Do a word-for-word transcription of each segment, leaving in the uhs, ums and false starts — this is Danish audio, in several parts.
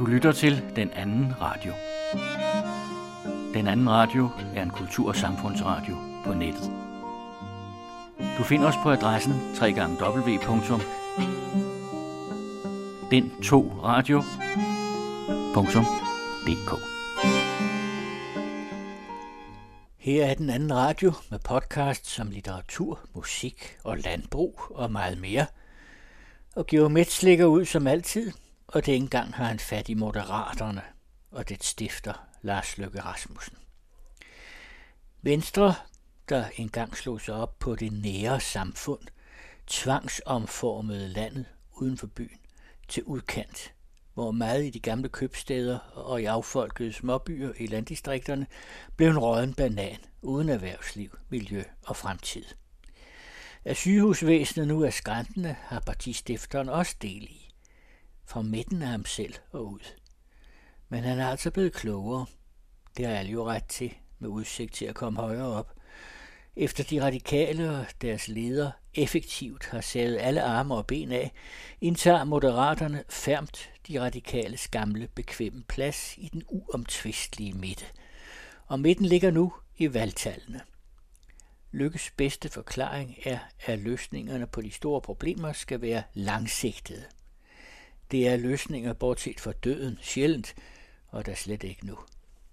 Du lytter til Den Anden Radio. Den Anden Radio er en kultur- og samfundsradio på nettet. Du finder os på adressen w w w punktum den to radio punktum d k. Her er Den Anden Radio med podcasts om litteratur, musik og landbrug og meget mere. Og Georg Metz ligger ud som altid, og det engang har han fat i Moderaterne og det stifter Lars Løkke Rasmussen. Venstre, der engang slog sig op på det nære samfund, tvangsomformede landet uden for byen til udkant, hvor meget i de gamle købstæder og i affolkede småbyer i landdistrikterne blev en rådden banan uden erhvervsliv, miljø og fremtid. At sygehusvæsenet nu er skræntende, har partistifteren også del i. Fra midten af ham selv og ud. Men han er altså blevet klogere. Det har alle jo ret til, med udsigt til at komme højere op. Efter de radikale og deres ledere effektivt har savet alle arme og ben af, indtager Moderaterne fermt de radikales gamle bekvemme plads i den uomtvistelige midte. Og midten ligger nu i valgtallene. Løkkes bedste forklaring er, at løsningerne på de store problemer skal være langsigtede. Det er løsninger bortset fra døden sjældent, og der slet ikke nu.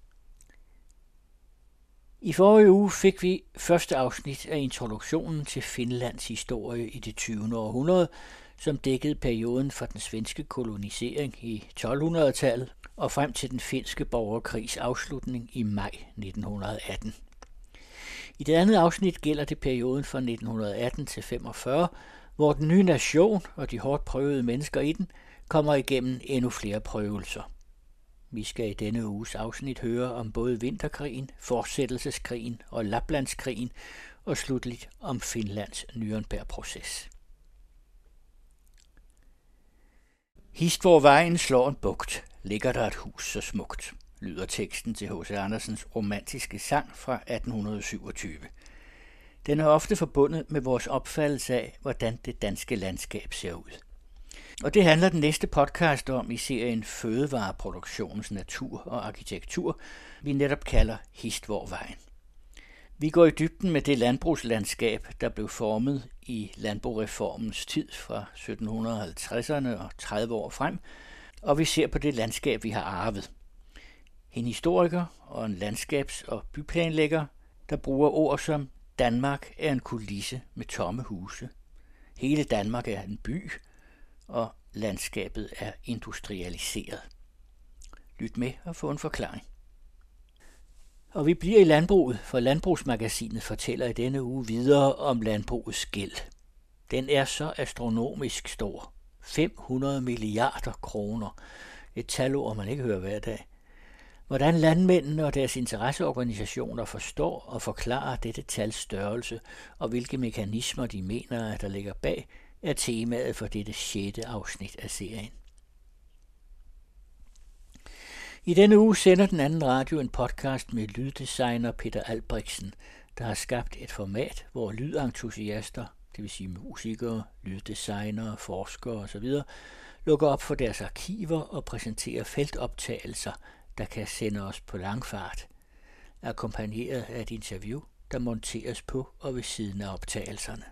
I forrige uge fik vi første afsnit af introduktionen til Finlands historie i det tyvende århundrede, som dækkede perioden fra den svenske kolonisering i tolvhundredetallet og frem til den finske borgerkrigs afslutning i maj nitten atten. I det andet afsnit gælder det perioden fra nitten atten til femogfyrre, hvor den nye nation og de hårdt prøvede mennesker i den kommer igennem endnu flere prøvelser. Vi skal i denne uges afsnit høre om både vinterkrigen, fortsættelseskrigen og Laplandskrigen, og slutligt om Finlands Nürnberg-proces. Hist hvor vejen slår en bugt, ligger der et hus så smukt, lyder teksten til H C Andersens romantiske sang fra atten syvogtyve. Den er ofte forbundet med vores opfattelse af, hvordan det danske landskab ser ud. Og det handler den næste podcast om i serien Fødevareproduktionens natur og arkitektur, vi netop kalder Hist hvor vejen. Vi går i dybden med det landbrugslandskab, der blev formet i landbrugsreformens tid fra sytten halvtredserne og tredive år frem, og vi ser på det landskab, vi har arvet. En historiker og en landskabs- og byplanlægger, der bruger ord som Danmark er en kulisse med tomme huse. Hele Danmark er en by, og landskabet er industrialiseret. Lyt med og få en forklaring. Og vi bliver i landbruget, for Landbrugsmagasinet fortæller i denne uge videre om landbrugets gæld. Den er så astronomisk stor. fem hundrede milliarder kroner. Et talord, man ikke hører hver dag. Hvordan landmændene og deres interesseorganisationer forstår og forklarer dette tals størrelse, og hvilke mekanismer de mener, at der ligger bag, er temaet for dette sjette afsnit af serien. I denne uge sender Den Anden Radio en podcast med lyddesigner Peter Albrechtsen, der har skabt et format, hvor lydentusiaster, det vil sige musikere, lyddesignere, forskere osv., lukker op for deres arkiver og præsenterer feltoptagelser, der kan sende os på langfart, akkompagneret af et interview, der monteres på og ved siden af optagelserne.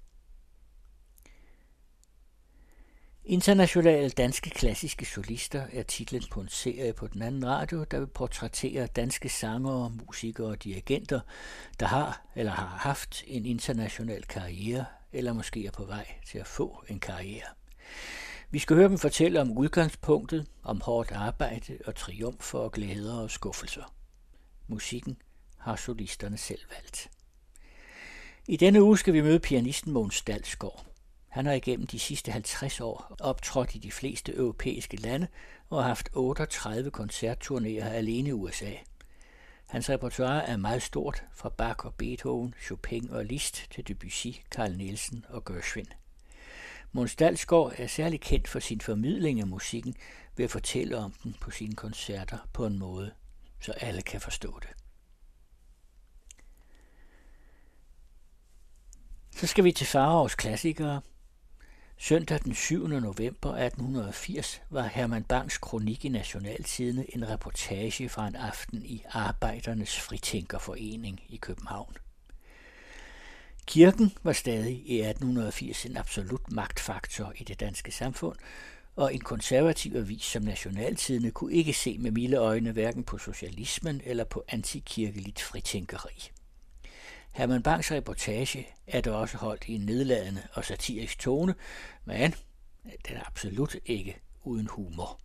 Internationale danske klassiske solister er titlen på en serie på Den Anden Radio, der vil portrættere danske sangere, musikere og dirigenter, der har eller har haft en international karriere, eller måske er på vej til at få en karriere. Vi skal høre dem fortælle om udgangspunktet, om hårdt arbejde og triumfer og glæder og skuffelser. Musikken har solisterne selv valgt. I denne uge skal vi møde pianisten Mogens Dalsgaard. Han har igennem de sidste halvtreds år optrådt i de fleste europæiske lande og har haft otteogtredive koncertturnéer alene i U S A. Hans repertoire er meget stort, fra Bach og Beethoven, Chopin og Liszt til Debussy, Carl Nielsen og Gershwin. Mogens Dalsgaard er særlig kendt for sin formidling af musikken ved at fortælle om den på sine koncerter på en måde, så alle kan forstå det. Så skal vi til Faraos klassikere. Søndag den syvende november atten firs var Herman Bangs kronik i Nationaltidende en reportage fra en aften i Arbejdernes Fritænkerforening i København. Kirken var stadig i atten firs en absolut magtfaktor i det danske samfund, og en konservativ avis som Nationaltidende kunne ikke se med milde øjne hverken på socialismen eller på antikirkeligt fritænkeri. Herman Bangs reportage er dog også holdt i en nedladende og satirisk tone, men den er absolut ikke uden humor.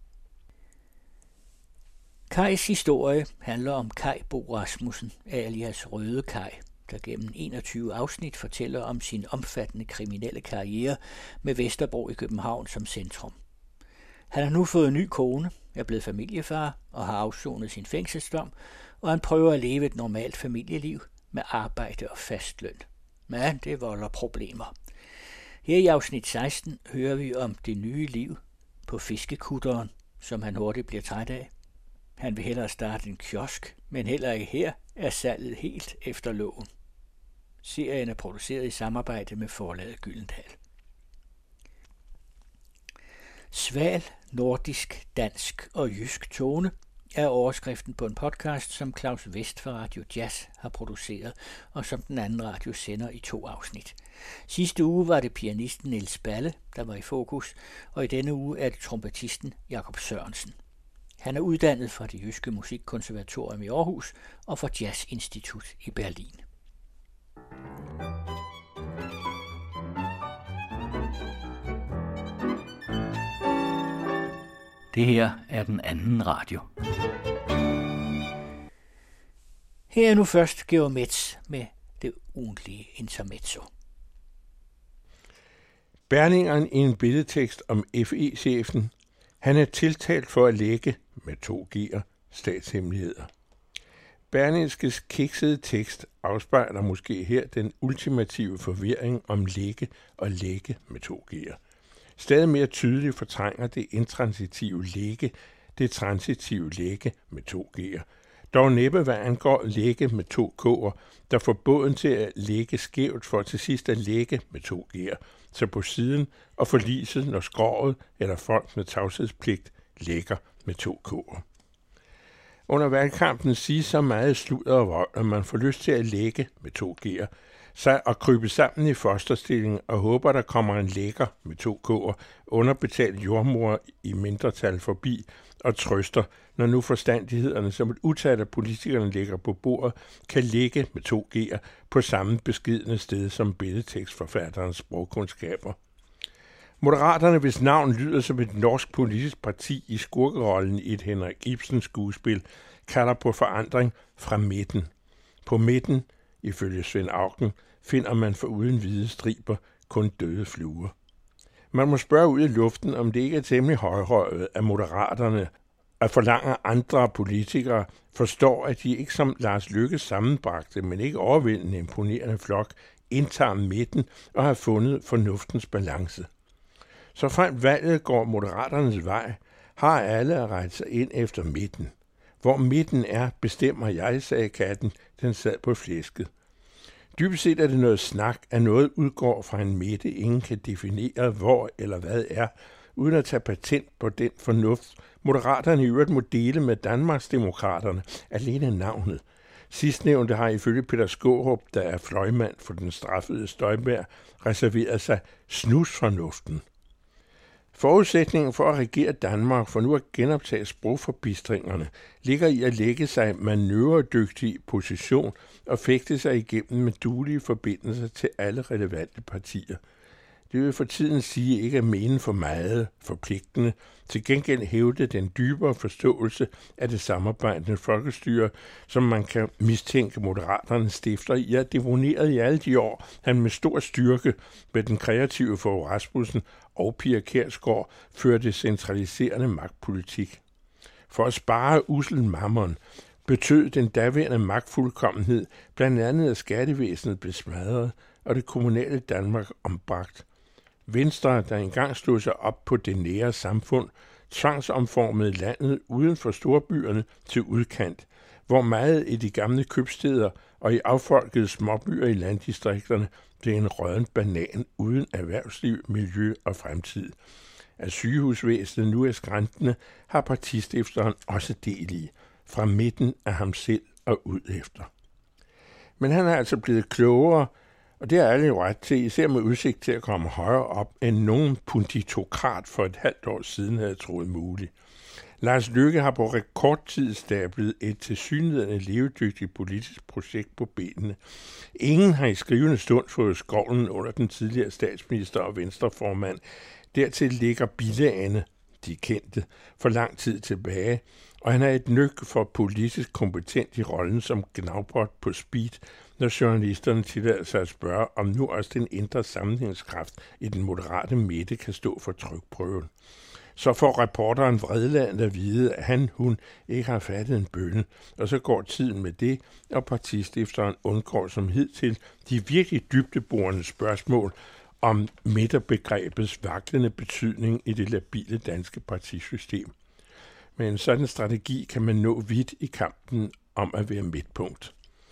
Kajs historie handler om Kaj Bo Rasmussen, alias Røde Kaj, der gennem enogtyve afsnit fortæller om sin omfattende kriminelle karriere med Vesterbro i København som centrum. Han har nu fået en ny kone, er blevet familiefar og har afsonet sin fængselsdom, og han prøver at leve et normalt familieliv med arbejde og fast løn. Men det volder problemer. Her i afsnit seksten hører vi om det nye liv på fiskekutteren, som han hurtigt bliver træt af. Han vil hellere starte en kiosk, men heller ikke her er salget helt efter loven. Serien er produceret i samarbejde med forlaget Gyldendal. Sval, nordisk, dansk og jysk tone er overskriften på en podcast, som Claus Vest fra Radio Jazz har produceret, og som den anden radio sender i to afsnit. Sidste uge var det pianisten Niels Balle, der var i fokus, og i denne uge er det trompetisten Jakob Sørensen. Han er uddannet fra det Jyske Musikkonservatorium i Aarhus og fra Jazzinstitut i Berlin. Det her er den anden radio. Her er nu først Georg Metz med det ugentlige intermezzo. Berningeren i en billedtekst om F E-chefen. Han er tiltalt for at lægge, med to G'er, statshemmeligheder. Berlingskes kiksede tekst afspejler måske her den ultimative forvirring om lægge og lægge med to G'er. Stadig mere tydeligt fortrænger det intransitive lægge det transitive lægge med to G'er. Dog næppe hvad angår lægge med to K'er, der får båden til at lægge skævt for til sidst at lægge med to G'er, så på siden og forliset, når skroget eller folk med tavshedspligt lægger med to K'er. Under valgkampen siges så meget sludder og vold, at man får lyst til at lægge med to G'er, sig og krybe sammen i fosterstilling og håber, der kommer en lægger med to K'er, underbetalt jordmor i mindretal forbi og trøster, når nu forstandighederne, som et utal af politikerne ligger på bordet, kan ligge med to G'er på samme beskidende sted som billedtekstforfatterens sprogkundskaber. Moderaterne, hvis navn lyder som et norsk politisk parti i skurkerollen i et Henrik Ibsen skuespil, kalder på forandring fra midten. På midten, ifølge Svend Auken, finder man foruden hvide striber kun døde fluer. Man må spørge ud i luften, om det ikke er temmelig højrøget af moderaterne at forlange andre politikere forstår, at de ikke som Lars Løkke sammenbragte, men ikke overvældende imponerende flok, indtager midten og har fundet fornuftens balance. Så frem valget går moderaternes vej, har alle at rette sig ind efter midten. Hvor midten er, bestemmer jeg, sagde katten, den sad på flæsket. Dybest set er det noget snak, at noget udgår fra en midte, ingen kan definere, hvor eller hvad er, uden at tage patent på den fornuft, moderaterne i øvrigt må dele med Danmarksdemokraterne, alene navnet. Sidstnævnte har ifølge Peter Skaarup, der er fløjmand for den straffede Støjberg, reserveret sig snusfornuften. Forudsætningen for at regere Danmark for nu at genoptage sprogforbistringerne ligger i at lægge sig manøvredygtig position og fægte sig igennem med duelige forbindelser til alle relevante partier. Det vil for tiden sige ikke at mene for meget forpligtende, til gengæld hævde den dybere forståelse af det samarbejdende folkestyre, som man kan mistænke moderaternes stifter i at deponeret i alle de år, han med stor styrke med den kreative Fogh Rasmussen og Pia Kjærsgaard førte centraliserende magtpolitik. For at spare ussel mammon betød den daværende magtfuldkommenhed blandt andet, at skattevæsenet blev smadret og det kommunale Danmark ombragt. Venstre, der engang stod sig op på det nære samfund, tvangsomformede landet uden for storbyerne til udkant, hvor meget i de gamle købsteder og i affolkede småbyer i landdistrikterne blev en rådden banan uden erhvervsliv, miljø og fremtid. At sygehusvæsenet nu er skrantende, har partistifteren også del i, fra midten af ham selv og ud efter. Men han er altså blevet klogere, og det er alle jo ret til, især med udsigt til at komme højere op, end nogen punditokrat for et halvt år siden havde troet muligt. Lars Løkke har på rekordtid stablet et tilsyneladende levedygtigt politisk projekt på benene. Ingen har i skrivende stund fået skovlen under den tidligere statsminister og venstreformand. Dertil ligger bilagene, de kendte, for lang tid tilbage, og han er et nyk for politisk kompetent i rollen som gnavbrod på speed, når journalisterne tillader sig at spørge, om nu også den indre sammenhængskraft i den moderate midte kan stå for trykprøven. Så får reporteren vredladet at vide, at han, hun ikke har fattet en bønne, og så går tiden med det, og partistifteren undgår som hidtil de virkelig dybdeborende spørgsmål om midterbegrebets vaklende betydning i det labile danske partisystem. Med en sådan strategi kan man nå vidt i kampen om at være midtpunkt.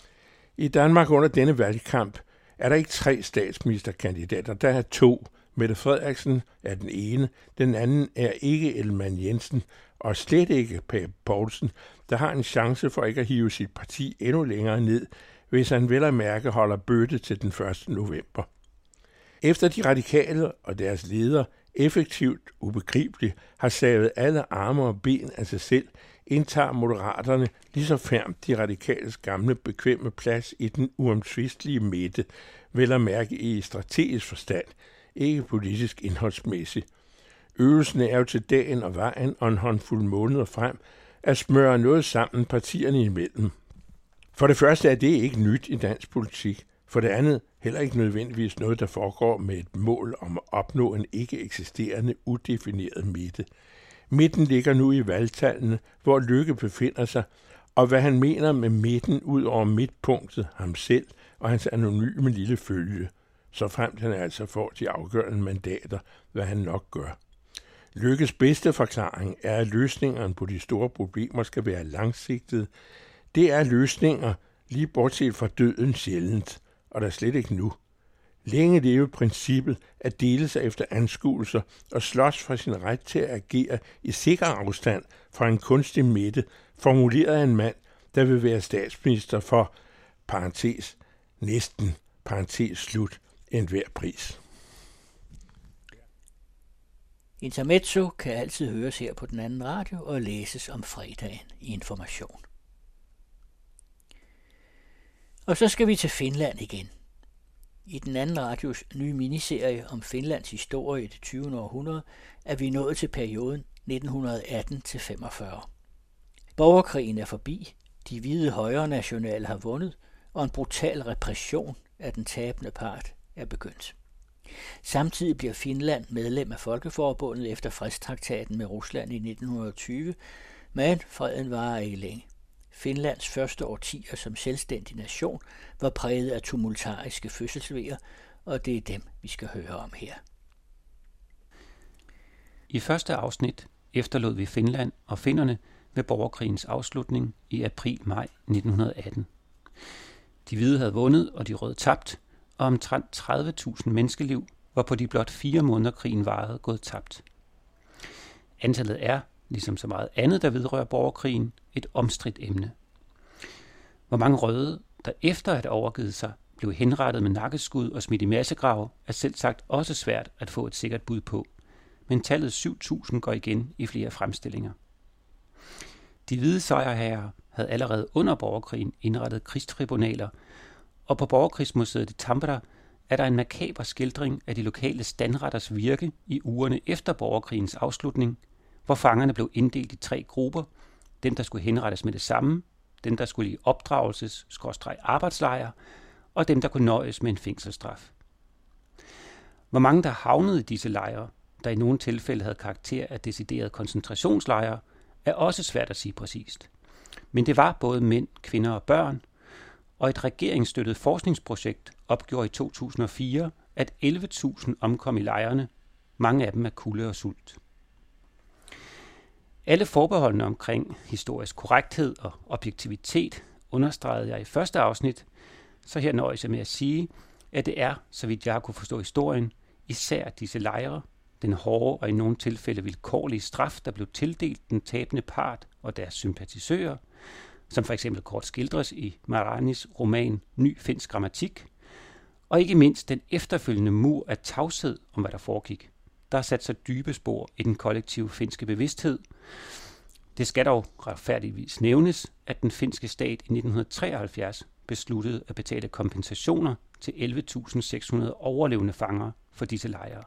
I Danmark under denne valgkamp er der ikke tre statsministerkandidater, der er to. Mette Frederiksen er den ene, den anden er ikke Ellemann Jensen, og slet ikke Pape Poulsen, der har en chance for ikke at hive sit parti endnu længere ned, hvis han vel at mærke holder bøtte til den første november. Efter de radikale og deres leder effektivt ubegribeligt har savet alle arme og ben af sig selv, indtager moderaterne lige så færmt de radikales gamle bekvemme plads i den uomtvistelige midte, vel at mærke i strategisk forstand, ikke politisk indholdsmæssigt. Øvelsen er jo til dagen og vejen og en håndfuld måneder frem at smøre noget sammen partierne imellem. For det første er det ikke nyt i dansk politik. For det andet heller ikke nødvendigvis noget, der foregår med et mål om at opnå en ikke eksisterende, udefineret midte. Midten ligger nu i valgtallene, hvor Løkke befinder sig, og hvad han mener med midten ud over midtpunktet, ham selv og hans anonyme lille følge, så fremt han altså får de afgørende mandater, hvad han nok gør. Løkkes bedste forklaring er, at løsningerne på de store problemer skal være langsigtede. Det er løsninger, lige bortset fra døden sjældent, og der slet ikke nu. Længe leve princippet at dele sig efter anskuelser og slås for sin ret til at agere i sikker afstand fra en kunstig midte, formuleret af en mand, der vil være statsminister for, parentes, næsten, parentes slut, enhver pris. Intermezzo kan altid høres her på den anden radio og læses om fredagen i Information. Og så skal vi til Finland igen. I den anden radios nye miniserie om Finlands historie i det tyvende århundrede er vi nået til perioden nitten atten til femogfyrre. Borgerkrigen er forbi, de hvide højrenationale har vundet, og en brutal repression af den tabende part er begyndt. Samtidig bliver Finland medlem af Folkeforbundet efter fredstraktaten med Rusland i nitten tyve, men freden varer ikke længe. Finlands første årtier som selvstændig nation var præget af tumultariske fødselsvejer, og det er dem, vi skal høre om her. I første afsnit efterlod vi Finland og finnerne ved borgerkrigens afslutning i april-maj nitten atten. De hvide havde vundet, og de røde tabt, og omtrent tredive tusind menneskeliv var på de blot fire måneder krigen varede gået tabt. Antallet er, ligesom så meget andet, der vedrører borgerkrigen, et omstridt emne. Hvor mange røde, der efter at have overgivet sig, blev henrettet med nakkeskud og smidt i massegrave, er selv sagt også svært at få et sikkert bud på, men tallet syv tusind går igen i flere fremstillinger. De hvide sejrherrer havde allerede under borgerkrigen indrettet krigstribunaler, og på Borgerkrigsmuseet i Tampere er der en makaber skildring af de lokale standretters virke i ugerne efter borgerkrigens afslutning, hvor fangerne blev inddelt i tre grupper, dem der skulle henrettes med det samme, dem der skulle i opdragelses-arbejdslejre, og dem der kunne nøjes med en fængselsstraf. Hvor mange der havnede i disse lejre, der i nogle tilfælde havde karakter af deciderede koncentrationslejre, er også svært at sige præcist. Men det var både mænd, kvinder og børn, og et regeringsstøttet forskningsprojekt opgjorde i to tusind og fire, at elleve tusind omkom i lejrene, mange af dem af kulde og sult. Alle forbeholdene omkring historisk korrekthed og objektivitet understregede jeg i første afsnit, så her nøjes jeg med at sige, at det er, så vidt jeg har kunne forstå historien, især disse lejre, den hårde og i nogle tilfælde vilkårlige straf, der blev tildelt den tabende part og deres sympatisører, som for eksempel kort skildres i Maranis roman Ny finsk grammatik, og ikke mindst den efterfølgende mur af tavshed om, hvad der foregik, der har sat så dybe spor i den kollektive finske bevidsthed. Det skal dog retfærdigvis nævnes, at den finske stat i nitten treoghalvfjerds besluttede at betale kompensationer til elleve tusind seks hundrede overlevende fanger for disse lejre.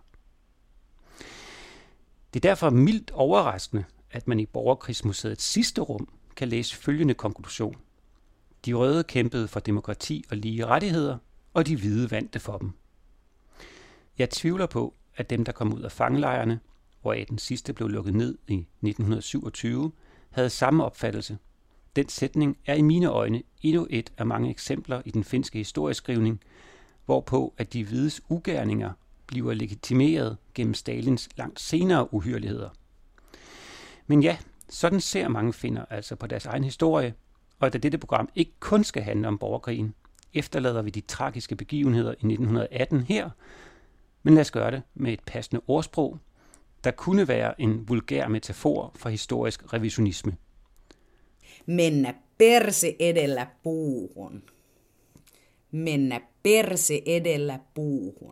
Det er derfor mildt overraskende, at man i Borgerkrigsmuseets sidste rum kan læse følgende konklusion. De røde kæmpede for demokrati og lige rettigheder, og de hvide vandt det for dem. Jeg tvivler på, at dem, der kom ud af fangelejrene, hvoraf den sidste blev lukket ned i nitten syvogtyve, havde samme opfattelse. Den sætning er i mine øjne endnu et af mange eksempler i den finske historieskrivning, hvorpå at de hvides ugerninger bliver legitimeret gennem Stalins langt senere uhyreligheder. Men ja, sådan ser mange finner altså på deres egen historie, og da dette program ikke kun skal handle om borgerkrigen, efterlader vi de tragiske begivenheder i nitten atten her, men lad os gøre det med et passende ordsprog, der kunne være en vulgær metafor for historisk revisionisme. Mennä perse edellä puuhun. Mennä perse edellä puuhun.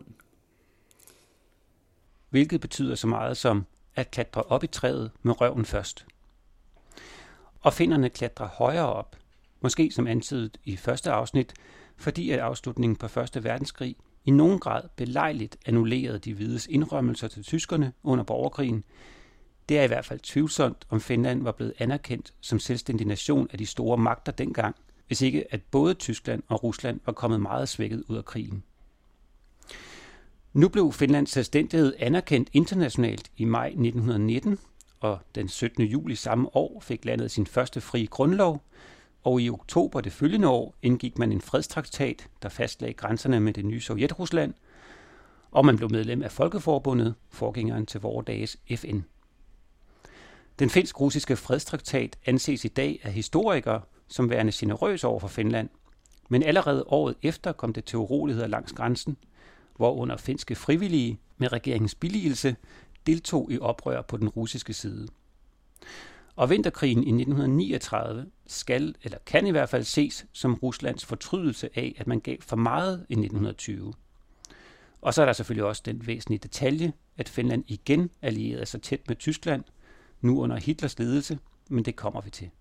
Hvilket betyder så meget som at klatre op i træet med røven først. Og finnerne klatrer højere op, måske som antydet i første afsnit, fordi at afslutningen på første verdenskrig i nogen grad belejligt annullerede de hvides indrømmelser til tyskerne under borgerkrigen. Det er i hvert fald tvivlsomt, om Finland var blevet anerkendt som selvstændig nation af de store magter dengang, hvis ikke at både Tyskland og Rusland var kommet meget svækket ud af krigen. Nu blev Finlands selvstændighed anerkendt internationalt i maj nitten nitten, og den syttende juli samme år fik landet sin første frie grundlov, og i oktober det følgende år indgik man en fredstraktat, der fastlagde grænserne med det nye Sovjetrusland, og man blev medlem af Folkeforbundet, forgængeren til vore dages F N. Den finsk-russiske fredstraktat anses i dag af historikere som værende generøs over for Finland, men allerede året efter kom det til uroligheder langs grænsen, hvor under finske frivillige med regeringens billigelse deltog i oprør på den russiske side. Og vinterkrigen i nitten niogtredive skal, eller kan i hvert fald ses som Ruslands fortrydelse af, at man gav for meget i nitten tyve. Og så er der selvfølgelig også den væsentlige detalje, at Finland igen allierede sig tæt med Tyskland, nu under Hitlers ledelse, men det kommer vi til.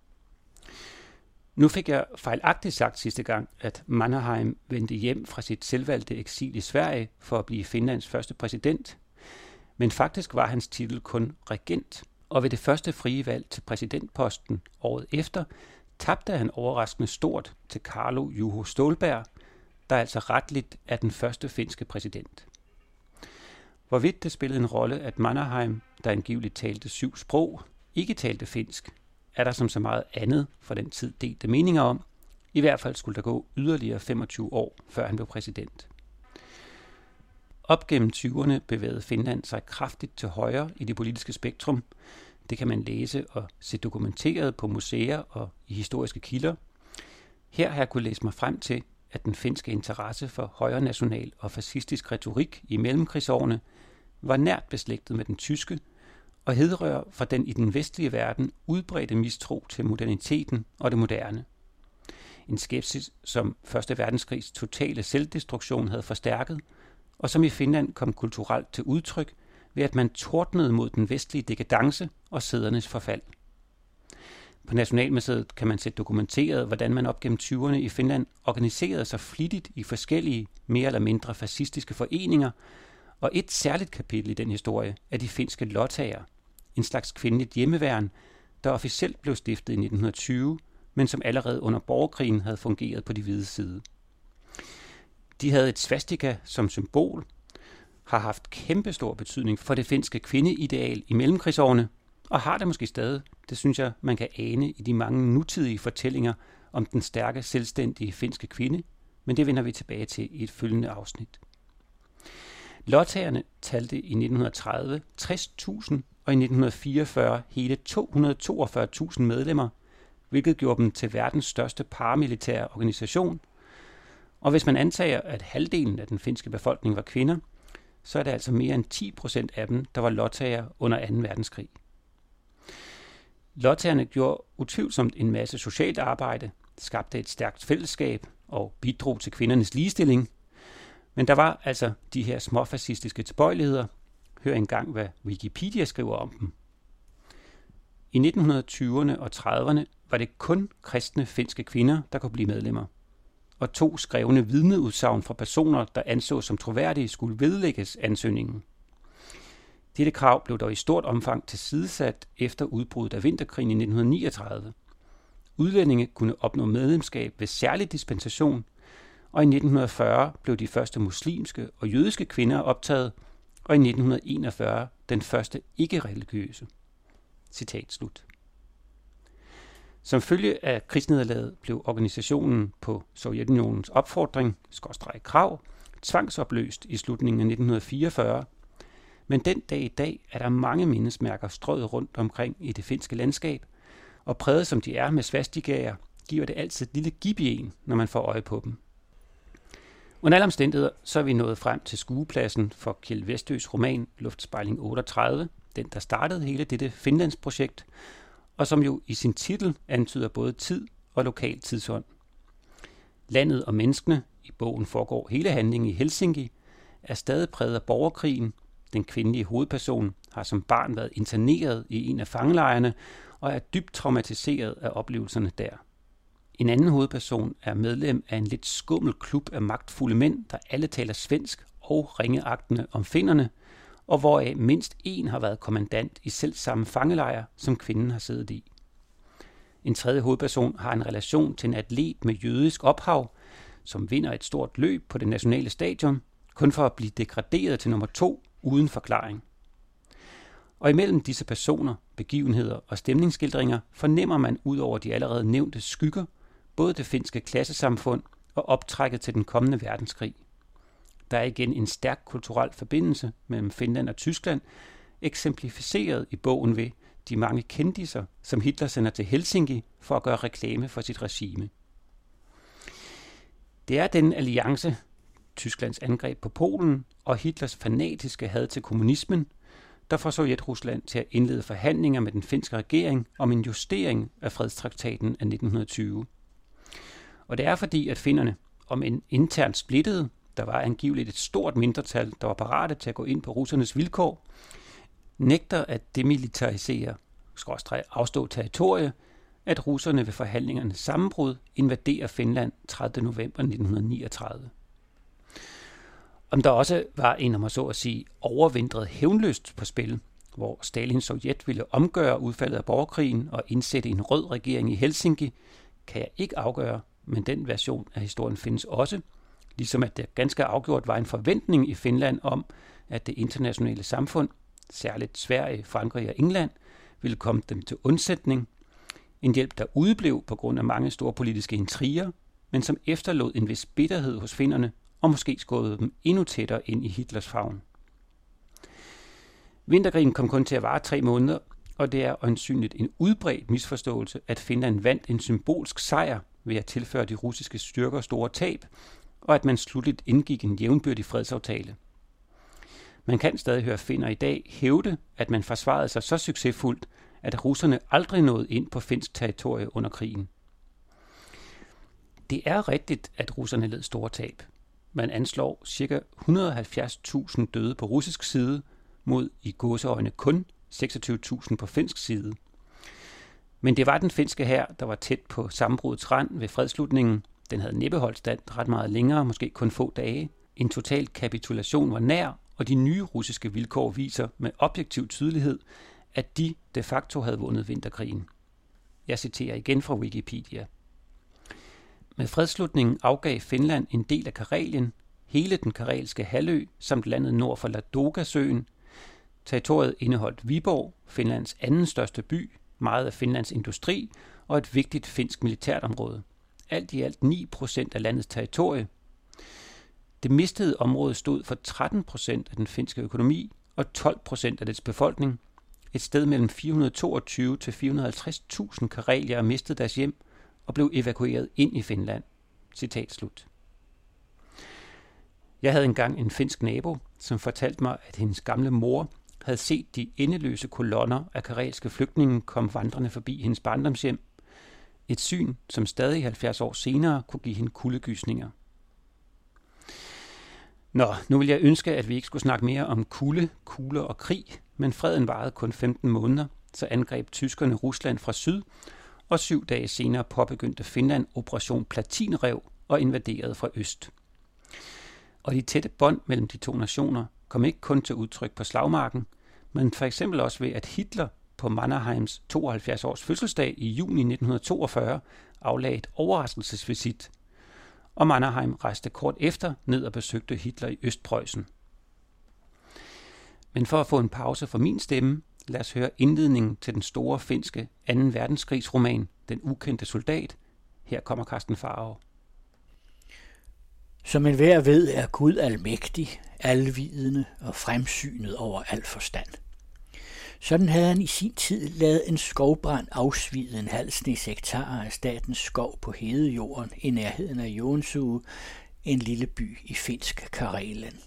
Nu fik jeg fejlagtigt sagt sidste gang, at Mannerheim vendte hjem fra sit selvvalgte eksil i Sverige for at blive Finlands første præsident, men faktisk var hans titel kun regent, og ved det første frie valg til præsidentposten året efter, tabte han overraskende stort til Carlo Juho Ståhlberg, der altså retligt er den første finske præsident. Hvorvidt det spillede en rolle, at Mannerheim, der angiveligt talte syv sprog, ikke talte finsk, er der som så meget andet for den tid delte meninger om. I hvert fald skulle der gå yderligere femogtyve år, før han blev præsident. Op gennem tyverne bevægede Finland sig kraftigt til højre i det politiske spektrum. Det kan man læse og se dokumenteret på museer og i historiske kilder. Her har jeg kunnet læse mig frem til, at den finske interesse for højre national og fascistisk retorik i mellemkrigsårene var nært beslægtet med den tyske, og hedrør fra den i den vestlige verden udbredte mistro til moderniteten og det moderne. En skepsis, som første verdenskrigs totale selvdestruktion havde forstærket, og som i Finland kom kulturelt til udtryk ved, at man tordnede mod den vestlige dekadence og sædernes forfald. På Nationalmuseet kan man se dokumenteret, hvordan man op gennem tyverne i Finland organiserede sig flittigt i forskellige, mere eller mindre fascistiske foreninger, og et særligt kapitel i den historie er de finske lottager, en slags kvindeligt hjemmeværn, der officielt blev stiftet i nitten tyve, men som allerede under borgerkrigen havde fungeret på de hvide side. De havde et svastika som symbol, har haft kæmpestor betydning for det finske kvindeideal i mellemkrigsårene, og har det måske stadig. Det synes jeg, man kan ane i de mange nutidige fortællinger om den stærke, selvstændige finske kvinde, men det vender vi tilbage til i et følgende afsnit. Lottagerne talte i nitten tredive tres tusind og i nitten fireogfyrre hele to hundrede og toogfyrre tusind medlemmer, hvilket gjorde dem til verdens største paramilitære organisation. Og hvis man antager, at halvdelen af den finske befolkning var kvinder, så er det altså mere end ti procent af dem, der var lodtagere under anden verdenskrig. Lodtagerne gjorde utvivlsomt en masse socialt arbejde, skabte et stærkt fællesskab og bidrog til kvindernes ligestilling. Men der var altså de her småfascistiske tilbøjeligheder. Hør engang, hvad Wikipedia skriver om dem. I nitten tyverne og trediverne var det kun kristne finske kvinder, der kunne blive medlemmer. Og to skrevne vidneudsagn fra personer, der ansås som troværdige, skulle vedlægges ansøgningen. Dette krav blev dog i stort omfang tilsidesat efter udbruddet af vinterkrigen i nitten niogtredive. Udlændinge kunne opnå medlemskab ved særlig dispensation, og i nitten fyrre blev de første muslimske og jødiske kvinder optaget, og i nitten enogfyrre den første ikke-religiøse. Citat slut. Som følge af krigsnederlaget blev organisationen på Sovjetunionens opfordring, skråstreg krav, tvangsopløst i slutningen af nitten fireogfyrre, men den dag i dag er der mange mindesmærker strøget rundt omkring i det finske landskab, og præget som de er med svastikaer, giver det altid et lille gib i en, når man får øje på dem. Under alle omstændigheder så er vi nået frem til skuepladsen for Kjeld Westøs roman Luftspejling otteogtredive, den der startede hele dette Finlandsprojekt, og som jo i sin titel antyder både tid og lokal tidsånd. Landet og menneskene, i bogen foregår hele handlingen i Helsinki, er stadig præget af borgerkrigen. Den kvindelige hovedperson har som barn været interneret i en af fangelejrene og er dybt traumatiseret af oplevelserne der. En anden hovedperson er medlem af en lidt skummel klub af magtfulde mænd, der alle taler svensk og ringeagtende om finnerne, og hvoraf mindst en har været kommandant i selv samme fangelejr, som kvinden har siddet i. En tredje hovedperson har en relation til en atlet med jødisk ophav, som vinder et stort løb på det nationale stadion, kun for at blive degraderet til nummer to uden forklaring. Og imellem disse personer, begivenheder og stemningsskildringer fornemmer man ud over de allerede nævnte skygger, både det finske klassesamfund og optrækket til den kommende verdenskrig. Der er igen en stærk kulturel forbindelse mellem Finland og Tyskland, eksemplificeret i bogen ved de mange kendisser, som Hitler sender til Helsinki for at gøre reklame for sit regime. Det er den alliance, Tysklands angreb på Polen og Hitlers fanatiske had til kommunismen, der får Sovjetrusland til at indlede forhandlinger med den finske regering om en justering af fredstraktaten af nitten tyve. Og det er fordi, at finnerne, om en internt splittede, der var angiveligt et stort mindretal, der var parate til at gå ind på russernes vilkår, nægter at demilitarisere, skråstreg afstå territorie, at russerne ved forhandlingernes sammenbrud invaderer Finland tredivte november nitten niogtredive. Om der også var en, om man så at sige, overvintret hævnlyst på spil, hvor Stalins Sovjet ville omgøre udfaldet af borgerkrigen og indsætte en rød regering i Helsinki, kan jeg ikke afgøre, men den version af historien findes også, ligesom at der ganske afgjort var en forventning i Finland om, at det internationale samfund, særligt Sverige, Frankrig og England, ville komme dem til undsætning. En hjælp, der udeblev på grund af mange store politiske intriger, men som efterlod en vis bitterhed hos finnerne og måske skubbede dem endnu tættere ind i Hitlers favn. Vinterkrigen kom kun til at vare tre måneder, og det er øjensynligt en udbredt misforståelse, at Finland vandt en symbolsk sejr ved at tilføre de russiske styrker store tab, og at man slutligt indgik en jævnbyrdig fredsaftale. Man kan stadig høre finner i dag hævde, at man forsvarede sig så succesfuldt, at russerne aldrig nåede ind på finsk territorie under krigen. Det er rigtigt, at russerne led store tab. Man anslår ca. et hundrede og halvfjerds tusind døde på russisk side, mod i gåseøjne kun seksogtyve tusind på finsk side. Men det var den finske hær, der var tæt på sammenbrudets rand ved fredslutningen. Den havde næppe holdt stand ret meget længere, måske kun få dage. En total kapitulation var nær, og de nye russiske vilkår viser med objektiv tydelighed, at de de facto havde vundet vinterkrigen. Jeg citerer igen fra Wikipedia. Med fredslutningen afgav Finland en del af Karelien, hele den karelske halvø samt landet nord for Ladoga-søen. Territoriet indeholdt Viborg, Finlands anden største by, meget af Finlands industri og et vigtigt finsk militært område. Alt i alt ni procent af landets territorie. Det mistede område stod for tretten procent af den finske økonomi og tolv procent af dets befolkning. et sted mellem fire hundrede og toogtyve til fire hundrede og halvtreds tusind karelier mistede deres hjem og blev evakueret ind i Finland. Citat slut. Jeg havde engang en finsk nabo, som fortalte mig, at hendes gamle mor havde set de endeløse kolonner af karelske flygtninge komme vandrende forbi hendes barndomshjem. Et syn, som stadig halvfjerds år senere kunne give hende kuldegysninger. Nå, nu vil jeg ønske, at vi ikke skulle snakke mere om kulde, kugler og krig, men freden varede kun femten måneder, så angreb tyskerne Rusland fra syd, og syv dage senere påbegyndte Finland Operation Platinrev og invaderede fra øst. Og de tætte bånd mellem de to nationer kom ikke kun til udtryk på slagmarken, men for eksempel også ved, at Hitler på Mannerheims tooghalvfjerds års fødselsdag i juni nitten toogfyrre aflagde et overraskelsesvisit, og Mannerheim rejste kort efter ned og besøgte Hitler i Østpreussen. Men for at få en pause for min stemme, lad os høre indledningen til den store finske anden verdenskrigsroman, Den ukendte soldat. Her kommer Karsten Pharao. Som enhver ved, er Gud almægtig, alvidende og fremsynet over al forstand. Sådan havde han i sin tid ladet en skovbrand afsvide en halv snes hektar af statens skov på hedejorden i nærheden af Joensuu, en lille by i finsk Karelen.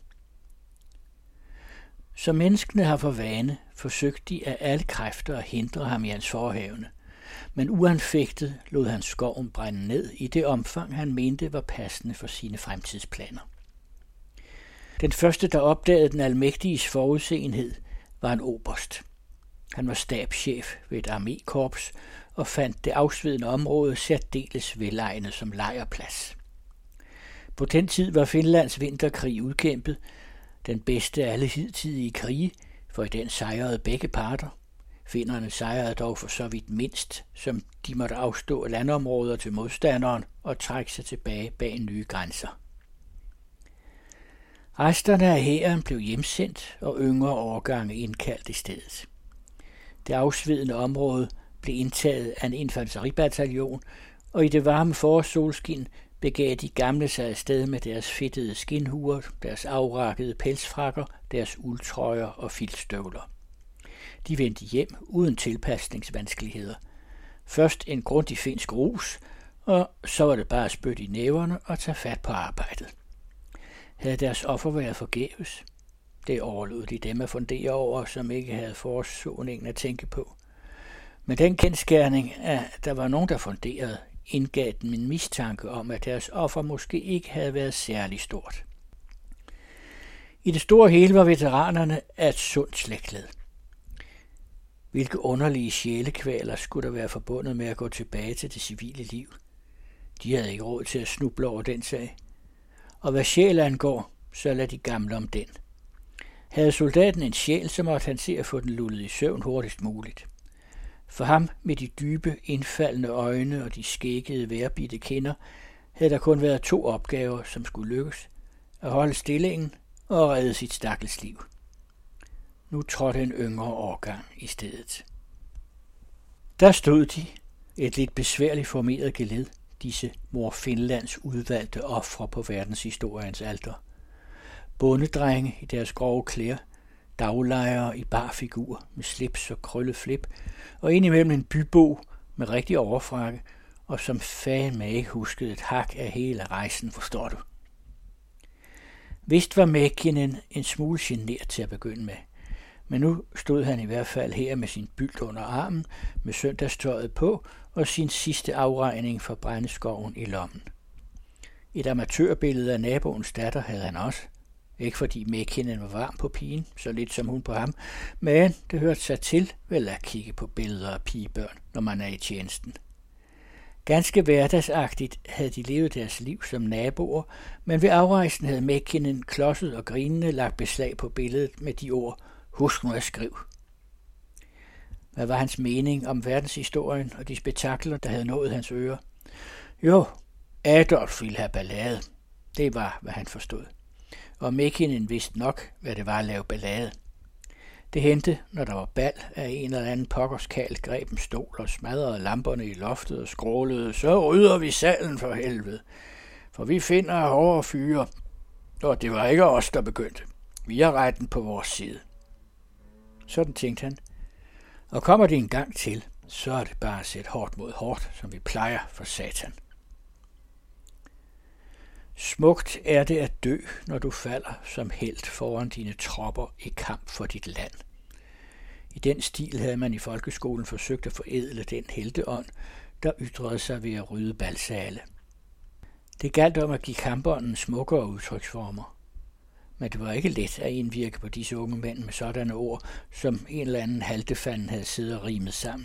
Som menneskene har for vane, forsøgte de af alle kræfter at hindre ham i hans forhavne, men uanfægtet lod han skoven brænde ned i det omfang, han mente var passende for sine fremtidsplaner. Den første, der opdagede den almægtiges forudseenhed, var en oberst. Han var stabschef ved et armékorps og fandt det afsvedende område særdeles velegnet som lejrplads. På den tid var Finlands vinterkrig udkæmpet, den bedste af alle hidtidige krige, for i den sejrede begge parter. Finnerne sejrede dog for så vidt mindst, som de måtte afstå landområder til modstanderen og trække sig tilbage bag nye grænser. Resterne af hæren blev hjemsendt og yngre årgange indkaldt i stedet. Det afsvedende område blev indtaget af en infanteribataljon, og i det varme forårssolskin begav de gamle sig afsted med deres fedtede skinhuer, deres afrakkede pelsfrakker, deres uldtrøjer og filtstøvler. De vendte hjem uden tilpasningsvanskeligheder. Først en grundig finsk rus, og så var det bare at spytte i næverne og tage fat på arbejdet. Havde deres offer været forgæves? Det overlod de dem at fundere over, som ikke havde forårssåningen at tænke på. Men den kendskærning, at der var nogen, der funderede, indgav dem en mistanke om, at deres offer måske ikke havde været særlig stort. I det store hele var veteranerne af et sundt slægtled. Hvilke underlige sjælekvaler skulle der være forbundet med at gå tilbage til det civile liv? De havde ikke råd til at snuble over den sag. Og hvad sjæl angår, så lad de gamle om den. Havde soldaten en sjæl, så måtte han se at få den lullet i søvn hurtigst muligt. For ham med de dybe, indfaldende øjne og de skæggede, vejrbitte kinder, havde der kun været to opgaver, som skulle lykkes: at holde stillingen og redde sit stakkels liv. Nu trådte en yngre årgang i stedet. Der stod de, et lidt besværligt formeret geled, disse mor Finlands udvalgte ofre på verdenshistoriens alter. Bondedrenge i deres grove klæder, daglejere i bar figur med slips og krøllet flip, og indimellem en bybo med rigtig overfrakke, og som fandme ikke huskede et hak af hele rejsen, forstår du. Vist var Mäkinen en smule genert til at begynde med, men nu stod han i hvert fald her med sin bylt under armen, med søndagstøjet på og sin sidste afregning for brændeskoven i lommen. Et amatørbillede af naboens datter havde han også. Ikke fordi Mäkinen var varm på pigen, så lidt som hun på ham, men det hørte sig til vel at kigge på billeder af pigebørn, når man er i tjenesten. Ganske hverdagsagtigt havde de levet deres liv som naboer, men ved afrejsen havde Mäkinen klodset og grinende lagt beslag på billedet med de ord: "Husk nu at skrive." Hvad var hans mening om verdenshistorien og de spektakler, der havde nået hans ører? Jo, Adolf ville have ballade. Det var, hvad han forstod. Og Mäkinen vidste nok, hvad det var at lave ballade. Det hentede, når der var bal, af en eller anden pokkerskal greb en stol og smadrede lamperne i loftet og skrålede: "Så rydder vi salen for helvede, for vi finder hårde fyre." Og det var ikke os, der begyndte. Vi har retten på vores side. Sådan tænkte han. Og kommer det en gang til, så er det bare at sætte hårdt mod hårdt, som vi plejer for satan. Smukt er det at dø, når du falder som helt foran dine tropper i kamp for dit land. I den stil havde man i folkeskolen forsøgt at forædle den helteånd, der ytrede sig ved at rydde balsale. Det galt om at give kampånden smukkere udtryksformer. Men det var ikke let at indvirke på disse unge mænd med sådanne ord, som en eller anden haltefanden havde siddet og rimet sammen.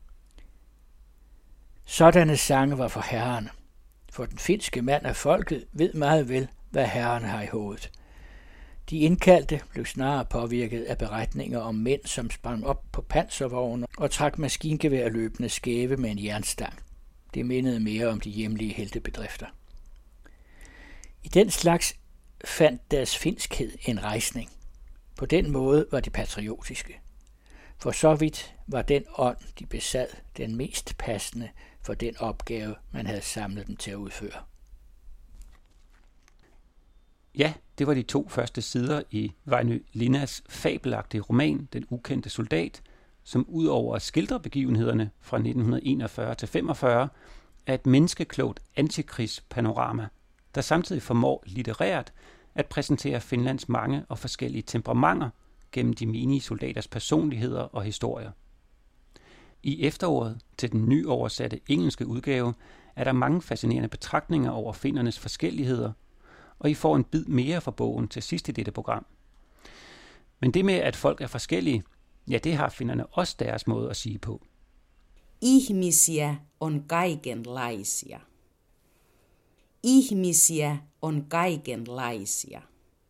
Sådanne sange var for herrerne, for den finske mand af folket ved meget vel, hvad herrerne har i hovedet. De indkaldte blev snarere påvirket af beretninger om mænd, som sprang op på panservogne og trak maskingevær løbende skæve med en jernstang. Det mindede mere om de hjemlige heltebedrifter. I den slags fandt deres finskhed en rejsning. På den måde var de patriotiske. For så vidt var den ånd, de besad, den mest passende for den opgave, man havde samlet dem til at udføre. Ja, det var de to første sider i Väinö Linnas fabelagtige roman, Den ukendte soldat, som udover at skildre begivenhederne fra nitten enogfyrre til femogfyrre, er et menneskeklogt antikrigspanorama, der samtidig formår litterært at præsentere Finlands mange og forskellige temperamenter gennem de menige soldaters personligheder og historier. I efteråret til den nyoversatte engelske udgave er der mange fascinerende betragtninger over finnernes forskelligheder, og I får en bid mere fra bogen til sidst i dette program. Men det med, at folk er forskellige, ja, det har finnerne også deres måde at sige på. Ihmisiä on kaikenlaisia. Ihmisiä on kaikenlaisia.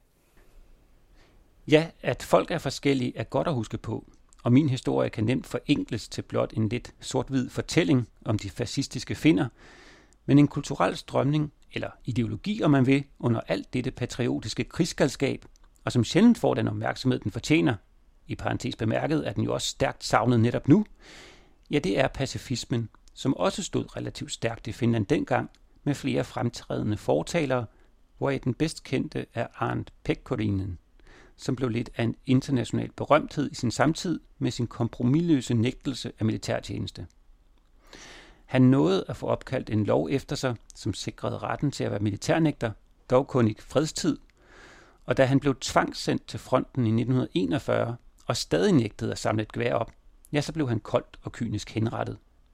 Ja, at folk er forskellige er godt at huske på, og min historie kan nemt forenkles til blot en lidt sort-hvid fortælling om de fascistiske finner, men en kulturel strømning, eller ideologi om man vil, under alt dette patriotiske krigsgalskab, og som sjældent får den opmærksomhed, den fortjener, i parentes bemærket er den jo også stærkt savnet netop nu, ja, det er pacifismen, som også stod relativt stærkt i Finland dengang, med flere fremtrædende fortalere, hvor den bedst kendte er Arndt Pekkarinen, som blev lidt af en international berømthed i sin samtid med sin kompromisløse nægtelse af militærtjeneste. Han nåede at få opkaldt en lov efter sig, som sikrede retten til at være militærnægter, dog kun i fredstid, og da han blev tvangssendt til fronten i nitten enogfyrre og stadig nægtede at samle et gevær op, ja, så blev han koldt og kynisk henrettet.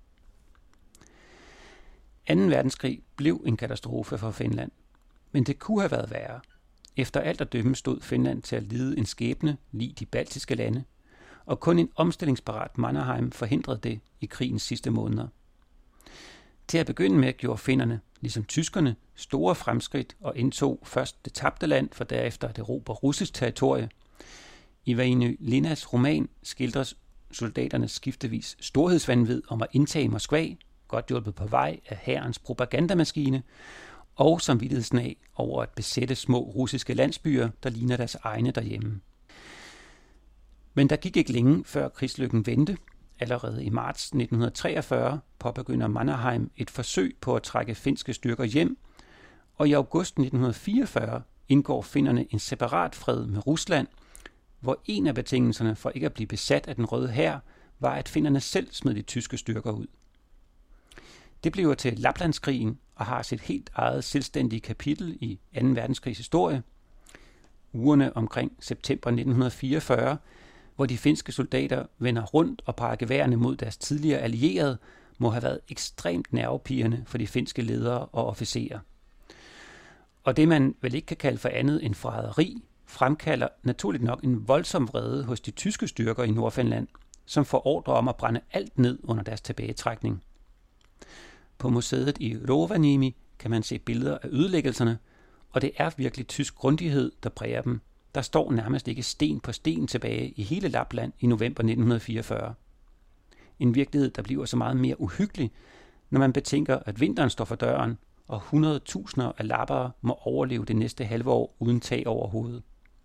anden verdenskrig blev en katastrofe for Finland, men det kunne have været værre. Efter alt at dømme stod Finland til at lide en skæbne lig de baltiske lande, og kun en omstillingsparat Mannerheim forhindrede det i krigens sidste måneder. Til at begynde med gjorde finnerne, ligesom tyskerne, store fremskridt og indtog først det tabte land, for derefter at erobre russisk territorie. I Väinö Linnas roman skildres soldaternes skiftevis storhedsvanvid om at indtage Moskva, godt hjulpet på vej af hærens propagandamaskine, og samvittigheden af over at besætte små russiske landsbyer, der ligner deres egne derhjemme. Men der gik ikke længe, før krigslykken vendte. Allerede i marts nitten treogfyrre påbegynder Mannerheim et forsøg på at trække finske styrker hjem, og i august nitten fireogfyrre indgår finnerne en separat fred med Rusland, hvor en af betingelserne for ikke at blive besat af den røde hær var, at finnerne selv smed de tyske styrker ud. Det bliver til Laplandskrigen og har sit helt eget selvstændige kapitel i anden verdenskrigs historie. Ugerne omkring september nitten fireogfyrre, hvor de finske soldater vender rundt og peger geværerne mod deres tidligere allierede, må have været ekstremt nervepirrende for de finske ledere og officerer. Og det man vel ikke kan kalde for andet end forræderi, fremkalder naturligt nok en voldsom vrede hos de tyske styrker i Nordfinland, som får ordre om at brænde alt ned under deres tilbagetrækning. På museet i Rovaniemi kan man se billeder af ødelæggelserne, og det er virkelig tysk grundighed, der præger dem. Der står nærmest ikke sten på sten tilbage i hele Lapland i november nitten fireogfyrre. En virkelighed, der bliver så meget mere uhyggelig, når man betænker, at vinteren står for døren, og hundredtusinder af lappere må overleve det næste halve år uden tag over hovedet.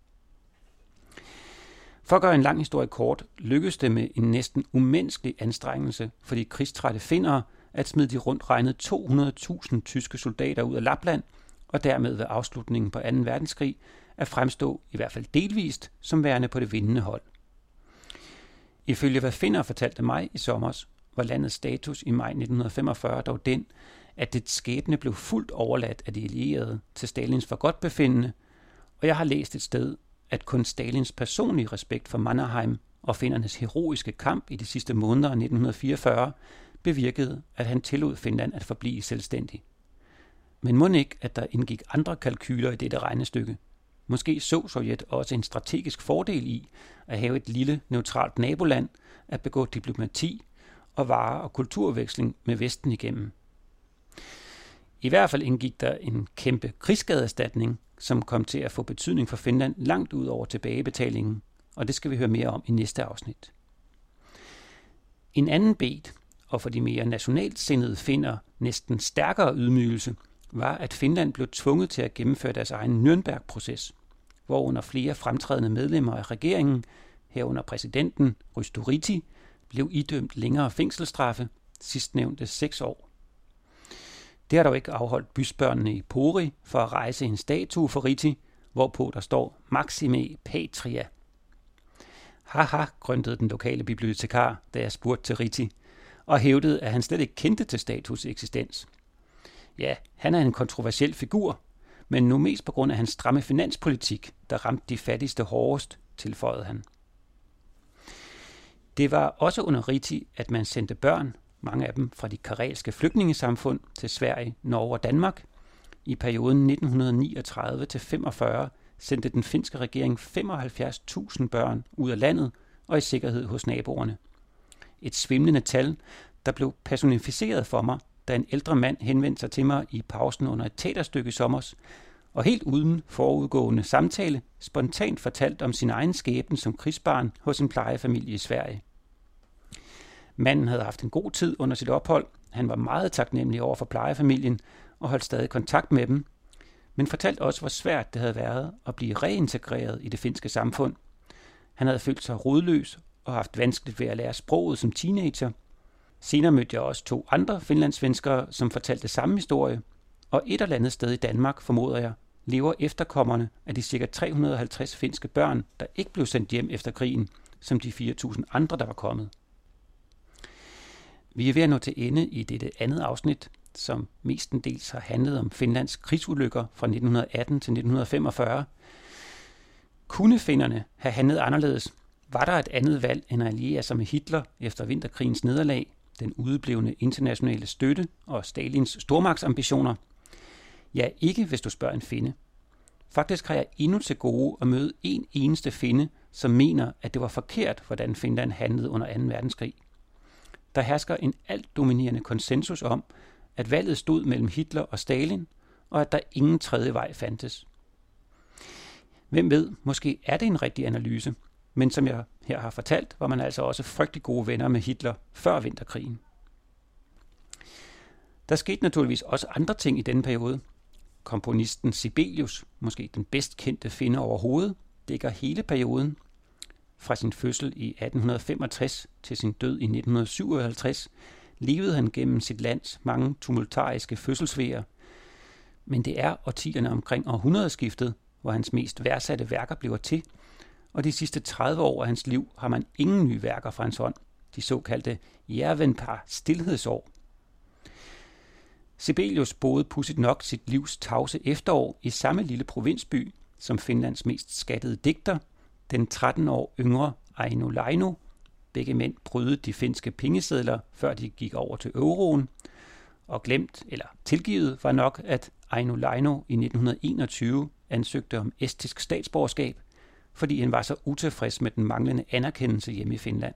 For at gøre en lang historie kort, lykkedes det med en næsten umenneskelig anstrengelse for de krigstrætte finnere at smide de rundt regnet to hundrede tusind tyske soldater ud af Lapland, og dermed ved afslutningen på anden verdenskrig at fremstå i hvert fald delvist som værende på det vindende hold. Ifølge hvad Finner fortalte mig i sommers, var landets status i maj nitten femogfyrre dog den, at det skæbne blev fuldt overladt af de allierede til Stalins forgodtbefindende, og jeg har læst et sted, at kun Stalins personlige respekt for Mannerheim og finnernes heroiske kamp i de sidste måneder af nitten fireogfyrre bevirkede, at han tillod Finland at forblive selvstændig. Men mon ikke, at der indgik andre kalkyler i dette regnestykke. Måske så Sovjet også en strategisk fordel i at have et lille, neutralt naboland at begå diplomati og vare- og kulturveksling med Vesten igennem. I hvert fald indgik der en kæmpe krigsskadeerstatning, som kom til at få betydning for Finland langt ud over tilbagebetalingen, og det skal vi høre mere om i næste afsnit. En anden bed, og for de mere nationalt sindede finner næsten stærkere ydmygelse, var, at Finland blev tvunget til at gennemføre deres egen Nürnberg-proces, hvorunder flere fremtrædende medlemmer af regeringen, herunder præsidenten Risto Ryti, blev idømt længere fængselsstraffe, sidstnævnte seks år. Det har dog ikke afholdt bysbørnene i Pori for at rejse en statue for Ryti, hvorpå der står Maxime Patria. Haha, grøntede den lokale bibliotekar, da jeg spurgte til Ryti, og hævdede, at han slet ikke kendte til statues eksistens. Ja, han er en kontroversiel figur, men nu mest på grund af hans stramme finanspolitik, der ramte de fattigste hårdest, tilføjede han. Det var også under Ryti, at man sendte børn, mange af dem fra de karelske flygtningesamfund, til Sverige, Norge og Danmark. I perioden nitten niogtredive til femogfyrre sendte den finske regering femoghalvfjerds tusind børn ud af landet og i sikkerhed hos naboerne. Et svimlende tal, der blev personificeret for mig, da en ældre mand henvendte sig til mig i pausen under et teaterstykke i sommers, og helt uden forudgående samtale spontant fortalt om sin egen skæbne som krigsbarn hos en plejefamilie i Sverige. Manden havde haft en god tid under sit ophold, han var meget taknemmelig over for plejefamilien og holdt stadig kontakt med dem, men fortalte også, hvor svært det havde været at blive reintegreret i det finske samfund. Han havde følt sig rodløs og haft vanskeligt ved at lære sproget som teenager. Senere mødte jeg også to andre finlandssvenskere, som fortalte samme historie, og et eller andet sted i Danmark, formoder jeg, lever efterkommerne af de ca. tre hundrede og halvtreds finske børn, der ikke blev sendt hjem efter krigen, som de fire tusind andre, der var kommet. Vi er ved at nå til ende i dette andet afsnit, som mestendels har handlet om Finlands krigsulykker fra nitten atten til nitten femogfyrre. Kunne finnerne have handlet anderledes? Var der et andet valg end at alliere sig med Hitler efter vinterkrigens nederlag, den udeblevne internationale støtte og Stalins stormagtsambitioner? Ja, ikke hvis du spørger en finne. Faktisk har jeg endnu til gode at møde en eneste finne, som mener, at det var forkert, hvordan Finland handlede under anden verdenskrig. Der hersker en alt dominerende konsensus om, at valget stod mellem Hitler og Stalin, og at der ingen tredje vej fandtes. Hvem ved, måske er det en rigtig analyse, men som jeg her har fortalt, var man altså også frygtelig gode venner med Hitler før vinterkrigen. Der skete naturligvis også andre ting i denne periode. Komponisten Sibelius, måske den bedst kendte finne overhovedet, dækker hele perioden. Fra sin fødsel i atten femogtres til sin død i nitten syvoghalvtreds levede han gennem sit lands mange tumultariske fødselsvejer. Men det er årtierne omkring århundredeskiftet, hvor hans mest værdsatte værker bliver til, og de sidste tredive år af hans liv har man ingen nye værker fra hans hånd, de såkaldte Järvenpää stilhedsår. Sibelius boede pudsigt nok sit livs tavse efterår i samme lille provinsby som Finlands mest skattede digter, den tretten år yngre Aino Laino. Begge mænd brydede de finske pengesedler, før de gik over til euroen, og glemt eller tilgivet var nok, at Aino Laino i nitten enogtyve ansøgte om estisk statsborgerskab, fordi han var så utilfreds med den manglende anerkendelse hjemme i Finland.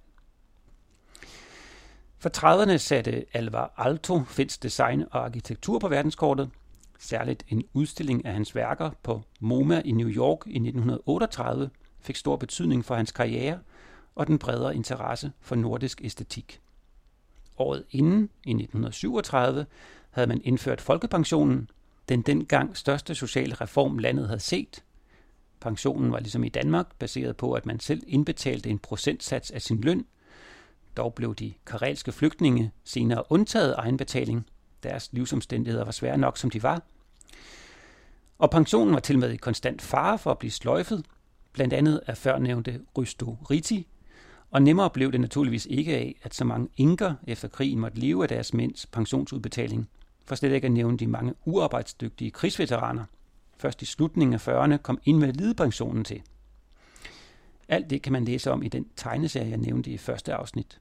For trediverne satte Alvar Aalto finsk design og arkitektur på verdenskortet. Særligt en udstilling af hans værker på MoMA i New York i nitten otteogtredive fik stor betydning for hans karriere og den bredere interesse for nordisk æstetik. Året inden, i nitten syvogtredive, havde man indført folkepensionen, den dengang største sociale reform landet havde set. Pensionen var ligesom i Danmark baseret på, at man selv indbetalte en procentsats af sin løn. Dog blev de karelske flygtninge senere undtaget egenbetaling. Deres livsomstændigheder var svære nok, som de var. Og pensionen var til med i konstant fare for at blive sløjfet, blandt andet af førnævnte Risto Ryti, Og nemmere blev det naturligvis ikke af, at så mange enker efter krigen måtte leve af deres mænds pensionsudbetaling, for slet ikke at nævne de mange uarbejdsdygtige krigsveteraner. Først i slutningen af fyrrerne kom invalidepensionen til. Alt det kan man læse om i den tegneserie, jeg nævnte i første afsnit.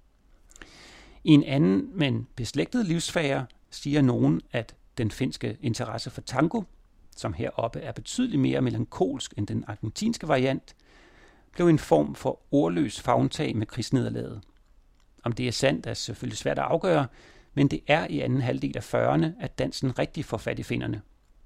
I en anden, men beslægtet livsfære, siger nogen, at den finske interesse for tango, som heroppe er betydeligt mere melankolsk end den argentinske variant, blev en form for ordløs favntag med krigsnederlaget. Om det er sandt, er selvfølgelig svært at afgøre, men det er i anden halvdel af fyrrerne, at dansen rigtig får fat i finnerne.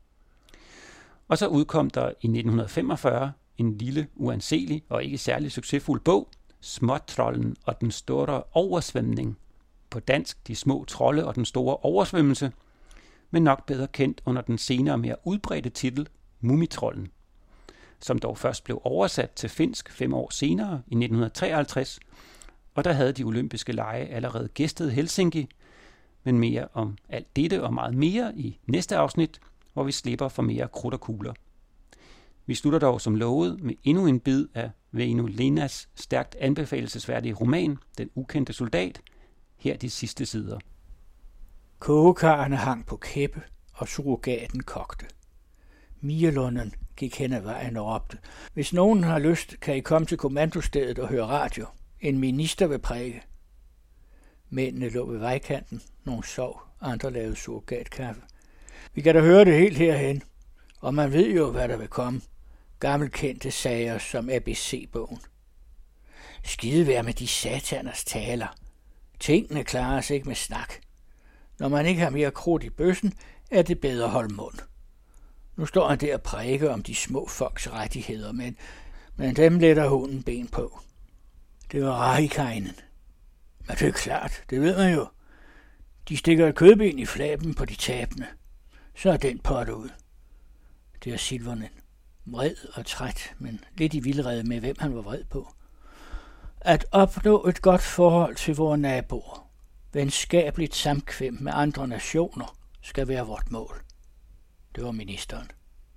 Og så udkom der i nitten femogfyrre en lille, uanselig og ikke særlig succesfuld bog, Småtrollen og den store oversvømning. På dansk De små trolde og den store oversvømmelse, men nok bedre kendt under den senere mere udbredte titel Mumitrollen, som dog først blev oversat til finsk fem år senere i nitten treoghalvtreds, og der havde de olympiske lege allerede gæstet Helsinki, men mere om alt dette og meget mere i næste afsnit, hvor vi slipper for mere krudt og kugler. Vi slutter dog som lovet med endnu en bid af Väinö Linnas stærkt anbefalelsesværdige roman, Den ukendte soldat, her de sidste sider. Kogekarrene hang på kæppe, og surrogaten kogte. Mirlunden gik hen ad vejen og råbte: Hvis nogen har lyst, kan I komme til kommandostedet og høre radio. En minister vil prædike. Mændene lå ved vejkanten. Nogle sov, andre lavede surrogatkaffe. Vi kan da høre det helt herhen, og man ved jo, hvad der vil komme. Gammelkendte sager som A B C-bogen. Skide være med de sataners taler. Tingene klarer sig ikke med snak. Når man ikke har mere krudt i bøssen, er det bedre at holde mund. Nu står han der og prædiker om de små folks rettigheder, men, men dem letter hunden ben på. Det var Rahikainen. Men det er klart, det ved man jo. De stikker et kødben i flaben på de tabende. Så er den pot ud. Det er Silvernen. Vred og træt, men lidt i vildrede med, hvem han var vred på. At opnå et godt forhold til vores naboer, venskabeligt samkvem med andre nationer, skal være vort mål. Det var ministeren.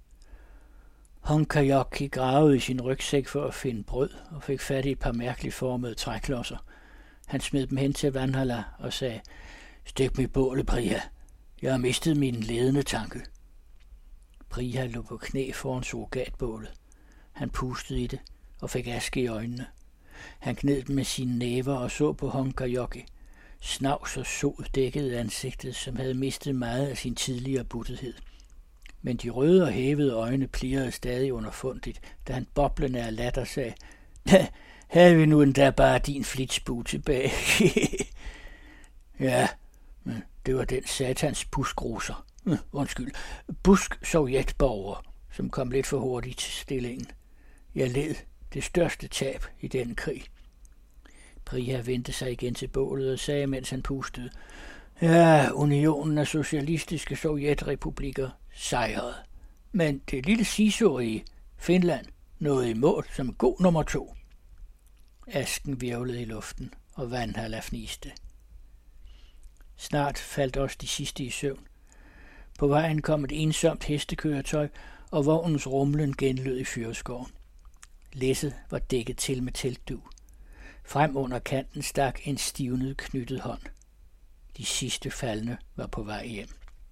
Honkajoki gravede i sin rygsæk for at finde brød og fik fat i et par mærkeligt formede træklodser. Han smed dem hen til Vanhala og sagde: Stik mig i bålet, Priha. Jeg har mistet min ledende tanke. Priha lå på knæ foran surrogatbålet. Han pustede i det og fik aske i øjnene. Han gned dem med sine næver og så på Honkajoki. Snavs og sod dækkede ansigtet, som havde mistet meget af sin tidligere buttethed. Men de røde og hævede øjne plirrede stadig underfundigt, da han boblende af latter sagde: Havde vi nu endda bare din flitsbue tilbage? Ja, men det var den satans buskroser. Undskyld, busk-sovjetborger, som kom lidt for hurtigt til stillingen. Jeg led det største tab i denne krig. Priha vendte sig igen til bålet og sagde, mens han pustede: Ja, unionen af socialistiske sovjetrepublikker sejrede. Men det lille Siso i Finland nåede i mål som god nummer to. Asken virvlede i luften, og Vanhala fniste. Snart faldt også de sidste i søvn. På vejen kom et ensomt hestekøretøj, og vognens rumlen genlød i fyrreskoven. Læsset var dækket til med teltdug. Frem under kanten stak en stivnet knyttet hånd. De sidste faldne var på vej hjem.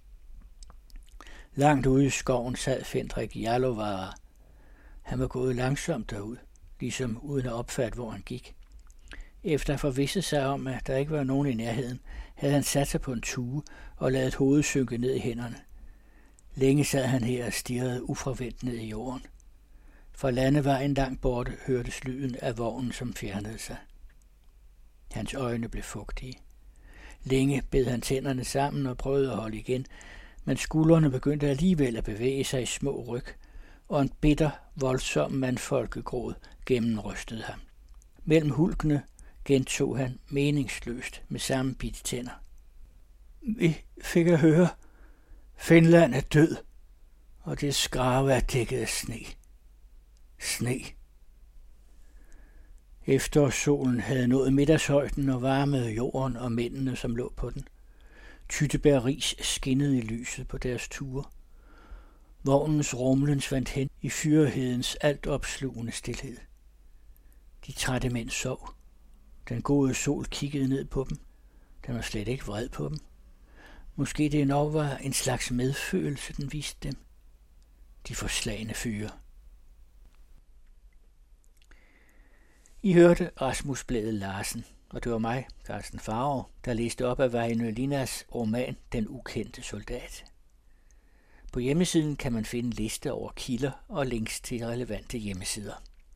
Langt ude i skoven sad Fendrik Jarlovara. Han var gået langsomt derud, ligesom uden at opfatte, hvor han gik. Efter at forvisse sig om, at der ikke var nogen i nærheden, havde han sat sig på en tue og ladet hovedet synke ned i hænderne. Længe sad han her og stirrede uforventet ned i jorden. Fra landevejen langt borte hørtes lyden af vognen, som fjernede sig. Hans øjne blev fugtige. Længe bed han tænderne sammen og prøvede at holde igen, men skuldrene begyndte alligevel at bevæge sig i små ryg, og en bitter, voldsom mandfolkegråd gennemrystede ham. Mellem hulkene gentog han meningsløst med sammenbidte tænder: Vi fik at høre, Finland er død, og det skrave er dækket af sne. Sne. Efterårssolen havde nået middagshøjden og varmede jorden og mændene, som lå på den. Tyttebærris skinnede i lyset på deres ture. Vognens rumlen svandt hen i fyrehedens altopslugende stilhed. De trætte mænd sov, Den gode sol kiggede ned på dem. Den var slet ikke vred på dem. Måske det nok var en slags medfølelse, den viste dem. De forslagne fyre. I hørte Rasmus Blædel Larsen, og det var mig, Carsten Farver, der læste op af Väinö Linnas roman Den ukendte soldat. På hjemmesiden kan man finde en liste over kilder og links til relevante hjemmesider.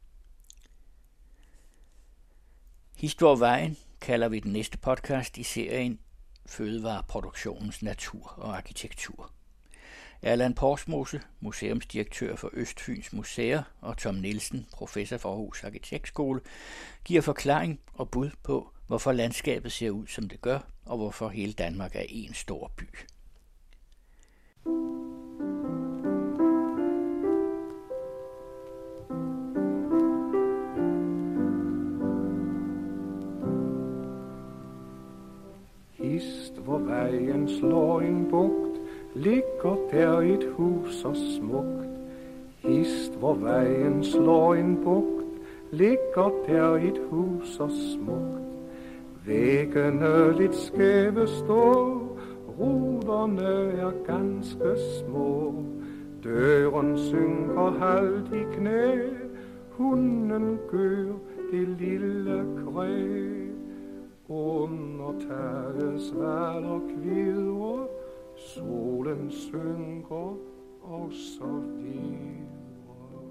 Hist hvor vejen kalder vi den næste podcast i serien Fødevareproduktionens natur og arkitektur. Erland Porsmose, museumsdirektør for Østfyns Museer, og Tom Nielsen, professor for Aarhus Arkitektskole, giver forklaring og bud på, hvorfor landskabet ser ud, som det gør, og hvorfor hele Danmark er en stor by. Hist hvor vejen slår en bugt, ligger der et hus så smukt. Hist hvor vejen slår en bugt, ligger der et hus så smukt. Væggene lidt skæve står, ruderne er ganske små. Døren synker halvt i knæ, hunden gør det lille kræ. Under taget svaler kvidrer, solen synker og så videre.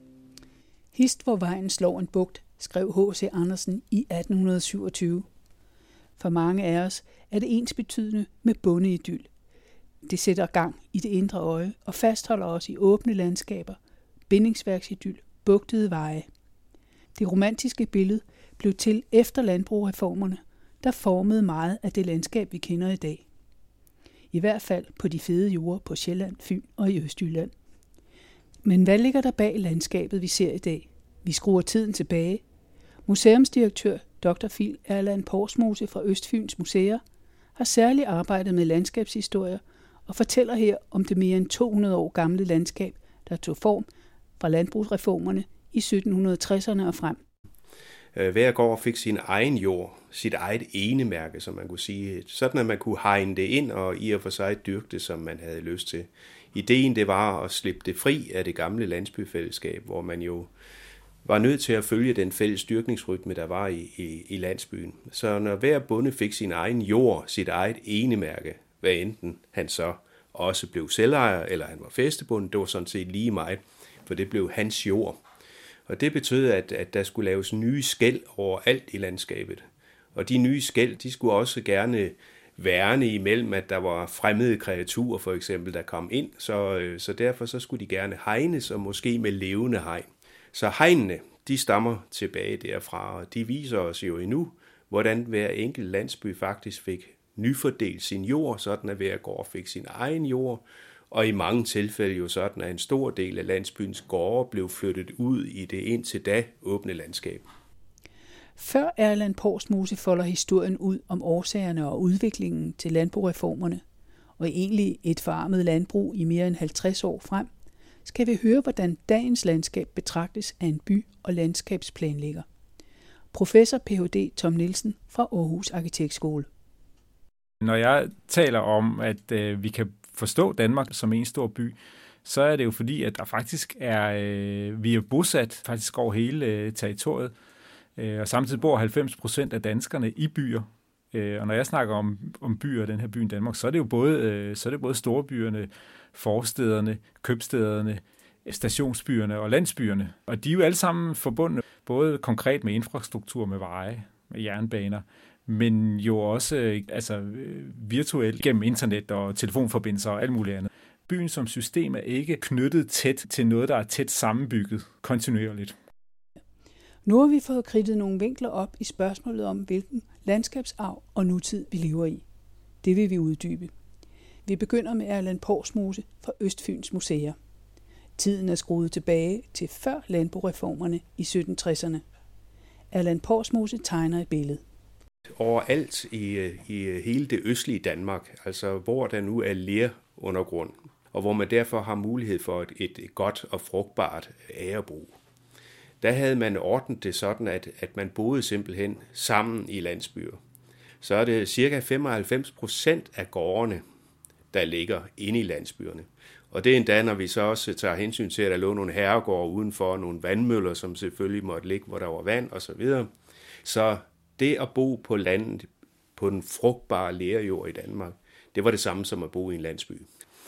Hist hvor vejen slår en bugt, skrev H C Andersen i atten syvogtyve. For mange af os er det ensbetydende med bondeidyl. Det sætter gang i det indre øje og fastholder os i åbne landskaber, bindingsværksidyl, bugtede veje. Det romantiske billede blev til efter landbrugreformerne, der formede meget af det landskab, vi kender i dag. I hvert fald på de fede jorder på Sjælland, Fyn og i Østjylland. Men hvad ligger der bag landskabet, vi ser i dag? Vi skruer tiden tilbage. Museumsdirektør doktor Phil Erland Porsmose fra Østfyns Museer har særligt arbejdet med landskabshistorier og fortæller her om det mere end to hundrede år gamle landskab, der tog form fra landbrugsreformerne i sytten tresserne og frem. Hver gård fik sin egen jord, sit eget enemærke, som man kunne sige, sådan at man kunne hegne det ind og i og for sig dyrke det, som man havde lyst til. Ideen det var at slippe det fri af det gamle landsbyfællesskab, hvor man jo var nødt til at følge den fælles dyrkningsrytme, der var i, i, i landsbyen. Så når hver bonde fik sin egen jord, sit eget enemærke, hvad enten han så også blev selvejer, eller han var fæstebonde, det var sådan set lige meget, for det blev hans jord. Og det betød, at, at der skulle laves nye skel overalt i landskabet. Og de nye skel, de skulle også gerne værne imellem, at der var fremmede kreaturer for eksempel, der kom ind. Så, så derfor så skulle de gerne hegnes, og måske med levende hegn. Så hegnene, de stammer tilbage derfra, og de viser os jo endnu, hvordan hver enkelt landsby faktisk fik nyfordelt sin jord, sådan at hver gård fik sin egen jord, og i mange tilfælde jo sådan, at en stor del af landsbyens gårde blev flyttet ud i det indtil da åbne landskab. Før Erland Porsmose folder historien ud om årsagerne og udviklingen til landbrugreformerne, og egentlig et forarmet landbrug i mere end halvtreds år frem, skal vi høre, hvordan dagens landskab betragtes af en by- og landskabsplanlægger. Professor P H D Tom Nielsen fra Aarhus Arkitektskole. Når jeg taler om, at øh, vi kan forstå Danmark som en stor by, så er det jo fordi, at der faktisk er, øh, vi er bosat faktisk over hele øh, territoriet, øh, og samtidig bor halvfems procent af danskerne i byer. Øh, og når jeg snakker om, om byer, den her by i Danmark, så er det jo både, øh, så er det både storbyerne, forstederne, købstederne, stationsbyerne og landsbyerne. Og de er jo alle sammen forbundet både konkret med infrastruktur, med veje, med jernbaner, men jo også altså, virtuelt gennem internet og telefonforbindelser og alt muligt andet. Byen som system er ikke knyttet tæt til noget, der er tæt sammenbygget kontinuerligt. Nu har vi fået kridtet nogle vinkler op i spørgsmålet om, hvilken landskabsarv og nutid vi lever i. Det vil vi uddybe. Vi begynder med Erland Porsmose fra Østfyns Museer. Tiden er skruet tilbage til før landbrugreformerne i sytten tresserne. Erland Porsmose tegner et billede. Overalt i, i hele det østlige Danmark, altså hvor der nu er lerundergrund, og hvor man derfor har mulighed for et, et godt og frugtbart agerbrug. der havde man ordnet det sådan, at, at man boede simpelthen sammen i landsbyer. Så er det cirka femoghalvfems procent af gårdene, der ligger inde i landsbyerne. Og det er endda, når vi så også tager hensyn til, at der lå nogle herregårde udenfor, nogle vandmøller, som selvfølgelig måtte ligge, hvor der var vand osv. Så det at bo på landet, på den frugtbare lerjord i Danmark, det var det samme som at bo i en landsby.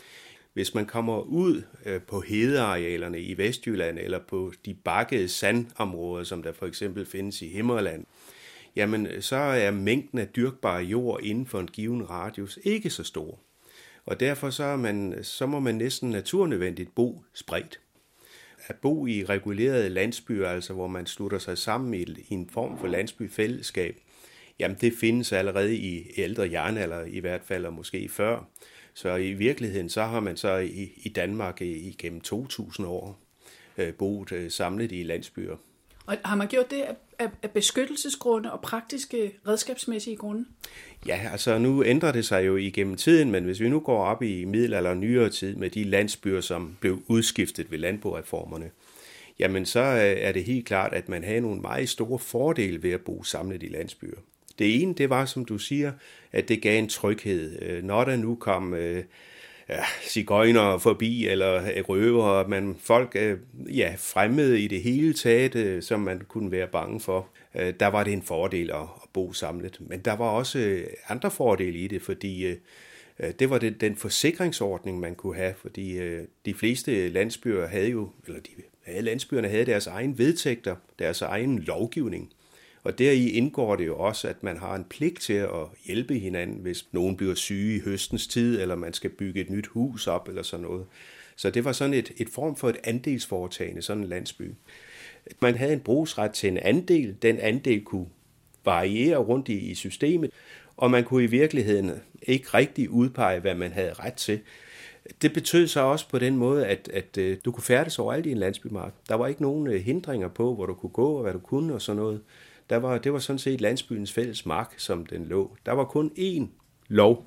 Hvis man kommer ud på hedearealerne i Vestjylland eller på de bakkede sandområder, som der for eksempel findes i Himmerland, jamen så er mængden af dyrkbare jord inden for en given radius ikke så stor. Og derfor så, er man, så må man næsten naturnødvendigt bo spredt. At bo i regulerede landsbyer, altså hvor man slutter sig sammen i en form for landsbyfællesskab, jamen det findes allerede i ældre jernalder i hvert fald, og måske før. Så i virkeligheden, så har man så i, i Danmark igennem to tusind år øh, boet øh, samlet i landsbyer. Og har man gjort det af, af beskyttelsesgrunde og praktiske redskabsmæssige grunde? Ja, altså nu ændrer det sig jo igennem tiden, men hvis vi nu går op i middelalder og nyere tid med de landsbyer, som blev udskiftet ved landboreformerne, jamen så er det helt klart, at man havde nogle meget store fordele ved at bo samlet i landsbyer. Det ene, det var, som du siger, at det gav en tryghed. Når der nu kom øh, ja, sigøjnere forbi, eller røver, man folk øh, ja, fremmede i det hele taget, øh, som man kunne være bange for, øh, der var det en fordel at, at bo samlet. Men der var også øh, andre fordele i det, fordi øh, det var det, den forsikringsordning, man kunne have, fordi øh, de fleste landsbyer havde jo, eller de havde landsbyerne havde deres egen vedtægter, deres egen lovgivning. Og deri indgår det jo også, at man har en pligt til at hjælpe hinanden, hvis nogen bliver syge i høstens tid, eller man skal bygge et nyt hus op, eller sådan noget. Så det var sådan et, et form for et andelsforetagende, sådan en landsby. Man havde en brugsret til en andel. Den andel kunne variere rundt i, i systemet, og man kunne i virkeligheden ikke rigtig udpege, hvad man havde ret til. Det betød så også på den måde, at, at, at du kunne færdes overalt i en landsbymark. Der var ikke nogen hindringer på, hvor du kunne gå, og hvad du kunne, og sådan noget. Der var, det var sådan set landsbyens fælles mark, som den lå. Der var kun én lov.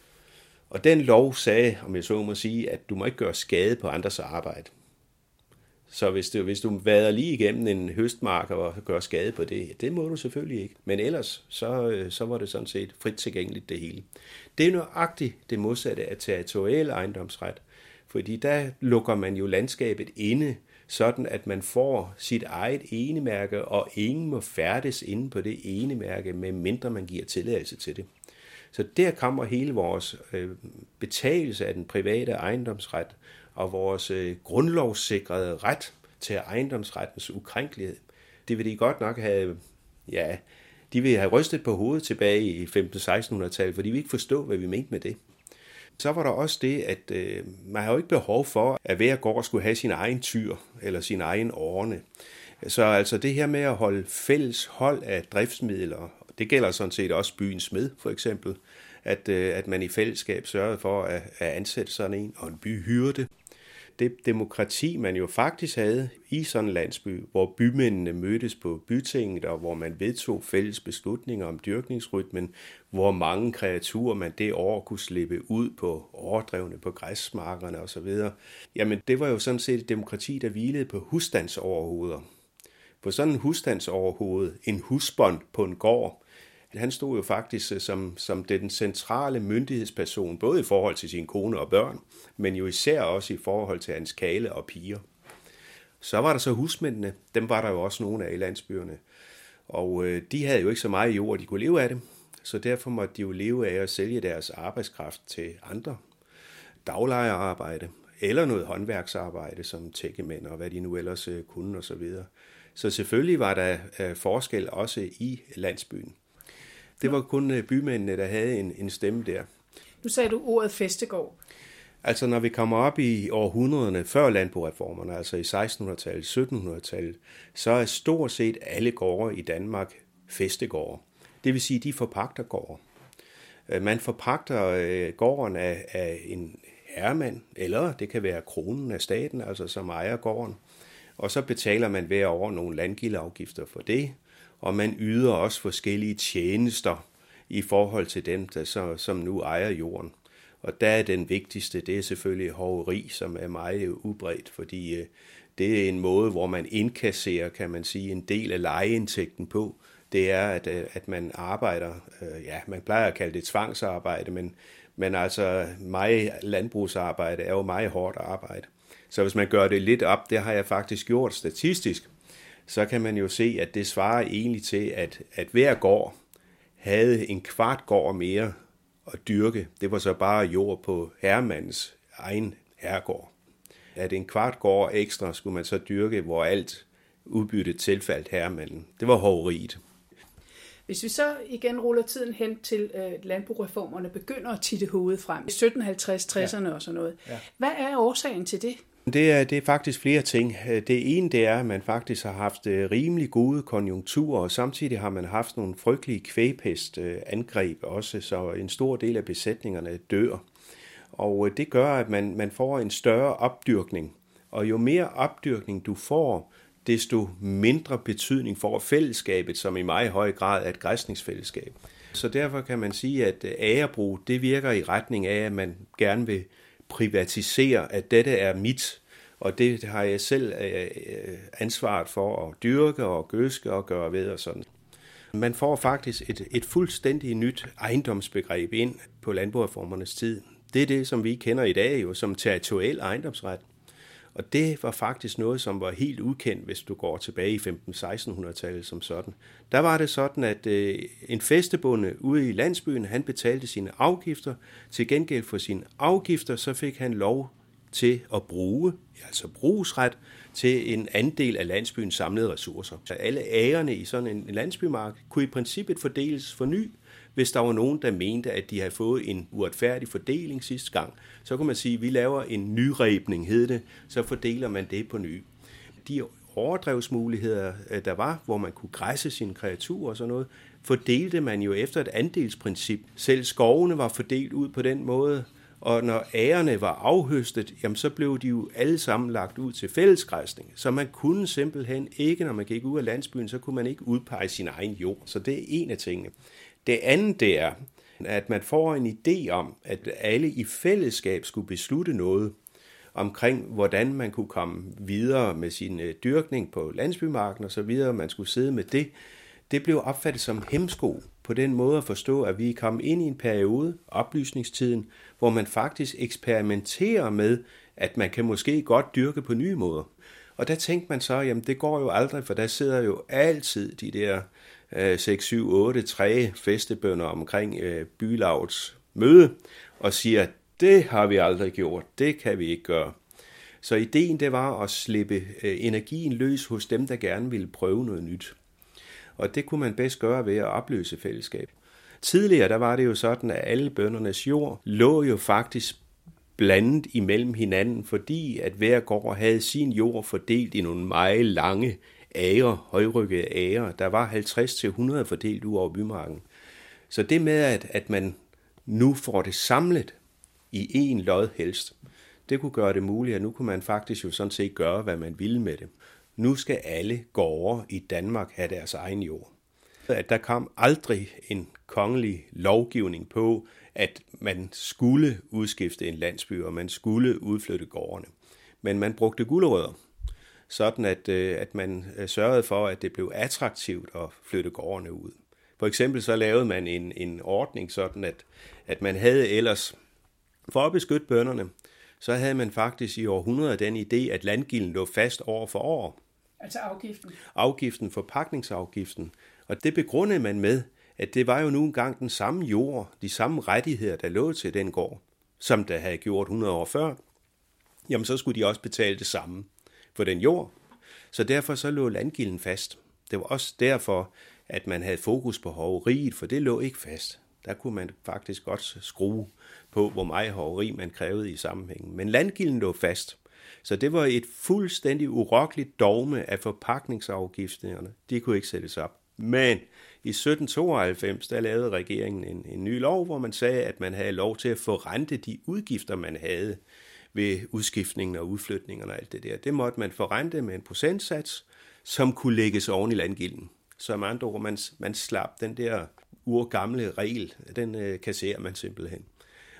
Og den lov sagde, om jeg så må sige, at du må ikke gøre skade på andres arbejde. Så hvis du, hvis du vader lige igennem en høstmark og gør skade på det, det må du selvfølgelig ikke. Men ellers, så, så var det sådan set frit tilgængeligt det hele. Det er nøjagtigt det modsatte af territorial ejendomsret. Fordi der lukker man jo landskabet inde, sådan at man får sit eget enemærke, og ingen må færdes inde på det enemærke, medmindre man giver tilladelse til det. Så der kommer hele vores øh, betalelse af den private ejendomsret, og vores øh, grundlovssikrede ret til ejendomsrettens ukrænkelighed. Det vil de godt nok have, ja, de vil have rystet på hovedet tilbage i femten-sekstenhundredetallet, for de vil ikke forstå, hvad vi mente med det. Så var der også det, at øh, man har jo ikke behov for, at hver gård skulle have sin egen tyr eller sin egen årne. Så altså det her med at holde fælles hold af driftsmidler, det gælder sådan set også byens smed for eksempel, at, øh, at man i fællesskab sørgede for at, at ansætte sådan en og en byhyrde. Det demokrati, man jo faktisk havde i sådan en landsby, hvor bymændene mødtes på bytinget, og hvor man vedtog fælles beslutninger om dyrkningsrytmen, hvor mange kreaturer man det år kunne slippe ud på overdrevne, på græsmarkerne osv. Jamen, det var jo sådan set et demokrati, der hvilede på husstandsoverhoveder. På sådan en husstandsoverhoved, en husbond på en gård, han stod jo faktisk som, som den centrale myndighedsperson, både i forhold til sine kone og børn, men jo især også i forhold til hans kale og piger. Så var der så husmændene, dem var der jo også nogle af i landsbyerne, og øh, de havde jo ikke så meget jord, de kunne leve af det, så derfor måtte de jo leve af at sælge deres arbejdskraft til andre, daglejerarbejde eller noget håndværksarbejde som tækkemænd og hvad de nu ellers øh, kunne osv. Så, så selvfølgelig var der øh, forskel også i landsbyen. Det var kun bymændene, der havde en, en stemme der. Nu sagde du ordet fæstegård. Altså når vi kommer op i århundrederne før landboreformerne, altså i sekstenhundredetallet, syttenhundredetallet, så er stort set alle gårde i Danmark fæstegårde. Det vil sige, de forpagter gårde. Man forpagter gården af, af en herremand, eller det kan være kronen af staten, altså som ejer gården. Og så betaler man hver år nogle landgildeafgifter for det, og man yder også forskellige tjenester i forhold til dem, der så, som nu ejer jorden. Og der er den vigtigste, det er selvfølgelig hoveri, som er meget udbredt, fordi øh, det er en måde, hvor man indkasserer, kan man sige, en del af lejeindtægten på. Det er, at, at man arbejder, øh, ja, man plejer at kalde det tvangsarbejde, men, men altså meget landbrugsarbejde er jo meget hårdt arbejde. Så hvis man gør det lidt op, det har jeg faktisk gjort statistisk, så kan man jo se, at det svarer egentlig til, at, at hver gård havde en kvart gård mere at dyrke. Det var så bare jord på herremands egen herregård. At en kvart gård ekstra skulle man så dyrke, hvor alt udbyttet tilfaldt herremanden. Det var hoveriet. Hvis vi så igen ruller tiden hen til øh, landbrugreformerne, begynder at titte hovedet frem i sytten halvtreds tresserne ja. og sådan noget. Ja. Hvad er årsagen til det? Det er, det er faktisk flere ting. Det ene det er, at man faktisk har haft rimelig gode konjunkturer, og samtidig har man haft nogle frygtelige kvægpestangreb også, så en stor del af besætningerne dør. Og det gør, at man, man får en større opdyrkning. Og jo mere opdyrkning du får, desto mindre betydning får fællesskabet, som i meget høj grad er et græsningsfællesskab. Så derfor kan man sige, at agerbrug, det virker i retning af, at man gerne vil privatisere, at dette er mit, og det har jeg selv ansvaret for at dyrke og gødske og gøre ved og sådan. Man får faktisk et, et fuldstændig nyt ejendomsbegreb ind på landbrugsreformernes tid. Det er det, som vi kender i dag jo som territorial ejendomsret. Og det var faktisk noget, som var helt ukendt, hvis du går tilbage i femten-seksten hundrede-tallet som sådan. Der var det sådan, at øh, en fæstebonde ude i landsbyen, han betalte sine afgifter. Til gengæld for sine afgifter, så fik han lov til at bruge, altså brugsret, til en andel af landsbyens samlede ressourcer. Så alle agerne i sådan en landsbymark kunne i princippet fordeles for ny. Hvis der var nogen, der mente, at de havde fået en uretfærdig fordeling sidste gang, så kunne man sige, at vi laver en nyrebning, hed det, så fordeler man det på ny. De overdrevsmuligheder, der var, hvor man kunne græsse sine kreaturer og sådan noget, fordelte man jo efter et andelsprincip. Selv skovene var fordelt ud på den måde, og når agerne var afhøstet, jamen så blev de jo alle sammen lagt ud til fællesgræsning. Så man kunne simpelthen ikke, når man gik ud af landsbyen, så kunne man ikke udpege sin egen jord. Så det er en af tingene. Det andet det er, at man får en idé om, at alle i fællesskab skulle beslutte noget omkring, hvordan man kunne komme videre med sin dyrkning på landsbymarken og så videre, man skulle sidde med det. Det blev opfattet som hemsko på den måde at forstå, at vi kom ind i en periode, oplysningstiden, hvor man faktisk eksperimenterer med, at man kan måske godt dyrke på nye måder. Og der tænkte man så, jamen det går jo aldrig, for der sidder jo altid de der seks, syv, otte, tre fæstebønder omkring øh, bylavets møde og siger, det har vi aldrig gjort, det kan vi ikke gøre. Så ideen det var at slippe øh, energien løs hos dem, der gerne ville prøve noget nyt. Og det kunne man bedst gøre ved at opløse fællesskab. Tidligere der var det jo sådan, at alle bøndernes jord lå jo faktisk blandet imellem hinanden, fordi at hver gård havde sin jord fordelt i nogle meget lange agre, højryggede agre. Der var halvtreds til hundrede fordelt ud over bymarken. Så det med, at, at man nu får det samlet i en lod helst, det kunne gøre det muligt, at nu kunne man faktisk jo sådan set gøre, hvad man ville med det. Nu skal alle gårde i Danmark have deres egen jord. At der kom aldrig en kongelig lovgivning på, at man skulle udskifte en landsby, og man skulle udflytte gårdene. Men man brugte gulerødder, sådan at, at man sørgede for, at det blev attraktivt at flytte gårdene ud. For eksempel så lavede man en, en ordning sådan, at, at man havde ellers, for at beskytte bønderne, så havde man faktisk i århundreder den idé, at landgilden lå fast år for år. Altså afgiften? Afgiften, forpagtningsafgiften. Og det begrundede man med, at det var jo nu engang den samme jord, de samme rettigheder, der lå til den gård, som der havde gjort hundrede år før. Jamen så skulle de også betale det samme for den jord. Så derfor så lå landgilden fast. Det var også derfor, at man havde fokus på hoveriet, for det lå ikke fast. Der kunne man faktisk godt skrue på, hvor meget hoveri man krævede i sammenhængen. Men landgilden lå fast. Så det var et fuldstændig urokkeligt dogme af forpagtningsafgifterne. De kunne ikke sættes op. Men i sytten tooghalvfems, der lavede regeringen en, en ny lov, hvor man sagde, at man havde lov til at forrente de udgifter, man havde ved udskiftningen og udflytningen og alt det der. Det måtte man forrente med en procentsats, som kunne lægges oven i landgilden. Så med andre ord, man, man slap den der urgamle regel, den øh, kasserer man simpelthen.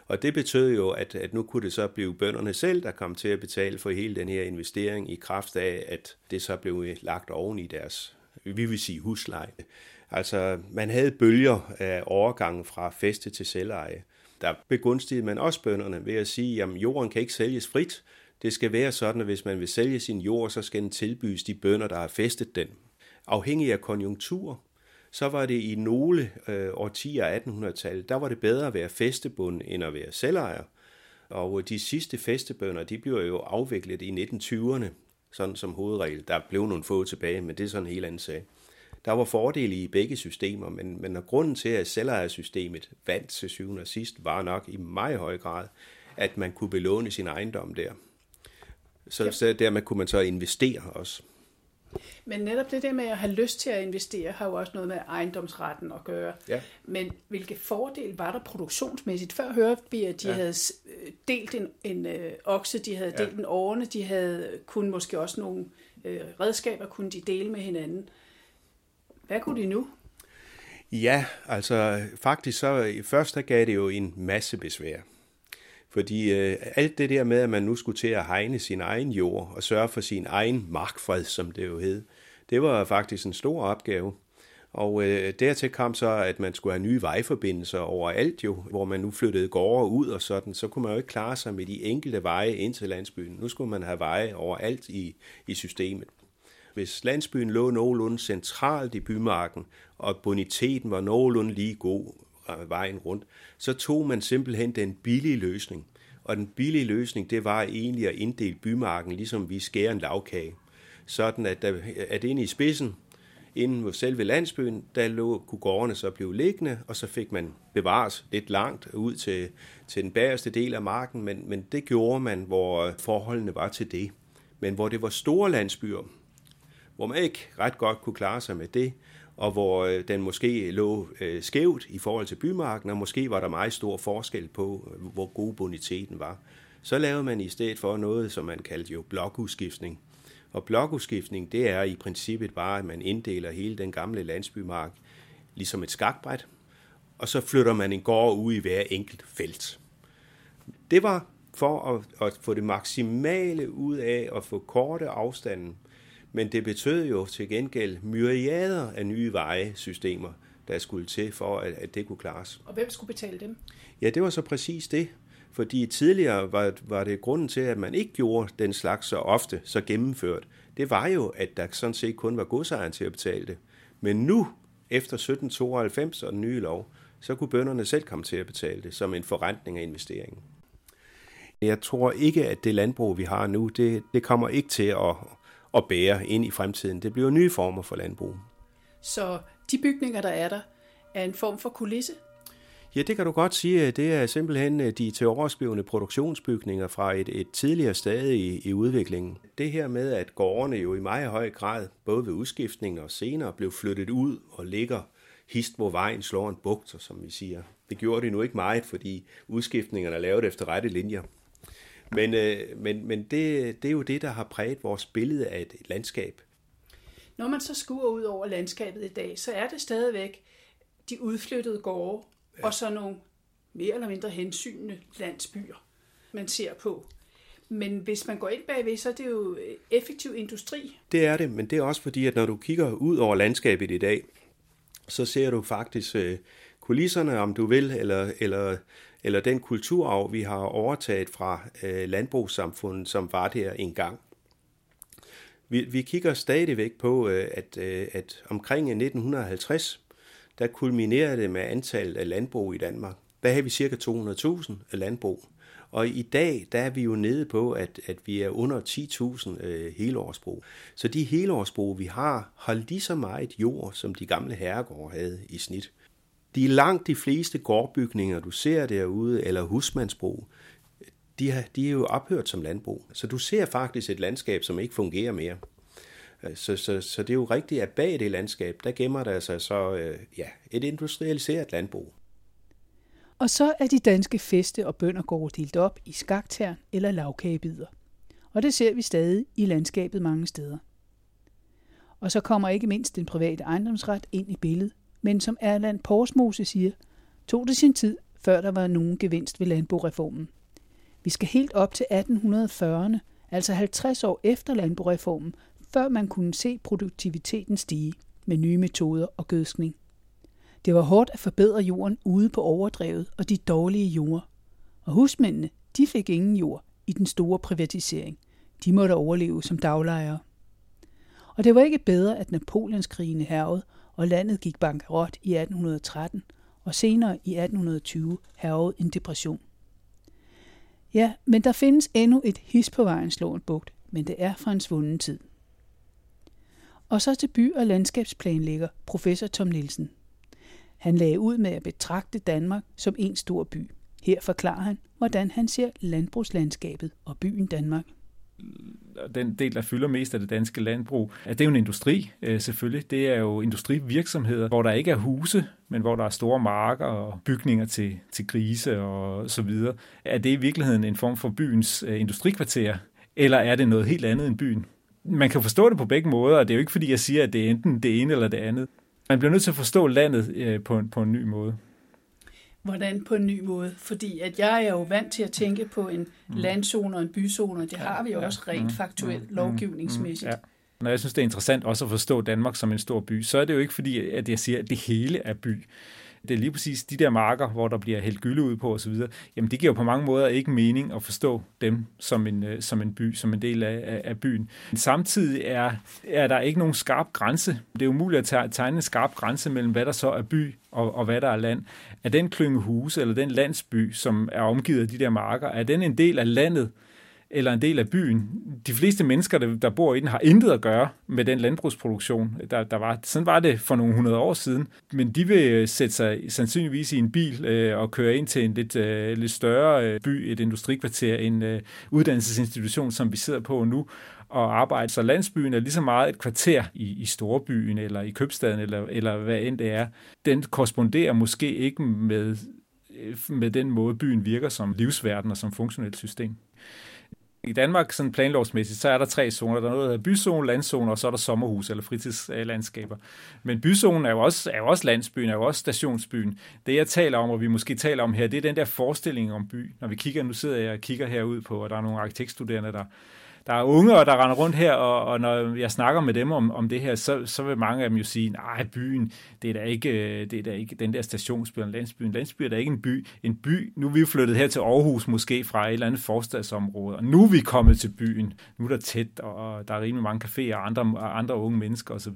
Og det betød jo, at, at nu kunne det så blive bønderne selv, der kom til at betale for hele den her investering i kraft af, at det så blev lagt oven i deres, vi vil sige husleje. Altså, man havde bølger af overgangen fra fæste til selveje. Der begunstigede man også bønderne ved at sige, at jorden kan ikke sælges frit. Det skal være sådan, at hvis man vil sælge sin jord, så skal den tilbydes de bønder, der har fæstet den. Afhængig af konjunktur, så var det i nogle øh, årtier af attenhundredetallet, der var det bedre at være fæstebund end at være selvejer. Og de sidste fæstebønder, de blev jo afviklet i nitten tyverne, sådan som hovedregel. Der blev nogle få tilbage, men det er sådan en helt anden sag. Der var fordele i begge systemer, men, men grunden til, at selvejersystemet vandt til syvende og sidst, var nok i meget høj grad, at man kunne belåne sin ejendom der. Så, så dermed kunne man så investere også. Men netop det der med at have lyst til at investere, har jo også noget med ejendomsretten at gøre. Ja. Men hvilke fordele var der produktionsmæssigt? Før hørte vi, at de ja. havde delt en, en øh, okse, de havde delt ja. en årene, de havde kun måske også nogle øh, redskaber, kunne de dele med hinanden. Hvad kunne de nu? Ja, altså faktisk så først der gav det jo en masse besvær. Fordi øh, alt det der med, at man nu skulle til at hegne sin egen jord og sørge for sin egen markfred, som det jo hed, det var faktisk en stor opgave. Og øh, dertil kom så, at man skulle have nye vejforbindelser overalt jo, hvor man nu flyttede gårde ud og sådan, så kunne man jo ikke klare sig med de enkelte veje ind til landsbyen. Nu skulle man have veje overalt i, i systemet. Hvis landsbyen lå nogenlunde centralt i bymarken, og boniteten var nogenlunde lige god vejen rundt, så tog man simpelthen den billige løsning. Og den billige løsning, det var egentlig at inddele bymarken, ligesom vi skærer en lavkage. Sådan at, der, at inde i spidsen, inden ved selve landsbyen, der lå, kunne gårdene så blive liggende, og så fik man bevares lidt langt ud til, til den bagerste del af marken, men, men det gjorde man, hvor forholdene var til det. Men hvor det var store landsbyer, hvor man ikke ret godt kunne klare sig med det, og hvor øh, den måske lå øh, skævt i forhold til bymarken, og måske var der meget stor forskel på, øh, hvor god boniteten var. Så lavede man i stedet for noget, som man kaldte jo blokudskiftning. Og blokudskiftning, det er i princippet bare, at man inddeler hele den gamle landsbymark ligesom et skakbræt, og så flytter man en gård ud i hver enkelt felt. Det var for at, at få det maksimale ud af at få korte afstanden, men det betød jo til gengæld myriader af nye vejesystemer, der skulle til for, at, at det kunne klares. Og hvem skulle betale dem? Ja, det var så præcis det. Fordi tidligere var, var det grunden til, at man ikke gjorde den slags så ofte, så gennemført. Det var jo, at der sådan set kun var godsejeren til at betale det. Men nu, efter sytten tooghalvfems og den nye lov, så kunne bønderne selv komme til at betale det som en forrentning af investeringen. Jeg tror ikke, at det landbrug, vi har nu, det, det kommer ikke til at, at bære ind i fremtiden. Det bliver nye former for landbrug. Så de bygninger, der er der, er en form for kulisse? Ja, det kan du godt sige. Det er simpelthen de teoretisk produktionsbygninger fra et, et tidligere stadie i, i udviklingen. Det her med, at gårdene jo i meget høj grad, både ved udskiftning og senere, blev flyttet ud og ligger hist, hvor vejen slår en bugt, som vi siger. Det gjorde de nu ikke meget, fordi udskiftningerne er lavet efter rette linjer. Men, øh, men, men det, det er jo det, der har præget vores billede af et landskab. Når man så skuer ud over landskabet i dag, så er det stadigvæk de udflyttede gårde, ja. Og så nogle mere eller mindre hensynende landsbyer, man ser på. Men hvis man går ind bagved, så er det jo effektiv industri. Det er det, men det er også fordi, at når du kigger ud over landskabet i dag, så ser du faktisk øh, kulisserne, om du vil, eller, eller, eller den kulturarv, vi har overtaget fra øh, landbrugssamfundet, som var der engang. Vi, vi kigger stadigvæk på, øh, at, øh, at omkring nitten halvtreds, der kulminerede det med antallet af landbrug i Danmark. Der havde vi cirka to hundrede tusind landbrug. Og i dag, der er vi jo nede på, at, at vi er under ti tusind øh, helårsbrug. Så de helårsbrug, vi har, har lige så meget jord, som de gamle herregårde havde i snit. De langt de fleste gårdbygninger, du ser derude, eller husmandsbrug, de, har, de er jo ophørt som landbrug. Så du ser faktisk et landskab, som ikke fungerer mere. Så, så, så det er jo rigtigt, at bag det landskab, der gemmer der sig så øh, ja, et industrialiseret landbrug. Og så er de danske fæste- og bøndergårde delt op i skaktern eller lavkagebider. Og det ser vi stadig i landskabet mange steder. Og så kommer ikke mindst den private ejendomsret ind i billedet, men som Erland Porsmose siger, tog det sin tid, før der var nogen gevinst ved landboreformen. Vi skal helt op til atten fyrrerne, altså halvtreds år efter landboreformen, før man kunne se produktiviteten stige med nye metoder og gødskning. Det var hårdt at forbedre jorden ude på overdrevet og de dårlige jorder. Og husmændene, de fik ingen jord i den store privatisering. De måtte overleve som daglejere. Og det var ikke bedre, at Napoleonskrigene hærgede, og landet gik bankerot i atten tretten, og senere i atten tyve hærgede en depression. Ja, men der findes endnu et his på vejen Slåenbugt, men det er fra en svunden tid. Og så til by- og landskabsplanlægger professor Tom Nielsen. Han lagde ud med at betragte Danmark som en stor by. Her forklarer han, hvordan han ser landbrugslandskabet og byen Danmark. Den del, der fylder mest af det danske landbrug, det er jo en industri, selvfølgelig. Det er jo industrivirksomheder, hvor der ikke er huse, men hvor der er store marker og bygninger til, til grise og så videre. Er det i virkeligheden en form for byens industrikvarter, eller er det noget helt andet end byen? Man kan forstå det på begge måder, og det er jo ikke fordi, jeg siger, at det er enten det ene eller det andet. Man bliver nødt til at forstå landet på, på en ny måde. Hvordan på en ny måde? Fordi at jeg er jo vant til at tænke på en mm. landzone og en byzone, og det ja, har vi jo ja, også rent mm, faktuelt mm, lovgivningsmæssigt. Mm, ja. Når jeg synes, det er interessant også at forstå Danmark som en stor by, så er det jo ikke fordi, at jeg siger, at det hele er by. Det er lige præcis de der marker, hvor der bliver hældt gylde ud på osv. Jamen det giver jo på mange måder ikke mening at forstå dem som en, som en by, som en del af, af byen. Men samtidig er, er der ikke nogen skarp grænse. Det er umuligt at tegne en skarp grænse mellem, hvad der så er by og, og hvad der er land. Er den klynge huse eller den landsby, som er omgivet af de der marker, er den en del af landet eller en del af byen? De fleste mennesker, der, der bor i den, har intet at gøre med den landbrugsproduktion, der, der var. Sådan var det for nogle hundrede år siden. Men de vil sætte sig sandsynligvis i en bil øh, og køre ind til en lidt, øh, lidt større øh, by, et industrikvarter, en øh, uddannelsesinstitution, som vi sidder på nu, og arbejde. Så landsbyen er lige så meget et kvarter i, i storbyen, eller i købstaden, eller, eller hvad end det er. Den korresponderer måske ikke med, med den måde, byen virker som livsverden og som funktionelt system. I Danmark, sådan planlovsmæssigt, så er der tre zoner. Der er noget, der hedder byzone, landzone, og så er der sommerhus eller fritidslandskaber. Men byzonen er jo også, er jo også landsbyen, er jo også stationsbyen. Det, jeg taler om, og vi måske taler om her, det er den der forestilling om by. Når vi kigger, nu sidder jeg og kigger herud på, og der er nogle arkitektstuderende, der Der er unge, der render rundt her, og, og når jeg snakker med dem om, om det her, så, så vil mange af dem jo sige, nej, byen, det er da ikke, det er da ikke den der stationsby eller landsbyen. Landsby er da ikke en by. En by, nu er vi jo flyttet her til Aarhus, måske fra et eller andet forstadsområde, og nu er vi kommet til byen. Nu er der tæt, og der er rimelig mange caféer og andre, andre unge mennesker osv.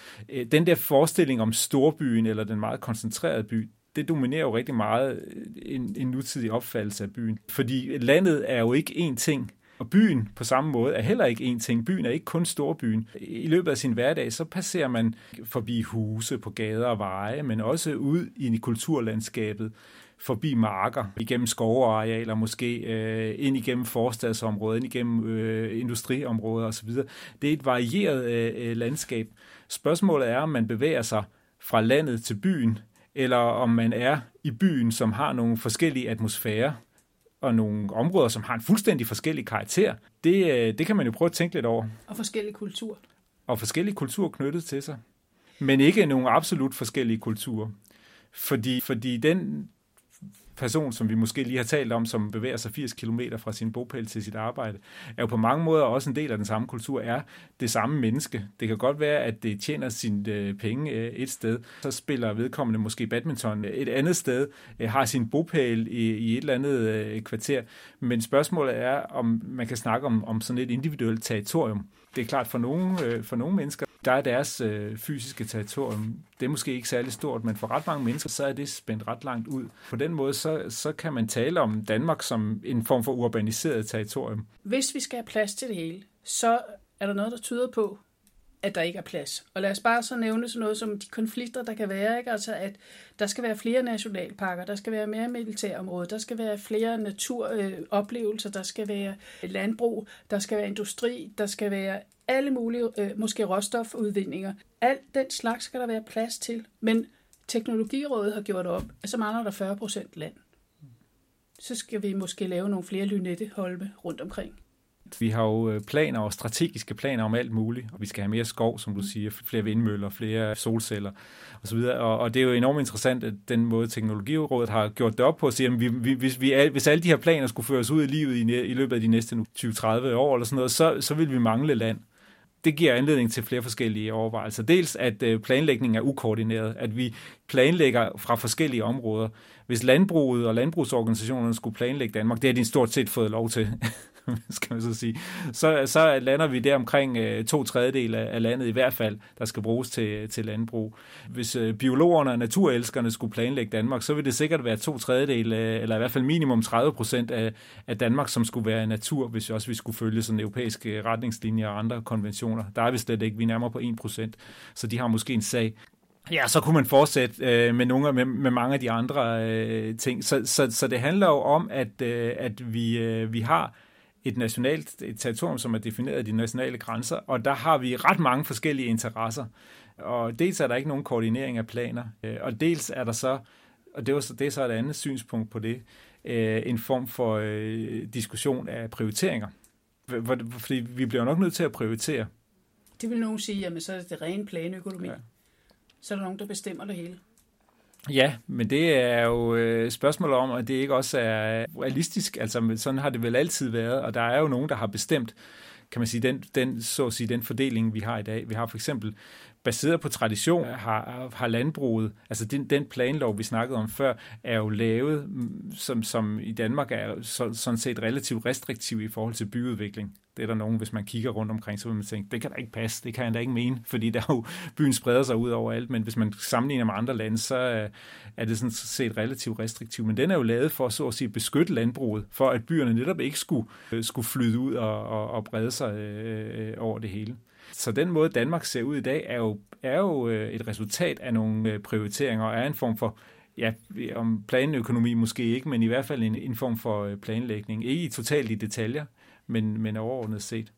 Den der forestilling om storbyen, eller den meget koncentrerede by, det dominerer jo rigtig meget en, en nutidig opfattelse af byen. Fordi landet er jo ikke én ting, og byen på samme måde er heller ikke én ting. Byen er ikke kun storbyen. I løbet af sin hverdag, så passerer man forbi huse på gader og veje, men også ud i kulturlandskabet, forbi marker, igennem skovarealer måske, øh, ind igennem forstadsområder, ind igennem øh, industriområder osv. Det er et varieret øh, landskab. Spørgsmålet er, om man bevæger sig fra landet til byen, eller om man er i byen, som har nogle forskellige atmosfærer, og nogle områder, som har en fuldstændig forskellig karakter. Det, det kan man jo prøve at tænke lidt over. Og forskellige kulturer. Og forskellige kulturer knyttet til sig. Men ikke nogle absolut forskellige kulturer. Fordi, fordi den person, som vi måske lige har talt om, som bevæger sig firs kilometer fra sin bopæl til sit arbejde, er jo på mange måder også en del af den samme kultur, er det samme menneske. Det kan godt være, at det tjener sine penge et sted, så spiller vedkommende måske badminton et andet sted, har sin bopæl i, i et eller andet kvarter, men spørgsmålet er, om man kan snakke om, om sådan et individuelt territorium. Det er klart, for nogle, for nogle mennesker, der er deres øh, fysiske territorium, det er måske ikke særlig stort, men for ret mange mennesker, så er det spændt ret langt ud. På den måde, så, så kan man tale om Danmark som en form for urbaniseret territorium. Hvis vi skal have plads til det hele, så er der noget, der tyder på, at der ikke er plads. Og lad os bare så nævne sådan noget som de konflikter, der kan være, ikke? Altså at der skal være flere nationalparker, der skal være mere militærområder, der skal være flere naturoplevelser, øh, der skal være landbrug, der skal være industri, der skal være alle mulige, øh, måske råstofudvindinger. Alt den slags skal der være plads til. Men Teknologirådet har gjort op, at så mangler der fyrre procent land. Så skal vi måske lave nogle flere Lynetteholme rundt omkring. Vi har jo planer og strategiske planer om alt muligt. Vi skal have mere skov, som du siger, flere vindmøller, flere solceller osv. Og, og det er jo enormt interessant, at den måde Teknologirådet har gjort det op på, at sige, at vi, vi, hvis, vi, hvis alle de her planer skulle føres ud i livet i, i løbet af de næste tyve til tredive år, eller sådan noget, så, så vil vi mangle land. Det giver anledning til flere forskellige overvejelser. Dels, at planlægningen er ukoordineret, at vi planlægger fra forskellige områder. Hvis landbruget og landbrugsorganisationerne skulle planlægge Danmark, det har de stort set fået lov til, skal man så sige, så, så lander vi der omkring øh, to tredjedel af, af landet i hvert fald, der skal bruges til, til landbrug. Hvis øh, biologerne og naturelskerne skulle planlægge Danmark, så vil det sikkert være to tredjedel, øh, eller i hvert fald minimum tredive procent af, af Danmark, som skulle være natur, hvis også vi skulle følge sådan europæiske retningslinjer og andre konventioner. Der er vi slet ikke, vi er nærmere på en procent, så de har måske en sag. Ja, så kunne man fortsætte øh, med nogle med, med mange af de andre øh, ting. Så, så, så det handler jo om, at, øh, at vi, øh, vi har et nationalt et territorium, som er defineret af de nationale grænser, og der har vi ret mange forskellige interesser. Og dels er der ikke nogen koordinering af planer, øh, og dels er der så, og det er, så, det er så et andet synspunkt på det, øh, en form for øh, diskussion af prioriteringer. Fordi vi bliver nok nødt til at prioritere. Det vil nogen sige, jamen så er det ren planøkonomi. Ja. Så er der nogen, der bestemmer det hele. Ja, men det er jo et spørgsmål om, at det ikke også er realistisk. Altså, sådan har det vel altid været, og der er jo nogen, der har bestemt, kan man sige, den, den, så at sige, den fordeling, vi har i dag. Vi har for eksempel, baseret på tradition, har, har landbruget, altså den, den planlov, vi snakkede om før, er jo lavet, som, som i Danmark er så, sådan set relativt restriktiv i forhold til byudvikling. Det er der nogen, hvis man kigger rundt omkring, så vil man tænke, det kan da ikke passe, det kan jeg da ikke mene, fordi der jo, byen spreder sig ud over alt, men hvis man sammenligner med andre lande, så er det sådan set relativt restriktivt. Men den er jo lavet for så at sige beskytte landbruget, for at byerne netop ikke skulle, skulle flyde ud og, og, og brede sig øh, over det hele. Så den måde, Danmark ser ud i dag, er jo, er jo et resultat af nogle prioriteringer, og er en form for, ja, om planøkonomi måske ikke, men i hvert fald en, en form for planlægning. Ikke i totalt i detaljer, men, men overordnet set.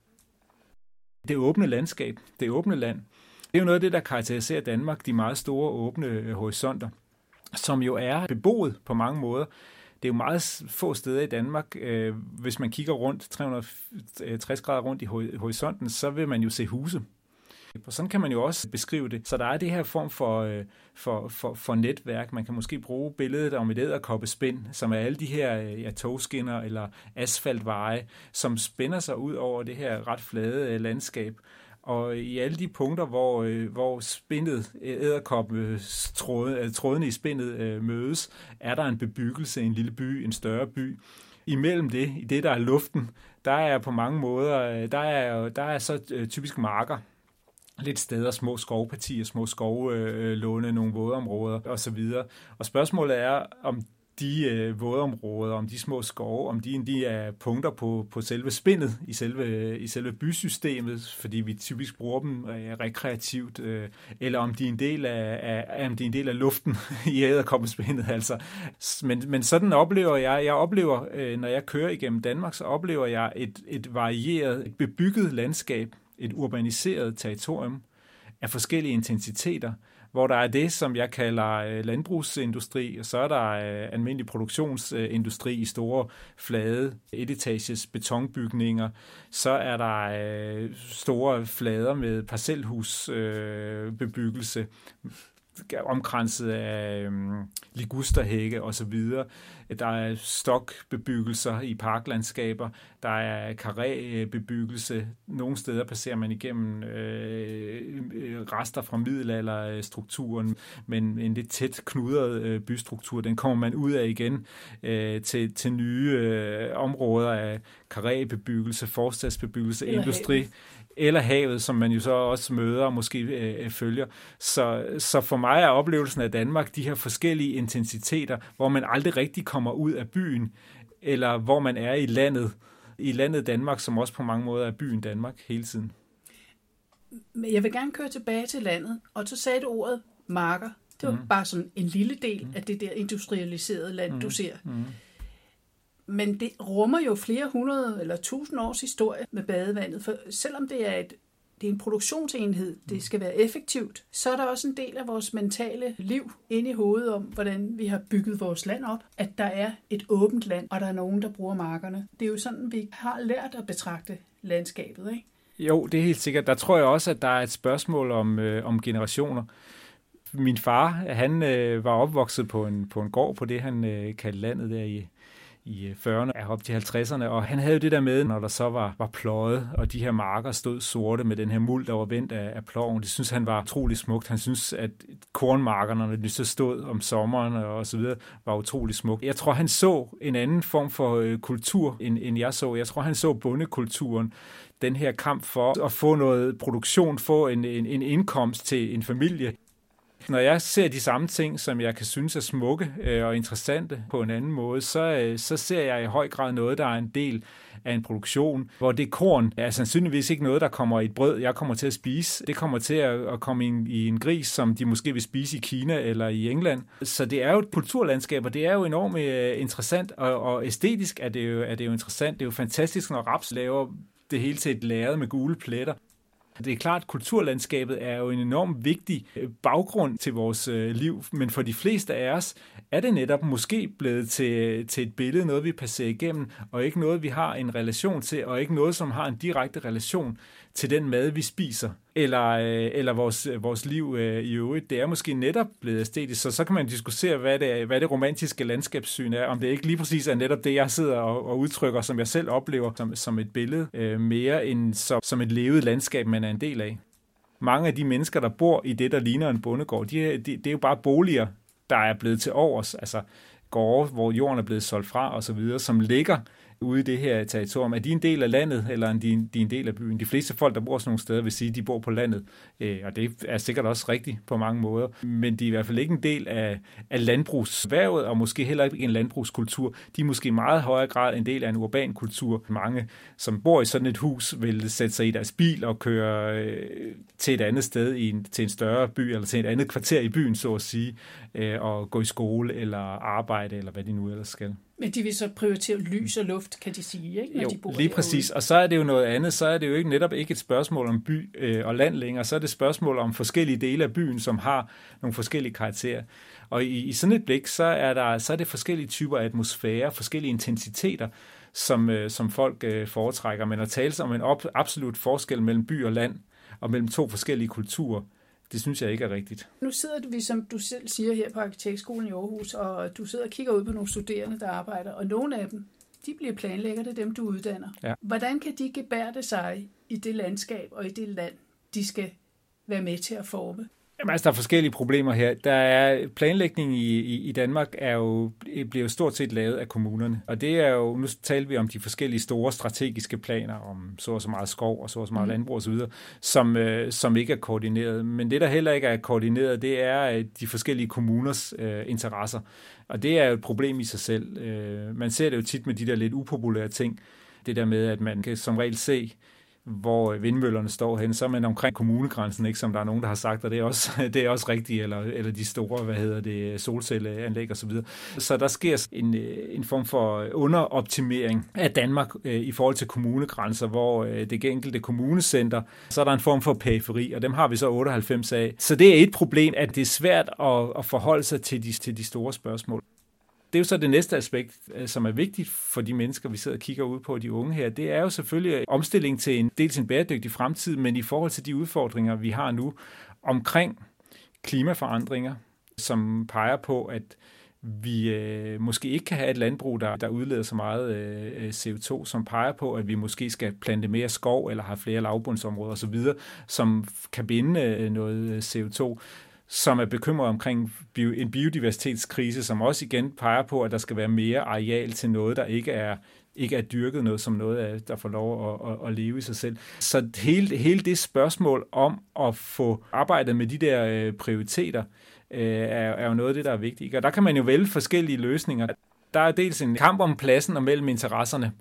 Det åbne landskab, det åbne land, det er jo noget af det, der karakteriserer Danmark, de meget store åbne horisonter, som jo er beboet på mange måder. Det er jo meget få steder i Danmark. Hvis man kigger rundt tre hundrede og tres grader rundt i horisonten, så vil man jo se huse. Og sådan kan man jo også beskrive det. Så der er det her form for, for, for, for netværk. Man kan måske bruge billedet om et edderkoppespind, som er alle de her ja, togskinner eller asfaltveje, som spænder sig ud over det her ret flade landskab. Og i alle de punkter, hvor, hvor spindet, edderkoppe, tråd, trådene i spindet mødes, er der en bebyggelse, en lille by, en større by. Imellem det, i det der er luften, der er på mange måder, der er, der er så typisk marker. Lidt steder, små skovpartier, små skovlåne, nogle vådområder osv. Og spørgsmålet er, om de øh, vådområder, om de små skove, om de, de er punkter på, på selve spindet i selve, i selve bysystemet, fordi vi typisk bruger dem øh, rekreativt, øh, eller om de er en del af, af, om de er en del af luften i edderkoppespindet. Altså. Men, men sådan oplever jeg, jeg oplever, øh, når jeg kører igennem Danmark, så oplever jeg et, et varieret, et bebygget landskab, et urbaniseret territorium af forskellige intensiteter, hvor der er det, som jeg kalder landbrugsindustri, og så er der almindelig produktionsindustri i store, flade, etetages betonbygninger. Så er der store flader med parcelhusbebyggelse, omkranset af ligusterhække osv. Der er stokbebyggelser i parklandskaber, der er karrébebyggelse. Nogle steder passerer man igennem øh, rester fra middelalderstrukturen, men en lidt tæt knudret øh, bystruktur. Den kommer man ud af igen øh, til, til nye øh, områder af karrébebyggelse, forstadsbebyggelse, eller industri. Havet. Eller havet, som man jo så også møder og måske øh, følger. Så, så for mig er oplevelsen af Danmark de her forskellige intensiteter, hvor man aldrig rigtig kommer ud af byen, eller hvor man er i landet, i landet Danmark, som også på mange måder er byen Danmark hele tiden. Men jeg vil gerne køre tilbage til landet, og så sagde du ordet marker. Det var mm. bare sådan en lille del mm. af det der industrialiserede land, mm. du ser. Mm. Men det rummer jo flere hundrede eller tusind års historie med badevandet, for selvom det er et, det det er en produktionsenhed, det skal være effektivt, så er der også en del af vores mentale liv inde i hovedet om, hvordan vi har bygget vores land op, at der er et åbent land, og der er nogen, der bruger markerne. Det er jo sådan, vi har lært at betragte landskabet, ikke? Jo, det er helt sikkert. Der tror jeg også, at der er et spørgsmål om, øh, om generationer. Min far, han øh, var opvokset på en, på en gård på det, han øh, kaldte landet der i i fyrrerne og op til halvtredserne, og han havde jo det der med, når der så var, var pløjet, og de her marker stod sorte med den her muld, der var vendt af, af ploven. Det synes han var utrolig smukt. Han synes, at kornmarkerne, når de så stod om sommeren og så videre, var utrolig smukt. Jeg tror, han så en anden form for øh, kultur, end, end jeg så. Jeg tror, han så bondekulturen, den her kamp for at få noget produktion, få en, en, en indkomst til en familie. Når jeg ser de samme ting, som jeg kan synes er smukke øh, og interessante på en anden måde, så, øh, så ser jeg i høj grad noget, der er en del af en produktion, hvor det korn er sandsynligvis ikke noget, der kommer i et brød, jeg kommer til at spise. Det kommer til at, at komme i en, i en gris, som de måske vil spise i Kina eller i England. Så det er jo et kulturlandskab, og det er jo enormt øh, interessant, og, og æstetisk er det, jo, er det jo interessant. Det er jo fantastisk, når raps laver det hele til et lærred med gule pletter. Det er klart, at kulturlandskabet er jo en enormt vigtig baggrund til vores liv, men for de fleste af os er det netop måske blevet til, til et billede, noget vi passerer igennem, og ikke noget, vi har en relation til, og ikke noget, som har en direkte relation til den mad, vi spiser, eller, eller vores, vores liv i øvrigt. Det er måske netop blevet æstetisk, så så kan man diskutere, hvad det, hvad det romantiske landskabssyn er, om det ikke lige præcis er netop det, jeg sidder og, og udtrykker, som jeg selv oplever som, som et billede, øh, mere end som, som et levet landskab, man er en del af. Mange af de mennesker, der bor i det, der ligner en bondegård, de, de, det er jo bare boliger, der er blevet til overs, altså gårde, hvor jorden er blevet solgt fra osv., som ligger ude i det her territorium. Er de en del af landet, eller er de, de en del af byen? De fleste folk, der bor sådan nogle steder, vil sige, at de bor på landet, øh, og det er sikkert også rigtigt på mange måder, men de er i hvert fald ikke en del af, af landbrugserhvervet, og måske heller ikke en landbrugskultur. De er måske i meget højere grad en del af en urban kultur. Mange, som bor i sådan et hus, vil sætte sig i deres bil og køre øh, til et andet sted, i en, til en større by, eller til et andet kvarter i byen, så at sige, øh, og gå i skole, eller arbejde, eller hvad de nu ellers skal. Men de vil så prioritere lys og luft, kan de sige, ikke? Når jo, de bor lige derude. præcis. Og så er det jo noget andet. Så er det jo ikke netop ikke et spørgsmål om by øh, og land længere. Så er det et spørgsmål om forskellige dele af byen, som har nogle forskellige karakterer. Og i, i sådan et blik, så er, der, så er det forskellige typer af atmosfære, forskellige intensiteter, som, øh, som folk øh, foretrækker. Men at tale om en op, absolut forskel mellem by og land, og mellem to forskellige kulturer, det synes jeg ikke er rigtigt. Nu sidder vi, som du selv siger, her på Arkitektskolen i Aarhus, og du sidder og kigger ud på nogle studerende, der arbejder, og nogle af dem, de bliver planlæggere, det er dem, du uddanner. Ja. Hvordan kan de gebærde sig i det landskab og i det land, de skal være med til at forme? Jamen, altså, der er forskellige problemer her. Der er planlægning i, i, i Danmark er jo, bliver jo stort set lavet af kommunerne. Og det er jo, nu taler vi om de forskellige store strategiske planer, om så og så meget skov og så og så meget landbrug osv., som, øh, som ikke er koordineret. Men det, der heller ikke er koordineret, det er de forskellige kommuners øh, interesser. Og det er jo et problem i sig selv. Øh, man ser det jo tit med de der lidt upopulære ting. Det der med, at man kan som regel se, hvor vindmøllerne står hen, så er man omkring kommunegrænsen, ikke, som der er nogen, der har sagt, og det er også, det er også rigtigt, eller, eller de store, hvad hedder det, solcelleanlæg og så videre. Så der sker en, en form for underoptimering af Danmark øh, i forhold til kommunegrænser, hvor øh, det enkelte kommunecenter, så er der en form for periferi, og dem har vi så otteoghalvfems af. Så det er et problem, at det er svært at, at forholde sig til de, til de store spørgsmål. Det er jo så det næste aspekt, som er vigtigt for de mennesker, vi sidder og kigger ud på, de unge her. Det er jo selvfølgelig omstilling til en dels en bæredygtig fremtid, men i forhold til de udfordringer, vi har nu omkring klimaforandringer, som peger på, at vi øh, måske ikke kan have et landbrug, der, der udleder så meget øh, C O to, som peger på, at vi måske skal plante mere skov eller have flere lavbundsområder osv., som kan binde øh, noget C O to, som er bekymret omkring bio, en biodiversitetskrise, som også igen peger på, at der skal være mere areal til noget, der ikke er, ikke er dyrket, noget som noget, der får lov at, at, at leve i sig selv. Så hele, hele det spørgsmål om at få arbejdet med de der øh, prioriteter, øh, er, er jo noget af det, der er vigtigt. Og der kan man jo vælge forskellige løsninger. Der er dels en kamp om pladsen og mellem interesserne.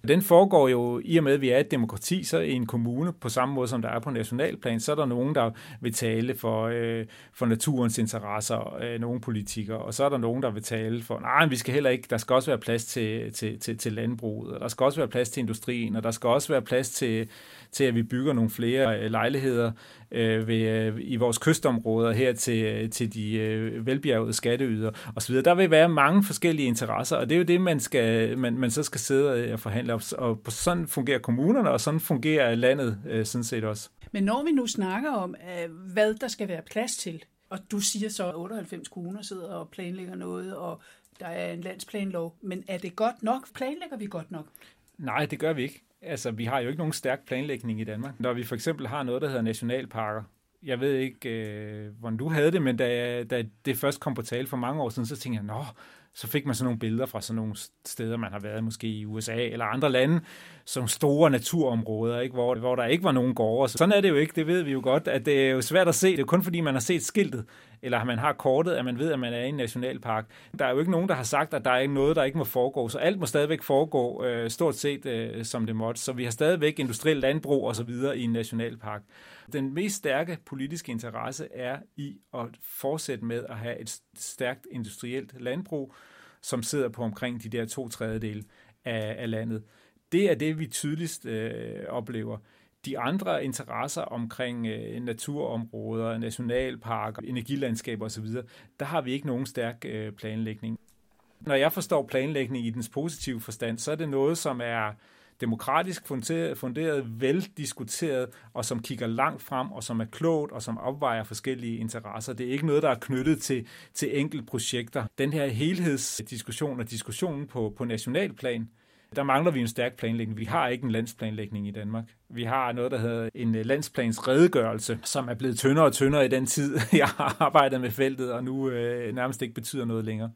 Den foregår jo, i og med at vi er et demokrati, så i en kommune, på samme måde som der er på nationalplan, så er der nogen, der vil tale for, øh, for naturens interesser, øh, nogle politikere, og så er der nogen, der vil tale for, nej, vi skal heller ikke, der skal også være plads til, til, til, til landbruget, og der skal også være plads til industrien, og der skal også være plads til, til at vi bygger nogle flere lejligheder øh, ved, øh, i vores kystområder her til, til de øh, velbjergede skatteyder osv. Der vil være mange forskellige interesser, og det er jo det, man, skal, man, man så skal sidde og forhandle, og sådan fungerer kommunerne, og sådan fungerer landet øh, sådan set også. Men når vi nu snakker om, hvad der skal være plads til, og du siger så, at otteoghalvfems kommuner sidder og planlægger noget, og der er en landsplanlov, men er det godt nok? Planlægger vi godt nok? Nej, det gør vi ikke. Altså, vi har jo ikke nogen stærk planlægning i Danmark. Når vi for eksempel har noget, der hedder nationalparker. Jeg ved ikke, øh, hvordan du havde det, men da, da det først kom på tale for mange år siden, så tænkte jeg, nå, så fik man sådan nogle billeder fra sådan nogle steder, man har været måske i U S A eller andre lande, sådan store naturområder, ikke? Hvor, hvor der ikke var nogen gårde. Sådan er det jo ikke, det ved vi jo godt, at det er jo svært at se. Det er kun fordi, man har set skiltet, eller man har kortet, at man ved, at man er i en nationalpark. Der er jo ikke nogen, der har sagt, at der er noget, der ikke må foregå, så alt må stadigvæk foregå øh, stort set, øh, som det måtte. Så vi har stadigvæk industriel landbrug og så videre i en nationalpark. Den mest stærke politiske interesse er i at fortsætte med at have et stærkt industrielt landbrug, som sidder på omkring de der to tredjedele af, af landet. Det er det, vi tydeligst øh, oplever. De andre interesser omkring øh, naturområder, nationalparker, energilandskaber osv., der har vi ikke nogen stærk øh, planlægning. Når jeg forstår planlægning i dens positive forstand, så er det noget, som er demokratisk funderet, funderet, veldiskuteret, og som kigger langt frem, og som er klogt, og som opvejer forskellige interesser. Det er ikke noget, der er knyttet til, til enkelte projekter. Den her helhedsdiskussion og diskussionen på, på nationalplan, der mangler vi en stærk planlægning. Vi har ikke en landsplanlægning i Danmark. Vi har noget, der hedder en landsplans redegørelse, som er blevet tyndere og tyndere i den tid, jeg har arbejdet med feltet, og nu øh, nærmest ikke betyder noget længere.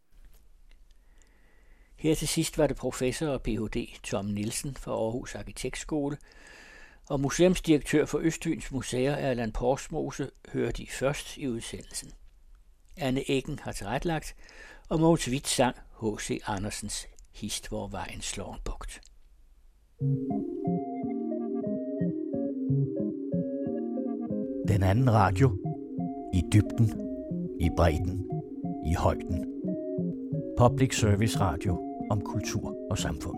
Her til sidst var det professor og P H D Tom Nielsen fra Aarhus Arkitektskole, og museumsdirektør for Østfyns Museer Erland Porsmose hører de først i udsendelsen. Anne Eggen har tilrettelagt, og Mogens Witt sang H C Andersens Hist, hvor vejen slår en bugt. Den anden radio. I dybden, i bredden, i højden. Public Service Radio om kultur og samfund.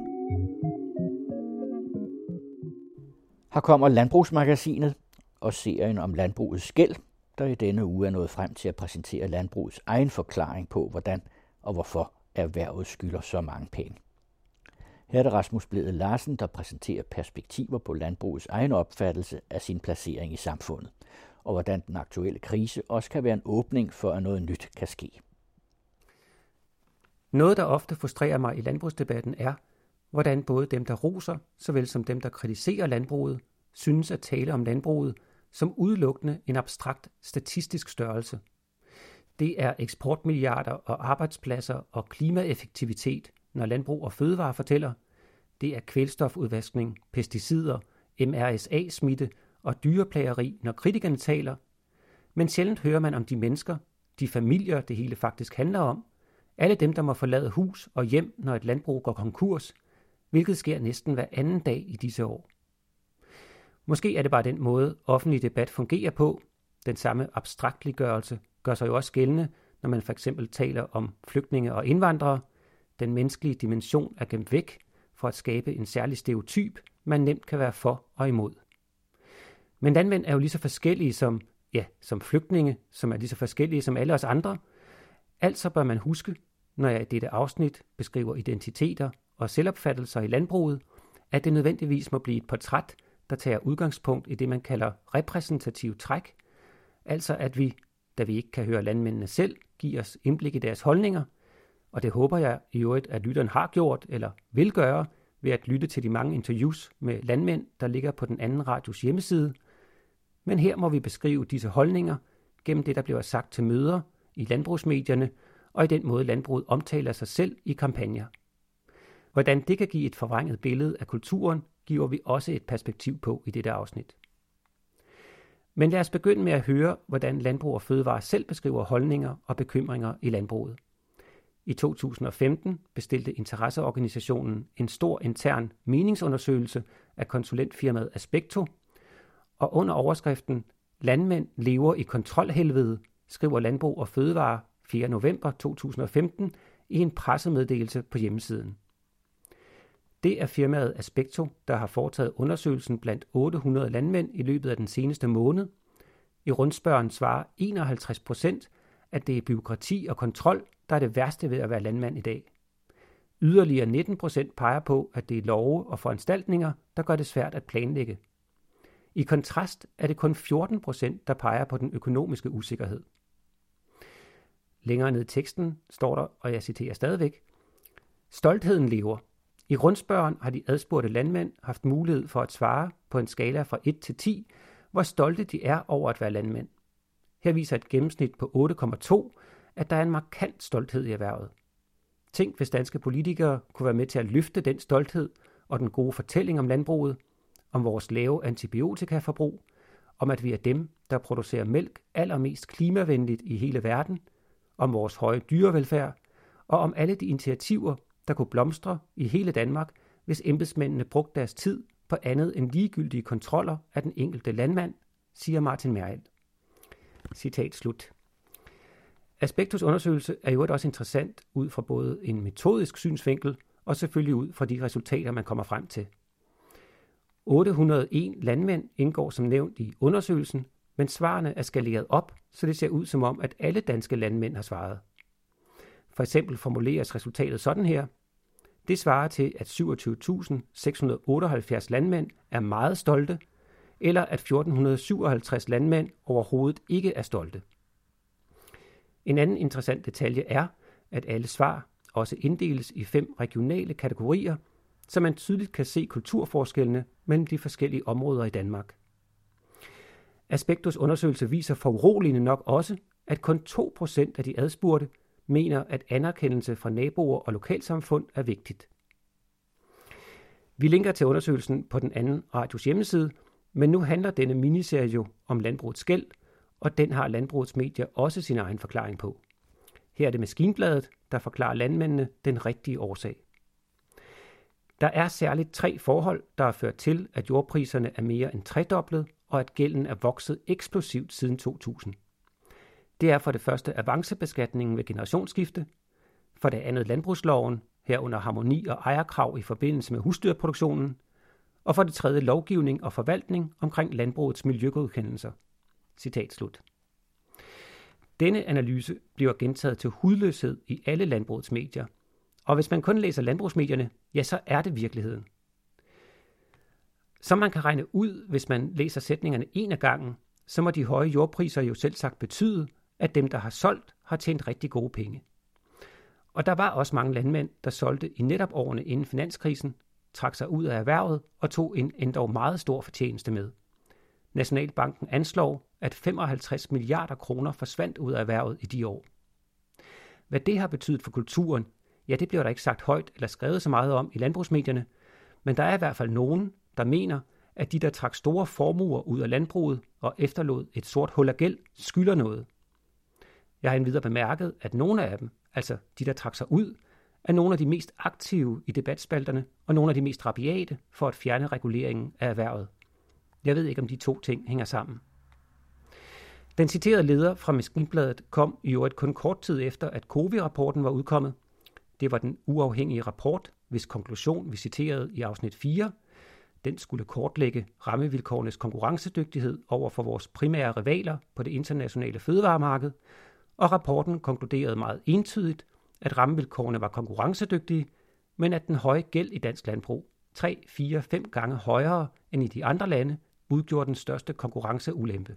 Her kommer Landbrugsmagasinet og serien om landbrugets gæld, der i denne uge er nået frem til at præsentere landbrugets egen forklaring på, hvordan og hvorfor erhvervet skylder så mange penge. Her er det Rasmus Bledel Larsen, der præsenterer perspektiver på landbrugets egen opfattelse af sin placering i samfundet, og hvordan den aktuelle krise også kan være en åbning for, at noget nyt kan ske. Noget, der ofte frustrerer mig i landbrugsdebatten, er, hvordan både dem, der roser, såvel som dem, der kritiserer landbruget, synes at tale om landbruget som udelukkende en abstrakt statistisk størrelse. Det er eksportmilliarder og arbejdspladser og klimaeffektivitet, når Landbrug og Fødevare fortæller. Det er kvælstofudvaskning, pesticider, M R S A-smitte og dyreplageri, når kritikerne taler. Men sjældent hører man om de mennesker, de familier, det hele faktisk handler om. Alle dem, der må forlade hus og hjem, når et landbrug går konkurs, hvilket sker næsten hver anden dag i disse år. Måske er det bare den måde, offentlig debat fungerer på. Den samme abstraktliggørelse gør sig jo også gældende, når man for eksempel taler om flygtninge og indvandrere. Den menneskelige dimension er gemt væk for at skabe en særlig stereotyp, man nemt kan være for og imod. Men landmænd er jo lige så forskellige som, ja, som flygtninge, som er lige så forskellige som alle os andre. Altså bør man huske, når jeg i dette afsnit beskriver identiteter og selvopfattelser i landbruget, at det nødvendigvis må blive et portræt, der tager udgangspunkt i det, man kalder repræsentativ træk, altså at vi, da vi ikke kan høre landmændene selv, giver os indblik i deres holdninger, og det håber jeg i øvrigt, at lytteren har gjort eller vil gøre ved at lytte til de mange interviews med landmænd, der ligger på den anden radios hjemmeside. Men her må vi beskrive disse holdninger gennem det, der bliver sagt til møder i landbrugsmedierne og i den måde, landbruget omtaler sig selv i kampagner. Hvordan det kan give et forvrænget billede af kulturen, giver vi også et perspektiv på i dette afsnit. Men lad os begynde med at høre, hvordan Landbrug og Fødevare selv beskriver holdninger og bekymringer i landbruget. I to tusind og femten bestilte interesseorganisationen en stor intern meningsundersøgelse af konsulentfirmaet Aspecto, og under overskriften "Landmænd lever i kontrolhelvede", skriver Landbrug og Fødevare fjerde november to tusind og femten i en pressemeddelelse på hjemmesiden. Det er firmaet Aspecto, der har foretaget undersøgelsen blandt otte hundrede landmænd i løbet af den seneste måned. I rundspørgen svarer enoghalvtreds procent, at det er bureaukrati og kontrol, der er det værste ved at være landmand i dag. Yderligere nitten procent peger på, at det er love og foranstaltninger, der gør det svært at planlægge. I kontrast er det kun fjorten procent, der peger på den økonomiske usikkerhed. Længere ned i teksten står der, og jeg citerer stadigvæk: "Stoltheden lever. I rundspørgen har de adspurgte landmænd haft mulighed for at svare på en skala fra et til ti, hvor stolte de er over at være landmænd. Her viser et gennemsnit på otte komma to, at der er en markant stolthed i erhvervet. Tænk, hvis danske politikere kunne være med til at løfte den stolthed og den gode fortælling om landbruget, om vores lave antibiotikaforbrug, om at vi er dem, der producerer mælk allermest klimavenligt i hele verden, om vores høje dyrevelfærd og om alle de initiativer, der kunne blomstre i hele Danmark, hvis embedsmændene brugte deres tid på andet end ligegyldige kontroller af den enkelte landmand, siger Martin Merrild." Citat slut. Aspectos undersøgelse er jo også interessant ud fra både en metodisk synsvinkel og selvfølgelig ud fra de resultater, man kommer frem til. otte hundrede og en landmænd indgår som nævnt i undersøgelsen, men svarene er skaleret op, så det ser ud som om, at alle danske landmænd har svaret. For eksempel formuleres resultatet sådan her: Det svarer til, at syvogtyve tusind seks hundrede og otteoghalvfjerds landmænd er meget stolte, eller at fjorten syvoghalvtreds landmænd overhovedet ikke er stolte. En anden interessant detalje er, at alle svar også inddeles i fem regionale kategorier, så man tydeligt kan se kulturforskellene mellem de forskellige områder i Danmark. Aspectos undersøgelse viser foruroligende nok også, at kun to procent af de adspurgte mener, at anerkendelse fra naboer og lokalsamfund er vigtigt. Vi linker til undersøgelsen på den anden radios hjemmeside, men nu handler denne miniserie jo om landbrugets gæld, og den har landbrugets medier også sin egen forklaring på. Her er det Maskinbladet, der forklarer landmændene den rigtige årsag. Der er særligt tre forhold, der har ført til, at jordpriserne er mere end tredoblet, og at gælden er vokset eksplosivt siden to tusind. Det er for det første avancebeskatningen ved generationsskifte, for det andet landbrugsloven, herunder harmoni og ejerkrav i forbindelse med husdyrproduktionen, og for det tredje lovgivning og forvaltning omkring landbrugets miljøgodkendelser. Citat slut. Denne analyse bliver gentaget til hudløshed i alle landbrugets medier, og hvis man kun læser landbrugsmedierne, ja, så er det virkeligheden. Som man kan regne ud, hvis man læser sætningerne en af gangen, så må de høje jordpriser jo selv sagt betyde, at dem, der har solgt, har tjent rigtig gode penge. Og der var også mange landmænd, der solgte i netop årene inden finanskrisen, trak sig ud af erhvervet og tog en endog meget stor fortjeneste med. Nationalbanken anslår, at femoghalvtreds milliarder kroner forsvandt ud af erhvervet i de år. Hvad det har betydet for kulturen, ja, det bliver der ikke sagt højt eller skrevet så meget om i landbrugsmedierne, men der er i hvert fald nogen, der mener, at de, der trak store formuer ud af landbruget og efterlod et sort hul af gæld, skylder noget. Jeg har endvidere bemærket, at nogle af dem, altså de, der trak sig ud, er nogle af de mest aktive i debatspalterne og nogle af de mest rabiate for at fjerne reguleringen af erhvervet. Jeg ved ikke, om de to ting hænger sammen. Den citerede leder fra Maskinbladet kom i øvrigt kun kort tid efter, at Cowi-rapporten var udkommet. Det var den uafhængige rapport, hvis konklusion vi citerede i afsnit fire. Den skulle kortlægge rammevilkårenes konkurrencedygtighed over for vores primære rivaler på det internationale fødevaremarked, og rapporten konkluderede meget entydigt, at rammevilkårene var konkurrencedygtige, men at den høje gæld i dansk landbrug, tre, fire, fem gange højere end i de andre lande, udgjorde den største konkurrenceulempe.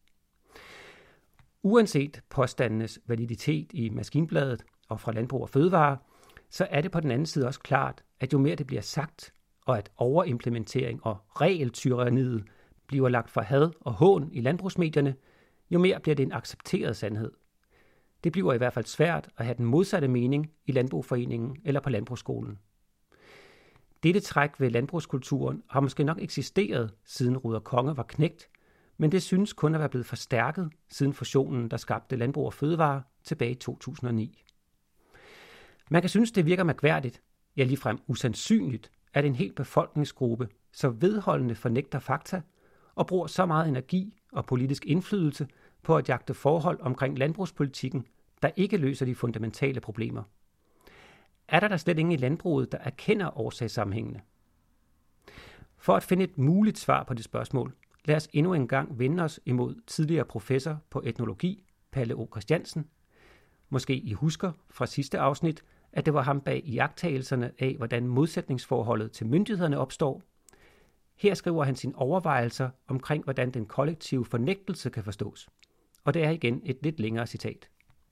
Uanset påstandenes validitet i Maskinbladet og fra Landbrug og Fødevare, så er det på den anden side også klart, at jo mere det bliver sagt, og at overimplementering og regeltyranniet bliver lagt for had og hån i landbrugsmedierne, jo mere bliver det en accepteret sandhed. Det bliver i hvert fald svært at have den modsatte mening i Landbrugforeningen eller på Landbrugsskolen. Dette træk ved landbrugskulturen har måske nok eksisteret, siden Ruder Konge var knægt, men det synes kun at være blevet forstærket siden fusionen, der skabte Landbrug og Fødevare tilbage i to tusind og ni. Man kan synes, det virker mærkværdigt, ja ligefrem usandsynligt, at en hel befolkningsgruppe så vedholdende fornægter fakta og bruger så meget energi og politisk indflydelse på at jagte forhold omkring landbrugspolitikken, der ikke løser de fundamentale problemer. Er der da slet ingen i landbruget, der erkender årsagssammenhængene? For at finde et muligt svar på det spørgsmål, lad os endnu en gang vende os imod tidligere professor på etnologi, Palle O. Christiansen. Måske I husker fra sidste afsnit, at det var ham bag iagttagelserne af, hvordan modsætningsforholdet til myndighederne opstår. Her skriver han sine overvejelser omkring, hvordan den kollektive fornægtelse kan forstås. Og det er igen et lidt længere citat.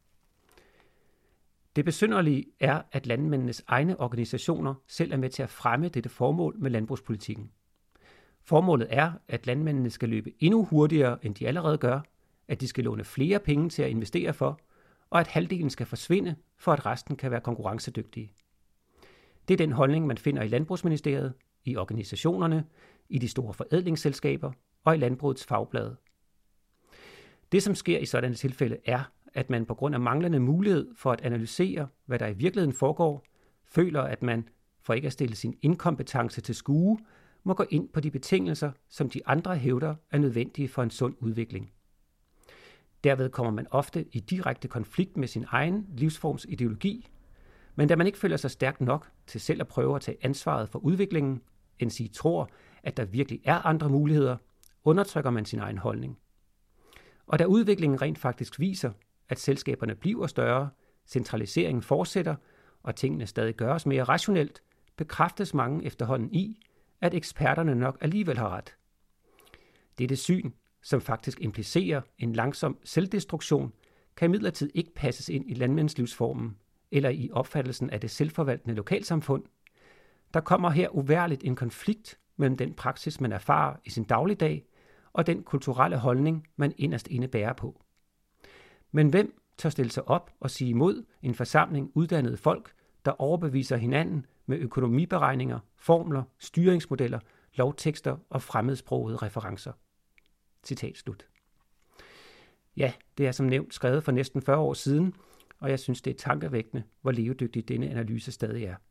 Det besynderlige er, at landmændenes egne organisationer selv er med til at fremme dette formål med landbrugspolitikken. Formålet er, at landmændene skal løbe endnu hurtigere, end de allerede gør, at de skal låne flere penge til at investere for, og at halvdelen skal forsvinde, for at resten kan være konkurrencedygtige. Det er den holdning, man finder i Landbrugsministeriet, i organisationerne, i de store forædlingsselskaber og i landbrugets fagblade. Det, som sker i sådanne tilfælde, er, at man på grund af manglende mulighed for at analysere, hvad der i virkeligheden foregår, føler, at man, for ikke at stille sin inkompetence til skue, må gå ind på de betingelser, som de andre hævder er nødvendige for en sund udvikling. Derved kommer man ofte i direkte konflikt med sin egen livsforms ideologi, men da man ikke føler sig stærk nok til selv at prøve at tage ansvaret for udviklingen, end sige tror, at der virkelig er andre muligheder, undertrykker man sin egen holdning. Og da udviklingen rent faktisk viser, at selskaberne bliver større, centraliseringen fortsætter, og tingene stadig gøres mere rationelt, bekræftes mange efterhånden i, at eksperterne nok alligevel har ret. Dette syn, som faktisk implicerer en langsom selvdestruktion, kan imidlertid ikke passes ind i landmandslivsformen eller i opfattelsen af det selvforvaltende lokalsamfund. Der kommer her uværligt en konflikt mellem den praksis, man erfarer i sin dagligdag, og den kulturelle holdning, man inderst inde bærer på. Men hvem tør stille sig op og sige imod en forsamling uddannede folk, der overbeviser hinanden med økonomiberegninger, formler, styringsmodeller, lovtekster og fremmedsprogede referencer? Citat slut. Ja, det er som nævnt skrevet for næsten fyrre år siden, og jeg synes, det er tankevækkende, hvor levedygtig denne analyse stadig er.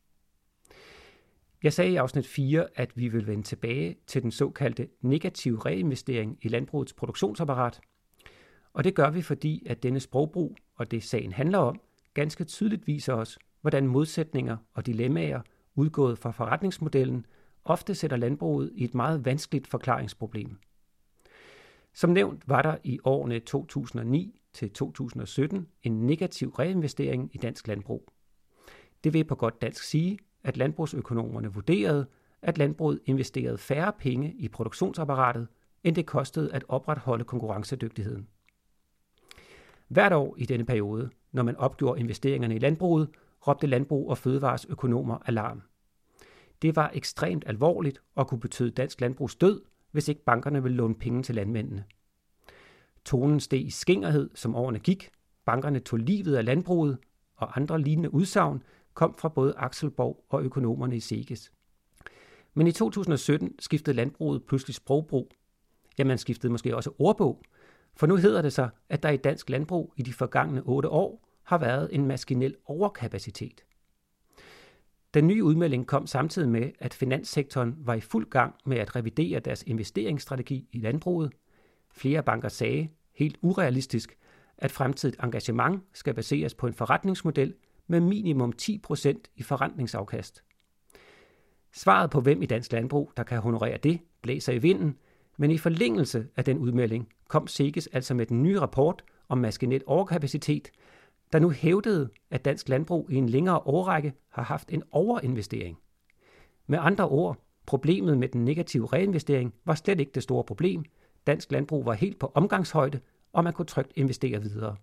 Jeg sagde i afsnit fire, at vi vil vende tilbage til den såkaldte negative reinvestering i landbrugets produktionsapparat. Og det gør vi, fordi at denne sprogbrug og det sagen handler om, ganske tydeligt viser os, hvordan modsætninger og dilemmaer udgået fra forretningsmodellen ofte sætter landbruget i et meget vanskeligt forklaringsproblem. Som nævnt var der i årene to tusind og ni til to tusind og sytten en negativ reinvestering i dansk landbrug. Det vil på godt dansk sige, at landbrugsøkonomerne vurderede, at landbruget investerede færre penge i produktionsapparatet, end det kostede at opretholde konkurrencedygtigheden. Hvert år i denne periode, når man opgjorde investeringerne i landbruget, råbte Landbrug og Fødevares økonomer alarm. Det var ekstremt alvorligt og kunne betyde dansk landbrugs død, hvis ikke bankerne ville låne penge til landmændene. Tonen steg i skængerhed, som årene gik. Bankerne tog livet af landbruget, og andre lignende udsagn kom fra både Axel Borg og økonomerne i SEGES. Men i to tusind og sytten skiftede landbruget pludselig sprogbrug. Ja, man skiftede måske også ordbog, for nu hedder det sig, at der i dansk landbrug i de forgangne otte år har været en maskinel overkapacitet. Den nye udmelding kom samtidig med, at finanssektoren var i fuld gang med at revidere deres investeringsstrategi i landbruget. Flere banker sagde, helt urealistisk, at fremtidigt engagement skal baseres på en forretningsmodel med minimum ti procent i forrentningsafkast. Svaret på, hvem i dansk landbrug, der kan honorere det, blæser i vinden, men i forlængelse af den udmelding kom SEGES altså med den nye rapport om maskinel overkapacitet, der nu hævdede, at dansk landbrug i en længere årrække har haft en overinvestering. Med andre ord, problemet med den negative reinvestering var slet ikke det store problem. Dansk landbrug var helt på omgangshøjde, og man kunne trygt investere videre.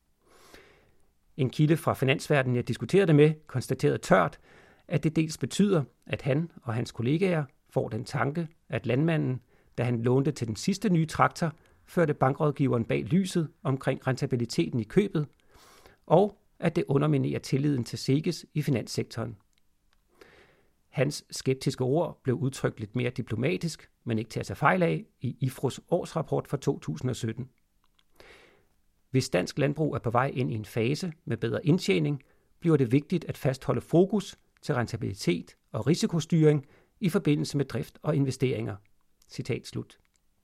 En kilde fra finansverdenen, jeg diskuterede det med, konstaterede tørt, at det dels betyder, at han og hans kollegaer får den tanke, at landmanden, da han lånte til den sidste nye traktor, førte bankrådgiveren bag lyset omkring rentabiliteten i købet, og at det underminerer tilliden til SEGES i finanssektoren. Hans skeptiske ord blev udtrykt lidt mere diplomatisk, men ikke til at tage fejl af, i I F R O's årsrapport for to tusind og sytten. Hvis dansk landbrug er på vej ind i en fase med bedre indtjening, bliver det vigtigt at fastholde fokus til rentabilitet og risikostyring i forbindelse med drift og investeringer. Citat slut.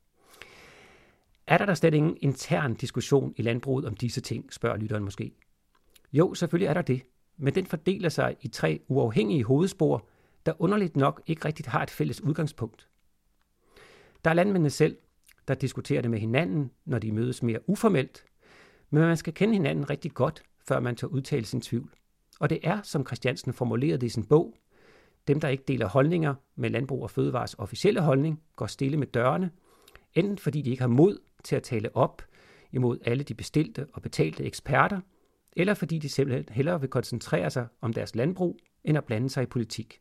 Er der da slet ingen intern diskussion i landbruget om disse ting, spørger lytteren måske. Jo, selvfølgelig er der det, men den fordeler sig i tre uafhængige hovedspor, der underligt nok ikke rigtigt har et fælles udgangspunkt. Der er landmændene selv, der diskuterer det med hinanden, når de mødes mere uformelt, men man skal kende hinanden rigtig godt, før man tør udtale sin tvivl. Og det er, som Christiansen formulerede det i sin bog, dem, der ikke deler holdninger med Landbrug og Fødevares officielle holdning, går stille med dørene, enten fordi de ikke har mod til at tale op imod alle de bestilte og betalte eksperter, eller fordi de simpelthen hellere vil koncentrere sig om deres landbrug, end at blande sig i politik.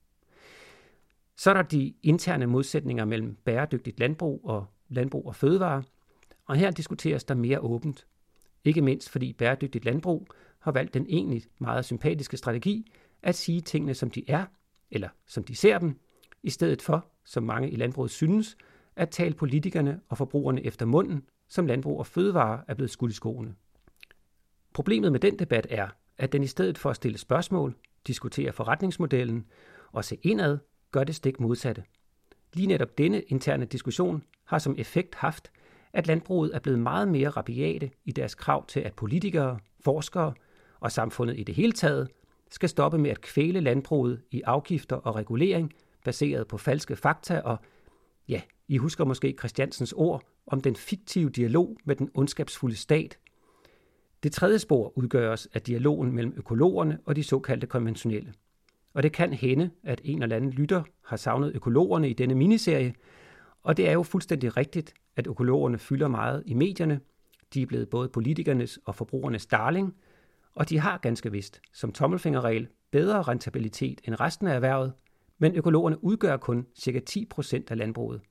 Så er der de interne modsætninger mellem bæredygtigt landbrug og landbrug og fødevare, og her diskuteres der mere åbent. Ikke mindst fordi bæredygtigt landbrug har valgt den egentlig meget sympatiske strategi at sige tingene som de er, eller som de ser dem, i stedet for, som mange i landbruget synes, at tale politikerne og forbrugerne efter munden, som landbrug og fødevare er blevet skudt i skoene. Problemet med den debat er, at den i stedet for at stille spørgsmål, diskutere forretningsmodellen og se indad, gør det stik modsatte. Lige netop denne interne diskussion har som effekt haft, at landbruget er blevet meget mere rabiate i deres krav til, at politikere, forskere og samfundet i det hele taget skal stoppe med at kvæle landbruget i afgifter og regulering baseret på falske fakta og, ja, I husker måske Christiansens ord om den fiktive dialog med den ondskabsfulde stat. Det tredje spor udgøres af dialogen mellem økologerne og de såkaldte konventionelle. Og det kan hænde, at en eller anden lytter har savnet økologerne i denne miniserie, og det er jo fuldstændig rigtigt, at økologerne fylder meget i medierne. De er blevet både politikernes og forbrugernes darling, og de har ganske vist, som tommelfingerregel, bedre rentabilitet end resten af erhvervet, men økologerne udgør kun ca. ti procent af landbruget.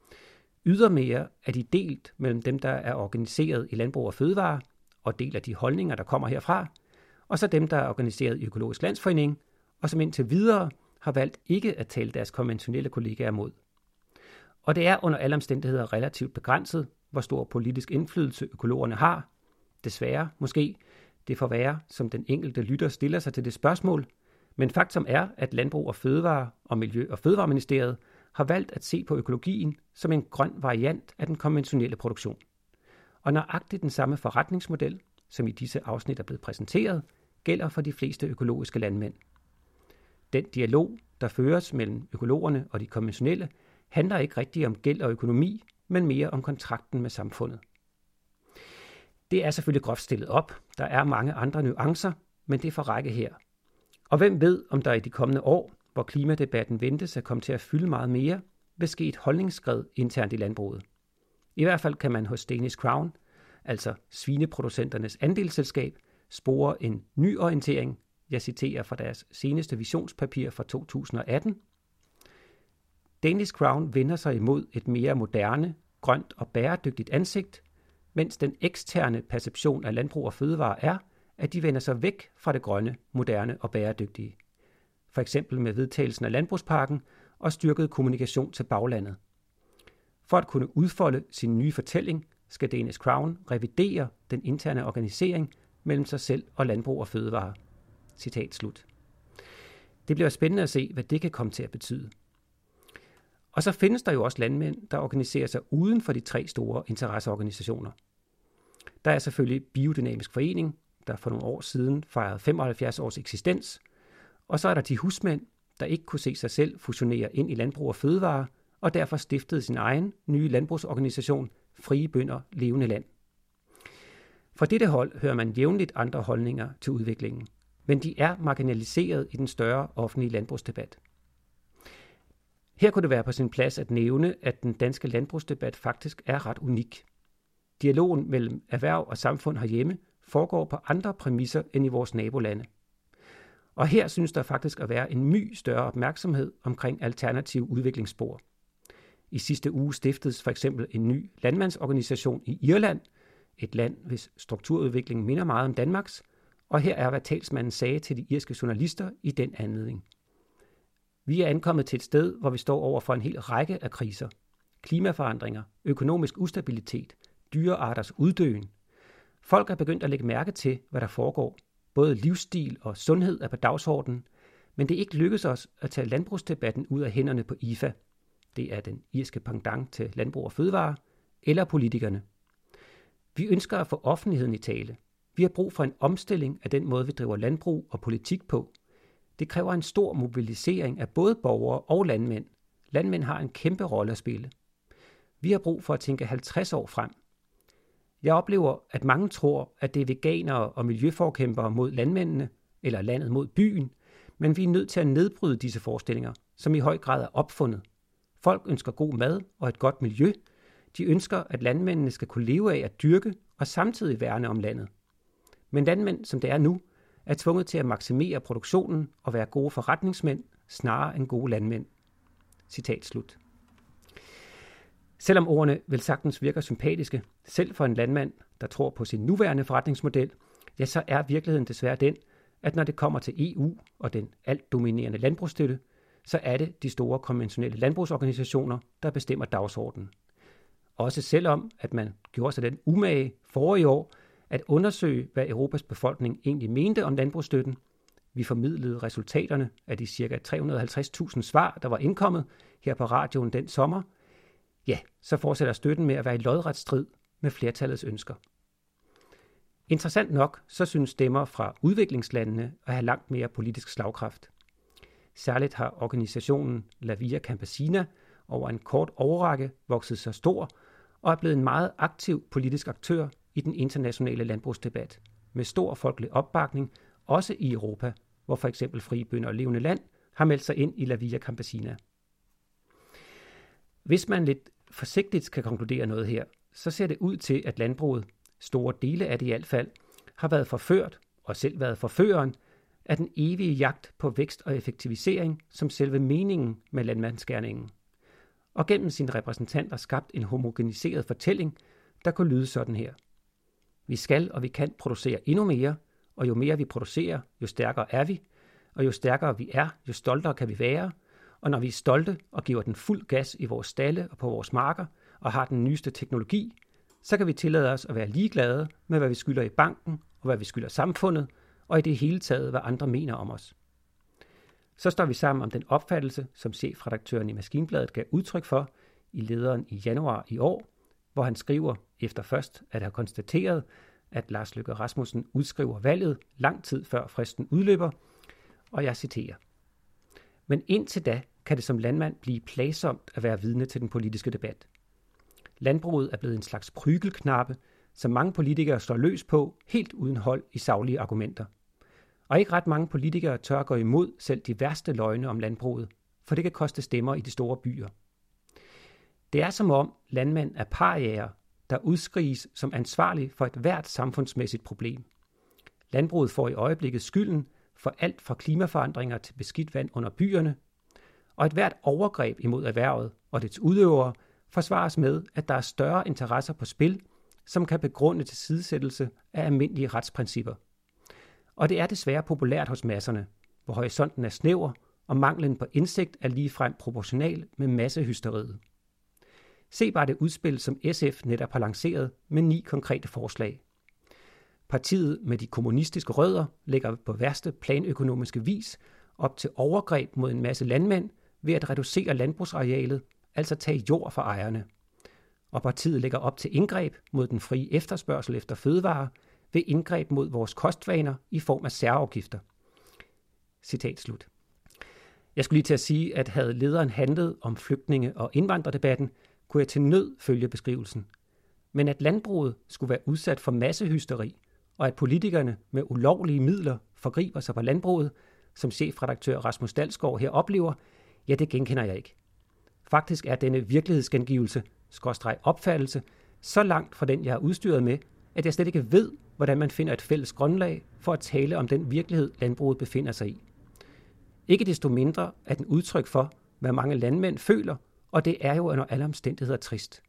Ydermere er de delt mellem dem, der er organiseret i Landbrug og Fødevare, og deler de holdninger, der kommer herfra, og så dem, der er organiseret i Økologisk Landsforening, og som indtil videre har valgt ikke at tale deres konventionelle kollegaer mod. Og det er under alle omstændigheder relativt begrænset, hvor stor politisk indflydelse økologerne har. Desværre, måske, det får være, som den enkelte lytter stiller sig til det spørgsmål, men faktum er, at Landbrug og Fødevare og Miljø- og Fødevareministeriet har valgt at se på økologien som en grøn variant af den konventionelle produktion. Og nøjagtigt den samme forretningsmodel, som i disse afsnit er blevet præsenteret, gælder for de fleste økologiske landmænd. Den dialog, der føres mellem økologerne og de konventionelle, handler ikke rigtig om gæld og økonomi, men mere om kontrakten med samfundet. Det er selvfølgelig groft stillet op. Der er mange andre nuancer, men det får række her. Og hvem ved, om der i de kommende år, hvor klimadebatten ventes at komme til at fylde meget mere, vil ske et holdningsskred internt i landbruget. I hvert fald kan man hos Danish Crown, altså svineproducenternes andelsselskab, spore en ny orientering. Jeg citerer fra deres seneste visionspapir fra to tusind og atten. Danish Crown vender sig imod et mere moderne, grønt og bæredygtigt ansigt, mens den eksterne perception af landbrug og fødevare er, at de vender sig væk fra det grønne, moderne og bæredygtige. For eksempel med vedtagelsen af landbrugsparken og styrket kommunikation til baglandet. For at kunne udfolde sin nye fortælling, skal Danish Crown revidere den interne organisering mellem sig selv og landbrug og fødevare. Citat slut. Det bliver spændende at se, hvad det kan komme til at betyde. Og så findes der jo også landmænd, der organiserer sig uden for de tre store interesseorganisationer. Der er selvfølgelig Biodynamisk Forening, der for nogle år siden fejrede femoghalvfjerds års eksistens, og så er der de husmænd, der ikke kunne se sig selv fusionere ind i landbrug og fødevare, og derfor stiftede sin egen nye landbrugsorganisation, Frie Bønder Levende Land. Fra dette hold hører man jævnligt andre holdninger til udviklingen, men de er marginaliseret i den større offentlige landbrugsdebat. Her kunne det være på sin plads at nævne, at den danske landbrugsdebat faktisk er ret unik. Dialogen mellem erhverv og samfund herhjemme foregår på andre præmisser end i vores nabolande. Og her synes der faktisk at være en my større opmærksomhed omkring alternative udviklingsspor. I sidste uge stiftedes for eksempel en ny landmandsorganisation i Irland, et land, hvis strukturudvikling minder meget om Danmarks, og her er, hvad talsmanden sagde til de irske journalister i den anledning. Vi er ankommet til et sted, hvor vi står over for en hel række af kriser. Klimaforandringer, økonomisk ustabilitet, dyrearters uddøen. Folk er begyndt at lægge mærke til, hvad der foregår, Både livsstil og sundhed er på dagsordenen, men det er ikke lykkedes os at tage landbrugsdebatten ud af hænderne på I F A. Det er den irske pendant til Landbrug og Fødevare, eller politikerne. Vi ønsker at få offentligheden i tale. Vi har brug for en omstilling af den måde, vi driver landbrug og politik på. Det kræver en stor mobilisering af både borgere og landmænd. Landmænd har en kæmpe rolle at spille. Vi har brug for at tænke halvtreds år frem. Jeg oplever, at mange tror, at det er veganere og miljøforkæmpere mod landmændene, eller landet mod byen, men vi er nødt til at nedbryde disse forestillinger, som i høj grad er opfundet. Folk ønsker god mad og et godt miljø. De ønsker, at landmændene skal kunne leve af at dyrke og samtidig værne om landet. Men landmænd, som det er nu, er tvunget til at maksimere produktionen og være gode forretningsmænd, snarere end gode landmænd. Citat slut. Selvom ordene vel sagtens virker sympatiske, selv for en landmand, der tror på sin nuværende forretningsmodel, ja, så er virkeligheden desværre den, at når det kommer til E U og den alt dominerende landbrugsstøtte, så er det de store konventionelle landbrugsorganisationer, der bestemmer dagsordenen. Også selvom, at man gjorde sig den umage forrige år at undersøge, hvad Europas befolkning egentlig mente om landbrugsstøtten. Vi formidlede resultaterne af de ca. tre hundrede og halvtreds tusind svar, der var indkommet her på radioen den sommer. Ja, så fortsætter støtten med at være i lodret strid med flertallets ønsker. Interessant nok, så synes stemmer fra udviklingslandene at have langt mere politisk slagkraft. Særligt har organisationen La Via Campesina over en kort årrække vokset sig stor og er blevet en meget aktiv politisk aktør i den internationale landbrugsdebat, med stor folkelig opbakning, også i Europa, hvor for eksempel Frie Bønder og Levende Land har meldt sig ind i La Via Campesina. Hvis man lidt forsigtigt skal konkludere noget her, så ser det ud til, at landbruget, store dele af det i hvert fald, har været forført, og selv været forføreren, af den evige jagt på vækst og effektivisering som selve meningen med landmandsgerningen. Og gennem sine repræsentanter skabt en homogeniseret fortælling, der kunne lyde sådan her. Vi skal og vi kan producere endnu mere, og jo mere vi producerer, jo stærkere er vi, og jo stærkere vi er, jo stoltere kan vi være, og når vi er stolte og giver den fuld gas i vores stalle og på vores marker, og har den nyeste teknologi, så kan vi tillade os at være ligeglade med, hvad vi skylder i banken, og hvad vi skylder samfundet, og i det hele taget, hvad andre mener om os. Så står vi sammen om den opfattelse, som chefredaktøren i Maskinbladet gav udtryk for i lederen i januar i år, hvor han skriver, efter først at have konstateret, at Lars Løkke Rasmussen udskriver valget lang tid før fristen udløber, og jeg citerer. Men indtil da kan det som landmand blive plagsomt at være vidne til den politiske debat. Landbruget er blevet en slags prygelknappe, som mange politikere slår løs på, helt uden hold i saglige argumenter. Og ikke ret mange politikere tør gå imod selv de værste løgne om landbruget, for det kan koste stemmer i de store byer. Det er som om landmænd er pariaer, der udskriges som ansvarlig for et hvert samfundsmæssigt problem. Landbruget får i øjeblikket skylden for alt fra klimaforandringer til beskidt vand under byerne, og et hvert overgreb imod erhvervet og dets udøvere forsvares med, at der er større interesser på spil, som kan begrunde tilsidesættelse af almindelige retsprincipper. Og det er desværre populært hos masserne, hvor horisonten er snæver, og manglen på indsigt er ligefrem proportional med massehysteriet. Se bare det udspil, som S F netop har lanceret med ni konkrete forslag. Partiet med de kommunistiske rødder lægger på værste planøkonomiske vis op til overgreb mod en masse landmænd ved at reducere landbrugsarealet, altså tage jord fra ejerne. Og partiet lægger op til indgreb mod den frie efterspørgsel efter fødevarer ved indgreb mod vores kostvaner i form af særafgifter. Citat slut. Jeg skulle lige til at sige, at havde lederen handlet om flygtninge- og indvandrerdebatten, kunne jeg til nød følge beskrivelsen. Men at landbruget skulle være udsat for massehysteri, og at politikerne med ulovlige midler forgriber sig på landbruget, som chefredaktør Rasmus Dalsgaard her oplever, ja, det genkender jeg ikke. Faktisk er denne virkelighedsgengivelse, skråstreg opfattelse, så langt fra den, jeg er udstyret med, at jeg slet ikke ved, hvordan man finder et fælles grundlag for at tale om den virkelighed, landbruget befinder sig i. Ikke desto mindre er den udtryk for, hvad mange landmænd føler, og det er jo under alle omstændigheder trist.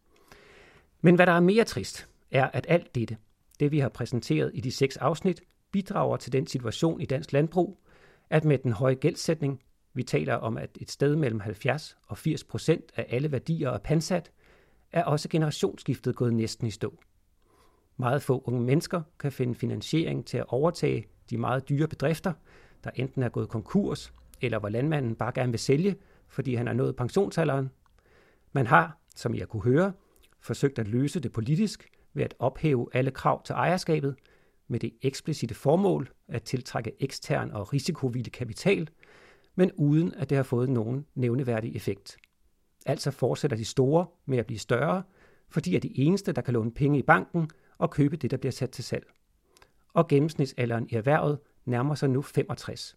Men hvad der er mere trist, er, at alt dette, det vi har præsenteret i de seks afsnit, bidrager til den situation i dansk landbrug, at med den høje gældsætning, vi taler om, at et sted mellem halvfjerds og firs procent af alle værdier er pansat, er også generationsskiftet gået næsten i stå. Meget få unge mennesker kan finde finansiering til at overtage de meget dyre bedrifter, der enten er gået konkurs, eller hvor landmanden bare gerne vil sælge, fordi han er nået pensionsalderen. Man har, som jeg kunne høre, forsøgt at løse det politisk ved at ophæve alle krav til ejerskabet, med det eksplicite formål at tiltrække ekstern og risikovillig kapital, men uden at det har fået nogen nævneværdig effekt. Altså fortsætter de store med at blive større, fordi er de eneste, der kan låne penge i banken og købe det, der bliver sat til salg. Og gennemsnitsalderen i erhvervet nærmer sig nu femogtres.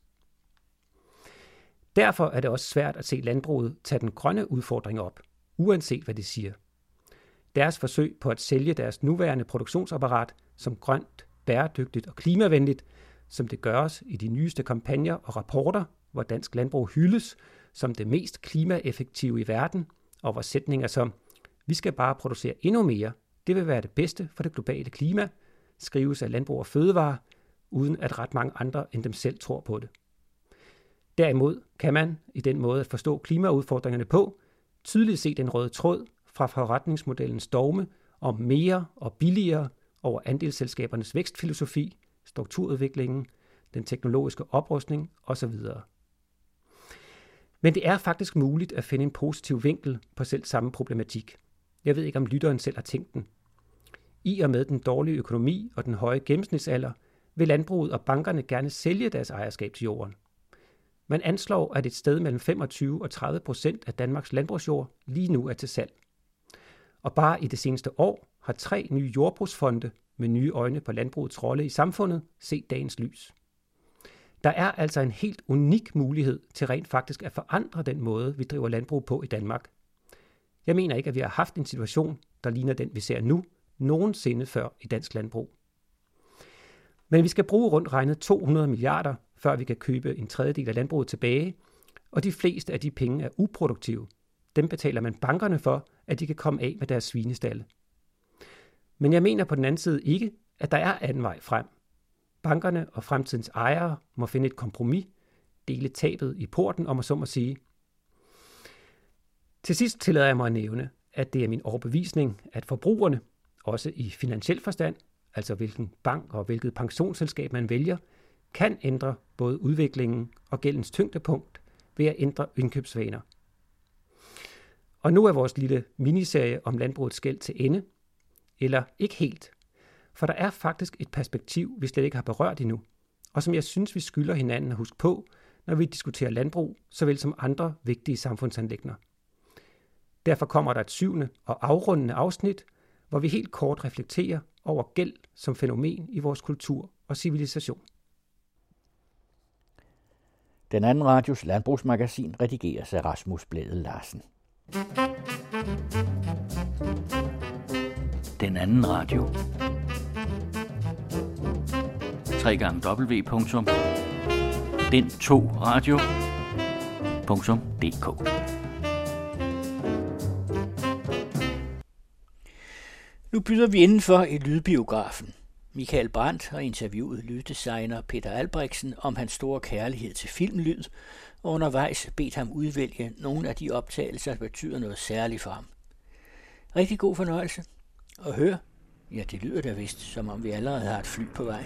Derfor er det også svært at se landbruget tage den grønne udfordring op, uanset hvad de siger. Deres forsøg på at sælge deres nuværende produktionsapparat som grønt, bæredygtigt og klimavenligt, som det gøres i de nyeste kampagner og rapporter, hvor dansk landbrug hyldes som det mest klimaeffektive i verden, og hvor sætninger som "vi skal bare producere endnu mere, det vil være det bedste for det globale klima", skrives af Landbrug og Fødevare, uden at ret mange andre end dem selv tror på det. Derimod kan man, i den måde at forstå klimaudfordringerne på, tydeligt se den røde tråd fra forretningsmodellens dogme om mere og billigere over andelsselskabernes vækstfilosofi, strukturudviklingen, den teknologiske oprustning osv. Men det er faktisk muligt at finde en positiv vinkel på selv samme problematik. Jeg ved ikke, om lytteren selv har tænkt den. I og med den dårlige økonomi og den høje gennemsnitsalder, vil landbruget og bankerne gerne sælge deres ejerskab til jorden. Man anslår, at et sted mellem femogtyve og tredive procent af Danmarks landbrugsjord lige nu er til salg. Og bare i det seneste år har tre nye jordbrugsfonde med nye øjne på landbrugets rolle i samfundet set dagens lys. Der er altså en helt unik mulighed til rent faktisk at forandre den måde, vi driver landbrug på i Danmark. Jeg mener ikke, at vi har haft en situation, der ligner den, vi ser nu, nogensinde før i dansk landbrug. Men vi skal bruge rundt regnet to hundrede milliarder, før vi kan købe en tredjedel af landbruget tilbage, og de fleste af de penge er uproduktive. Dem betaler man bankerne for, at de kan komme af med deres svinestalle. Men jeg mener på den anden side ikke, at der er anden vej frem. Bankerne og fremtidens ejere må finde et kompromis, dele tabet i porten, om at så må sige. Til sidst tillader jeg mig at nævne, at det er min overbevisning, at forbrugerne, også i finansiel forstand, altså hvilken bank og hvilket pensionsselskab man vælger, kan ændre både udviklingen og gældens tyngdepunkt ved at ændre indkøbsvaner. Og nu er vores lille miniserie om landbrugets gæld til ende, eller ikke helt, for der er faktisk et perspektiv, vi slet ikke har berørt endnu, og som jeg synes, vi skylder hinanden at huske på, når vi diskuterer landbrug, såvel som andre vigtige samfundsanliggender. Derfor kommer der et syvende og afrundende afsnit, hvor vi helt kort reflekterer over gæld som fænomen i vores kultur og civilisation. Den anden radios landbrugsmagasin redigeres af Rasmus Blædel Larsen. Den anden radio. w w w punktum den to radio punktum d k Nu byder vi indenfor i lydbiografen. Michael Brandt har interviewet lyddesigner Peter Albrechtsen om hans store kærlighed til filmlyd, og undervejs bedt ham udvælge nogle af de optagelser, der betyder noget særligt for ham. Rigtig god fornøjelse. Og hør, ja, det lyder da vist, som om vi allerede har et fly på vej.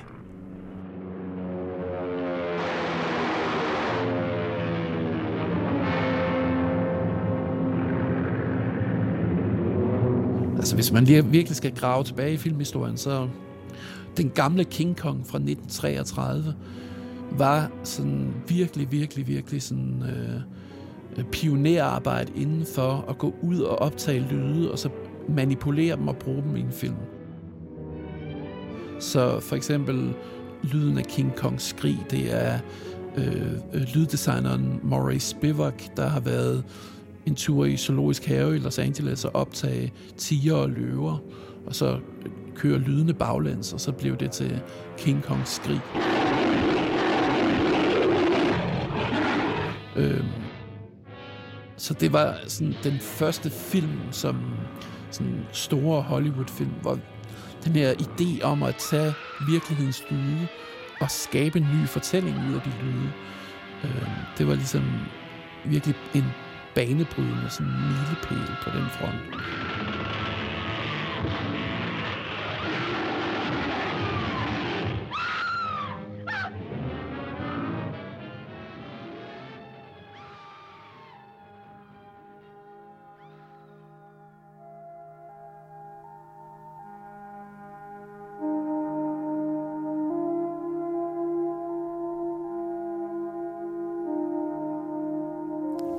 Altså hvis man virkelig skal grave tilbage i filmhistorien, så den gamle King Kong fra nitten treogtredive var sådan virkelig, virkelig, virkelig sådan øh, pionerarbejde inden for at gå ud og optage lyde, og så manipulere dem og bruge dem i en film. Så for eksempel lyden af King Kongs skrig, det er øh, lyddesigneren Murray Spivak, der har været en tur i Zoologisk Have i Los Angeles og optage tiger og løver, og så kører lydene baglæns, og så blev det til King Kongs skrig. Øhm, så det var sådan den første film, som sådan store Hollywood-film, hvor den her idé om at tage virkelighedens lyde og skabe en ny fortælling ud af de lyde, øhm, det var ligesom virkelig en banebrydende sådan en milepæl på den front.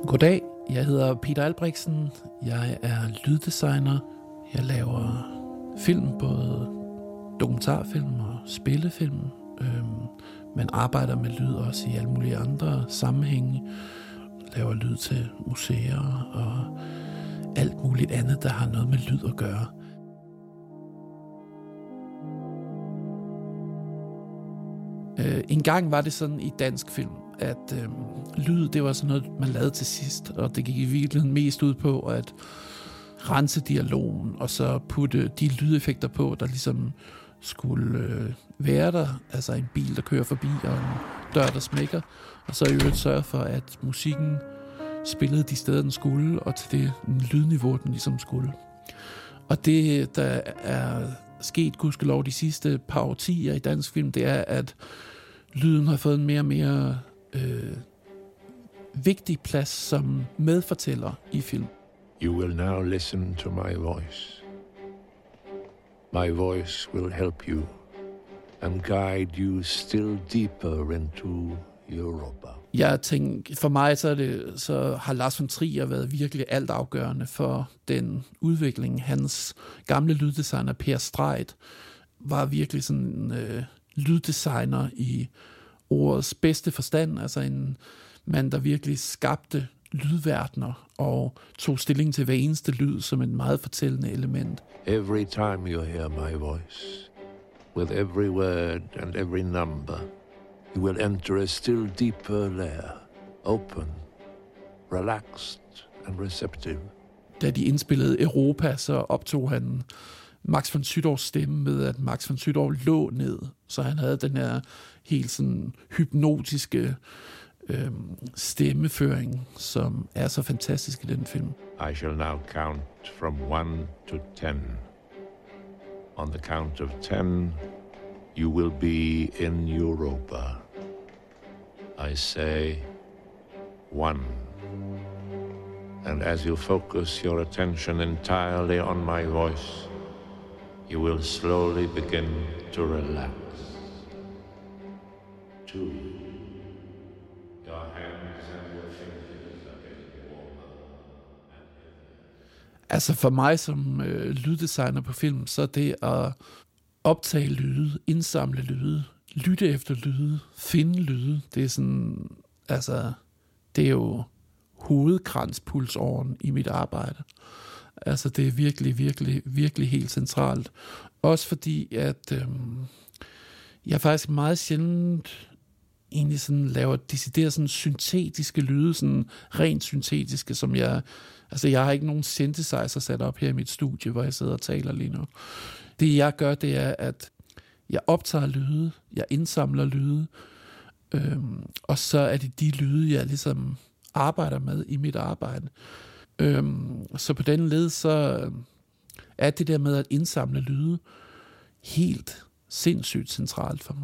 Goddag, jeg hedder Peter Albrechtsen. Jeg er lyddesigner. Jeg laver film, både dokumentarfilm og spillefilm, øhm, men arbejder med lyd også i alle mulige andre sammenhænge. Laver lyd til museer og alt muligt andet, der har noget med lyd at gøre. Øh, en gang var det sådan i dansk film, at øh, lyd, det var sådan noget, man lavede til sidst, og det gik i virkeligheden mest ud på at rense dialogen, og så putte de lydeffekter på, der ligesom skulle øh, være der, altså en bil, der kører forbi, og en dør, der smækker, og så i øvrigt sørge for, at musikken spillede de steder, den skulle, og til det lydniveau, den ligesom skulle. Og det, der er sket, gudskelov, de sidste par årtier i dansk film, det er, at lyden har fået en mere og mere øh, vigtig plads som medfortæller i film. You will now listen to my voice. My voice will help you and guide you still deeper into Europa. Jeg tænker, for mig så, er det, så har Lars von Trier været virkelig altafgørende for den udvikling. Hans gamle lyddesigner Per Streit var virkelig sådan en øh, lyddesigner i ordets bedste forstand, altså en mand, der virkelig skabte lydverdener og tog stilling til hver eneste lyd som et meget fortællende element. Every time you hear my voice, with every word and every number, you will enter a still deeper layer, open, relaxed and receptive. Da de indspillede Europa, så optog han Max von Sydows stemme med, at Max von Sydow lå ned, så han havde den her helt sådan hypnotiske øhm, stemmeføring, som er så fantastisk i den film. I shall now count from one to ten. On the count of ten, you will be in Europa. I say one. And as you focus your attention entirely on my voice, you will slowly begin to relax. Two. Your hands and your fingers are getting warmer. Altså for mig som øh, lyddesigner på film, så er det at optage lyde, indsamle lyde, lytte efter lyde, finde lyde, det er sådan, altså, det er jo hovedkranspulsåren i mit arbejde. Altså det er virkelig, virkelig, virkelig helt centralt. Også fordi, at øhm, jeg faktisk meget sjældent egentlig sådan laver decideret sådan syntetiske lyde, sådan rent syntetiske, som jeg, altså jeg har ikke nogen synthesizer sat op her i mit studie, hvor jeg sidder og taler lige nu. Det jeg gør, det er, at jeg optager lyde, jeg indsamler lyde, øhm, og så er det de lyde, jeg ligesom arbejder med i mit arbejde. Øhm, så på den led, så er det der med at indsamle lyde helt sindssygt centralt for mig.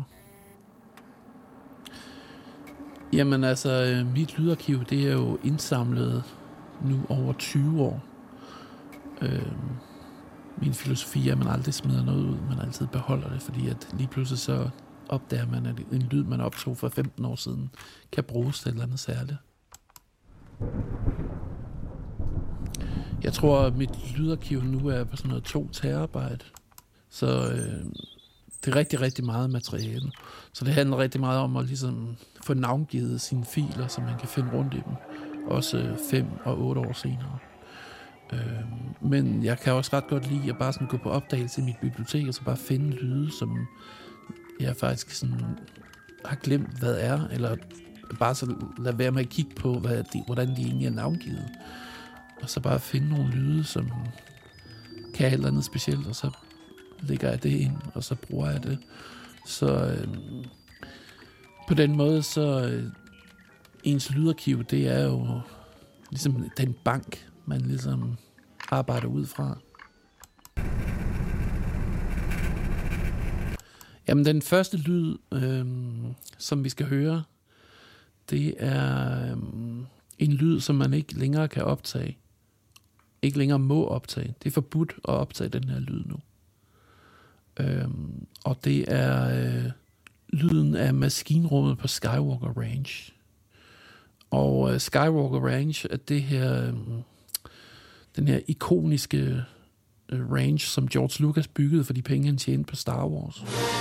Jamen altså, mit lydarkiv, det er jo indsamlet nu over tyve år. Øhm, min filosofi er, at man aldrig smider noget ud, man altid beholder det, fordi at lige pludselig så opdager man, at en lyd, man optog for femten år siden, kan bruges til et eller andet særligt. Jeg tror, at mit lydarkiv nu er på sådan noget to terabyte, så øh, det er rigtig, rigtig meget materiale. Så det handler rigtig meget om at ligesom få navngivet sine filer, så man kan finde rundt i dem, også fem og otte år senere. Øh, men jeg kan også ret godt lide at bare sådan gå på opdagelse i mit bibliotek, og så bare finde lyde, som jeg faktisk sådan har glemt, hvad er, eller bare så lade være med at kigge på, hvad de, hvordan de egentlig er navngivet. Og så bare finde nogle lyde, som kan et eller andet specielt, og så lægger jeg det ind, og så bruger jeg det. Så øh, på den måde, så øh, ens lydarkiv, det er jo ligesom den bank, man ligesom arbejder ud fra. Jamen, den første lyd, øh, som vi skal høre, det er øh, en lyd, som man ikke længere kan optage. Ikke længere må optage. Det er forbudt at optage den her lyd nu. Øh, og det er øh, lyden af maskinrummet på Skywalker Range. Og øh, Skywalker Ranch er det her, øh, den her ikoniske øh, range, som George Lucas byggede for de penge, han tjente på Star Wars.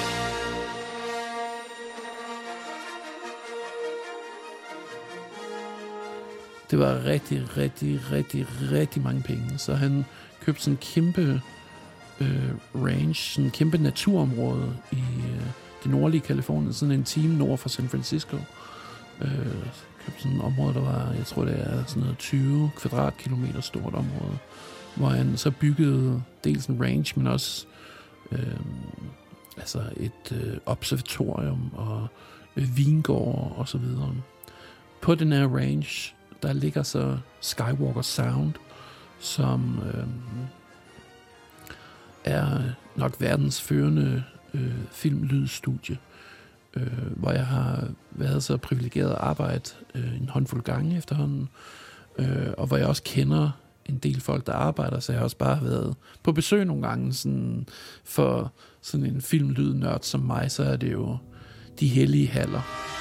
Det var rigtig, rigtig, rigtig, rigtig mange penge. Så han købte sådan en kæmpe øh, range, sådan en kæmpe naturområde i øh, det nordlige Kalifornien, sådan en time nord for San Francisco. Øh, købte sådan et område, der var, jeg tror det er sådan noget tyve kvadratkilometer stort område, hvor han så byggede dels en range, men også øh, altså et øh, observatorium og øh, vingård og så videre. På den her range, der ligger så Skywalker Sound, som øh, er nok verdens førende øh, filmlydstudie, øh, hvor jeg har været så privilegeret at arbejde øh, en håndfuld gange efterhånden, øh, og hvor jeg også kender en del folk, der arbejder, så jeg har også bare været på besøg nogle gange. Sådan, for sådan en filmlydnørd som mig, så er det jo de hellige haller.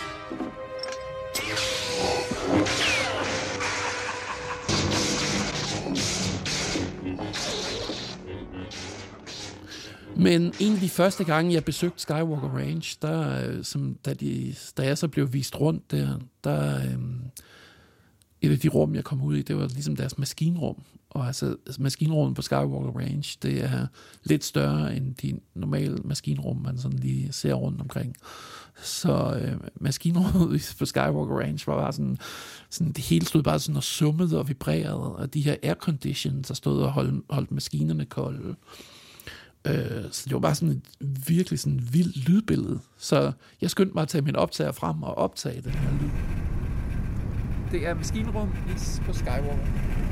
Men en af de første gange, jeg besøgte Skywalker Ranch, der, som, da, de, da jeg så blev vist rundt der, der øhm, et af de rum, jeg kom ud i, det var ligesom deres maskinrum. Og altså, maskinrummet på Skywalker Ranch, det er lidt større end de normale maskinrum, man sådan lige ser rundt omkring. Så øh, maskinrummet på Skywalker Ranch var bare sådan, sådan, det hele stod bare sådan og summede og vibrerede, og de her airconditions, der stod og holdt, holdt maskinerne kolde. Øh, så det var bare sådan et virkelig sådan vildt lydbillede. Så jeg skyndte mig at tage min optager frem og optage den her lyd. Det er maskinrum på Skywalker.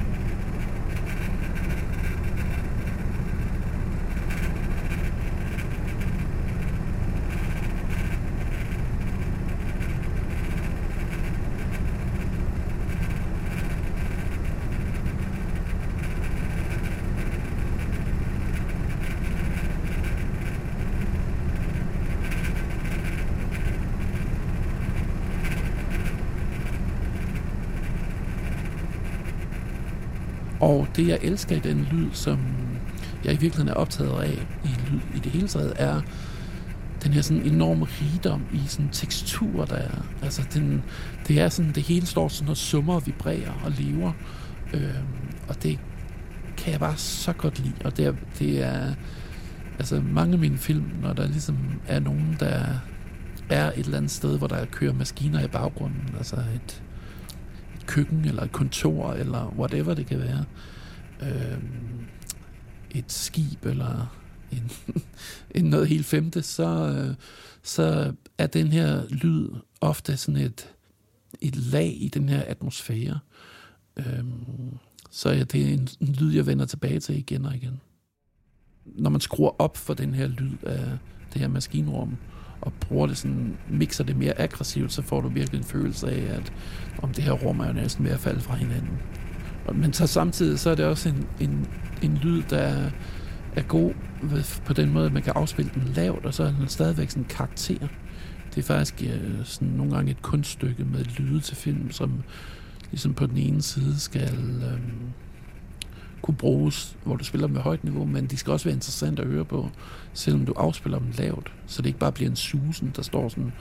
Og det, jeg elsker i den lyd, som jeg i virkeligheden er optaget af i lyd i det hele taget, er den her sådan enorme rigdom i sådan tekstur, der er. Altså, den, det er sådan, det hele står sådan og summer og vibrerer og lever. Øhm, og det kan jeg bare så godt lide. Og det er, det er altså mange af mine film, når der ligesom er nogen, der er et eller andet sted, hvor der kører maskiner i baggrunden, altså et køkken, eller et kontor, eller whatever det kan være. Øhm, et skib, eller en, en noget helt femte, så, øh, så er den her lyd ofte sådan et, et lag i den her atmosfære. Øhm, så ja, det er en, en lyd, jeg vender tilbage til igen og igen. Når man skruer op for den her lyd af det her maskinrum, og bruger det sådan, mixer det mere aggressivt, så får du virkelig en følelse af, at om det her rum er jo næsten ved at falde fra hinanden. Men så samtidig, så er det også en, en, en lyd, der er god på den måde, at man kan afspille den lavt, og så er den stadigvæk sådan en karakter. Det er faktisk øh, sådan nogle gange et kunststykke med lyde til film, som ligesom på den ene side skal øh, kunne bruges, hvor du spiller dem med højt niveau, men de skal også være interessant at høre på, selvom du afspiller dem lavt, så det ikke bare bliver en susen, der står sådan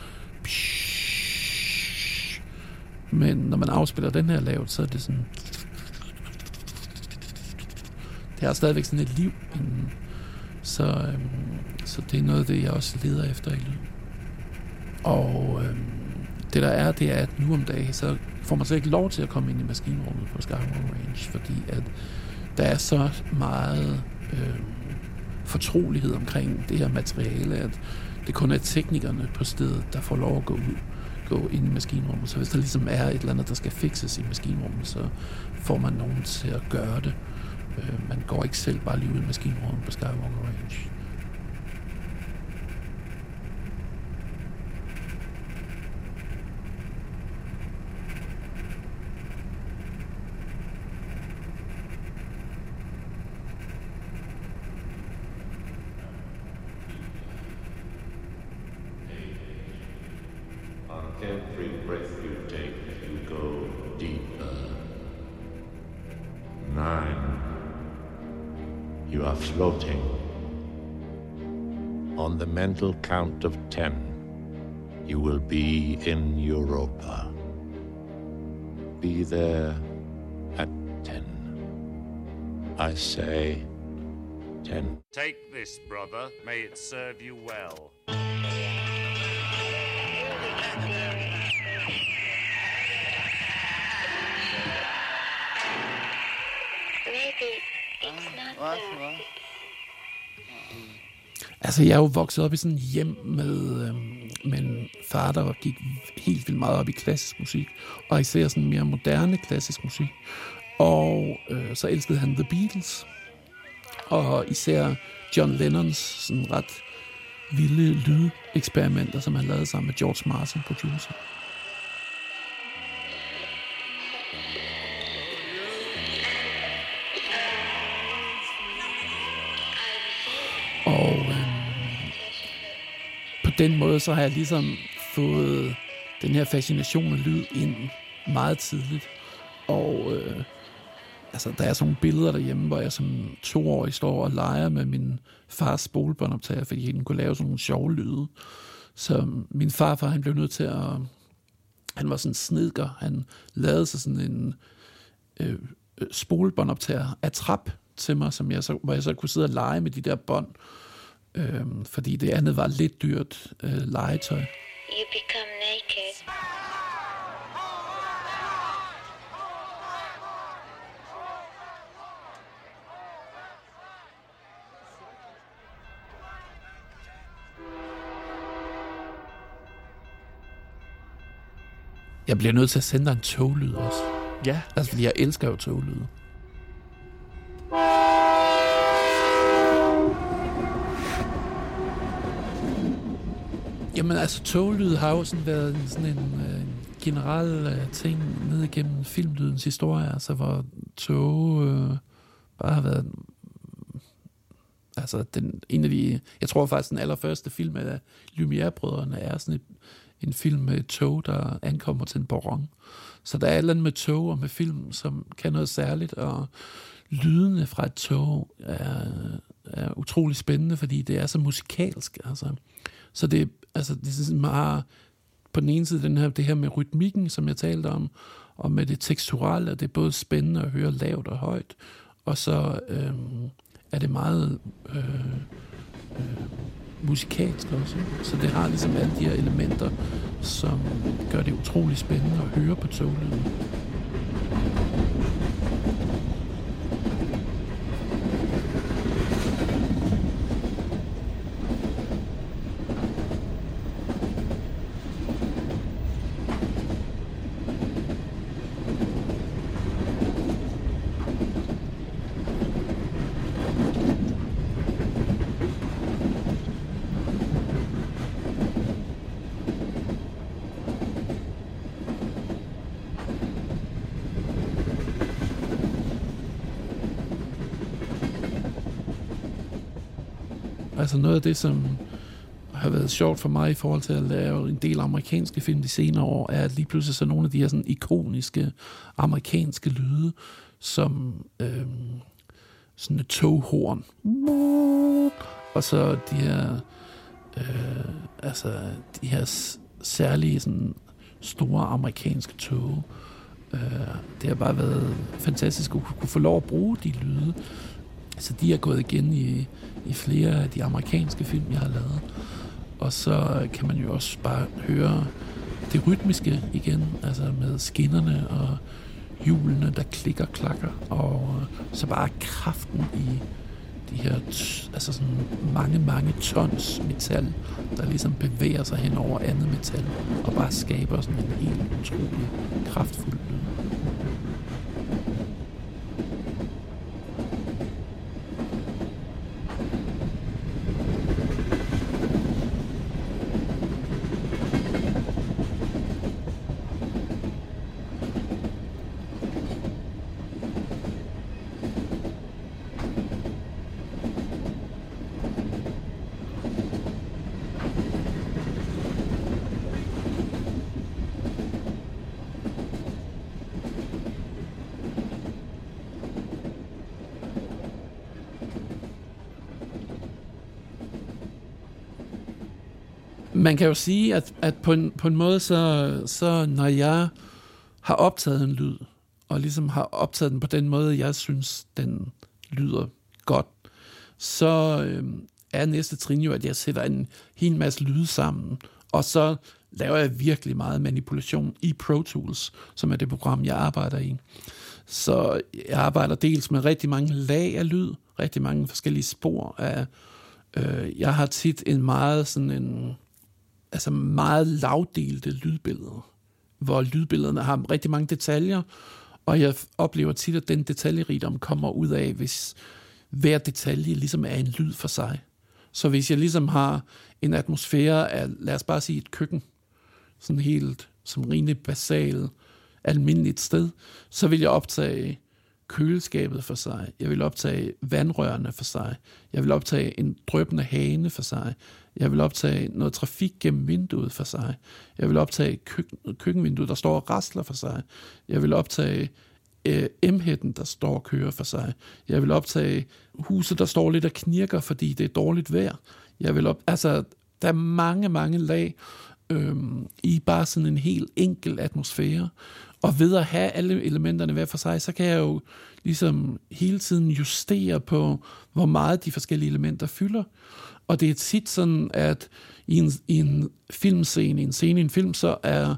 psh. Men når man afspiller den her lavt, så er det sådan, det har stadigvæk sådan et liv, så, øhm, så det er noget af det, jeg også leder efter i lyd. Og øhm, det der er, det er, at nu om dagen, så får man så ikke lov til at komme ind i maskinrummet på Skywalker Range, fordi at der er så meget øh, fortrolighed omkring det her materiale, at det kun er teknikerne på stedet, der får lov at gå ud, gå ind i maskinrummet. Så hvis der ligesom er et eller andet, der skal fikses i maskinrummet, så får man nogen til at gøre det. Øh, man går ikke selv bare lige ud i maskinrummet på Skywalker Range. Every breath you take, you go deeper. Nine. You are floating. On the mental count of ten, you will be in Europa. Be there at ten. I say ten. Take this, brother. May it serve you well. Maybe it's not there. Altså, jeg er jo vokset op i sådan et hjem med, øhm, med en far, der gik helt vildt meget op i klassisk musik, og især sådan mere moderne klassisk musik. Og øh, så elskede han The Beatles, og især John Lennons sådan ret vilde lydeksperimenter, som han lavede sammen med George Martin, producer. Og øh, på den måde, så har jeg ligesom fået den her fascination af lyd ind meget tidligt. Og øh, altså, der er sådan nogle billeder derhjemme, hvor jeg som toårig står og leger med min fars spolebåndoptager, fordi han kunne lave sådan nogle sjove lyde. Så min farfar, han blev nødt til at... Han var sådan en snedker. Han lavede sig sådan en øh, spolebåndoptager af trap til mig, som jeg så, hvor jeg så kunne sidde og lege med de der bånd. Øh, fordi det andet var lidt dyrt øh, legetøj. You become naked. Jeg bliver nødt til at sende dig en toglyd også. Ja. Altså, fordi jeg elsker jo toglyde. Jamen altså, toglyd har jo sådan været en, sådan en øh, generel øh, ting ned igennem filmlydens historie, altså hvor tog øh, bare har været altså den, en af de, jeg tror faktisk den allerførste film af Lumière-brødrene er sådan et, en film med et tog, der ankommer til en perron. Så der er et eller andet med tog og med film, som kan noget særligt, og lydene fra et tog er, er utrolig spændende, fordi det er så musikalsk, altså. Så det, altså, det er sådan meget, på den ene side den her, det her med rytmikken, som jeg talte om, og med det tekturelle, det er både spændende at høre lavt og højt, og så øhm, er det meget øh, øh, musikalsk også. Så det har ligesom alle de her elementer, som gør det utrolig spændende at høre på toglyden. Altså noget af det, som har været sjovt for mig i forhold til at lave en del amerikanske film de senere år, er at lige pludselig så nogle af de her sådan ikoniske amerikanske lyde, som øh, sådan et toghorn. Og så de her, øh, altså de her særlige sådan store amerikanske tog. Øh, det har bare været fantastisk at kunne få lov at bruge de lyde. Så de er gået igen i, i flere af de amerikanske film, jeg har lavet. Og så kan man jo også bare høre det rytmiske igen, altså med skinnerne og hjulene, der klikker og klakker. Og så bare kraften i de her altså sådan mange, mange tons metal, der ligesom bevæger sig hen over andet metal, og bare skaber sådan en helt utrolig kraftfuld lyd. Man kan jo sige, at, at på, en, på en måde, så, så når jeg har optaget en lyd, og ligesom har optaget den på den måde, jeg synes, den lyder godt, så øh, er næste trin jo, at jeg sætter en hel masse lyde sammen, og så laver jeg virkelig meget manipulation i Pro Tools, som er det program, jeg arbejder i. Så jeg arbejder dels med rigtig mange lag af lyd, rigtig mange forskellige spor af. Øh, jeg har tit en meget sådan en, altså meget lavdelte lydbilleder, hvor lydbillederne har rigtig mange detaljer, og jeg oplever tit, at den detaljerigdom kommer ud af, hvis hver detalje ligesom er en lyd for sig. Så hvis jeg ligesom har en atmosfære af, lad os bare sige et køkken, sådan helt som rimelig basal, almindeligt sted, så vil jeg optage køleskabet for sig, jeg vil optage vandrørene for sig, jeg vil optage en dryppende hane for sig, jeg vil optage noget trafik gennem vinduet for sig, jeg vil optage køkken, køkkenvinduet, der står og rasler for sig, jeg vil optage øh, M-hætten, der står og kører for sig, jeg vil optage huset, der står lidt og knirker, fordi det er dårligt vejr, jeg vil op, altså, der er mange, mange lag øhm, i bare sådan en helt enkel atmosfære, og ved at have alle elementerne hver for sig, så kan jeg jo ligesom hele tiden justere på, hvor meget de forskellige elementer fylder. Og det er tit sådan, at i en, i en filmscene, i en scene i en film, så er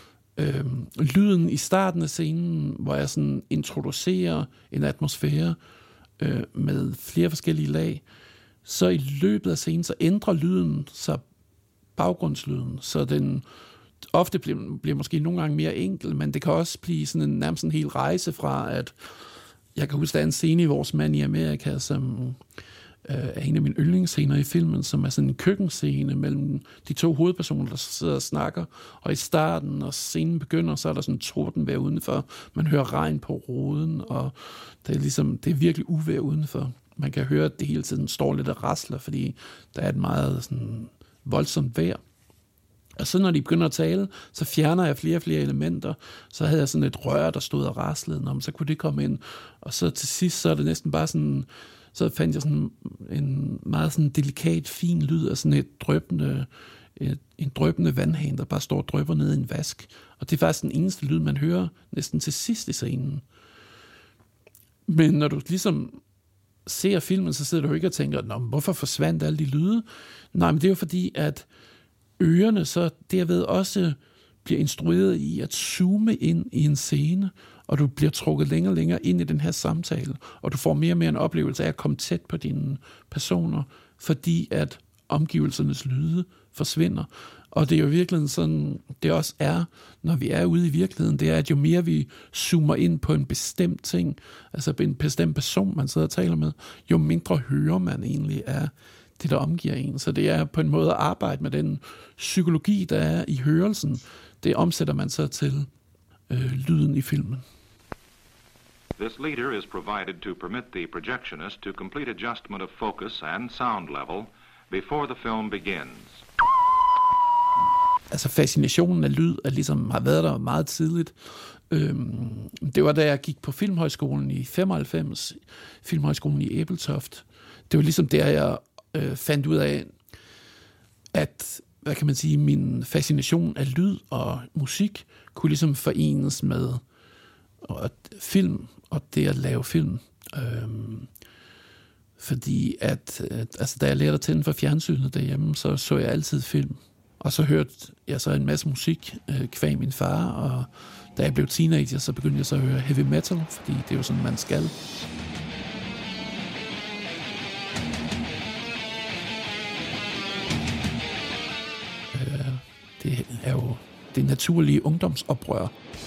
øh, lyden i starten af scenen, hvor jeg sådan introducerer en atmosfære øh, med flere forskellige lag, så i løbet af scenen, så ændrer lyden sig, baggrundslyden, så den ofte bliver, bliver måske nogle gange mere enkel, men det kan også blive sådan en, nærmest en hel rejse fra, at jeg kan huske, der er en scene i Vores Mand i Amerika, som øh, er en af mine yndlingsscener i filmen, som er sådan en køkkenscene mellem de to hovedpersoner, der sidder og snakker, og i starten, når scenen begynder, så er der sådan en tordenvejr udenfor, man hører regn på ruden, og det er ligesom, det er virkelig uvejr udenfor. Man kan høre, at det hele tiden står lidt og rasler, fordi der er et meget sådan voldsomt vejr. Og så når de begynder at tale, så fjerner jeg flere og flere elementer. Så havde jeg sådan et rør, der stod og raslede, og så kunne det komme ind. Og så til sidst, så er det næsten bare sådan, så fandt jeg sådan en meget sådan delikat, fin lyd af sådan et dryppende, et, en dryppende vandhane, der bare står og drypper ned i en vask. Og det er faktisk den eneste lyd, man hører næsten til sidst i scenen. Men når du ligesom ser filmen, så sidder du ikke og tænker, nå, hvorfor forsvandt alle de lyde? Nej, men det er jo fordi, at ørerne så derved også bliver instrueret i at zoome ind i en scene, og du bliver trukket længere og længere ind i den her samtale, og du får mere og mere en oplevelse af at komme tæt på dine personer, fordi at omgivelsernes lyde forsvinder. Og det er jo virkelig sådan, det også er, når vi er ude i virkeligheden, det er, at jo mere vi zoomer ind på en bestemt ting, altså en bestemt person, man sidder og taler med, jo mindre hører man egentlig af det, der omgiver en. Så det er på en måde at arbejde med den psykologi, der er i hørelsen. Det omsætter man så til øh, lyden i filmen. This leader is provided to permit the projectionist to complete adjustment of focus and sound level before the film begins. Altså fascinationen af lyd er ligesom, har været der meget tidligt. Øhm, det var da jeg gik på Filmhøjskolen i femoghalvfems, Filmhøjskolen i Ebeltoft. Det var ligesom der, jeg øh, fandt ud af, at, hvad kan man sige, min fascination af lyd og musik kunne ligesom forenes med og film og det at lave film. Øhm, fordi at, at, altså da jeg lærte at tænde for fjernsynet derhjemme, så så jeg altid film. Og så hørte jeg så en masse musik øh, kvæg min far, og da jeg blev teenager, så begyndte jeg så at høre heavy metal, fordi det er jo sådan, man skal. Øh, det er jo det naturlige ungdomsoprør.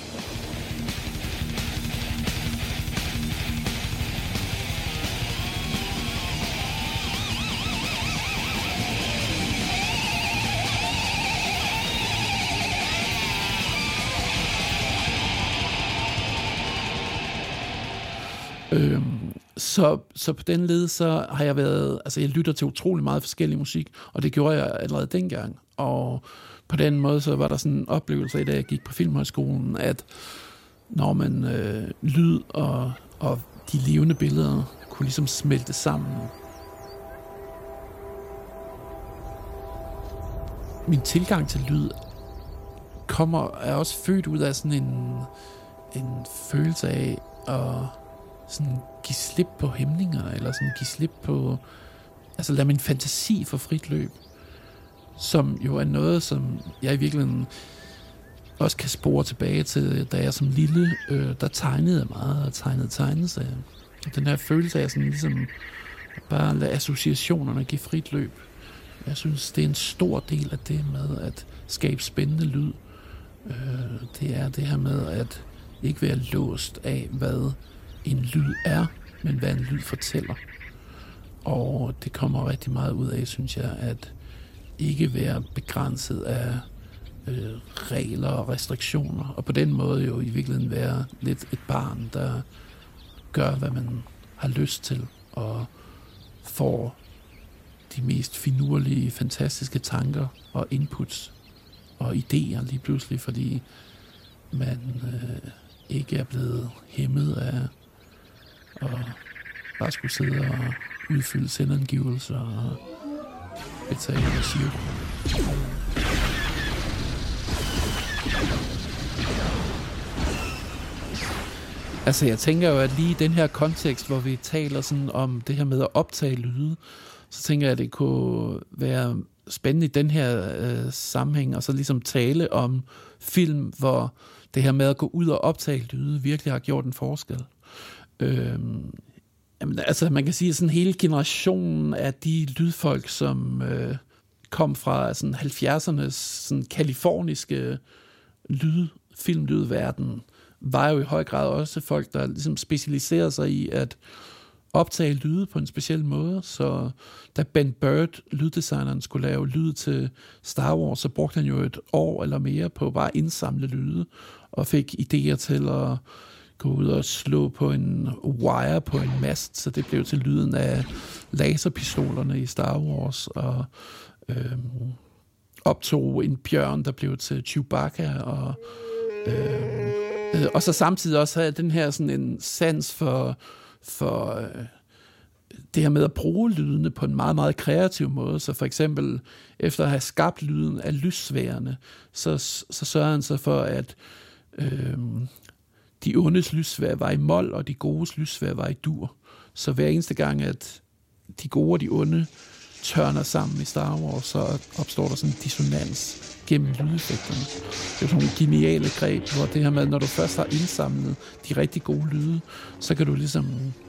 Øhm, så, så på den led, så har jeg været, altså jeg lytter til utrolig meget forskellig musik, og det gjorde jeg allerede dengang, og på den måde, så var der sådan en oplevelse af, da jeg gik på Filmhøjskolen, at når man øh, lyd og, og de levende billeder kunne ligesom smelte sammen. min tilgang til lyd kommer, er også født ud af sådan en, en følelse af at sådan give slip på hæmningerne, eller sådan give slip på, altså lade min fantasi få frit løb, som jo er noget, som jeg i virkeligheden også kan spore tilbage til, da jeg som lille, øh, der tegnede jeg meget, og tegnede tegneserier. Den her følelse af sådan ligesom bare lade associationerne give frit løb. Jeg synes, det er en stor del af det med at skabe spændende lyd. Øh, det er det her med at ikke være låst af, hvad en lyd er, men hvad en lyd fortæller. Og det kommer rigtig meget ud af, synes jeg, at ikke være begrænset af øh, regler og restriktioner, og på den måde jo i virkeligheden være lidt et barn, der gør, hvad man har lyst til, og får de mest finurlige, fantastiske tanker og inputs og idéer lige pludselig, fordi man øh, ikke er blevet hæmmet af at bare skulle sidde og udfylde sendangivelser og betale regi. Altså, jeg tænker jo, at lige i den her kontekst, hvor vi taler sådan om det her med at optage lyde, så tænker jeg, at det kunne være spændende i den her øh, sammenhæng, og så ligesom tale om film, hvor det her med at gå ud og optage lyde virkelig har gjort en forskel. Øhm, jamen, altså, man kan sige, at sådan hele generationen af de lydfolk, som øh, kom fra sådan halvfjerdsernes sådan kaliforniske lyd, filmlydverden, var jo i høj grad også folk, der ligesom specialiserede sig i at optage lyde på en speciel måde. Så da Ben Burtt, lyddesigneren, skulle lave lyd til Star Wars, så brugte han jo et år eller mere på bare at indsamle lyde, og fik idéer til at gå ud og slå på en wire på en mast, så det blev til lyden af laserpistolerne i Star Wars, og øhm, optog en bjørn, der blev til Chewbacca, og øhm, øh, og så samtidig også havde den her sådan en sans for, for øh, det her med at bruge lydene på en meget, meget kreativ måde. Så for eksempel, efter at have skabt lyden af lyssfærerne, så, så sørger han så for, at øh, de ondes lyssfære var i mol, og de godes lyssfære var i dur. Så hver eneste gang, at de gode og de onde tørner sammen i Star Wars, så opstår der sådan en dissonans gennem lydeffekterne. Det er sådan nogle geniale greb, hvor det her med, når du først har indsamlet de rigtig gode lyde, så kan du ligesom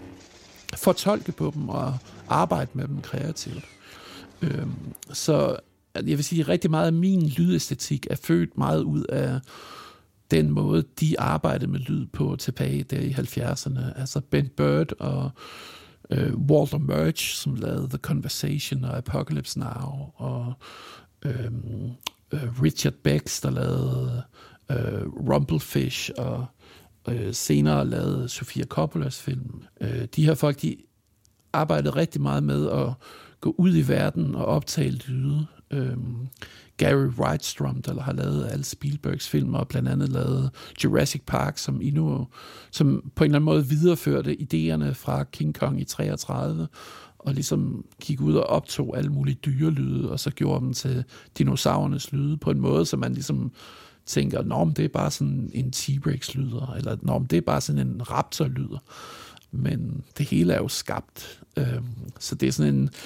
fortolke på dem og arbejde med dem kreativt. Øhm, så jeg vil sige, at rigtig meget af min lydæstetik er født meget ud af den måde, de arbejdede med lyd på tilbage der i halvfjerdserne. Altså Ben Burtt og øh, Walter Murch, som lavede The Conversation og Apocalypse Now, og øh, øh, Richard Becks, der lavede øh, Rumblefish, og øh, senere lavede Sofia Coppolas film. Øh, de her folk, de arbejdede rigtig meget med at gå ud i verden og optage lyde. Øh, Gary Wrightstrom, der har lavet alle Spielbergs film, og blandt andet lavet Jurassic Park, som endnu, som på en eller anden måde videreførte idéerne fra King Kong i treogtredive, og ligesom gik ud og optog alle mulige dyrelyde, og så gjorde dem til dinosaurernes lyde på en måde, så man ligesom tænker, nå, det er bare sådan en T-Rex lyder, eller nå, det er bare sådan en raptor lyder. Men det hele er jo skabt. Så det er sådan en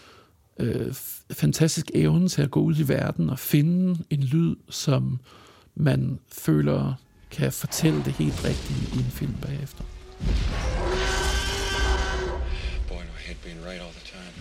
øh, fantastisk evne til at gå ud i verden og finde en lyd, som man føler kan fortælle det helt rigtigt i en film bagefter. Boy, no head being right all the time.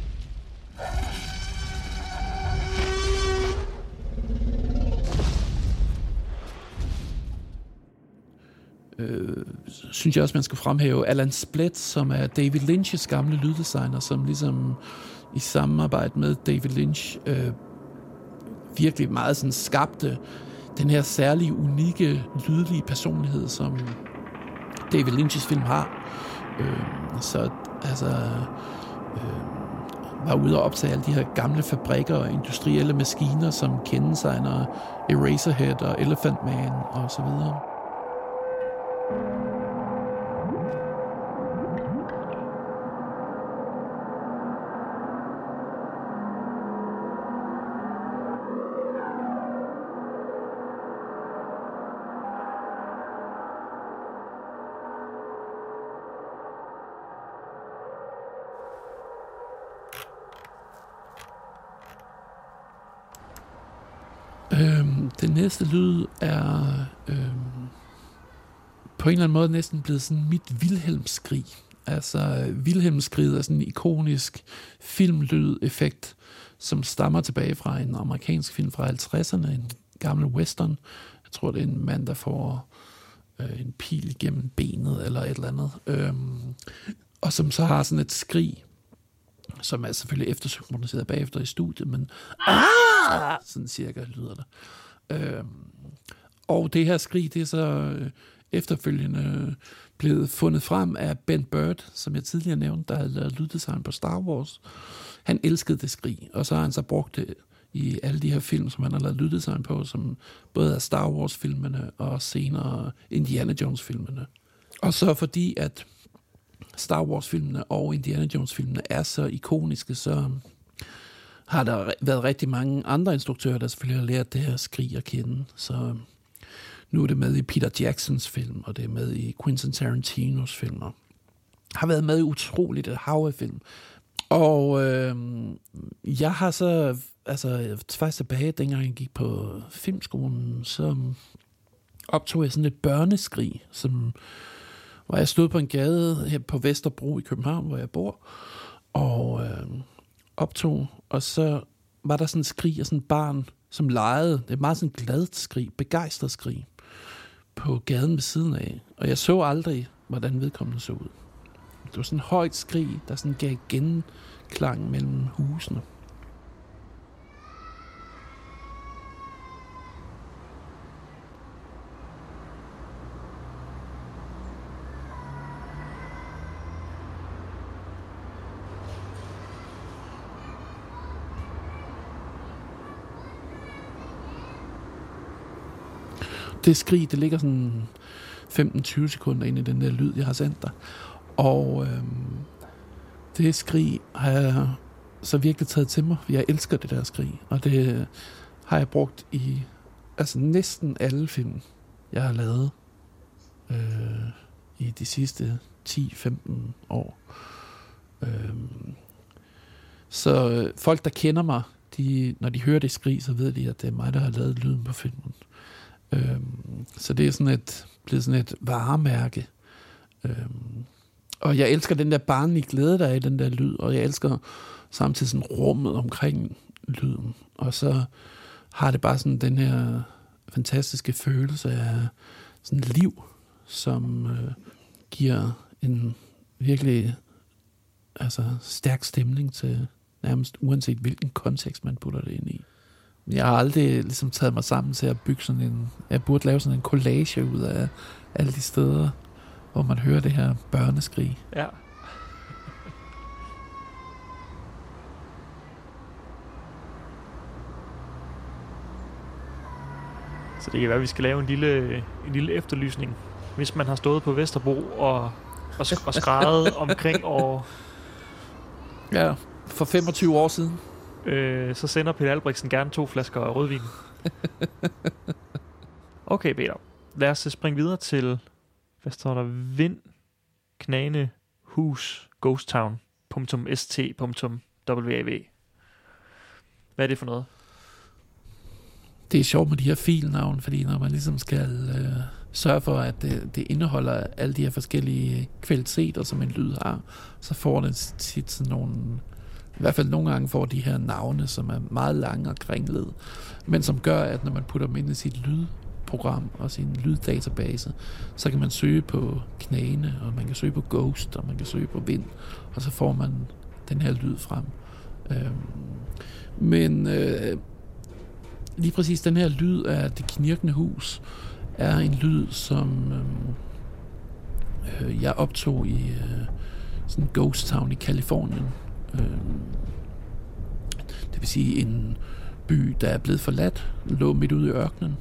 Øh, synes jeg også, man skal fremhæve Alan Split, som er David Lynch's gamle lyddesigner, som ligesom i samarbejde med David Lynch øh, virkelig meget sådan skabte den her særlige, unikke, lydlige personlighed, som David Lynch's film har. Øh, så altså øh, var ude og optage alle de her gamle fabrikker og industrielle maskiner, som kendetegner Eraserhead og Elephant Man og så videre. Øhm, den næste lyd er øhm, på en eller anden måde næsten blevet sådan mit Wilhelm-skrig. Altså, Wilhelm-skriget er sådan en ikonisk filmlyd-effekt, som stammer tilbage fra en amerikansk film fra halvtredserne, en gammel western. Jeg tror, det er en mand, der får øh, en pil igennem benet, eller et eller andet. Øhm, og som så har sådan et skrig, som er selvfølgelig eftersynkroniseret bagefter i studiet, men ah! sådan cirka lyder det. Øhm, og det her skrig, det er så øh, efterfølgende blevet fundet frem af Ben Bird, som jeg tidligere nævnte, der havde lavet lyddesign på Star Wars. Han elskede det skrig, og så har han så brugt det i alle de her film, som han har lavet lyddesign på, som både er Star Wars-filmene og senere Indiana Jones-filmene. Og så fordi, at Star Wars-filmene og Indiana Jones-filmene er så ikoniske, så har der været rigtig mange andre instruktører, der selvfølgelig har lært det her skrig at kende. Så nu er det med i Peter Jacksons film, og det er med i Quentin Tarantinos filmer. Har været med i utroligt et hav af film. Og øh, jeg har så, altså faktisk tilbage, dengang jeg gik på filmskolen, så optog jeg sådan et børneskrig, som, hvor jeg stod på en gade her på Vesterbro i København, hvor jeg bor, og øh, optog, og så var der sådan et skrig af sådan et barn, som legede. Det er meget sådan glad skrig, begejstret skrig, på gaden ved siden af. Og jeg så aldrig, hvordan vedkommende så ud. Det var sådan et højt skrig, der sådan gav genklang mellem husene. Det skrig, det ligger sådan femten til tyve sekunder inde i den der lyd, jeg har sendt dig. Og øhm, det skrig har jeg så virkelig taget til mig. Jeg elsker det der skrig, og det har jeg brugt i altså næsten alle film, jeg har lavet øh, i de sidste ti til femten år. Øhm, så folk, der kender mig, de, når de hører det skrig, så ved de, at det er mig, der har lavet lyden på filmen. Øhm, så det er sådan et, blevet sådan et varemærke. Øhm, og jeg elsker den der barnlige glæde, der er i den der lyd, og jeg elsker samtidig sådan rummet omkring lyden. Og så har det bare sådan den her fantastiske følelse af sådan liv, som øh, giver en virkelig altså stærk stemning til nærmest uanset hvilken kontekst man putter det ind i. Jeg har aldrig ligesom taget mig sammen til at bygge sådan en... Jeg burde lave sådan en collage ud af alle de steder, hvor man hører det her børneskrig. Ja. Så det kan være, at vi skal lave en lille, en lille efterlysning. Hvis man har stået på Vesterbro og, og, og skrædet omkring år... Ja, for femogtyve år siden. Øh, så sender Peter Albrechtsen gerne to flasker rødvin. Okay, Peter. Lad os springe videre til, hvad står der? Vind, knagende, hus, ghost town, .st, .wav. Hvad er det for noget? Det er sjovt med de her filnavn, fordi når man ligesom skal øh, sørge for, at det, det indeholder alle de her forskellige kvaliteter, som en lyd har, så får det tit sådan nogle... I hvert fald nogle gange får de her navne, som er meget lange og kringlede, men som gør, at når man putter dem ind i sit lydprogram og sin lyddatabase, så kan man søge på knagene, og man kan søge på ghost, og man kan søge på vind, og så får man den her lyd frem. Øhm, men øh, lige præcis den her lyd af det knirkende hus er en lyd, som øh, jeg optog i øh, sådan en ghost town i Californien. Det vil sige en by, der er blevet forladt, lå midt ude i ørkenen,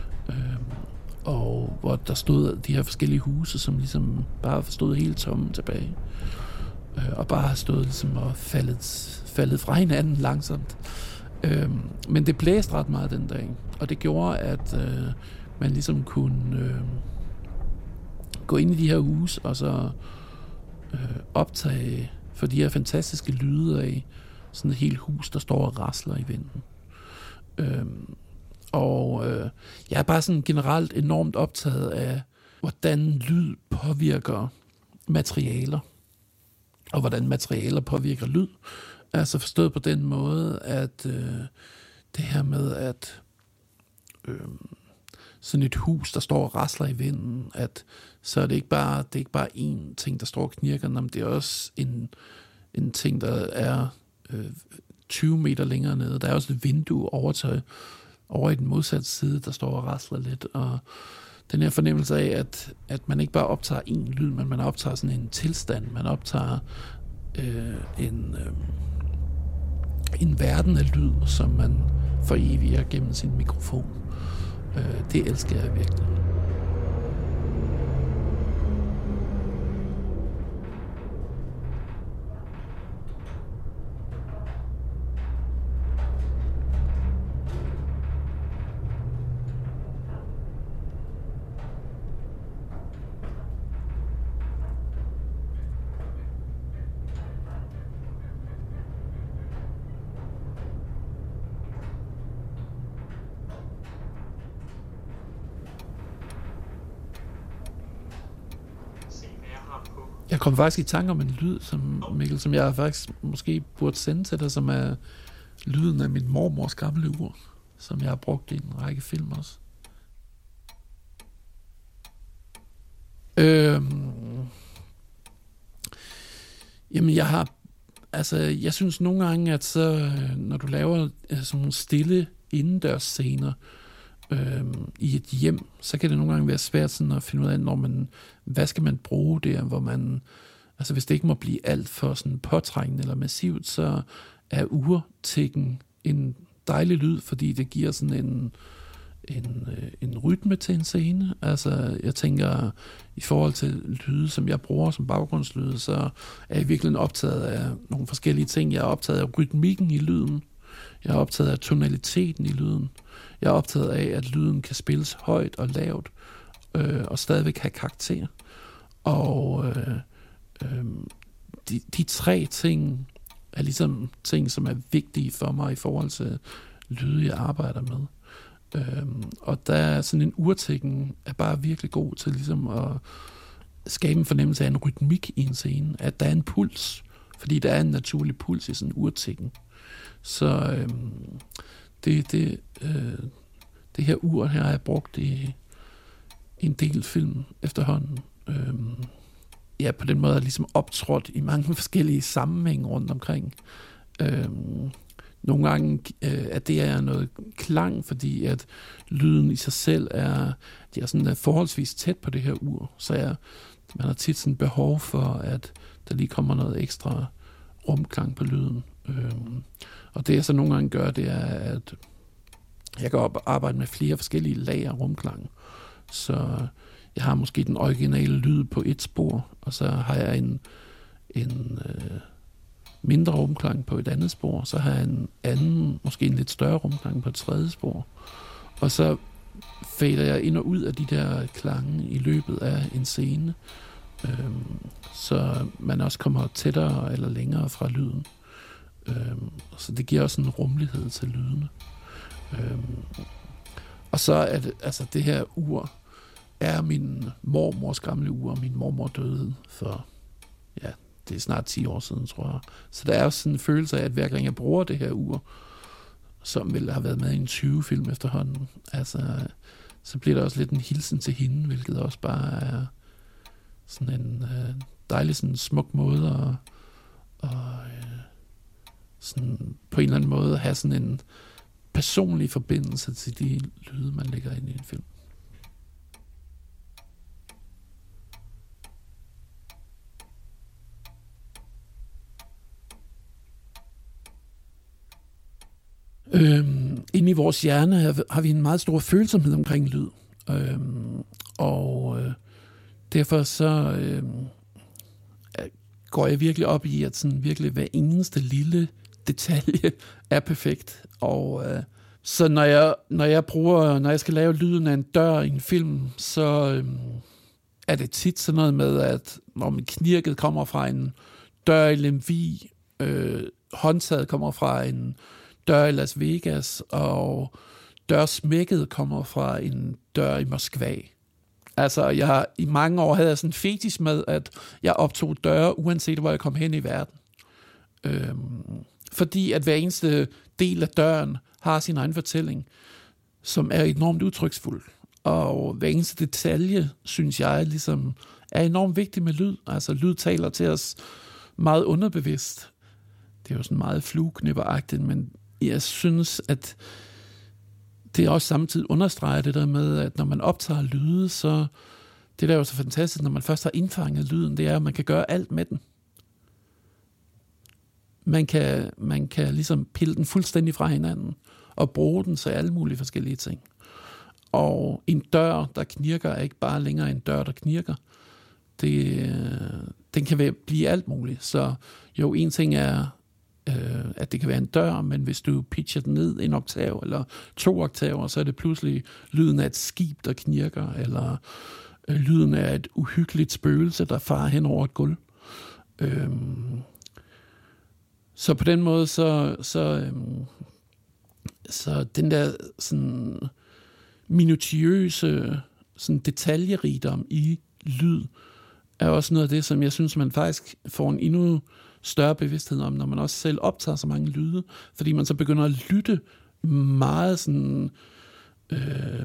og hvor der stod de her forskellige huse, som ligesom bare stod helt tomme tilbage, og bare stod ligesom og faldet, faldet fra hinanden langsomt. Men det blæste ret meget den dag, og det gjorde, at man ligesom kunne gå ind i de her huse og så optage for de her fantastiske lyde af sådan et helt hus, der står og rasler i vinden. Øhm, Og øh, jeg er bare sådan generelt enormt optaget af, hvordan lyd påvirker materialer, og hvordan materialer påvirker lyd. Altså forstået på den måde, at øh, det her med, at øh, sådan et hus, der står og rasler i vinden, at så er det ikke bare, det er ikke bare én ting, der står og knirker, men det er også en, en ting, der er øh, tyve meter længere nede. Der er også et vindue over, til, over i den modsatte side, der står og rasler lidt, og den her fornemmelse af, at, at man ikke bare optager én lyd, men man optager sådan en tilstand, man optager øh, en, øh, en verden af lyd, som man foreviger gennem sin mikrofon. Øh, det elsker jeg virkelig. Jeg kom faktisk i tanke om en lyd, som, Mikkel, som jeg faktisk måske burde sende til dig, som er lyden af min mormors gamle ur, som jeg har brugt i en række film også. Øhm, jamen, jeg har... Altså, jeg synes nogle gange, at så, når du laver sådan nogle stille indendørs scener, Øhm, i et hjem, så kan det nogle gange være svært sådan at finde ud af, når man, hvad skal man bruge der, hvor man, altså hvis det ikke må blive alt for sådan påtrængende eller massivt, så er urtikken en dejlig lyd, fordi det giver sådan en, en, en rytme til en scene. Altså jeg tænker, i forhold til lyde, som jeg bruger som baggrundslyde, så er jeg virkelig optaget af nogle forskellige ting. Jeg er optaget af rytmikken i lyden. Jeg er optaget af tonaliteten i lyden. Jeg er optaget af, at lyden kan spilles højt og lavt, øh, og stadigvæk have karakter. Og øh, øh, de, de tre ting er ligesom ting, som er vigtige for mig i forhold til lyde, jeg arbejder med. Øh, og der er sådan en urtikken, er bare virkelig god til ligesom at skabe en fornemmelse af en rytmik i en scene, at der er en puls, fordi der er en naturlig puls i sådan en urtikken. Så øh, det, det, øh, det her ur her har jeg brugt i en del film efterhånden. Øh, ja, på den måde er ligesom optrådt i mange forskellige sammenhænge rundt omkring. Øh, nogle gange øh, er det er noget klang, fordi at lyden i sig selv er, de er sådan er forholdsvis tæt på det her ur, så jeg, man har tit sådan behov for, at der lige kommer noget ekstra rumklang på lyden. Øh, og det jeg så nogle gange gør, det er, at jeg kan arbejde med flere forskellige lag af rumklang. Så jeg har måske den originale lyd på et spor, og så har jeg en, en øh, mindre rumklang på et andet spor, så har jeg en anden, måske en lidt større rumklang på et tredje spor. Og så fader jeg ind og ud af de der klange i løbet af en scene, øh, så man også kommer tættere eller længere fra lyden. Øhm, så det giver også en rummelighed til lydene. Øhm, og så er det, altså det her ur er min mormors gamle ur, og min mormor døde for, ja, det er snart ti år siden, tror jeg. Så der er også sådan en følelse af, at hver gang jeg bruger det her ur, som vel har været med i en tyve film efterhånden, altså, så bliver der også lidt en hilsen til hende, hvilket også bare er sådan en øh, dejlig, sådan smuk måde at, og, øh, sådan på en eller anden måde have sådan en personlig forbindelse til de lyde, man lægger ind i en film. Øhm, inde i vores hjerne har vi en meget stor følsomhed omkring lyd. Øhm, og øh, derfor så øh, går jeg virkelig op i, at sådan virkelig hver eneste lille detalje er perfekt. Og øh, så når jeg, når jeg bruger, når jeg skal lave lyden af en dør i en film, så øh, er det tit sådan noget med, at når min knirket kommer fra en dør i Lemvig, øh, håndtaget kommer fra en dør i Las Vegas, og dørsmækket kommer fra en dør i Moskva. Altså, jeg, i mange år havde jeg sådan en fetis med, at jeg optog døre, uanset hvor jeg kom hen i verden. Øhm, fordi at hver eneste del af døren har sin egen fortælling, som er enormt udtryksfuld. Og hver eneste detalje, synes jeg, ligesom er enormt vigtig med lyd. Altså, lyd taler til os meget underbevidst. Det er jo sådan meget flueknipperagtigt, men jeg synes, at det også samtidig understreger det der med, at når man optager lyde, så det der er jo så fantastisk, når man først har indfanget lyden, det er, at man kan gøre alt med den. Man kan, man kan ligesom pille den fuldstændig fra hinanden og bruge den til alle mulige forskellige ting. Og en dør, der knirker, er ikke bare længere en dør, der knirker. Det, den kan være, blive alt muligt. Så jo, en ting er, øh, at det kan være en dør, men hvis du pitcher den ned en oktav eller to oktaver, så er det pludselig lyden af et skib, der knirker, eller øh, lyden af et uhyggeligt spøgelse, der farer hen over et gulv. Øhm, så på den måde, så, så, øhm, så den der sådan minutiøse sådan detaljerigdom i lyd, er også noget af det, som jeg synes, man faktisk får en endnu større bevidsthed om, når man også selv optager så mange lyde, fordi man så begynder at lytte meget sådan, øh,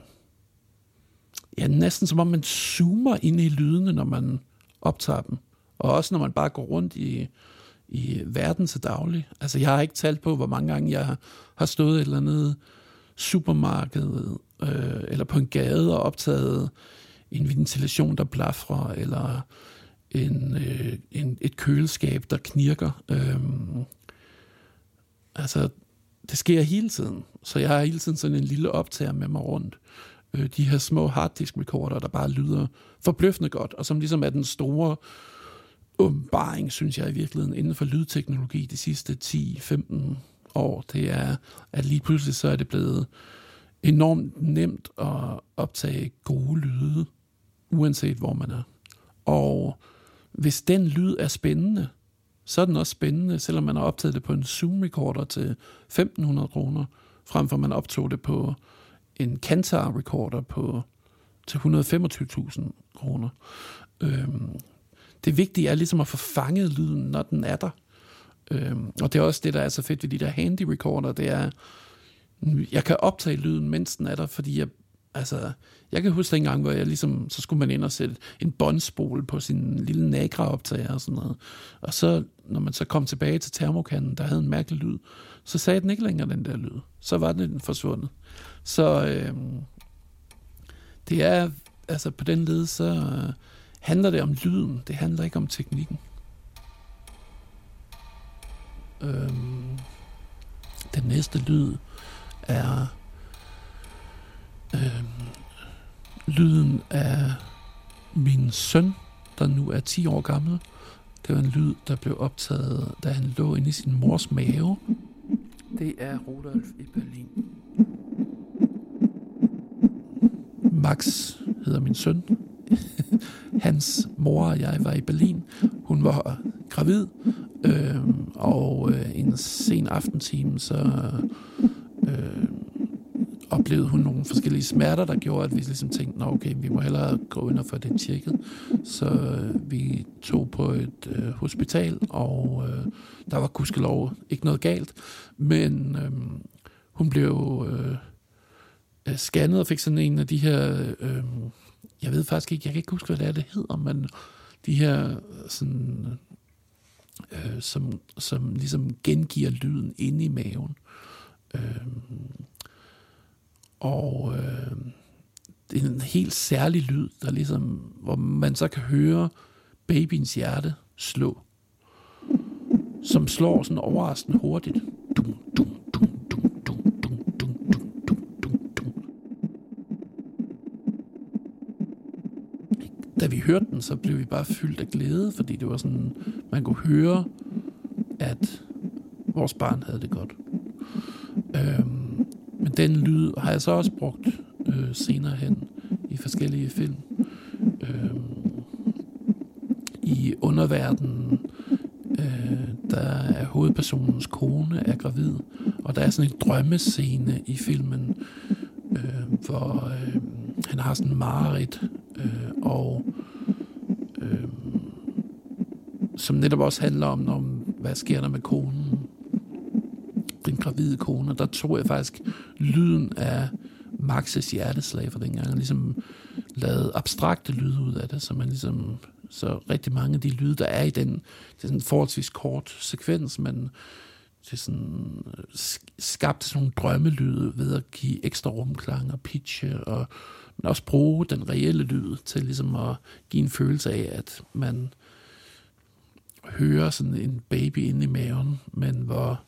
ja, næsten som om man zoomer ind i lydene, når man optager dem, og også når man bare går rundt i, i verden til daglig. Altså, jeg har ikke talt på, hvor mange gange jeg har stået et eller andet supermarked, øh, eller på en gade og optaget en ventilation, der blafrer, eller en, øh, en, et køleskab, der knirker. Øhm, altså, det sker hele tiden. Så jeg har hele tiden sådan en lille optager med mig rundt. Øh, de her små harddisk recorder, der bare lyder forbløffende godt, og som ligesom er den store åbenbaring, synes jeg i virkeligheden, inden for lydteknologi de sidste ti til femten år. Det er, at lige pludselig så er det blevet enormt nemt at optage gode lyde, uanset hvor man er. Og hvis den lyd er spændende, så er den også spændende, selvom man har optaget det på en Zoom-recorder til femten hundrede kroner, frem for man optog det på en Kantar-recorder på, til et hundrede og femogtyve tusind kroner. Øhm, det vigtige er ligesom at få fanget lyden, når den er der. Øhm, og det er også det, der er så fedt ved de der handy-recorder, det er, jeg kan optage lyden, mens den er der, fordi jeg Altså, jeg kan huske en gang, hvor jeg ligesom, så skulle man ind og sætte en båndspole på sin lille Nagra-optager og sådan noget. Og så, når man så kom tilbage til termokanden, der havde en mærkelig lyd, så sagde den ikke længere den der lyd. Så var den forsvundet. Så øh, det er, altså på den led, så øh, handler det om lyden. Det handler ikke om teknikken. Øh, den næste lyd er Øh, lyden af min søn, der nu er ti år gammel. Det var en lyd, der blev optaget, da han lå inde i sin mors mave. Det er Rudolf i Berlin. Max hedder min søn. Hans mor og jeg var i Berlin. Hun var gravid, øh, og øh, en sen aftentime, så øh, oplevede hun nogle forskellige smerter, der gjorde, at vi ligesom tænkte, nå okay, vi må hellere gå ind og få det tjekket. Så øh, vi tog på et øh, hospital, og øh, der var gudskelov ikke noget galt, men øh, hun blev øh, scannet og fik sådan en af de her, øh, jeg ved faktisk ikke, jeg kan ikke huske, hvad det er, det hedder, men de her sådan, øh, som, som ligesom gengiver lyden inde i maven. Øh, Og øh, det er en helt særlig lyd, der ligesom, hvor man så kan høre babyens hjerte slå, som slår sådan overraskende hurtigt. Dum, dum, dum, dum, dum, dum, dum, dum, dum, dum, dum. Da vi hørte den, så blev vi bare fyldt af glæde, fordi det var sådan, man kunne høre, at vores barn havde det godt. Øhm, Men den lyd har jeg så også brugt øh, senere hen i forskellige film. Øh, I underverdenen, øh, der er hovedpersonens kone er gravid, Og der er sådan en drømmescene i filmen, øh, hvor øh, han har sådan en mareridt, øh, og øh, som netop også handler om, om, hvad sker der med konen, den gravide kone. Der tog jeg faktisk lyden af Maxes hjerteslag for dengang, og ligesom lavede abstrakte lyde ud af det, så man ligesom, så rigtig mange af de lyde, der er i den, det er sådan en forholdsvis kort sekvens, men det er sådan skabt sådan nogle drømmelyde ved at give ekstra rumklang og pitch, og men også bruge den reelle lyd til ligesom at give en følelse af, at man hører sådan en baby inde i maven, men hvor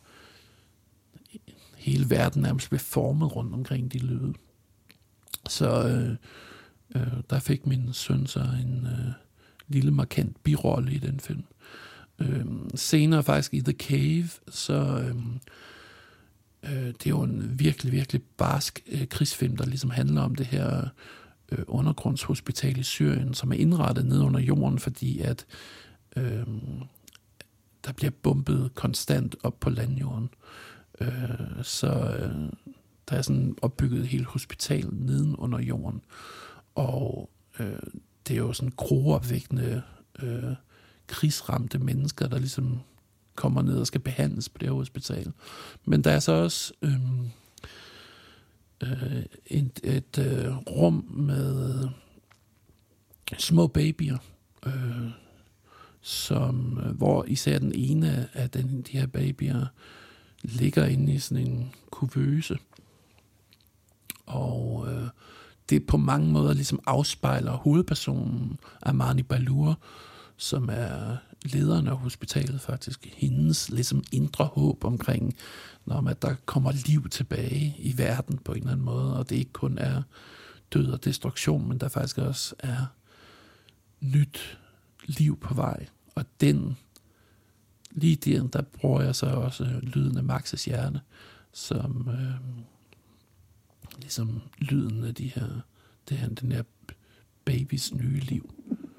hele verden nærmest blev formet rundt omkring de lyde. Så øh, øh, der fik min søn så en øh, lille markant birolle i den film. Øh, senere faktisk i The Cave, så øh, øh, det er jo en virkelig, virkelig barsk øh, krigsfilm, der ligesom handler om det her øh, undergrundshospital i Syrien, som er indrettet ned under jorden, fordi at øh, der bliver bombet konstant op på landjorden. Øh, så øh, der er sådan opbygget et helt hospital neden under jorden, og øh, det er jo sådan groopvækkende øh, krigsramte mennesker, der ligesom kommer ned og skal behandles på det her hospital. Men der er så også øh, øh, et, et øh, rum med små babyer, øh, som, hvor især den ene af den, de her babyer ligger inde i sådan en kuvøse. Og øh, det på mange måder ligesom afspejler hovedpersonen Amani Ballour, som er lederen af hospitalet faktisk. Hendes ligesom indre håb omkring, når at der kommer liv tilbage i verden på en eller anden måde, og det ikke kun er død og destruktion, men der faktisk også er nyt liv på vej. Og den lige der, der bruger jeg så også lyden af Maxes hjerte, som øh, ligesom lyden af de her, det her, den her babys nye liv.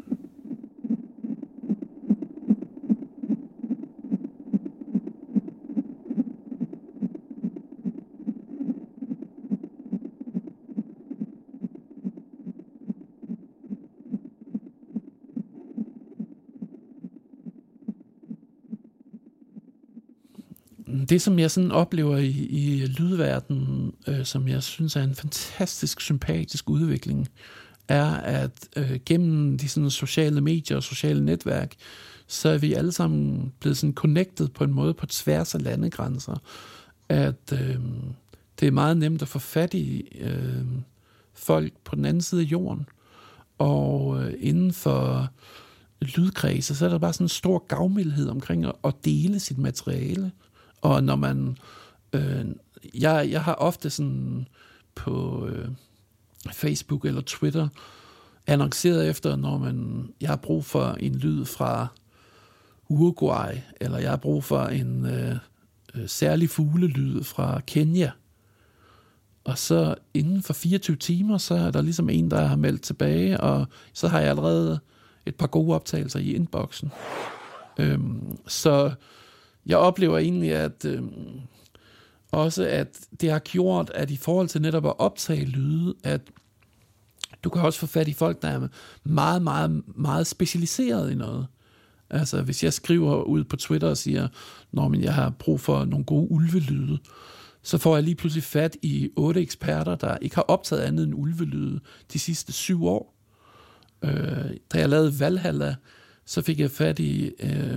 Det, som jeg sådan oplever i, i lydverdenen, øh, som jeg synes er en fantastisk sympatisk udvikling, er, at øh, gennem de sådan sociale medier og sociale netværk, så er vi alle sammen blevet sådan connected på en måde på tværs af landegrænser, at øh, det er meget nemt at få fat i øh, folk på den anden side af jorden, og øh, inden for lydkredse, så er der bare sådan en stor gavmildhed omkring at, at dele sit materiale. Og når man, øh, jeg, jeg har ofte sådan på øh, Facebook eller Twitter annonceret efter, når man, jeg har brug for en lyd fra Uruguay, eller jeg har brug for en øh, øh, særlig fuglelyd fra Kenya. Og så inden for fireogtyve timer, så er der ligesom en, der har meldt tilbage, og så har jeg allerede et par gode optagelser i inboxen. Øhm, så jeg oplever egentlig, at øh, også at det har gjort, at i forhold til netop at optage lyde, at du kan også få fat i folk, der er meget, meget, meget specialiseret i noget. Altså, hvis jeg skriver ud på Twitter og siger, når men jeg har brug for nogle gode ulvelyde, så får jeg lige pludselig fat i otte eksperter, der ikke har optaget andet end ulvelyde de sidste syv år. Øh, da jeg lavede Valhalla, så fik jeg fat i øh,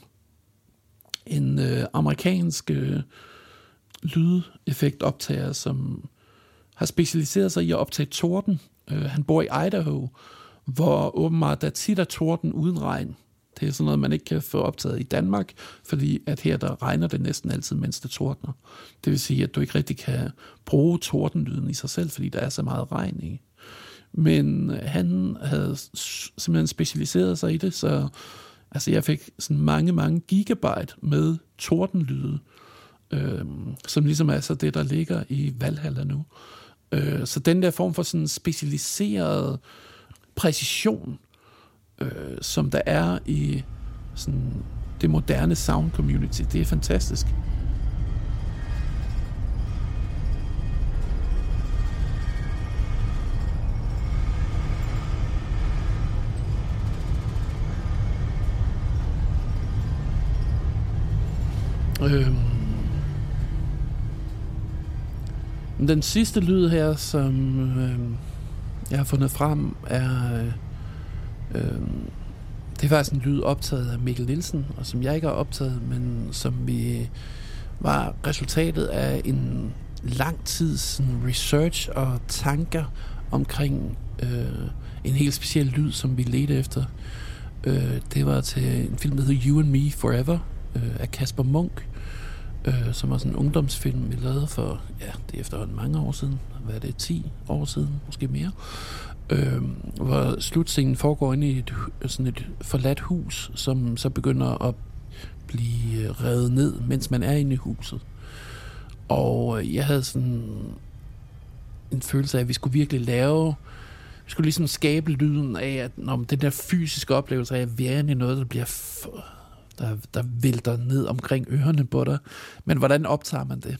en øh, amerikansk øh, lydeffektoptager, som har specialiseret sig i at optage torden. Øh, han bor i Idaho, hvor åbenbart der tit er torden uden regn. Det er sådan noget, man ikke kan få optaget i Danmark, fordi at her der regner det næsten altid, mens det tordner. Det vil sige, at du ikke rigtig kan bruge tordenlyden i sig selv, fordi der er så meget regn i. Men han havde simpelthen specialiseret sig i det, så altså jeg fik sådan mange, mange gigabyte med tordenlyde, øh, som ligesom er så det, der ligger i Valhalla nu. Øh, så den der form for sådan specialiseret præcision, øh, som der er i sådan det moderne sound community, det er fantastisk. Øhm. Den sidste lyd her, som øh, jeg har fundet frem, er øh, øh, det er faktisk en lyd optaget af Mikkel Nielsen, og som jeg ikke har optaget, men som vi var resultatet af en lang tids sådan, research og tanker omkring øh, en helt speciel lyd, som vi ledte efter. Øh, det var til en film, der hedder You and Me Forever øh, af Kasper Munk, øh, som var sådan en ungdomsfilm, vi lavede for, ja, det er efterhånden mange år siden. Hvad er det, ti år siden, måske mere? Øh, hvor slutscenen foregår inde i et, sådan et forladt hus, som så begynder at blive revet ned, mens man er inde i huset. Og jeg havde sådan en følelse af, at vi skulle virkelig lave, vi skulle ligesom skabe lyden af, at når den der fysiske oplevelse af at være inde i noget, der bliver for, der, der vælter ned omkring ørerne på dig. Men hvordan optager man det?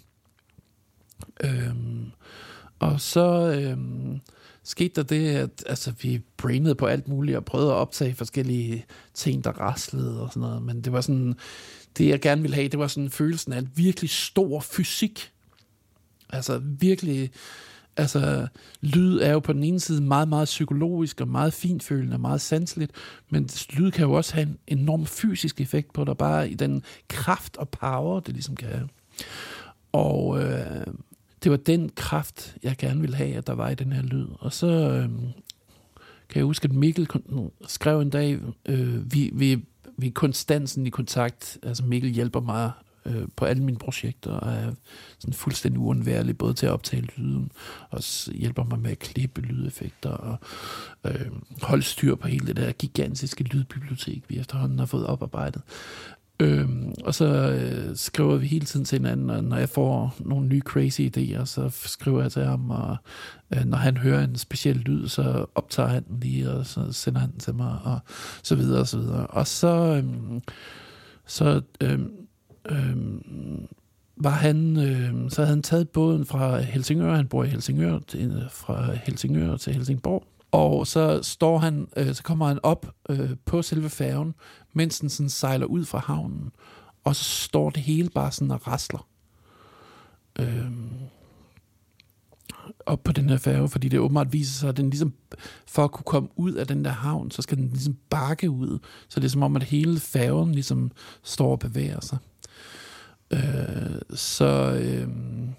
Øhm, og så øhm, skete der det, at altså, vi brainede på alt muligt og prøvede at optage forskellige ting, der raslede og sådan noget. Men det var sådan, det jeg gerne ville have, det var sådan følelsen af en virkelig stor fysik. Altså virkelig, altså lyd er jo på den ene side meget, meget psykologisk og meget finfølende og meget sanseligt, men lyd kan jo også have en enorm fysisk effekt på dig, bare i den kraft og power, det ligesom kan have. Og øh, det var den kraft, jeg gerne ville have, at der var i den her lyd. Og så øh, kan jeg huske, at Mikkel skrev en dag, øh, vi, vi, vi er konstant i kontakt, altså Mikkel hjælper mig øh, på alle mine projekter, og er sådan fuldstændig uundværlig, både til at optage lyden, og hjælper mig med at klippe lydeffekter, og øh, holde styr på hele det der gigantiske lydbibliotek, vi efterhånden har fået oparbejdet. Øhm, og så øh, skriver vi hele tiden til hinanden, og når jeg får nogle nye crazy idéer, så skriver jeg til ham, og øh, når han hører en speciel lyd, så optager han den lige, og så sender han den til mig, og så videre, og så videre. Og så, øhm, så øhm, øhm, var han, øhm, så havde han taget båden fra Helsingør, han bor i Helsingør, til, fra Helsingør til Helsingborg, og så står han, øh, så kommer han op øh, på selve færgen, mens den sådan sejler ud fra havnen, og så står det hele bare sådan og rasler øhm, op på den her færge, fordi det åbenbart viser sig, at den ligesom, for at kunne komme ud af den der havn, så skal den ligesom bakke ud, så det er som om, at hele færgen ligesom står og bevæger sig. Øh, så øh,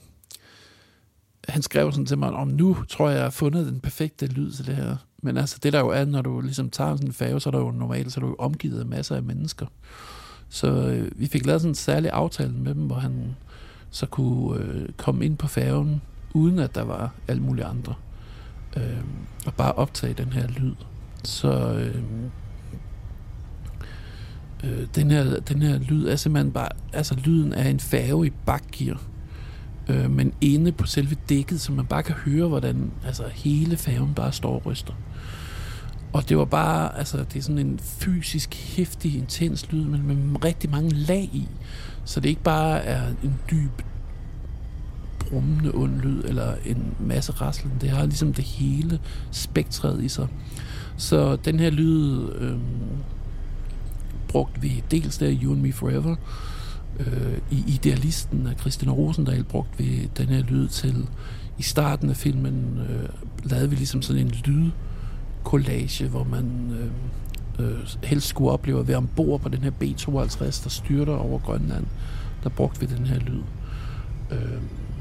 han skrev sådan til mig, om nu tror jeg, jeg har fundet den perfekte lyd til det her. Men altså, det der jo er, når du ligesom tager sådan en færge, så er der jo normalt, så er du jo omgivet af masser af mennesker. Så øh, vi fik lavet sådan en særlig aftale med dem, hvor han så kunne øh, komme ind på færgen, uden at der var alle mulige andre. Øh, og bare optage den her lyd. Så øh, øh, den, her, den her lyd er simpelthen bare, altså lyden af en færge i bakgear. Øh, men inde på selve dækket, så man bare kan høre, hvordan altså, hele færgen bare står og ryster. Og det var bare, altså det er sådan en fysisk, hæftig, intens lyd, men med rigtig mange lag i. Så det ikke bare er en dyb, brummende ond lyd, eller en masse raslen. Det har ligesom det hele spektret i sig. Så den her lyd øh, brugte vi dels der i You and Me Forever. Øh, I Idealisten af Christina Rosendahl brugte vi den her lyd til. I starten af filmen øh, lavede vi ligesom sådan en lydkollage, hvor man øh, øh, helst skulle opleve at være ombord på den her B tooghalvtreds, der styrter over Grønland. Der brugte vi den her lyd. Øh,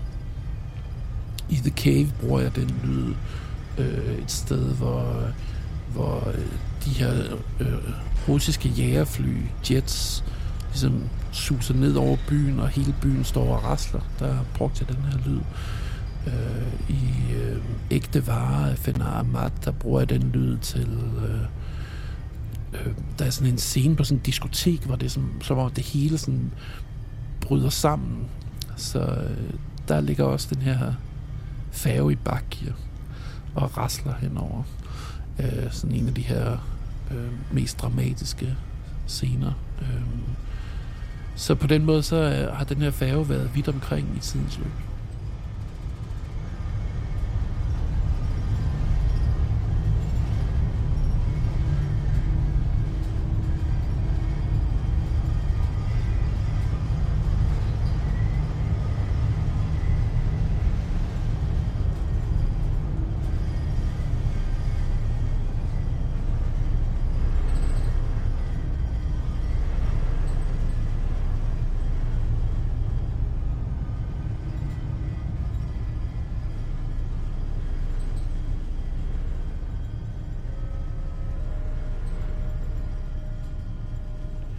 I The Cave bruger jeg den lyd øh, et sted, hvor, hvor øh, de her øh, russiske jægerfly, jets, ligesom suser ned over byen, og hele byen står og rasler. Der brugte jeg den her lyd. Øh, I øh, Ægte Vare af Fenar Ahmad, der bruger jeg den lyd til... Øh, øh, der er sådan en scene på sådan en diskotek, hvor det, som, som om det hele sådan bryder sammen. Så øh, der ligger også den her færge i bakgear og rasler henover. Øh, sådan en af de her øh, mest dramatiske scener. Øh, Så på den måde, så har den her færge været vidt omkring i tidens løb.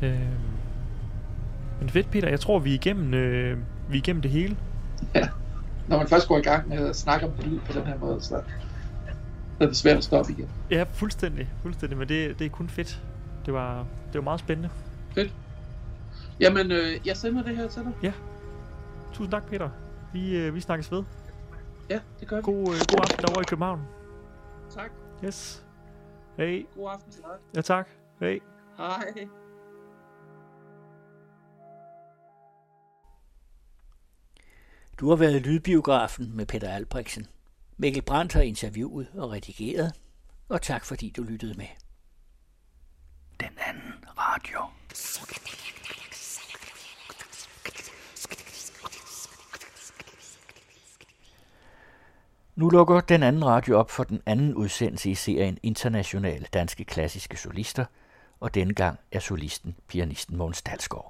Øh, men fedt, Peter. Jeg tror, vi er igennem, øh, vi er igennem det hele. Ja. Når man først går i gang med at snakke om lyd på den her måde, så er det svært at stoppe igen. Ja, fuldstændig. fuldstændig. Men det, det er kun fedt. Det var, det var meget spændende. Fedt. Jamen, øh, jeg sender det her til dig. Ja. Tusind tak, Peter. Vi, øh, vi snakkes ved. Ja, det gør vi. God, øh, god aften derovre i København. Tak. Yes. Hej. God aften til dig. Ja, tak. Hej. Hej. Du har været i Lydbiografen med Peter Albrechtsen. Mikkel Brandt har interviewet og redigeret, og tak fordi du lyttede med. Den anden radio. Nu lukker den anden radio op for den anden udsendelse i serien Internationale Danske Klassiske Solister, og denne gang er solisten, pianisten Mogens Dalsgaard.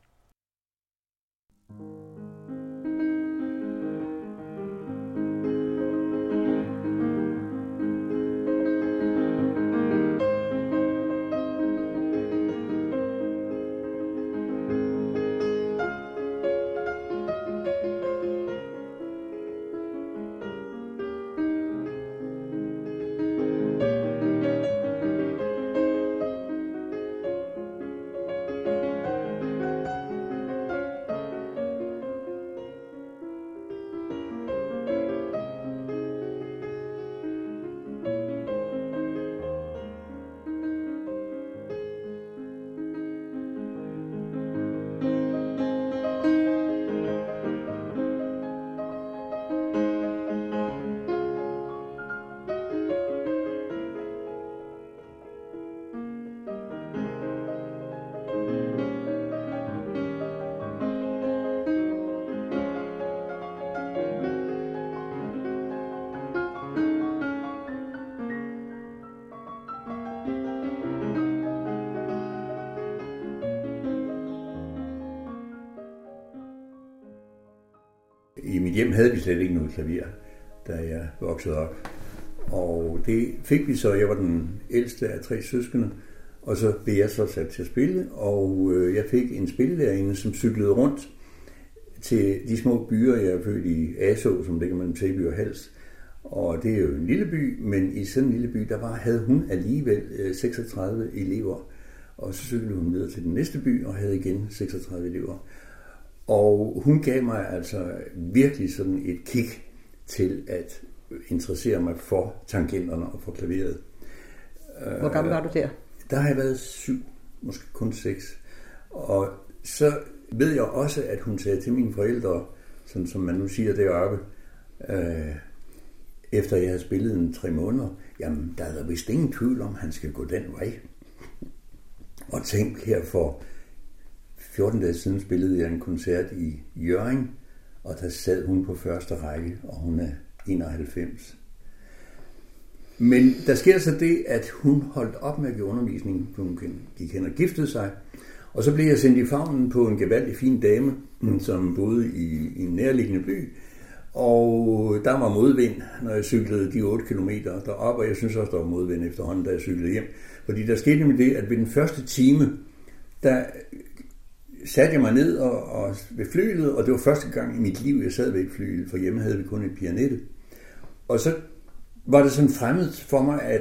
I mit hjem havde vi slet ikke noget klaver, da jeg voksede op. Og det fik vi så. Jeg var den ældste af tre søskende, og så blev jeg så sat til at spille. Og jeg fik en spillelærerinde, som cyklede rundt til de små byer. Jeg er født i Asaa, som ligger mellem Sæby og Hals. Og det er jo en lille by, men i sådan en lille by, der var, havde hun alligevel seksogtredive elever. Og så cyklede hun videre til den næste by og havde igen seksogtredive elever. Og hun gav mig altså virkelig sådan et kick til at interessere mig for tangenterne og for klaveret. Hvor gammel var du der? Der har jeg været syv, måske kun seks. Og så ved jeg også, at hun sagde til mine forældre, sådan som man nu siger deroppe, øh, efter jeg havde spillet en tre måneder, jamen der er der vist ingen tvivl om, at han skal gå den vej. Og tænk her for fjorten dage siden spillede jeg en koncert i Hjørring, og der sad hun på første række, og hun er enoghalvfems. Men der sker så det, at hun holdt op med at give undervisning, for hun gik hen og giftede sig, og så blev jeg sendt i favnen på en gevaldig fin dame, som boede i, i en nærliggende by, og der var modvind, når jeg cyklede de otte kilometer derop, og jeg synes også, der var modvind efterhånden, da jeg cyklede hjem. Fordi der skete med det, at ved den første time, der satte jeg mig ned og, og ved flylet, og det var første gang i mit liv, jeg sad ved et flyl, for hjemme havde vi kun et pianette. Og så var det sådan fremmed for mig, at,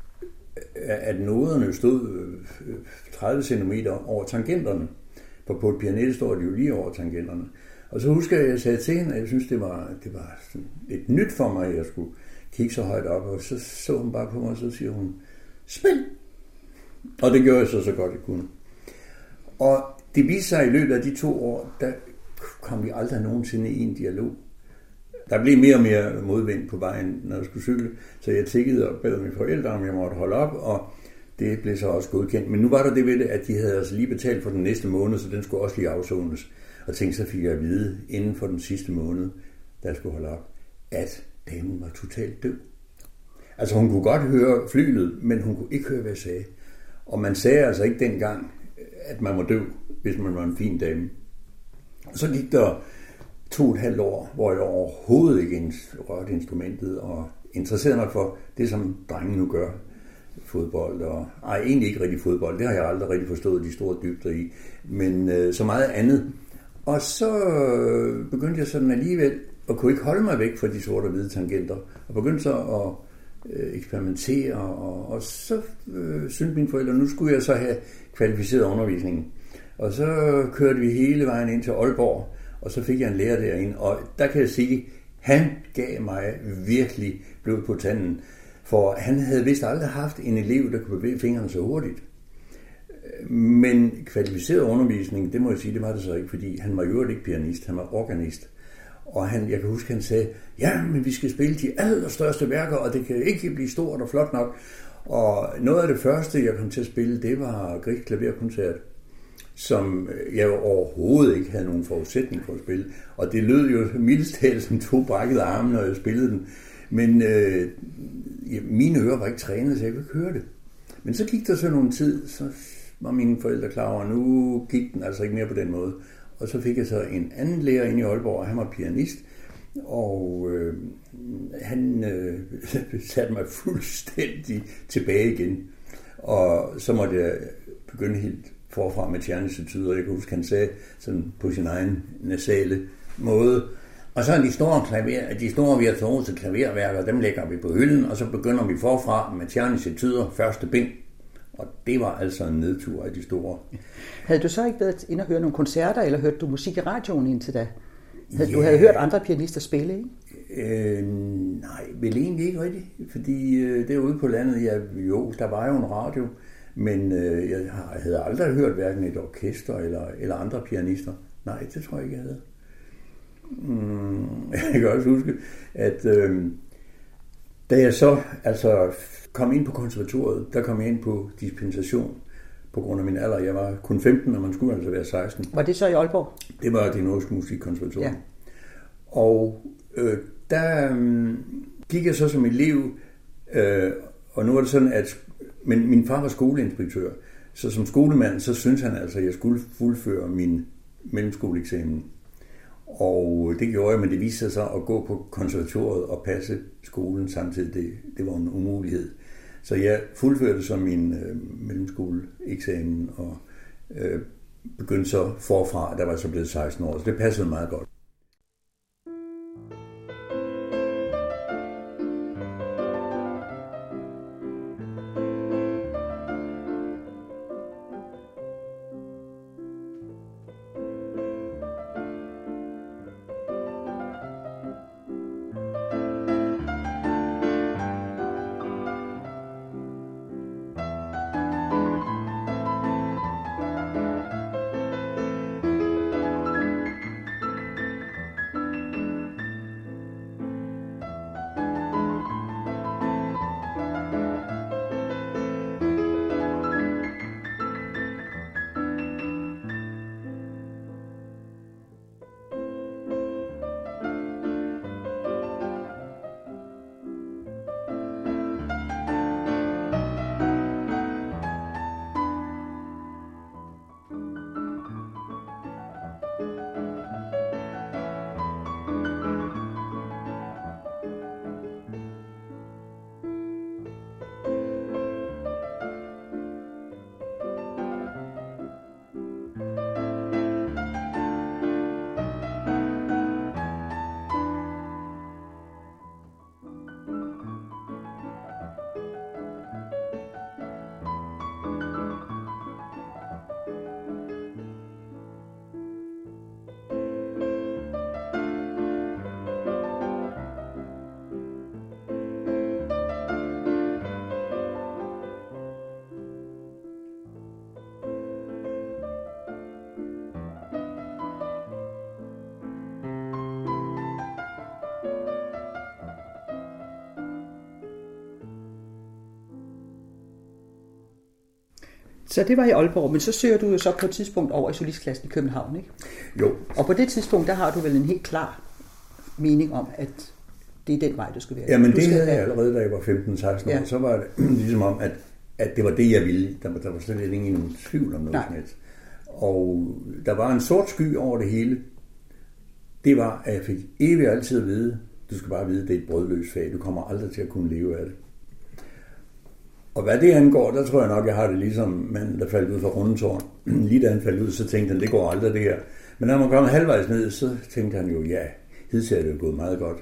at noderne stod tredive centimeter over tangenterne. For på et pianette står de jo lige over tangenterne. Og så husker jeg, at jeg sagde til hende, at jeg synes, det var, det var sådan et nyt for mig, at jeg skulle kigge så højt op. Og så så hun bare på mig, og så siger hun, spil! Og det gjorde jeg så så godt, jeg kunne. Og det viste sig i løbet af de to år, der kom vi aldrig nogensinde i en dialog. Der blev mere og mere modvind på vejen, når jeg skulle cykle, så jeg tikkede og bad mine forældre, om jeg måtte holde op, og det blev så også godkendt. Men nu var der det ved det, at de havde altså lige betalt for den næste måned, så den skulle også lige afsones. Og tænkte, så fik jeg at vide, inden for den sidste måned, der skulle holde op, at damen var totalt død. Altså hun kunne godt høre flylet, men hun kunne ikke høre, hvad jeg sagde. Og man sagde altså ikke dengang, at man var død, hvis man var en fin dame. Og så gik der to og et halvt år, hvor jeg overhovedet ikke rørte instrumentet og interesserede mig for det, som drengen nu gør. fodbold, og ej, egentlig ikke rigtig fodbold, det har jeg aldrig rigtig forstået de store dybder i, men øh, så meget andet. Og så øh, begyndte jeg sådan alligevel, og kunne ikke holde mig væk fra de sorte og hvide tangenter, og begyndte så at øh, eksperimentere, og, og så øh, syntes mine forældre, nu skulle jeg så have kvalificeret undervisningen. Og så kørte vi hele vejen ind til Aalborg, og så fik jeg en lærer derinde, og der kan jeg sige, han gav mig virkelig blod på tanden, for han havde vist aldrig haft en elev, der kunne bevæge fingrene så hurtigt. Men kvalificeret undervisning, det må jeg sige, det var det så ikke, fordi han var jo ikke pianist, han var organist. Og han, jeg kan huske, han sagde, ja, men vi skal spille de allerstørste værker, og det kan ikke blive stort og flot nok. Og noget af det første, jeg kom til at spille, det var Griegs klaverkoncert, som jeg jo overhovedet ikke havde nogen forudsætning for at spille. Og det lød jo mildest talt som to brækkede arme, når jeg spillede den. Men øh, ja, mine ører var ikke trænet, så jeg kunne ikke høre det. Men så gik der så nogle tid, så var mine forældre klar over, nu gik den altså ikke mere på den måde. Og så fik jeg så en anden lærer inde i Aalborg, og han var pianist. Og øh, han øh, satte mig fuldstændig tilbage igen. Og så måtte jeg begynde helt forfra med tjernesetyder. Jeg kan huske, han sagde sådan på sin egen nasale måde. Og så de store, klaver, de store virtuose klaverværker, dem lægger vi på hylden, og så begynder vi forfra med tjernesetyder, første bind. Og det var altså en nedtur af de store. Havde du så ikke været inde og høre nogle koncerter, eller hørte du musik i radioen indtil da? Yeah. Du havde hørt andre pianister spille, ikke? Øh, nej, vel egentlig ikke rigtigt, fordi øh, derude på landet, ja, jo, der var jo en radio, men øh, jeg havde aldrig hørt hverken et orkester eller, eller andre pianister. Nej, det tror jeg ikke, jeg havde. Mm, jeg kan også huske, at øh, da jeg så altså kom ind på konservatoriet, der kom jeg ind på dispensation på grund af min alder. Jeg var kun femten, og man skulle altså være seksten. Var det så i Aalborg? Det var det nordiske musikkonservatorium. Ja. Og øh, der øh, gik jeg så som elev, øh, og nu var det sådan, at men min far var skoleinspektør, så som skolemand, så syntes han altså, at jeg skulle fuldføre min mellemskoleeksamen. Og det gjorde jeg, men det viste sig så at gå på konservatoriet og passe skolen samtidig. Det, det var en umulighed. Så jeg fuldførte så min øh, mellemskoleeksamen og øh, begyndte så forfra, der var så blevet seksten år, så det passede meget godt. Så det var i Aalborg, men så søger du jo så på et tidspunkt over i solistklassen i København, ikke? Jo. Og på det tidspunkt, der har du vel en helt klar mening om, at det er den vej, du skal være. Jamen du det skal havde have... jeg allerede, da jeg var femten seksten år. Ja. Så var det ligesom om, at, at det var det, jeg ville. Der, der var slet ingen tvivl om noget som helst. Og der var en sort sky over det hele. Det var, at jeg fik evigt altid at vide, du skal bare vide, det er et brødløst fag. Du kommer aldrig til at kunne leve af det. Og hvad det angår, der tror jeg nok, jeg har det ligesom manden, der faldt ud fra Rundetårn. Lige da han faldt ud, så tænkte han, det går aldrig det her. Men når man kom halvvejs ned, så tænkte han jo, ja, hidtil er det jo gået meget godt.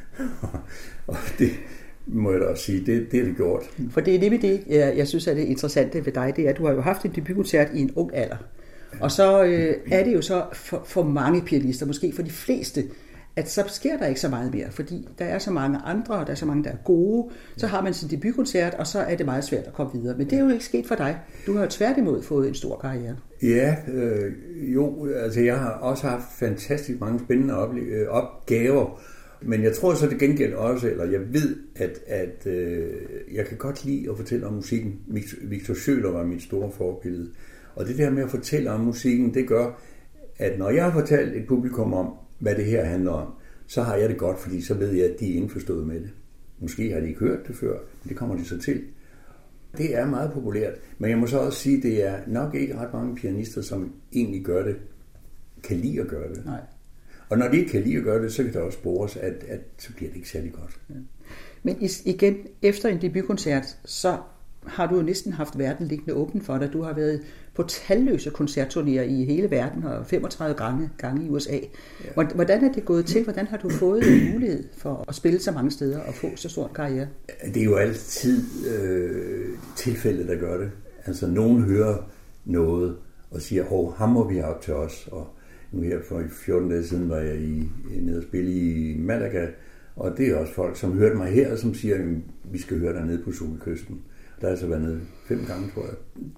Og det må jeg da også sige, det, det er det gjort. For det er det med det, jeg, jeg synes er det interessante ved dig, det er, at du har jo haft en debutkoncert i en ung alder. Og så øh, er det jo så for, for mange pianister, måske for de fleste, at så sker der ikke så meget mere, fordi der er så mange andre, og der er så mange, der er gode. Så har man sin debutkoncert, og så er det meget svært at komme videre. Men det er jo ikke sket for dig. Du har jo tværtimod fået en stor karriere. Ja, øh, jo, altså jeg har også haft fantastisk mange spændende ople- opgaver, men jeg tror så det gengæld også, eller jeg ved, at, at øh, jeg kan godt lide at fortælle om musikken. Victor Schöler var mit store forbillede. Og det der med at fortælle om musikken, det gør, at når jeg har fortalt et publikum om, hvad det her handler om, så har jeg det godt, fordi så ved jeg, at de er indforstået med det. Måske har de ikke hørt det før, men det kommer de så til. Det er meget populært, men jeg må så også sige, at det er nok ikke ret mange pianister, som egentlig gør det, kan lide at gøre det. Nej. Og når de ikke kan lide at gøre det, så kan det også spores, at, at så bliver det ikke særlig godt. Ja. Men igen, efter en debutkoncert, så har du jo næsten haft verden liggende åben for dig. Du har været på talløse koncertturnéer i hele verden, og femogtredive gange, gange i U S A. Ja. Hvordan er det gået til? Hvordan har du fået en mulighed for at spille så mange steder og få så stor en karriere? Det er jo altid øh, tilfældet, der gør det. Altså, nogen hører noget og siger, åh, ham må vi have op til os. Og nu her for fjorten dage siden var jeg i, nede og spille i Malaga, og det er også folk, som hørte mig her, som siger, vi skal høre dig nede på Solkysten. Der har jeg så været nede fem gange, tror jeg.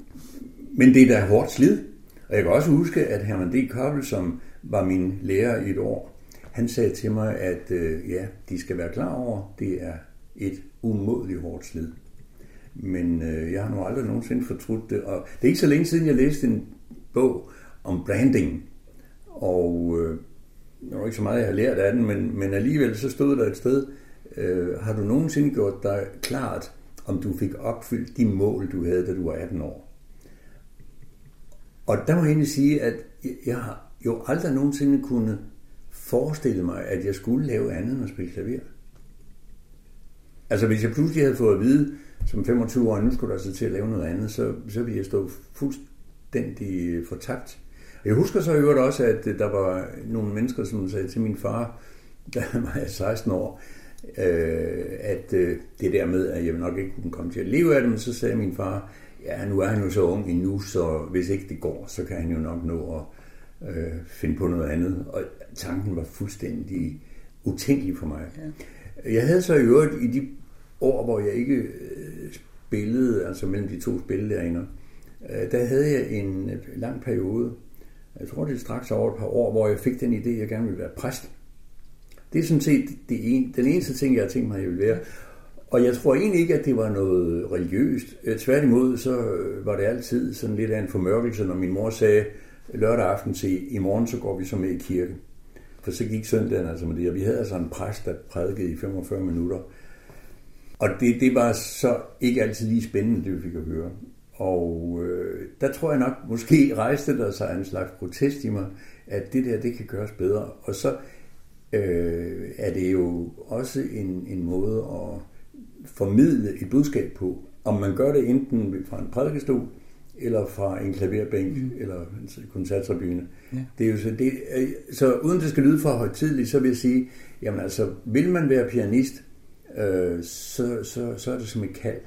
Men det er da hårdt slid. Og jeg kan også huske, at Herman D. Koppel, som var min lærer i et år, han sagde til mig, at øh, ja, de skal være klar over, det er et umådeligt hårdt slid. Men øh, jeg har nu aldrig nogensinde fortrudt det. Og det er ikke så længe siden, jeg læste en bog om branding. Og øh, det var ikke så meget, jeg har lært af den, men, men alligevel så stod der et sted, øh, har du nogensinde gjort dig klart, om du fik opfyldt de mål, du havde, da du var atten år. Og der må jeg egentlig sige, at jeg har jo aldrig nogensinde kunne forestille mig, at jeg skulle lave andet end at spille klaver. Altså hvis jeg pludselig havde fået at vide, som femogtyve år, nu skulle der så til at lave noget andet, så, så ville jeg stå fuldstændig fortabt. Jeg husker så i øvrigt også, at der var nogle mennesker, som sagde til min far, da han var seksten år, Øh, at øh, det der med, at jeg nok ikke kunne komme til at leve af det, men så sagde min far, ja, nu er han jo så ung endnu, så hvis ikke det går, så kan han jo nok nå at øh, finde på noget andet. Og tanken var fuldstændig utænkelig for mig. Ja. Jeg havde så i øvrigt i de år, hvor jeg ikke øh, spillede, altså mellem de to spillelærerinder, øh, der havde jeg en lang periode, jeg tror det er straks over et par år, hvor jeg fik den idé, at jeg gerne ville være præst. Det er sådan set det en, den eneste ting, jeg har tænkt mig, at jeg vil være. Og jeg tror egentlig ikke, at det var noget religiøst. Tværtimod, så var det altid sådan lidt af en formørkelse, når min mor sagde lørdag aften til, i morgen så går vi så med i kirke. For så gik søndagen altså med det, og vi havde altså en præst, der prædikede i femogfyrre minutter. Og det, det var så ikke altid lige spændende, det vi fik at høre. Og øh, der tror jeg nok, måske rejste der sig en slags protest i mig, at det der, det kan gøres bedre. Og så øh, er det jo også en, en måde at formidle et budskab på. Om man gør det enten fra en prædikestol, eller fra en klaverbænk, mm. eller en koncerttribune. Ja. Det er jo så, det, så uden det skal lyde for højtideligt, så vil jeg sige, jamen altså, vil man være pianist, øh, så, så, så er det som et kald.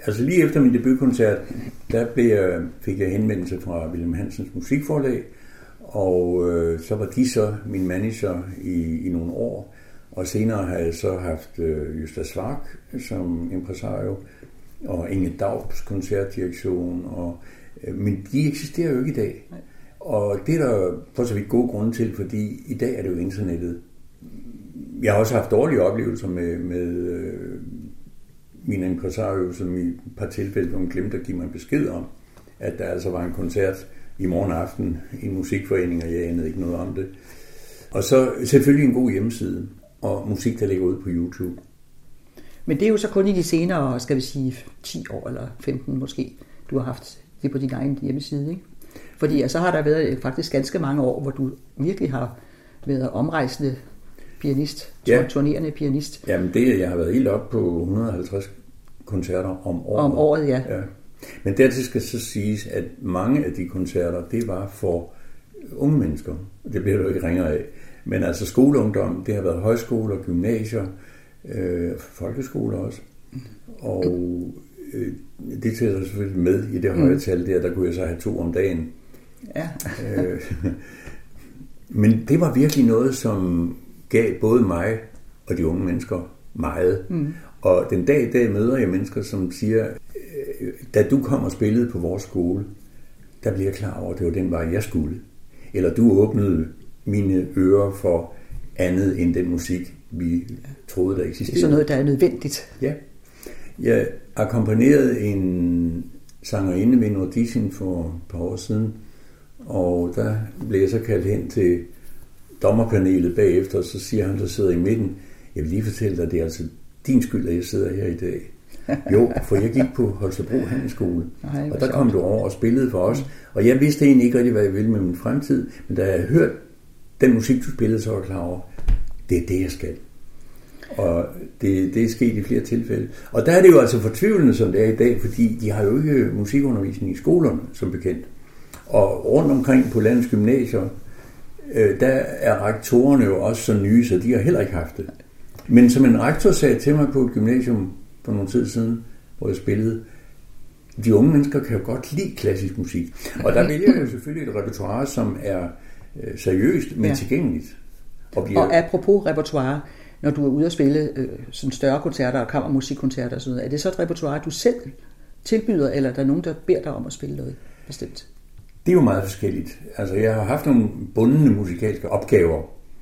altså lige efter min debutkoncert, der blev jeg, fik jeg henvendelse fra Wilhelm Hansens musikforlag, og øh, så var de så min manager i, i nogle år, og senere har jeg så haft øh, Gösta Svark som impresario, og Inge Daubs koncertdirektion, og, øh, men de eksisterer jo ikke i dag. Nej. Og det er der for så vidt gode grunde til, fordi i dag er det jo internettet. Jeg har også haft dårlige oplevelser med, med øh, mine impresario, som i et par tilfælde, hvor man glemte at give mig en besked om, at der altså var en koncert i morgen aften i en musikforening, og jeg anede ikke noget om det. Og så selvfølgelig en god hjemmeside, og musik, der ligger ude på YouTube. Men det er jo så kun i de senere, skal vi sige, ti år eller femten måske, du har haft det på din egen hjemmeside, ikke? Fordi så altså, har der været faktisk ganske mange år, hvor du virkelig har været omrejsende pianist, ja. turnerende pianist. Jamen det, jeg har været helt op på et hundrede og halvtreds koncerter om året. Om året, ja. ja. Men dertil skal så siges, at mange af de koncerter, det var for unge mennesker. Det bliver du ikke ringere af. Men altså skoleungdom, det har været højskoler, gymnasier, øh, folkeskoler også. Og øh, det tæller selvfølgelig med i det høje tal der, der kunne jeg så have to om dagen. Ja. øh, men det var virkelig noget, som gav både mig og de unge mennesker meget. Mm. Og den dag i dag møder jeg mennesker, som siger, øh, da du kom og spillede på vores skole, der blev jeg klar over, at det var den vej, jeg skulle. Eller du åbnede mine ører for andet end den musik, vi troede, der eksisterede. Det er sådan noget, der er nødvendigt. Ja. Jeg akkompagnerede en sangerinde ved en audition for et par år siden, og der blev jeg så kaldt hen til dommerpanelet bagefter, og så siger han, der sidder i midten, jeg vil lige fortælle dig, det er altså din skyld, at jeg sidder her i dag. Jo, for jeg gik på Holstebro Handelsskole, Nej, og der kom du over og spillede for os, og jeg vidste egentlig ikke rigtig, hvad jeg ville med min fremtid, men da jeg hørte den musik, du spillede, så var jeg klar over, det er det, jeg skal. Og det, det er sket i flere tilfælde. Og der er det jo altså fortvivlende, som det er i dag, fordi de har jo ikke musikundervisning i skolerne, som bekendt. Og rundt omkring på landets gymnasier, øh, der er rektorerne jo også så nye, så de har heller ikke haft det. Men som en rektor sagde til mig på et gymnasium for nogle tid siden, hvor jeg spillede, de unge mennesker kan jo godt lide klassisk musik. Og der vælger jeg jo selvfølgelig et repertoire, som er øh, seriøst, men ja. tilgængeligt. Og, bliver... og apropos repertoire, når du er ude at spille øh, sådan større koncerter og kammermusikkoncerter og sådan noget, er det så et repertoire, du selv tilbyder, eller er der nogen, der beder dig om at spille noget bestemt? Det er jo meget forskelligt. Altså, jeg har haft nogle bundne musikalske opgaver,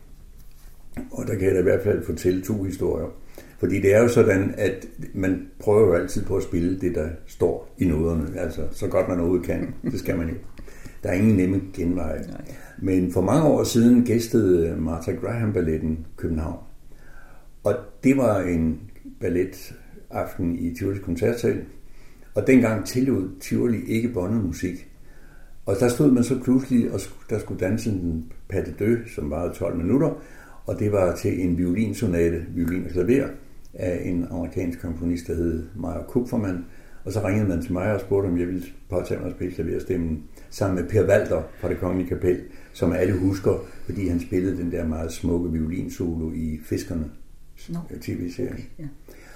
og der kan jeg da i hvert fald fortælle to historier. Fordi det er jo sådan, at man prøver jo altid på at spille det, der står i noderne. Altså, så godt man overhovedet kan. Det skal man jo. Der er ingen nemme genveje. Nej. Men for mange år siden gæstede Martha Graham-balletten København. Og det var en balletaften i Tivolis koncertsal. Og dengang tillod Tivoli ikke båndet musik. Og der stod man så pludselig, og der skulle danse en pas de deux, som varede tolv minutter. Og det var til en violinsonate, violin og klaver, af en amerikansk komponist, der hed Meyer Kupferman. Og så ringede man til mig og spurgte, om jeg ville påtage mig at spille klaverstemmen sammen med Per Walter fra Det Kongelige Kapel, som alle husker, fordi han spillede den der meget smukke violinsolo i Fiskerne no. tv-serien. Okay, yeah.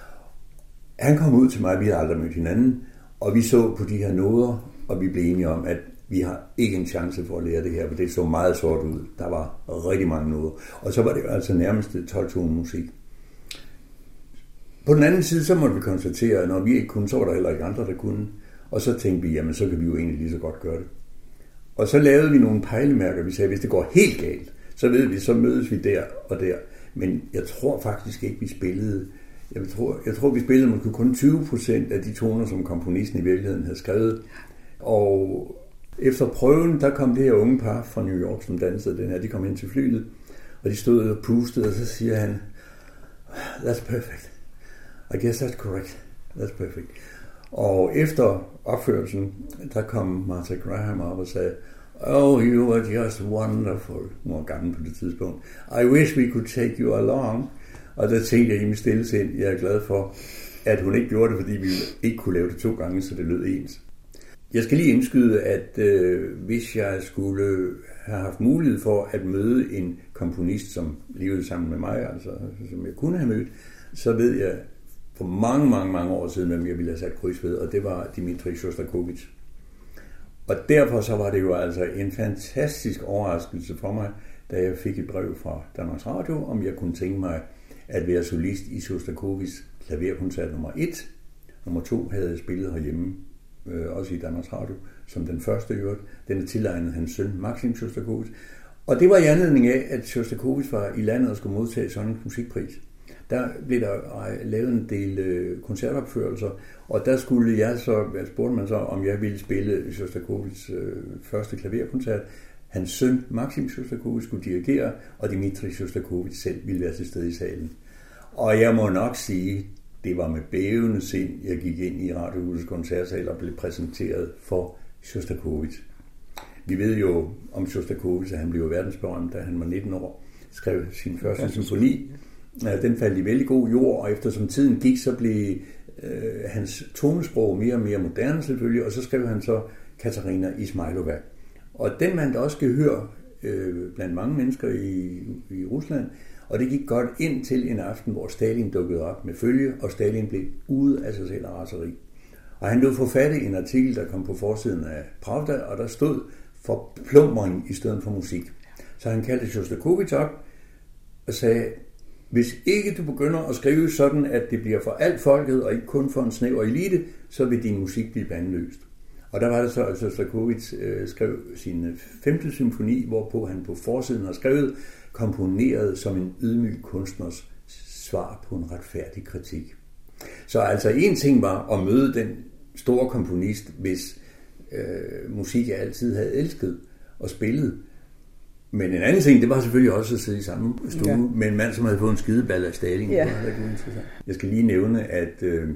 Han kom ud til mig, vi havde aldrig mødt hinanden, og vi så på de her noder, og vi blev enige om, at vi har ikke en chance for at lære det her, for det så meget sort ud. Der var rigtig mange noder. Og så var det altså nærmest tolv-tone musik. På den anden side, så måtte vi konstatere, at når vi ikke kunne, så var der heller ikke andre, der kunne. Og så tænkte vi, jamen så kan vi jo egentlig lige så godt gøre det. Og så lavede vi nogle pejlemærker. Vi sagde, hvis det går helt galt, så ved vi, så mødes vi der og der. Men jeg tror faktisk ikke, vi spillede... Jeg tror, jeg tror vi spillede måske kun tyve procent af de toner, som komponisten i virkeligheden havde skrevet. Og efter prøven, der kom det her unge par fra New York, som dansede den her. De kom ind til flyet, og de stod og pustede, og så siger han, that's perfect. I guess that's correct. That's perfect. Og efter opførelsen, der kom Martha Graham op og sagde, oh, you are just wonderful. Hun var gammel på det tidspunkt. I wish we could take you along. Og der tænkte jeg i min stille sind, jeg er glad for, at hun ikke gjorde det, fordi vi ikke kunne lave det to gange, så det lød ens. Jeg skal lige indskyde, at øh, hvis jeg skulle have haft mulighed for at møde en komponist, som levede sammen med mig, altså som jeg kunne have mødt, så ved jeg for mange, mange, mange år siden, hvem jeg ville have sat kryds ved, og det var Dmitri Shostakovich. Og derfor så var det jo altså en fantastisk overraskelse for mig, da jeg fik et brev fra Danmarks Radio, om jeg kunne tænke mig at være solist i Shostakovichs klaverkoncert nummer et. Nummer to havde jeg spillet herhjemme, øh, også i Danmarks Radio, som den første i øvrigt. Den er tilegnet hans søn, Maxim Shostakovich. Og det var i anledning af, at Shostakovich var i landet og skulle modtage Sonnings musikpris. Der blev der lavet en del koncertopførelser, og der skulle jeg så, spurgte man så, om jeg ville spille Shostakovichs øh, første klaverkoncert. Hans søn, Maxim Shostakovich, skulle dirigere, og Dmitri Shostakovich selv ville være til stede i salen. Og jeg må nok sige, det var med bævende sind, jeg gik ind i Radiohusets koncertsal og blev præsenteret for Shostakovich. Vi ved jo om Shostakovich, at han blev verdensberømt, da han var nitten år, skrev sin første symfoni. Den faldt i vældig god jord, og eftersom tiden gik, så blev øh, hans tonesprog mere og mere moderne selvfølgelig, og så skrev han så Katarina Ismailova. Og den man da også skal høre øh, blandt mange mennesker i, i Rusland, og det gik godt ind til en aften, hvor Stalin dukkede op med følge, og Stalin blev ude af sig selv af raseri. Og han lod forfatte en artikel, der kom på forsiden af Pravda, og der stod forplumring i stedet for musik. Så han kaldte Shostakovich op og sagde, hvis ikke du begynder at skrive sådan, at det bliver for alt folket, og ikke kun for en snæver elite, så vil din musik blive bandløst. Og der var det så, at Shostakovich øh, skrev sin femte symfoni, hvorpå han på forsiden har skrevet, komponeret som en ydmyg kunstners svar på en retfærdig kritik. Så altså en ting var at møde den store komponist, hvis øh, musik jeg altid havde elsket og spillet. Men en anden ting, det var selvfølgelig også at sidde i samme stue ja. med en mand, som havde fået en skideball af Stalin. Ja. Jeg skal lige nævne, at øh,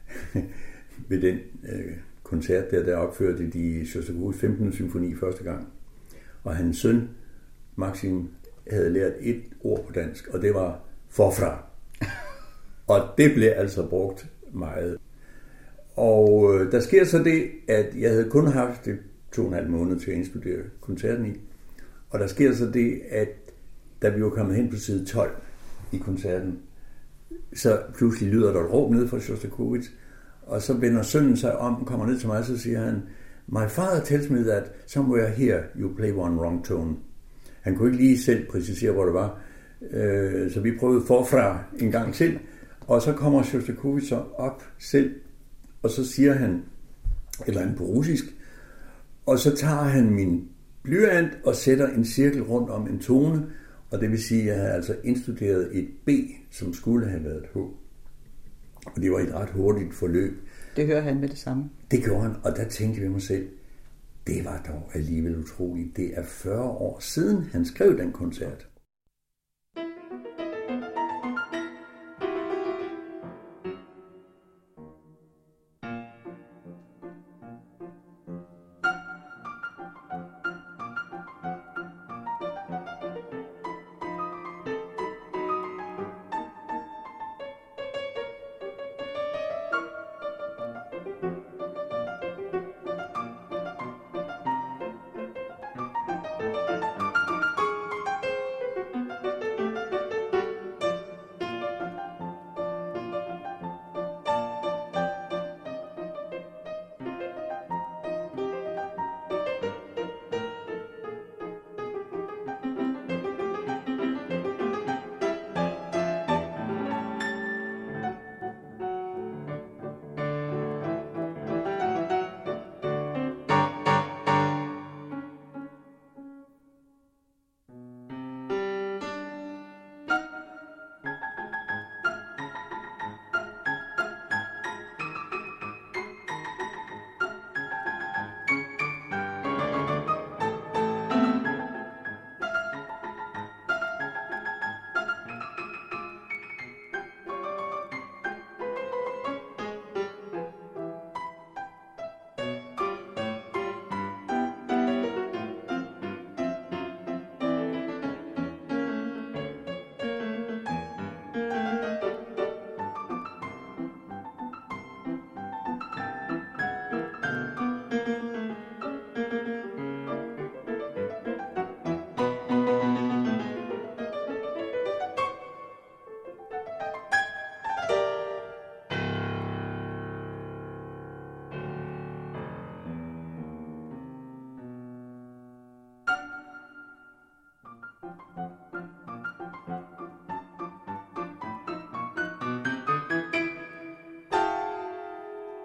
ved den øh, koncert der, der opførte de Shostakovichs femtende symfoni første gang. Og hans søn, Maxim, havde lært et ord på dansk, og det var forfra. Og det blev altså brugt meget. Og øh, der sker så det, at jeg havde kun haft det to og en halv måned til at indstudere koncerten i. Og der sker så det, at da vi var kommet hen på side tolv i koncerten, så pludselig lyder der et råb ned fra Shostakovich, og så vender sønnen sig om og kommer ned til mig, så siger han, my father tells me that somewhere here you play one wrong tone. Han kunne ikke lige selv præcisere, hvor det var, så vi prøvede forfra en gang til, og så kommer Shostakovich så op selv, og så siger han et eller andet på russisk, og så tager han min blyant og sætter en cirkel rundt om en tone, og det vil sige, at jeg havde altså indstuderet et B, som skulle have været et H. Og det var et ret hurtigt forløb. Det hører han med det samme. Det gjorde han, og der tænkte jeg ved mig selv, det var dog alligevel utroligt. Det er fyrre år siden, han skrev den koncert.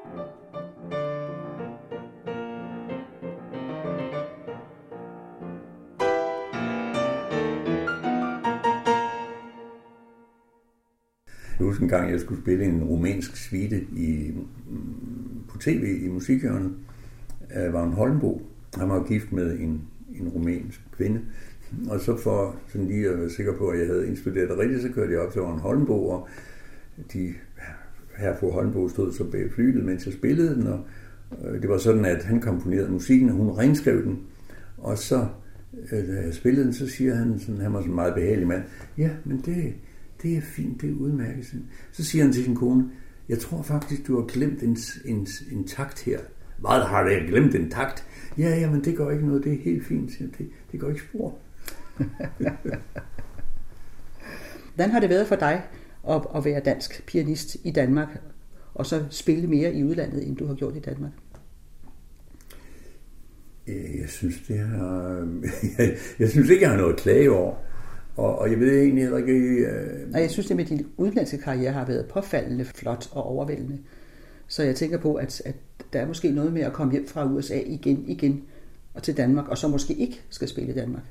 Jeg husker en gang, jeg skulle spille en rumænsk suite i, på tv i musikhjørnet af Vagn Holmboe. Han var gift med en, en rumænsk kvinde. Og så for sådan lige at være sikker på, at jeg havde indstuderet det rigtigt, så kørte jeg op til Vagn Holmboe, og de, her fru Holmboe stod så bag flylet, mens jeg spillede den. Og det var sådan, at han komponerede musikken, og hun renskrev den. Og så, da jeg spillede den, så siger han, sådan, han var sådan en meget behagelig mand, ja, men det Det er fint, det er udmærket. Så siger han til sin kone, jeg tror faktisk, du har glemt en, en, en takt her. Hvad har jeg glemt en takt? Ja, ja, men det går ikke noget, det er helt fint. Det, det går ikke spor. Hvordan har det været for dig at, at være dansk pianist i Danmark, og så spille mere i udlandet, end du har gjort i Danmark? Jeg synes, det har... jeg, jeg synes ikke, jeg har noget at klage over. Og, og jeg ved egentlig heller ikke... Øh... Og jeg synes, det med din udenlandske karriere har været påfaldende flot og overvældende. Så jeg tænker på, at, at der er måske noget med at komme hjem fra U S A igen, igen og til Danmark, og så måske ikke skal spille i Danmark.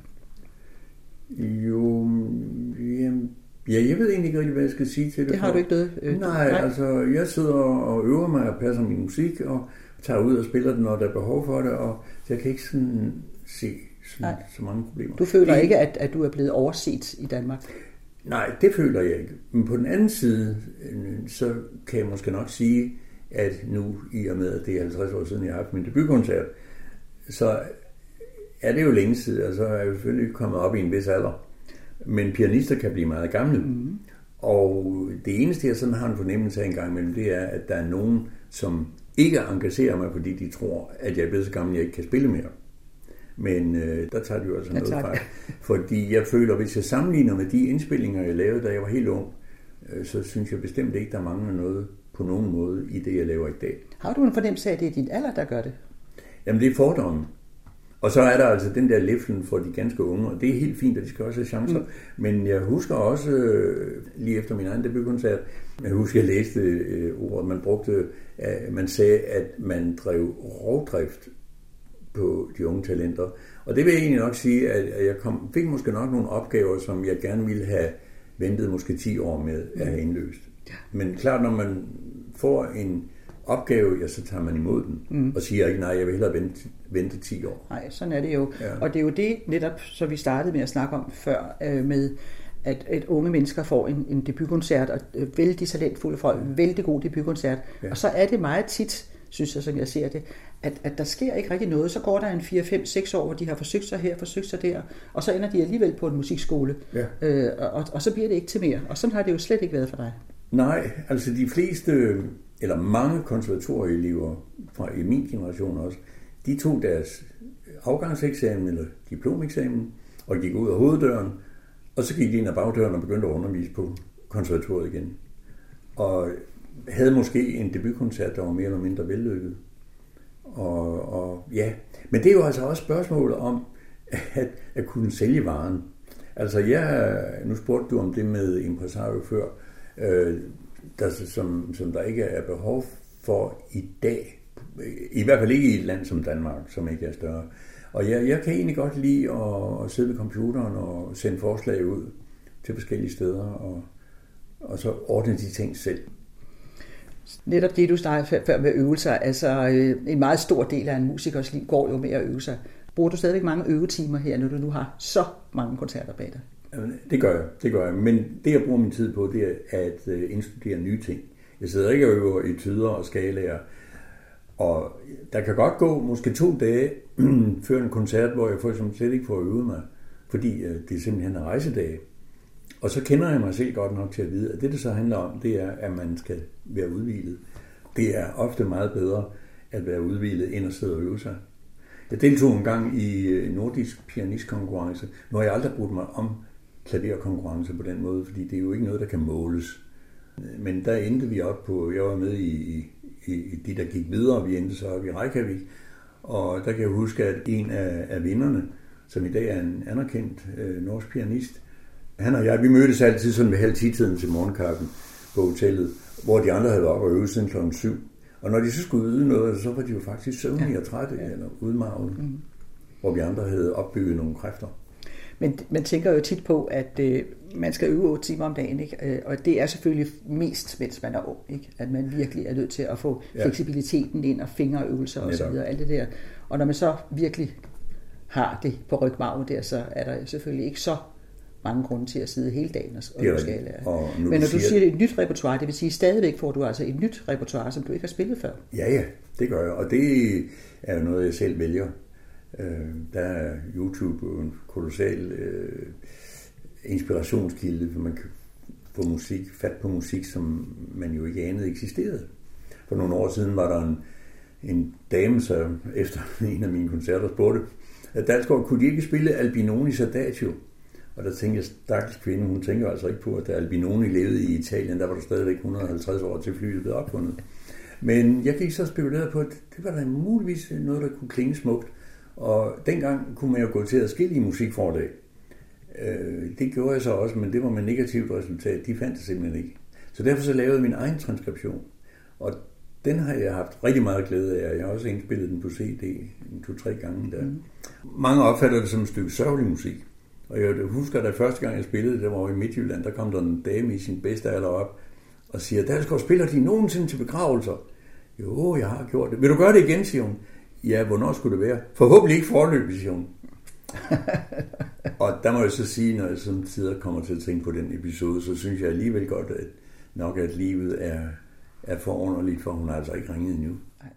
Jo, jamen, ja, jeg ved egentlig ikke rigtig, hvad jeg skal sige til det. Det har for. du ikke noget? Øh, nej, nej, altså jeg sidder og øver mig og passer min musik, og tager ud og spiller den, når der er behov for det, og jeg kan ikke sådan se... Så, så mange problemer. Du føler det, ikke, at, at du er blevet overset i Danmark? Nej, det føler jeg ikke. Men på den anden side, så kan jeg måske nok sige, at nu i og med, at det er halvtreds år siden, jeg har haft min debutkoncert, så er det jo længe siden, og så er jeg selvfølgelig kommet op i en vis alder. Men pianister kan blive meget gamle. Mm. Og det eneste, jeg sådan har en fornemmelse af en gang imellem, det er, at der er nogen, som ikke engagerer mig, fordi de tror, at jeg er blevet så gammel, at jeg ikke kan spille mere. Men øh, der tager de jo altså noget fra. Fordi jeg føler, hvis jeg sammenligner med de indspillinger, jeg lavede, da jeg var helt ung, øh, så synes jeg bestemt ikke, der mangler noget på nogen måde i det, jeg laver i dag. Har du en fornemmelse af, at det er din alder, der gør det? Jamen, det er fordommen. Og så er der altså den der leflen for de ganske unge, og det er helt fint, at de skal også have chancer. Mm. Men jeg husker også, øh, lige efter min egen debutkoncert, jeg husker, jeg læste øh, ordet, man brugte, øh, man sagde, at man drev rovdrift på de unge talenter. Og det vil jeg egentlig nok sige, at jeg kom, fik måske nok nogle opgaver, som jeg gerne ville have ventet måske ti år med at have indløst. Ja. Men klart, når man får en opgave, ja, så tager man imod den, mm. og siger ikke, nej, jeg vil hellere vente, vente ti år. Nej, sådan er det jo. Ja. Og det er jo det netop, så vi startede med at snakke om før, øh, med at, at unge mennesker får en, en debutkoncert, og øh, vældig talentfulde folk, vældig god debutkoncert, ja. Og så er det meget tit, synes jeg, som jeg ser det, at, at der sker ikke rigtig noget. Så går der en fire, fem, seks år, hvor de har forsøgt sig her, forsøgt sig der, og så ender de alligevel på en musikskole. Ja. Øh, og, og så bliver det ikke til mere. Og sådan har det jo slet ikke været for dig. Nej, altså de fleste, eller mange konservatorieelever fra i min generation også, de tog deres afgangseksamen eller diplomeksamen og gik ud af hoveddøren, og så gik de ind ad bagdøren og begyndte at undervise på konservatoriet igen. Og havde måske en debutkoncert, der var mere eller mindre vellykket. Og, og ja, men det er jo altså også spørgsmålet om at, at kunne sælge varen. Altså jeg, nu spurgte du om det med impresario før, øh, der, som, som der ikke er behov for i dag. I hvert fald ikke i et land som Danmark, som ikke er større. Og jeg, jeg kan egentlig godt lide at, at sidde ved computeren og sende forslag ud til forskellige steder, og, og så ordne de ting selv. Netop det, du snakkede før med øvelser, altså en meget stor del af en musikers liv går jo med at øve sig. Bruger du stadigvæk mange øvetimer her, når du nu har så mange koncerter bag dig? Det gør jeg, det gør jeg. Men det, jeg bruger min tid på, det er at indstudere nye ting. Jeg sidder ikke og øver i tyder og skalaer, og der kan godt gå måske to dage før en koncert, hvor jeg for eksempel slet ikke får øvet mig, fordi det er simpelthen en rejsedage. Og så kender jeg mig selv godt nok til at vide, at det, det så handler om, det er, at man skal være udhvilet. Det er ofte meget bedre at være udhvilet, end at sidde og øve sig. Jeg deltog en gang i nordisk pianistkonkurrence. Nu har jeg aldrig brugt mig om klaverkonkurrence på den måde, fordi det er jo ikke noget, der kan måles. Men der endte vi op på, jeg var med i, i, i de, der gik videre, vi endte så op i Reykjavik. Og der kan jeg huske, at en af, af vinderne, som i dag er en anerkendt øh, norsk pianist, han og jeg, vi mødtes altid sådan ved halv ti-tiden til morgenkaffen på hotellet, hvor de andre havde været oppe og øvet siden klokken syv. Og når de så skulle yde noget, så var de jo faktisk søvnige og trætte, ja. eller udmarvede, mm. hvor vi andre havde opbygget nogle kræfter. Men man tænker jo tit på, at øh, man skal øve otte timer om dagen, ikke? Og det er selvfølgelig mest, mens man er ung, ikke? At man virkelig er nødt til at få ja. fleksibiliteten ind og fingerøvelser og så videre, alt det der. Og når man så virkelig har det på rygmarven der, så er der selvfølgelig ikke så mange grunde til at sidde hele dagen og skal lære. Men når du siger, siger et nyt repertoire, det vil sige stadigvæk får du altså et nyt repertoire, som du ikke har spillet før. Ja, ja, det gør jeg, og det er jo noget, jeg selv vælger. Der er YouTube en kolossal øh, inspirationskilde, hvor man kan få musik, fat på musik, som man jo ikke anede eksisterede. For nogle år siden var der en, en dame, som efter en af mine koncerter spurgte, at Dalsgaard, kunne de ikke spille Albinonis Adagio? Og der tænkte jeg, stakkels kvinde, hun tænker altså ikke på, at da Albinoni levede i Italien, der var der stadigvæk et hundrede og halvtreds år til flyet blev opfundet. Men jeg gik så spekuleret på, at det var da muligvis noget, der kunne klinge smukt. Og dengang kunne man jo gå til adskillige musikforlag. Det gjorde jeg så også, men det var med negativt resultat. De fandt det simpelthen ikke. Så derfor så lavede jeg min egen transkription. Og den har jeg haft rigtig meget glæde af. Jeg har også indspillet den på C D en to-tre gange der. Mm. Mange opfatter det som et stykke sørgelig musik. Og jeg husker, da første gang jeg spillede det, der var i Midtjylland, der kom der en dame i sin bedste alder op og siger, Dalsgaard, spiller de nogensinde til begravelser? Jo, jeg har gjort det. Vil du gøre det igen, siger hun. Ja, hvornår skulle det være? Forhåbentlig ikke forløbig, siger hun. Og der må jeg så sige, når jeg som tider kommer til at tænke på den episode, så synes jeg alligevel godt, at nok at livet er, er forunderligt, for hun har altså ikke ringet endnu.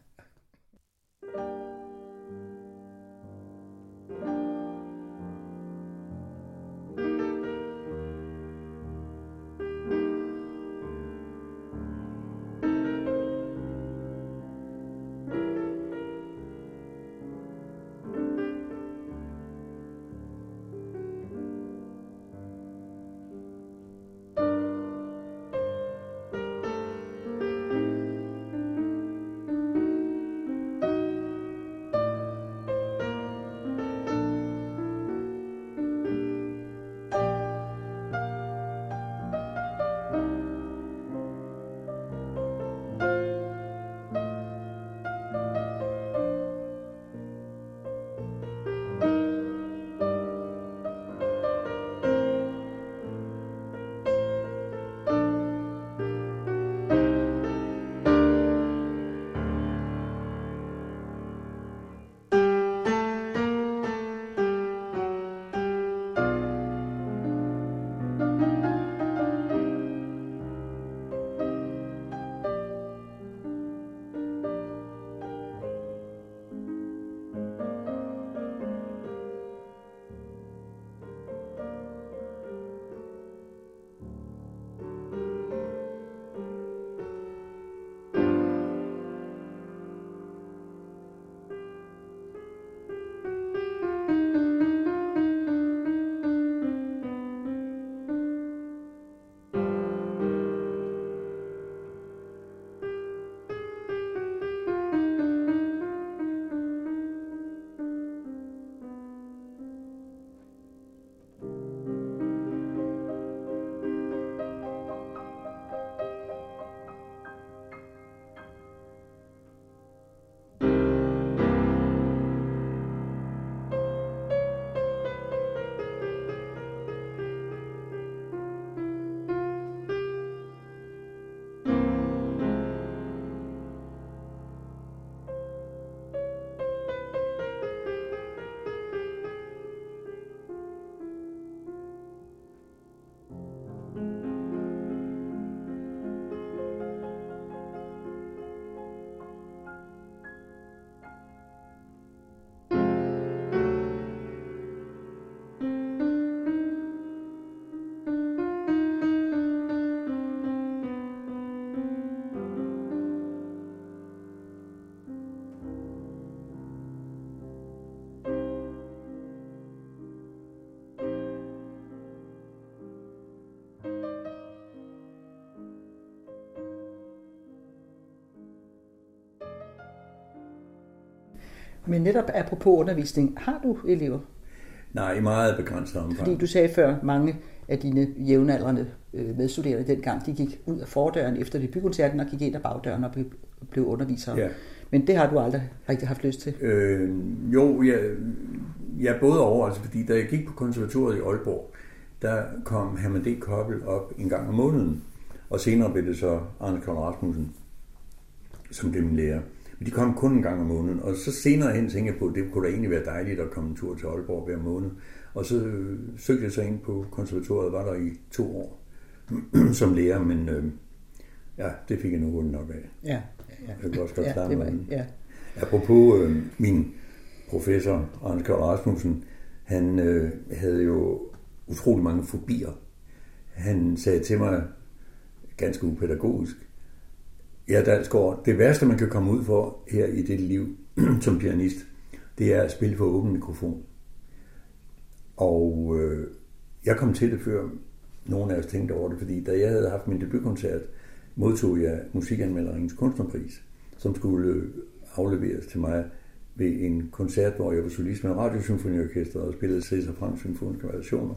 Men netop apropos undervisning, har du elever? Nej, i meget begrænset omfang. Fordi du sagde før, mange af dine jævnaldrende medstuderende dengang, de gik ud af fordøren efter debutkoncerten og gik ind ad bagdøren og blive underviser. Ja. Men det har du aldrig rigtig haft lyst til? Øh, jo, jeg, jeg både over, altså fordi da jeg gik på konservatoriet i Aalborg, der kom Herman D. Koppel op en gang om måneden, og senere blev det så Anders Kold Rasmussen, som blev min lærer. Men de kom kun en gang om måneden, og så senere hen tænkte jeg på, at det kunne da egentlig være dejligt at komme en tur til Aalborg hver måned. Og så øh, søgte jeg så ind på konservatoriet, var der i to år som lærer, men øh, ja, det fik jeg nu rundt nok af. Ja, ja. Jeg kunne også godt klare ja, noget. Ja. Apropos øh, min professor, Anders Kold Rasmussen, han øh, havde jo utrolig mange fobier. Han sagde til mig, ganske upædagogisk, ja, Dalsgaard, det værste, man kan komme ud for her i det liv som pianist, det er at spille for åben mikrofon. Og øh, jeg kom til det før nogen af os tænkte over det, fordi da jeg havde haft min debutkoncert, modtog jeg musikanmelderingens kunstnerpris, som skulle afleveres til mig ved en koncert, hvor jeg var solist med Radiosymfoniorkestret og spillede Cæsar Franks symfoniske variationer.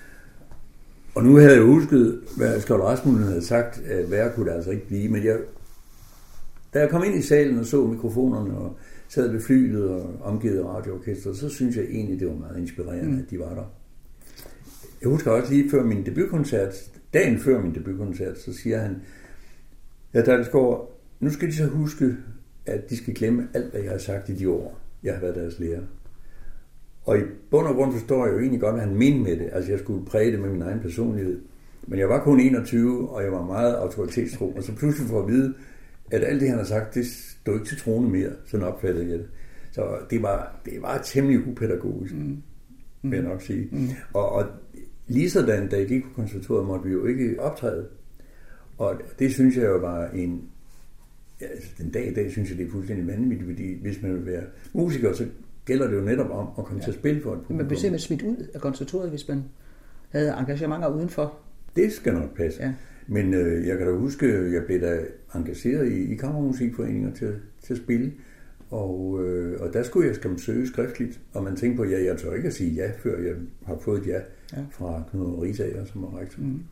Og nu havde jeg husket, hvad Skjold Rasmussen havde sagt, at værre kunne det altså ikke blive, men jeg, da jeg kom ind i salen og så mikrofonerne og sad ved flyet og omgivet radioorkestret, så synes jeg egentlig, det var meget inspirerende, mm. at de var der. Jeg husker også lige før min debutkoncert, dagen før min debutkoncert, så siger han, ja, Dalsgaard, nu skal de så huske, at de skal glemme alt, hvad jeg har sagt i de år, jeg har været deres lærer. Og i bund og grund forstår jeg jo egentlig godt, hvad han mente med det. Altså, jeg skulle præge det med min egen personlighed. Men jeg var kun enogtyve, og jeg var meget autoritetstro. Og så pludselig får at vide, at alt det, han har sagt, det stod ikke til troende mere. Sådan opfattede jeg det. Så det var, det var temmelig upædagogisk, mm. vil jeg nok sige. Mm. Og, og lige sådan, da jeg gik på konservatoriet, måtte vi jo ikke optræde. Og det synes jeg jo var en... Ja, altså, den dag i dag synes jeg, det er fuldstændig vanvittigt, fordi hvis man vil være musiker, så gælder det jo netop om at komme ja. til at spille for et publikum. Man bliver simpelthen smidt ud af konservatoriet, hvis man havde engagementer udenfor. Det skal nok passe. Ja. Men øh, jeg kan da huske, at jeg blev da engageret i, i kammermusikforeninger til, til at spille. Og, øh, og der skulle jeg skal man søge skriftligt. Og man tænkte på, ja, jeg tør ikke at sige ja, før jeg har fået et ja, ja. fra Knud Risager, som var rektor. Mm.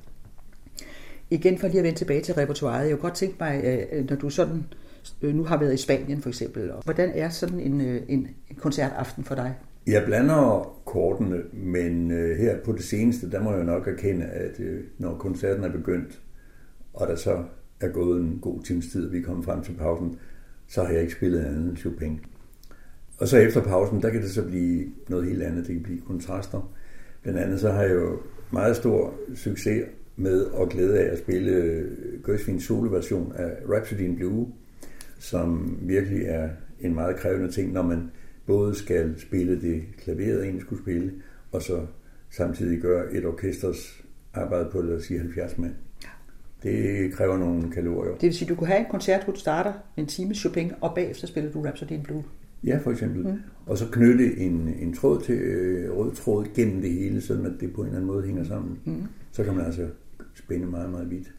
Igen for lige at vende tilbage til repertoiret. Jeg kunne godt tænke mig, når du sådan nu har været i Spanien for eksempel. Hvordan er sådan en, en, en koncertaften for dig? Jeg blander kortene, men her på det seneste, der må jeg nok erkende, at når koncerten er begyndt, og der så er gået en god times tid, og vi er kommet frem til pausen, så har jeg ikke spillet andet end Chopin. Og så efter pausen, der kan det så blive noget helt andet. Det kan blive kontraster. Blandt andet så har jeg jo meget stor succes med og glæde af at spille Gershwins soloversion af Rhapsody in Blue, som virkelig er en meget krævende ting, når man både skal spille det klaveret, egentlig skulle spille, og så samtidig gøre et orkesters arbejde på, lad os sige, halvfjerds mand. Det kræver nogle kalorier. Det vil sige, at du kunne have en koncert, hvor du starter en time Chopin, og bagefter spiller du Rhapsody in Blue? Ja, for eksempel. Mm. Og så knytte en, en tråd til øh, rød tråd gennem det hele, så at det på en eller anden måde hænger sammen. Mm. Så kan man altså spænde meget, meget vidt.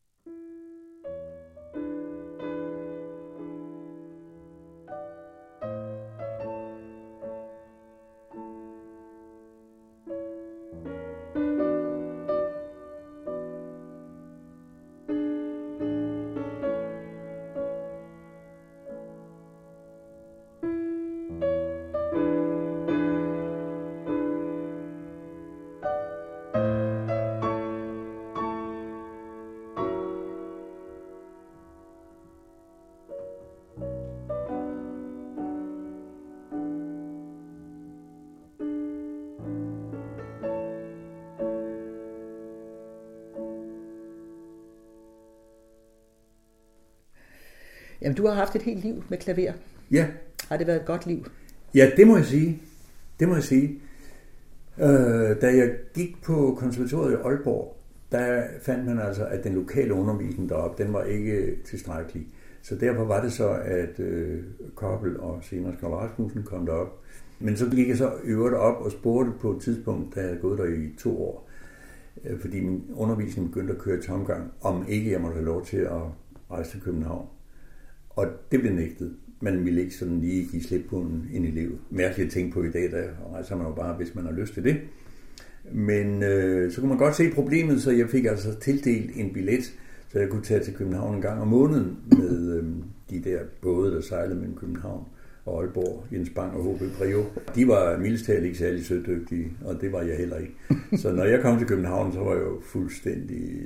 Jamen, du har haft et helt liv med klaver. Ja. Har det været et godt liv? Ja, det må jeg sige. Det må jeg sige. Øh, da jeg gik på konservatoriet i Aalborg, der fandt man altså, at den lokale undervisning deroppe, den var ikke tilstrækkelig. Så derfor var det så, at øh, Koppel og senere Skjold Rasmussen kom derop. Men så gik jeg så øvrigt op og spurgte på et tidspunkt, da jeg havde gået der i to år, øh, fordi min undervisning begyndte at køre i tomgang, om ikke jeg måtte have lov til at rejse til København. Og det blev nægtet. Man ville ikke sådan lige give slip på en, en elev. Mærkeligt at tænke på i dag, der rejser man jo bare, hvis man har lyst til det. Men øh, så kunne man godt se problemet, så jeg fik altså tildelt en billet Så jeg kunne tage til København en gang om måneden med øh, de der både, der sejlede mellem København og Aalborg, Jens Bang og H B Prio. De var mildest talt ikke særlig sødygtige, og det var jeg heller ikke. Så når jeg kom til København, så var jeg jo fuldstændig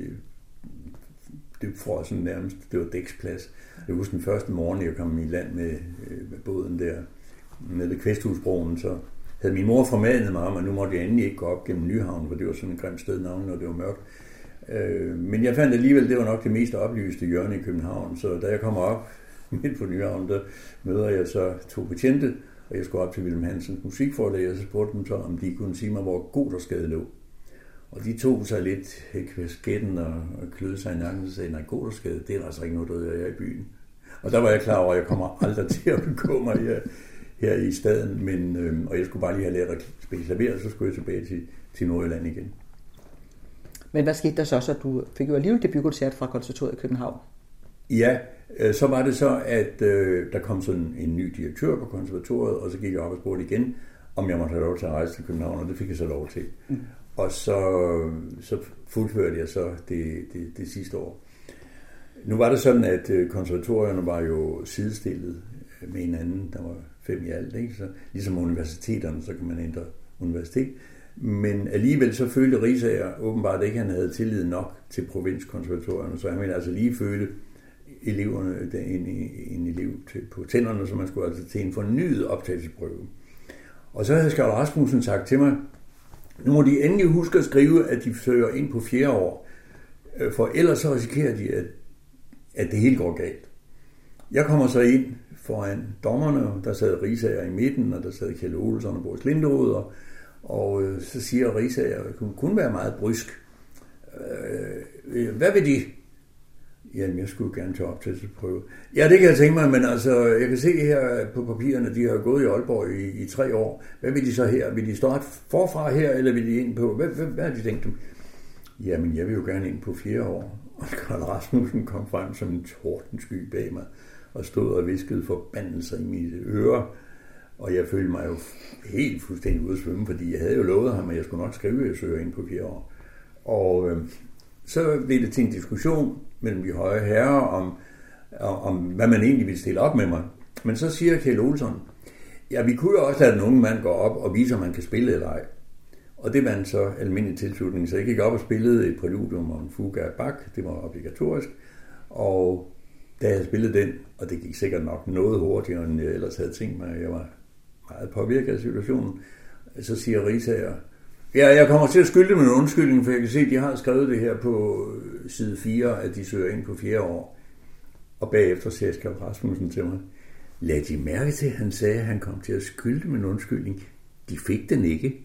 dybfrossen nærmest. Det var dæksplads. Jeg husker den første morgen, jeg kom i land med, med båden der, med ved Kvæsthusbroen, så havde min mor formanet mig om, at nu måtte jeg endelig ikke gå op gennem Nyhavn, for det var sådan et grimt sted navn, når det var mørkt. Men jeg fandt alligevel, det var nok det mest oplyste hjørne i København, så da jeg kommer op midt på Nyhavn, der møder jeg så to betjente, og jeg skulle op til Wilhelm Hansens musikforlag, og så spurgte dem så, om de kunne sige mig, hvor Gothersgade lå. Og de tog sig lidt kasketten og, og kløede sig i nakken, og sagde, nej, Gothersgade, det er altså ikke noget, der hedder i byen. Og der var jeg klar over, at jeg kommer aldrig til at begå mig her, her i staden, men, øhm, og jeg skulle bare lige have lært at spille klaver, og så skulle jeg tilbage til, til Nordjylland igen. Men hvad skete der så, så du fik jo alligevel debutkoncert fra konservatoriet i København? Ja, øh, så var det så, at øh, der kom sådan en ny direktør på konservatoriet, og så gik jeg op og spurgte igen, om jeg måtte have lov til at rejse til København, og det fik jeg så lov til. Mm. Og så, så fuldførte jeg så det, det, det sidste år. Nu var det sådan, at konservatorierne var jo sidestillet med hinanden. Der var fem i alt, ikke? Så ligesom universiteterne, så kan man ændre universitet. Men alligevel så følte Riisager åbenbart ikke, at han havde tillid nok til provinskonservatorierne, så han ville altså lige føle eleverne, en, en elev til, på tænderne, så man skulle altså til en fornyet optagelsesprøve. Og så havde Skjold Rasmussen sagt til mig, nu må de endelig huske at skrive, at de søger ind på fjerde år, for ellers så risikerer de, at, at det hele går galt. Jeg kommer så ind foran dommerne, der sad Riisager i midten, og der sad Kjeld Olsen og Boris Linderud, og, og øh, så siger Riisager, at hun kunne være meget brysk. Øh, hvad vil de? Jamen, jeg skulle gerne til optagelsesprøve. Ja, det kan jeg tænke mig, men altså, jeg kan se her på papirerne, de har gået i Aalborg i, i tre år. Hvad vil de så her? Vil de starte forfra her, eller vil de ind på? Hvad, hvad, hvad har de tænkt dem? Jamen, jeg vil jo gerne ind på fjerde år. Og Skjold Rasmussen kom frem som en tordensky bag mig, og stod og viskede forbandelser i mine ører. Og jeg følte mig jo helt fuldstændig ude at svømme, fordi jeg havde jo lovet ham, at jeg skulle nok skrive, at jeg søger ind på fjerde år. Og øh, så blev det til en diskussion mellem de høje herrer om, om, hvad man egentlig ville stille op med mig. Men så siger Kjeld Olsen, ja, vi kunne jo også lade den unge mand gå op og vise, om man kan spille eller ej. Og det var en så almindelig tilslutning, så jeg gik op og spillede et præludium og en fuga af Bach, det var obligatorisk. Og da jeg spillede den, og det gik sikkert nok noget hurtigere, end jeg ellers havde tænkt mig, jeg var meget påvirket af situationen, så siger Riisager, ja, jeg kommer til at skylde med en undskyldning, for jeg kan se, at de har skrevet det her på side fire, at de søger ind på fjerde år. Og bagefter siger Skjold Rasmussen til mig, lad de mærke til, at han sagde, at han kom til at skylde med en undskyldning. De fik den ikke.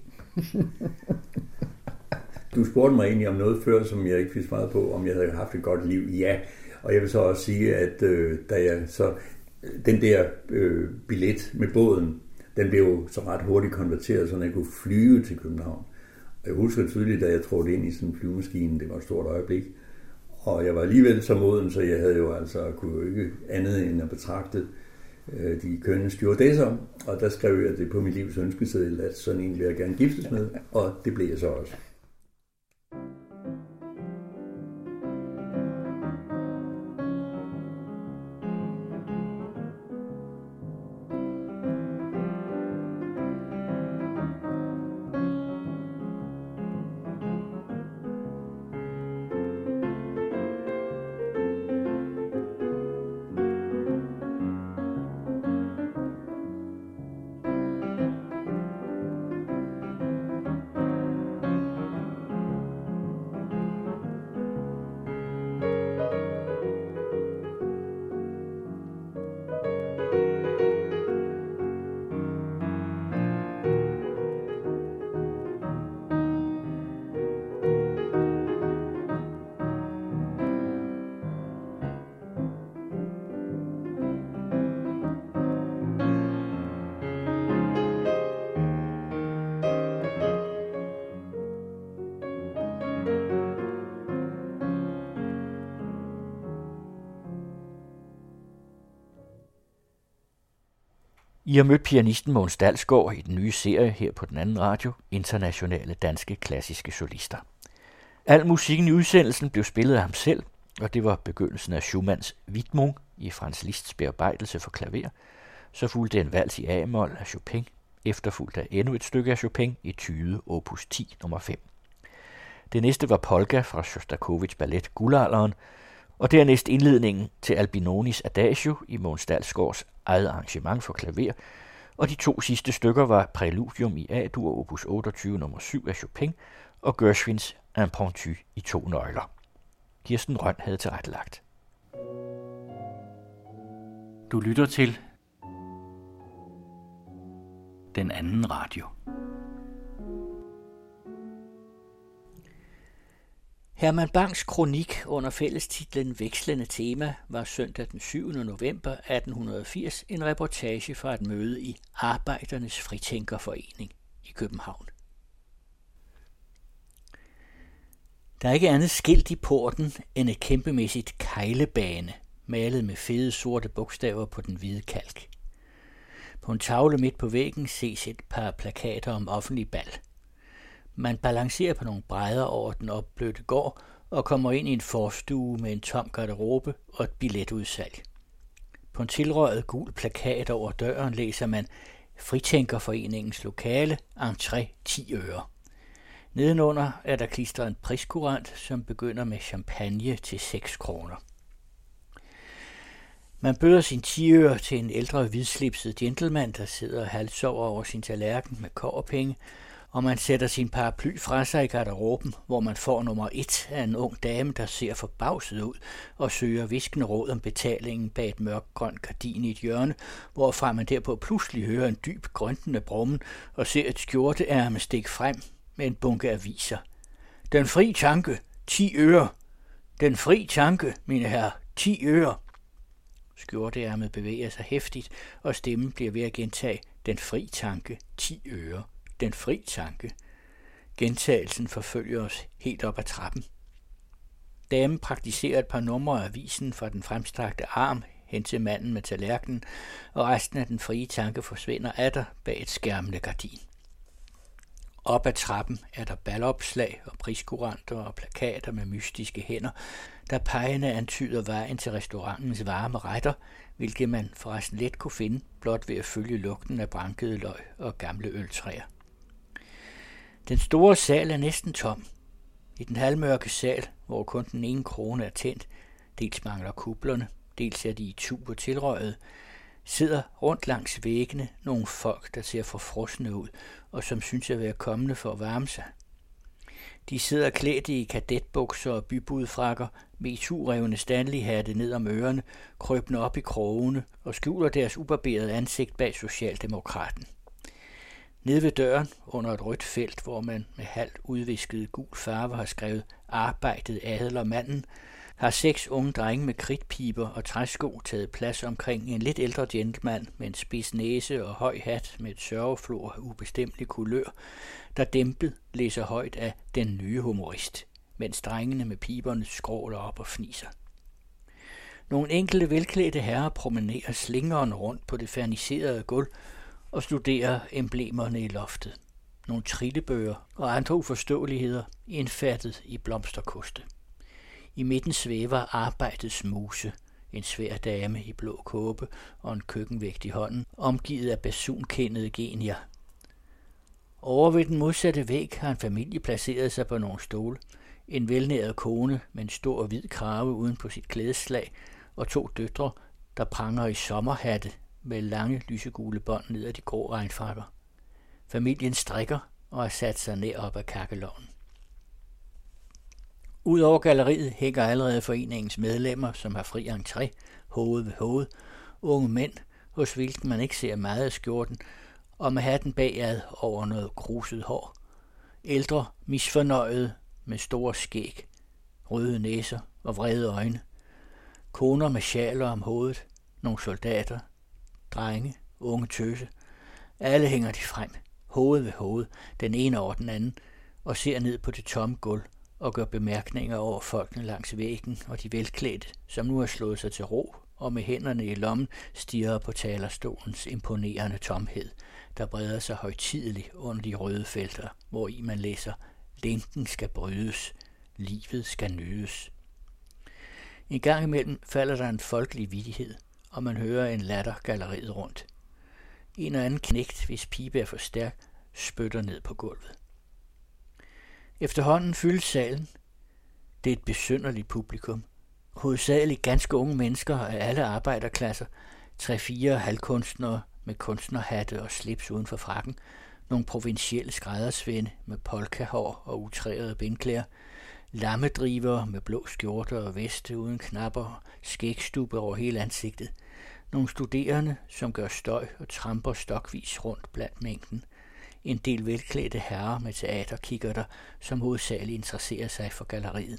Du spurgte mig egentlig om noget før, som jeg ikke fik svaret på, om jeg havde haft et godt liv. Ja, og jeg vil så også sige, at øh, da jeg så, den der øh, billet med båden, den blev jo så ret hurtigt konverteret, så jeg kunne flyve til København. Og jeg husker tydeligt, da jeg trådte ind i sådan en flyvemaskine, det var et stort øjeblik. Og jeg var alligevel så moden, så jeg havde jo altså kunne jo ikke andet end at betragte øh, de kønne stewardesser. Og der skrev jeg det på mit livs ønskeseddel, at sådan en vil jeg gerne giftes med, og det blev jeg så også. I har mødt pianisten Mogens Dalsgaard i den nye serie her på den anden radio, Internationale Danske Klassiske Solister. Al musikken i udsendelsen blev spillet af ham selv, og det var begyndelsen af Schumanns Widmung i Franz Liszts bearbejdelse for klaver. Så fulgte en vals i A-mol af Chopin, efterfulgt af endnu et stykke af Chopin i tyve opus ti nummer fem. Det næste var Polka fra Sjostakovitjs ballet Guldalderen, og dernæst indledningen til Albinonis Adagio i Mogens Dalsgaards eget arrangement for klaver, og de to sidste stykker var Præludium i A-dur opus otteogtyve nummer syv af Chopin og Gershwins Impromptu i to nøgler. Kirsten Rønn havde tilrettelagt. Du lytter til Den Anden Radio. Herman Bangs kronik under fællestitlen Vekslende tema var søndag den syvende november atten firs en reportage fra et møde i Arbejdernes Fritænkerforening i København. Der er ikke andet skilt i porten end et kæmpemæssigt kejlebane, malet med fede sorte bogstaver på den hvide kalk. På en tavle midt på væggen ses et par plakater om offentlig bal. Man balancerer på nogle brædder over den opblødte gård og kommer ind i en forstue med en tom garderobe og et billetudsalg. På en tilrøget gul plakat over døren læser man Fritænkerforeningens lokale, entré ti øre. Nedenunder er der klistret en priskurant, som begynder med champagne til seks kroner. Man bøder sin ti øre til en ældre hvidslipset gentleman, der sidder og halvsover over sin tallerken med kobberpenge, og man sætter sin paraply fra sig i garderoben, hvor man får nummer et af en ung dame, der ser forbavset ud og søger viskende råd om betalingen bag et mørkgrønt gardin i et hjørne, hvorfra man derpå pludselig hører en dyb grøntende brummen og ser et skjorteærme stikke frem med en bunke aviser. Den fri tanke, ti øre. Den fri tanke, mine herrer, ti øre. Skjorteærmet bevæger sig heftigt, og stemmen bliver ved at gentage den fri tanke, ti øre. Den fri tanke. Gentagelsen forfølger os helt op ad trappen. Damen praktiserer et par numre af avisen fra den fremstrakte arm hen til manden med tallerkenen, og resten af den frie tanke forsvinder atter bag et skærmende gardin. Op ad trappen er der ballopslag og priskuranter og plakater med mystiske hænder, der pegende antyder vejen til restaurantens varme retter, hvilket man forresten let kunne finde, blot ved at følge lugten af brankede løg og gamle øltræer. Den store sal er næsten tom. I den halvmørke sal, hvor kun den ene krone er tændt, dels mangler kublerne, dels er de i tuber tilrøget, sidder rundt langs væggene nogle folk, der ser forfrosne ud, og som synes at være kommende for at varme sig. De sidder klædt i kadetbukser og bybudfrakker, med iturevne Stanley-hatte ned om ørerne, krøbende op i krogene og skjuler deres ubarberede ansigt bag Socialdemokraten. Nede ved døren, under et rødt felt, hvor man med halvt udvisket gul farve har skrevet Arbejdet adler manden, har seks unge drenge med kridtpiber og træsko taget plads omkring en lidt ældre gentleman med en spids næse og høj hat med et sørgeflor af ubestemmelig kulør, der dæmpet læser højt af Den nye humorist, mens drengene med piberne skråler op og fniser. Nogle enkelte velklædte herrer promenerer slingeren rundt på det ferniserede gulv og studerer emblemerne i loftet. Nogle trillebøger og andre uforståeligheder indfattet i blomsterkoste. I midten svæver arbejdets muse, en svær dame i blå kåbe og en køkkenvægt i hånden, omgivet af basunkendede genier. Over ved den modsatte væg har en familie placeret sig på nogle stole. En velnæret kone med en stor hvid krave uden på sit klædeslag, og to døtre, der pranger i sommerhatte med lange lysegule bånd ned ad de grå regnfrakker. Familien strikker og har sat sig ned op ad kakkelovnen. Udover galleriet hænger allerede foreningens medlemmer, som har fri entré, hoved ved hoved, unge mænd, hos hvilken man ikke ser meget af skjorten, og med hatten bagad over noget kruset hår. Ældre, misfornøjede, med store skæg, røde næser og vrede øjne. Koner med sjaler om hovedet, nogle soldater, drenge, unge tøse. Alle hænger de frem, hoved ved hoved, den ene over den anden, og ser ned på det tomme gulv og gør bemærkninger over folkene langs væggen og de velklædte, som nu har slået sig til ro og med hænderne i lommen stirrer på talerstolens imponerende tomhed, der breder sig højtideligt under de røde felter, hvor i man læser, lænken skal brydes, livet skal nydes. En gang imellem falder der en folkelig vittighed, og man hører en latter galleriet rundt. En og anden knægt, hvis pibe er for stærk, spytter ned på gulvet. Efterhånden fyldes salen. Det er et besynderligt publikum. Hovedsageligt ganske unge mennesker af alle arbejderklasser, tre-fire halvkunstnere med kunstnerhatte og slips uden for frakken, nogle provincielle skræddersvende med polkahår og utrærede bindklæder, lammedrivere med blå skjorter og veste uden knapper, skægstube over hele ansigtet, nogle studerende, som gør støj og tramper stokvis rundt blandt mængden, en del velklædte herrer med teaterkikkerter, som hovedsageligt interesserer sig for galleriet.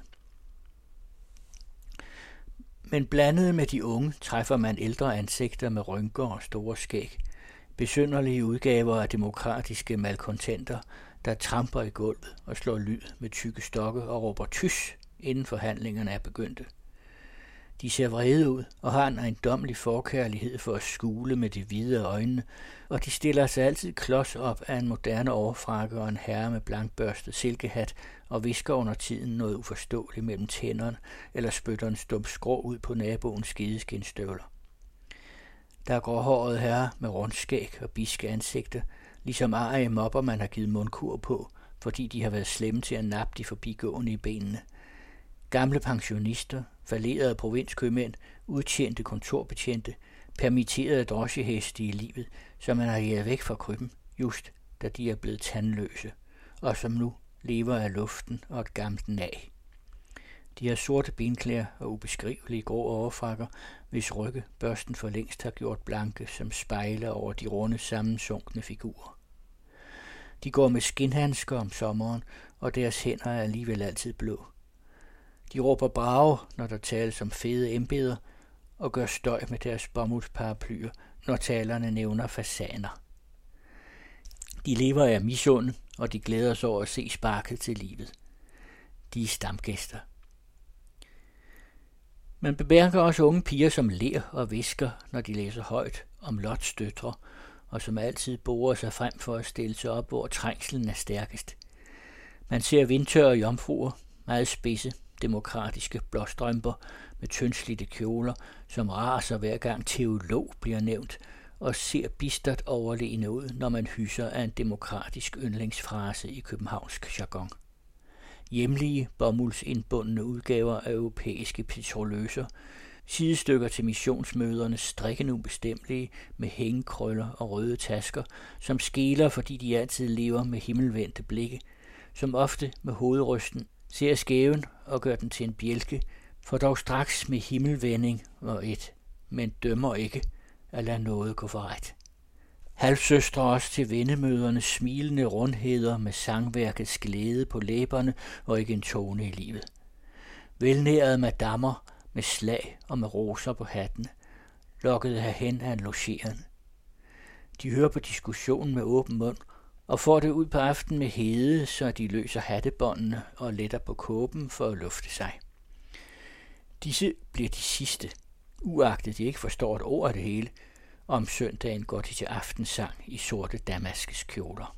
Men blandet med de unge træffer man ældre ansigter med rynker og store skæg, besynderlige udgaver af demokratiske malkontenter, der tramper i gulvet og slår lyd med tykke stokke og råber tys, inden forhandlingerne er begyndte. De ser vrede ud og har en ejendommelig forkærlighed for at skule med de hvide øjne, og de stiller sig altid klods op af en moderne overfrakke og en herre med blankbørstet silkehat og visker under tiden noget uforståeligt mellem tænderne eller spytter en stump skrå ud på naboens skideskinstøvler. Der er gråhårede herrer med rundskæg og biske ansigter, ligesom arige mopper, man har givet mundkur på, fordi de har været slemme til at nappe de forbigående i benene. Gamle pensionister, fallerede provinskøbmænd, udtjente kontorbetjente, permitterede drosjeheste i livet, som man har jævet væk fra krybben, just da de er blevet tandløse, og som nu lever af luften og et gammelt nag. De har sorte benklæder og ubeskrivelige grå overfrakker, hvis rygge børsten for længst har gjort blanke som spejler over de runde sammensunkne figurer. De går med skinhandsker om sommeren, og deres hænder er alligevel altid blå. De råber brage, når der tales om fede embeder, og gør støj med deres bomuldsparaplyer, når talerne nævner fasaner. De lever af misunde, og de glæder sig over at se sparket til livet. De er stamgæster. Man bemærker også unge piger, som ler og visker, når de læser højt om Lots døtre, og som altid borer sig frem for at stille sig op, hvor trængslen er stærkest. Man ser vindtørre jomfruer, meget spidse, demokratiske blåstrømper med tyndslidte kjoler, som raser hver gang teolog bliver nævnt, og ser bistert overlegne ud, når man hyser af en demokratisk yndlingsfrase i københavnsk jargon. Hjemlige, bomuldsindbundne udgaver af europæiske petroløser, sidestykker til missionsmødernes strikkende ubestemmelige med hængekrøller og røde tasker, som skeler, fordi de altid lever med himmelvendte blikke, som ofte med hovedrysten ser skæven og gør den til en bjælke, for dog straks med himmelvending og et, men dømmer ikke at lade noget gå for ret. Halvsøstre også til vendemødernes smilende rundheder med sangværkets glæde på læberne og ikke en tone i livet. Velnærede madammer med slag og med roser på hattene, lokkede herhen af en logerende. De hører på diskussionen med åben mund og får det ud på aftenen med hede, så de løser hattebåndene og letter på kåben for at lufte sig. Disse bliver de sidste, uagtet de ikke forstår et ord af det hele. Om søndagen går de til aftensang i sorte damaskes kjoler.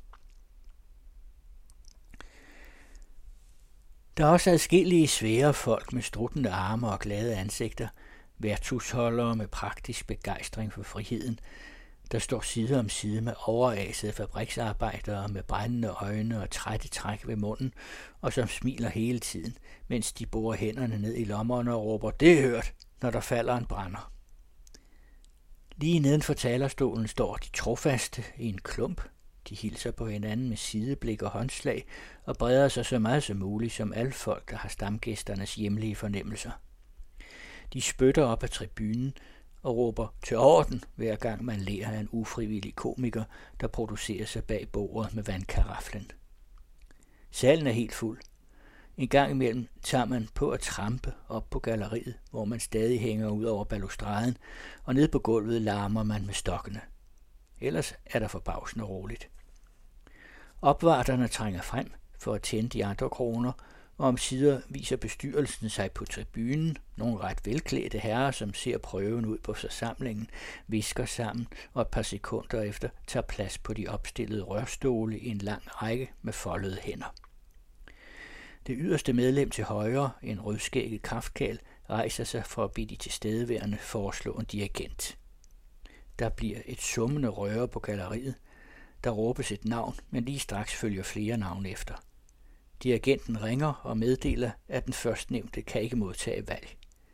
Der er også adskillige svære folk med struttende arme og glade ansigter, værtshusholdere med praktisk begejstring for friheden, der står side om side med overasede fabriksarbejdere med brændende øjne og trætte træk ved munden, og som smiler hele tiden, mens de borer hænderne ned i lommerne og råber, det er hørt, når der falder en brænder. Lige neden for talerstolen står de trofaste i en klump. De hilser på hinanden med sideblik og håndslag og breder sig så meget som muligt som alle folk, der har stamgæsternes hjemlige fornemmelser. De spytter op af tribunen og råber til orden, hver gang man ler af en ufrivillig komiker, der producerer sig bag bordet med vandkaraflen. Salen er helt fuld. En gang imellem tager man på at trampe op på galleriet, hvor man stadig hænger ud over balustraden, og ned på gulvet larmer man med stokkene. Ellers er der forbavsende roligt. Opvarterne trænger frem for at tænde de andre kroner, og omsider viser bestyrelsen sig på tribunen, nogle ret velklædte herrer, som ser prøven ud på forsamlingen, visker sammen og et par sekunder efter tager plads på de opstillede rørstole i en lang række med foldede hænder. Det yderste medlem til højre, en rødskægget kraftkæl, rejser sig for at bede de tilstedeværende foreslå en dirigent. Der bliver et summende røre på galleriet. Der råbes et navn, men lige straks følger flere navne efter. Dirigenten ringer og meddeler, at den førstnævnte kan ikke modtage valg.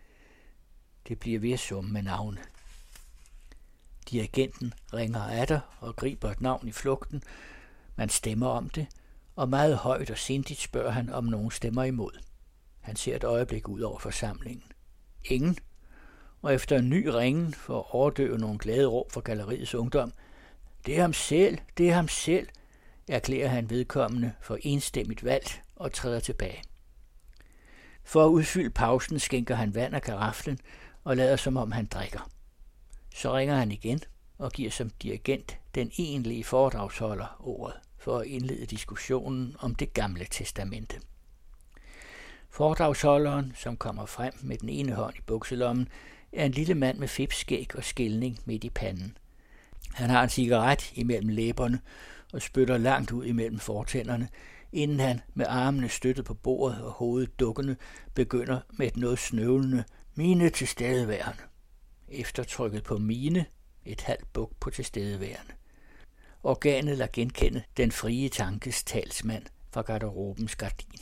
Det bliver ved at summe med navne. Dirigenten ringer atter og griber et navn i flugten. Man stemmer om det, og meget højt og sindigt spørger han, om nogen stemmer imod. Han ser et øjeblik ud over forsamlingen. Ingen. Og efter en ny ringen for at overdøve nogle glade råb fra galleriets ungdom, det er ham selv, det er ham selv, erklærer han vedkommende for enstemmigt valgt og træder tilbage. For at udfylde pausen skænker han vand af karaflen og lader som om han drikker. Så ringer han igen og giver som dirigent den egentlige foredragsholder ordet for at indlede diskussionen om det gamle testamente. Foredragsholderen, som kommer frem med den ene hånd i bukselommen, er en lille mand med fipskæg og skilning midt i panden. Han har en cigaret imellem læberne og spytter langt ud imellem fortænderne, inden han med armene støttet på bordet og hovedet dukkende begynder med et noget snøvlende mine tilstedeværende. Eftertrykket på mine, et halvt buk på tilstedeværende. Organet lader genkende den frie tankes talsmand fra garderobens gardin.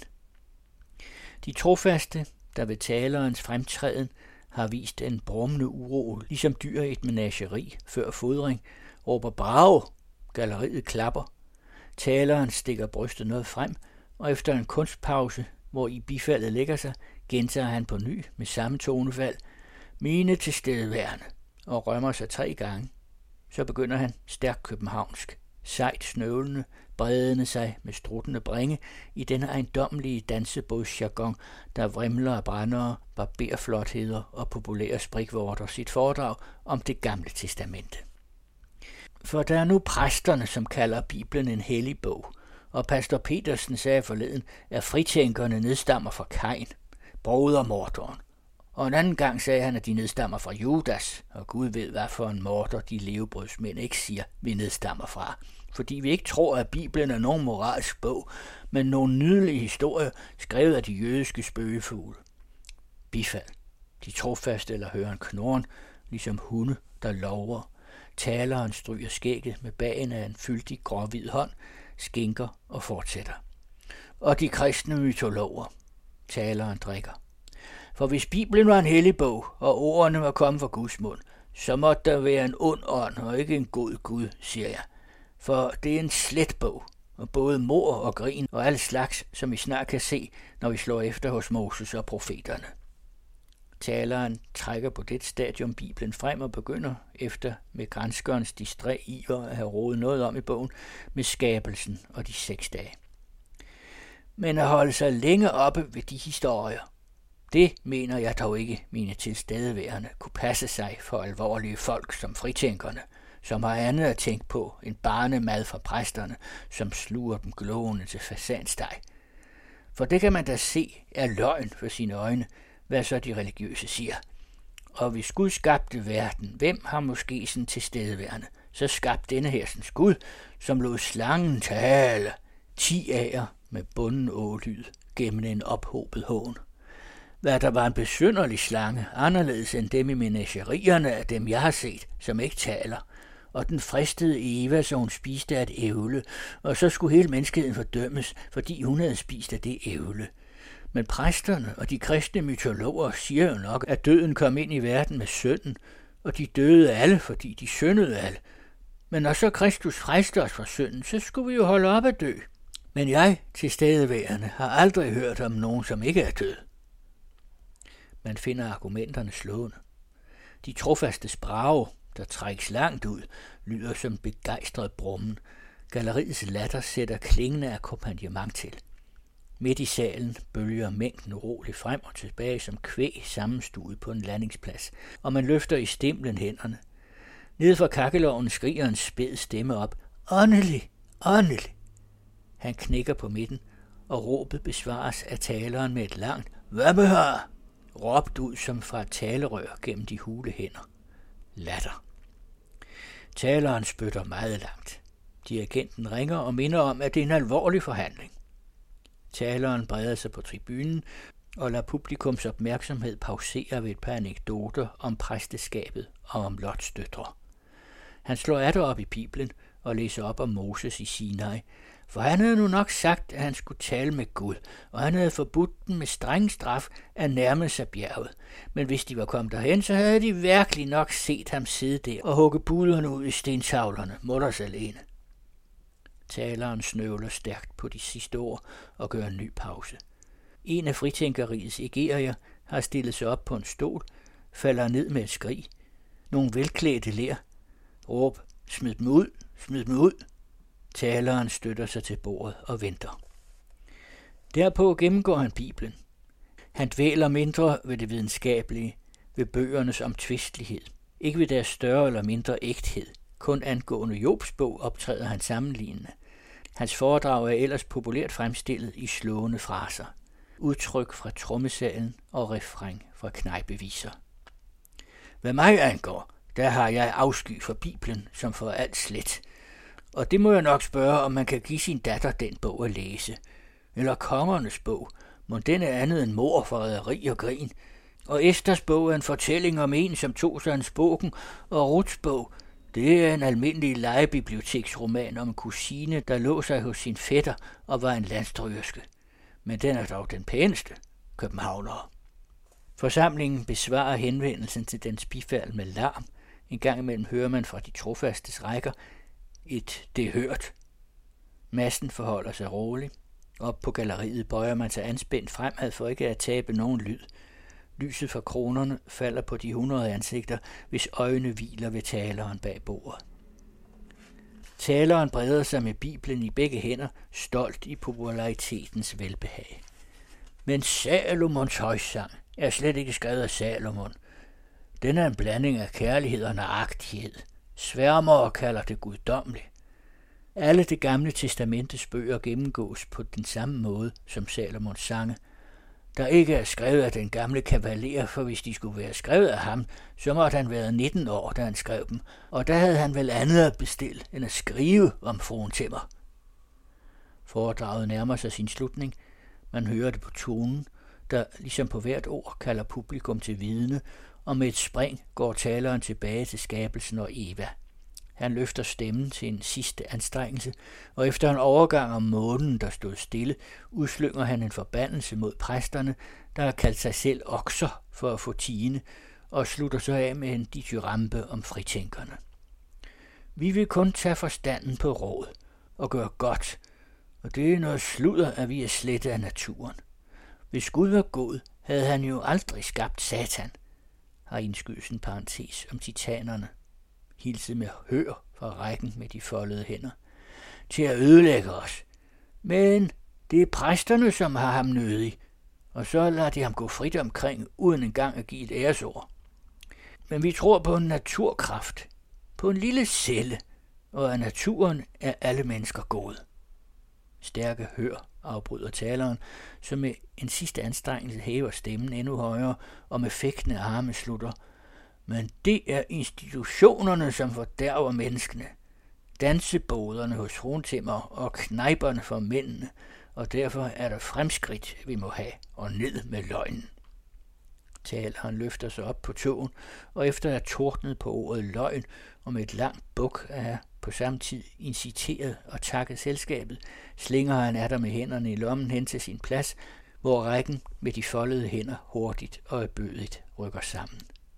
De trofaste, der ved talerens fremtræden har vist en brummende uro, ligesom dyr i et menageri før fodring, råber bravo, galleriet klapper. Taleren stikker brystet noget frem, og efter en kunstpause, hvor i bifaldet lægger sig, gentager han på ny med samme tonefald, mine tilstedeværende, og rømmer sig tre gange. Så begynder han stærkt københavnsk, sejt snøvlende, bredende sig med struttende bringe i denne ejendommelige dansebodsjargon, der vrimler af brændere, barberflotheder og populære sprikvorter sit foredrag om det gamle testamente. For der er nu præsterne, som kalder Bibelen en hellig bog, og pastor Petersen sagde forleden, at fritænkerne nedstammer fra Kain, brodermorderen. Og en anden gang sagde han, at de nedstammer fra Judas, og Gud ved, hvad for en morder de levebrødsmænd ikke siger, vi nedstammer fra. Fordi vi ikke tror, at Bibelen er nogen moralsk bog, men nogle nydelige historier, skrevet af de jødiske spøgefugle. Bifald. De trofaste eller hører en knoren, ligesom hunde, der lover. Taleren stryger skægget med bagen af en fyldig gråhvid hånd, skinker og fortsætter. Og de kristne mytologer. Taleren drikker. For hvis Bibelen var en hellig bog, og ordene var kommet fra Guds mund, så måtte der være en ond ånd og ikke en god Gud, siger jeg. For det er en slet bog, og både mor og grin og alle slags, som vi snart kan se, når vi slår efter hos Moses og profeterne. Taleren trækker på det stadium Bibelen frem og begynder, efter med granskerens distræ iver at have rodet noget om i bogen, med skabelsen og de seks dage. Men at holde sig længe oppe ved de historier, det mener jeg dog ikke, mine tilstedeværende kunne passe sig for alvorlige folk som fritænkerne, som har andet at tænke på end barnemad fra præsterne, som sluger dem glående til fasansteg. For det kan man da se er løgn for sine øjne, hvad så de religiøse siger. Og hvis Gud skabte verden, hvem har måske sådan tilstedeværende, så skabte denne her sådan Gud, som lod slangen tale, ti ager med bunden ålyd gennem en ophobet hån. Hvad der var en besynderlig slange, anderledes end dem i menagerierne af dem, jeg har set, som ikke taler. Og den fristede Eva, så hun spiste af et ævle, og så skulle hele menneskeheden fordømmes, fordi hun havde spist af det ævle. Men præsterne og de kristne mytologer siger jo nok, at døden kom ind i verden med synden, og de døde alle, fordi de syndede alle. Men når så Kristus frelste os fra synden, så skulle vi jo holde op at dø. Men jeg, tilstedeværende, har aldrig hørt om nogen, som ikke er død. Man finder argumenterne slående. De trofaste brage, der trækkes langt ud, lyder som begejstret brummen. Galleriets latter sætter klingende akkompagnement til. Midt i salen bølger mængden roligt frem og tilbage som kvæg sammenstuet på en landingsplads, og man løfter i stimlen hænderne. Nede fra kakkeloven skriger en spæd stemme op. Åndelig, åndelig. Han knækker på midten, og råbet besvares af taleren med et langt hvad behør? Råbt ud som fra et talerør gennem de hule hænder. Latter. Taleren spytter meget langt. Dirigenten ringer og minder om, at det er en alvorlig forhandling. Taleren breder sig på tribunen, og lader publikums opmærksomhed pausere ved et par anekdoter om præsteskabet og om Lots døtre. Han slår atter op i Bibelen og læser op om Moses i Sinai, for han havde nu nok sagt, at han skulle tale med Gud, og han havde forbudt dem med streng straf at nærme sig bjerget. Men hvis de var kommet derhen, så havde de virkelig nok set ham sidde der og hugge buderne ud i stentavlerne, mutters alene. Taleren snøvler stærkt på de sidste ord og gør en ny pause. En af fritænkeriets egerier har stillet sig op på en stol, falder ned med et skrig. Nogle velklædte ler. Råb, smid dem ud, smid dem ud. Taleren støtter sig til bordet og venter. Derpå gennemgår han Bibelen. Han dvæler mindre ved det videnskabelige, ved bøgernes omtvistelighed, ikke ved deres større eller mindre ægthed. Kun angående Jobs bog optræder han sammenlignende. Hans foredrag er ellers populært fremstillet i slående fraser. Udtryk fra trommesalen og refræng fra knejbeviser. Hvad mig angår, der har jeg afsky for Bibelen som for alt slet. Og det må jeg nok spørge, om man kan give sin datter den bog at læse. Eller kongernes bog, må den er andet end mord, forræderi og grin. Og Esters bog er en fortælling om en, som tog sig en spoken, og Ruths bog, det er en almindelig lejebiblioteksroman om en kusine, der lå sig hos sin fætter og var en landstrygerske. Men den er dog den pæneste, københavnere. Forsamlingen besvarer henvendelsen til dens bifald med larm. En gang imellem hører man fra de trofastes rækker et det hørt. Massen forholder sig roligt. Op på galleriet bøjer man sig anspændt fremad for ikke at tabe nogen lyd. Lyset fra kronerne falder på de hundrede ansigter, hvis øjne hviler ved taleren bag bordet. Taleren breder sig med Bibelen i begge hænder, stolt i popularitetens velbehag. Men Salomons højsang er slet ikke skrevet af Salomon. Den er en blanding af kærlighed og nøjagtighed. Sværmere kalder det guddommeligt. Alle det gamle testamentes bøger gennemgås på den samme måde som Salomons sange, der ikke er skrevet af den gamle kavaler, for hvis de skulle være skrevet af ham, så måtte han være nitten år, da han skrev dem, og der havde han vel andet at bestille, end at skrive om fruen Timmer. Foredraget nærmer sig sin slutning. Man hører det på tonen, der ligesom på hvert ord kalder publikum til vidne, og med et spring går taleren tilbage til skabelsen og Eva. Han løfter stemmen til en sidste anstrengelse, og efter en overgang om månen, der stod stille, udslynger han en forbandelse mod præsterne, der har kaldt sig selv okser for at få tiende, og slutter så af med en dithyrambe om fritænkerne. Vi vil kun tage forstanden på råd og gøre godt, og det er noget sludder, at vi er slette af naturen. Hvis Gud var god, havde han jo aldrig skabt Satan, har indskydes en parentes om titanerne, hilset med hør fra rækken med de foldede hænder, til at ødelægge os. Men det er præsterne, som har ham nødig, og så lader de ham gå frit omkring, uden engang at give et æresord. Men vi tror på en naturkraft, på en lille celle, og at naturen er alle mennesker gode. Stærke hør, afbryder taleren, som med en sidste anstrengelse hæver stemmen endnu højere, og med fægtende arme slutter. Men det er institutionerne, som fordærver menneskene. Danseboderne hos Frontimmer og knejperne for mændene, og derfor er der fremskridt, vi må have, og ned med løgnen. Taleren løfter sig op på tåen, og efter at have tordnet på ordet løgn, og med et langt buk er på samme tid inciteret og takket selskabet, slinger han atter med hænderne i lommen hen til sin plads, hvor rækken med de foldede hænder hurtigt og erbødigt rykker sammen.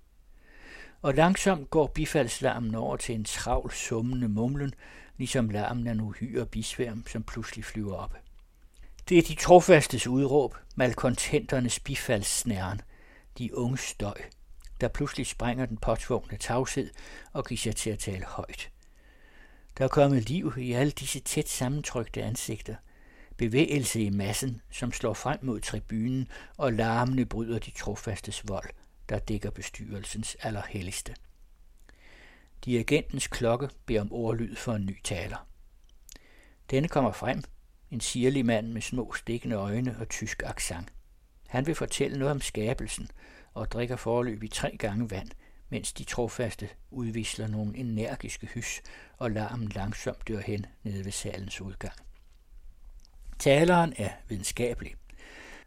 Og langsomt går bifaldslarmen over til en travl, summende mumlen, ligesom larmen af en uhyre bisværm, som pludselig flyver op. Det er de trofastes udråb, malkontenternes bifaldssnæren, de unge støj, der pludselig sprænger den påtvungne tavshed og giver sig til at tale højt. Der er kommet liv i alle disse tæt sammentrykte ansigter, bevægelse i massen, som slår frem mod tribunen, og larmende bryder de trofastes vold, der dækker bestyrelsens allerhelligste. Dirigentens klokke beder om ordlyd for en ny taler. Denne kommer frem, en sirlig mand med små stikkende øjne og tysk accent. Han vil fortælle noget om skabelsen og drikker foreløbig tre gange vand, mens de trofaste udvisler nogle energiske hys, og larmen langsomt dør hen nede ved salens udgang. Taleren er videnskabelig.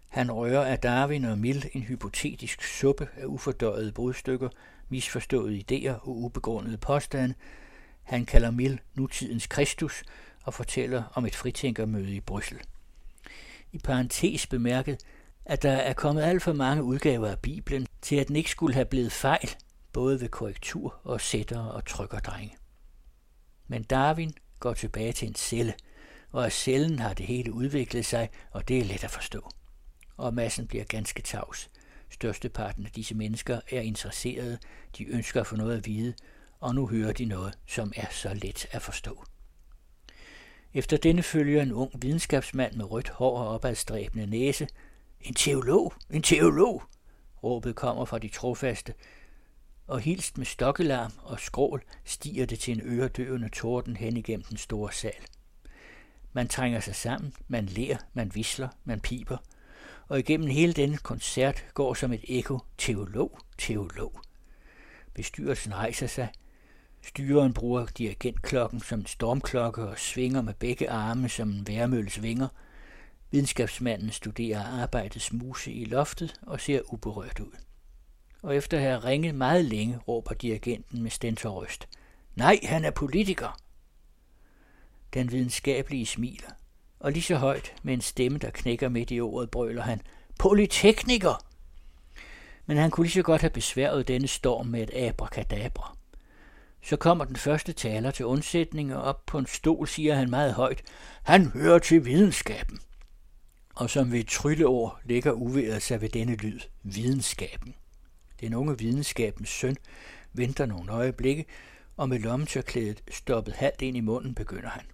Han rører af Darwin og Mill en hypotetisk suppe af ufordøjede brudstykker, misforståede idéer og ubegrundede påstande. Han kalder Mill nutidens Kristus og fortæller om et fritænkermøde i Bryssel. I parentes bemærket, at der er kommet alt for mange udgaver af Bibelen til, at den ikke skulle have blevet fejl, både ved korrektur og sættere og trykkerdrenge. Men Darwin går tilbage til en celle, og af cellen har det hele udviklet sig, og det er let at forstå. Og massen bliver ganske tavs. Størsteparten af disse mennesker er interesserede, de ønsker at få noget at vide, og nu hører de noget, som er så let at forstå. Efter denne følger en ung videnskabsmand med rødt hår og opadstræbende næse. En teolog, en teolog, råbet kommer fra de trofaste, og hilst med stokkelarm og skrål stiger det til en øredøvende torden hen igennem den store sal. Man trænger sig sammen, man ler, man visler, man piber, og igennem hele denne koncert går som et ekko teolog, teolog. Bestyrelsen rejser sig. Styreren bruger dirigentklokken som en stormklokke og svinger med begge arme som en vejrmølles vinger. Videnskabsmanden studerer arbejdets muse i loftet og ser uberørt ud. Og efter at have ringet meget længe, råber dirigenten med stentorrøst. Nej, han er politiker! Den videnskabelige smiler, og lige så højt med en stemme, der knækker midt i ordet, brøler han. Polytekniker! Men han kunne lige så godt have besværet denne storm med et abracadabra. Så kommer den første taler til undsætning, og op på en stol siger han meget højt, han hører til videnskaben. Og som ved et trylleord lægger uvejret sig ved denne lyd, videnskaben. Den unge videnskabens søn venter nogle øjeblikke, og med lommetørklædet stoppet halvt ind i munden begynder han.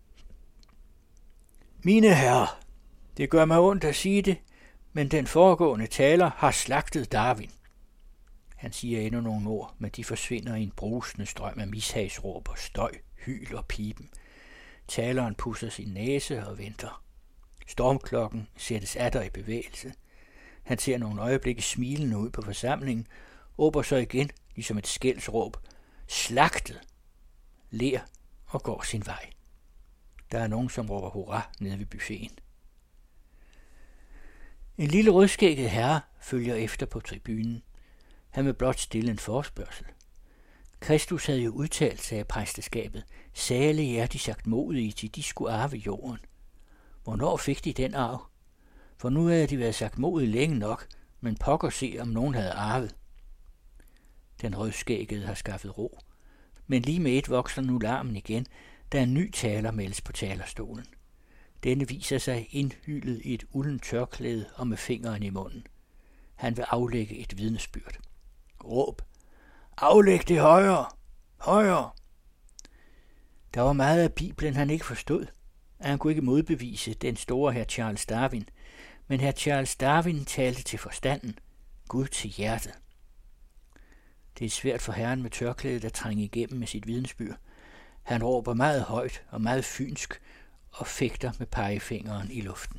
Mine herrer, det gør mig ondt at sige det, men den foregående taler har slagtet Darwin. Han siger endnu nogle ord, men de forsvinder i en brusende strøm af mishagsråb og støj, hyl og piben. Taleren pusser sin næse og venter. Stormklokken sættes atter i bevægelse. Han ser nogle øjeblikke smilende ud på forsamlingen, råber så igen, ligesom et skældsråb, slagtet, ler og går sin vej. Der er nogen, som råber hurra nede ved buffeten. En lille rødskægget herre følger efter på tribunen. Han vil blot stille en forespørgsel. Kristus havde jo udtalt, sagde præsteskabet, salige er de sagt modige, til de skulle arve jorden. Hvornår fik de den arv? For nu havde de været sagt modige længe nok, men pokker se, om nogen havde arvet. Den rødskæggede har skaffet ro, men lige med et vokser nu larmen igen, da en ny taler meldes på talerstolen. Denne viser sig indhyllet i et uldent tørklæde og med fingeren i munden. Han vil aflægge et vidnesbyrd. Råb. Aflæg det højere! Højere! Der var meget af Bibelen, han ikke forstod. Han kunne ikke modbevise den store herr Charles Darwin, men herr Charles Darwin talte til forstanden, Gud til hjertet. Det er svært for herren med tørklædet at trænge igennem med sit vidensbyrd. Han råber meget højt og meget fynsk og fægter med pegefingeren i luften.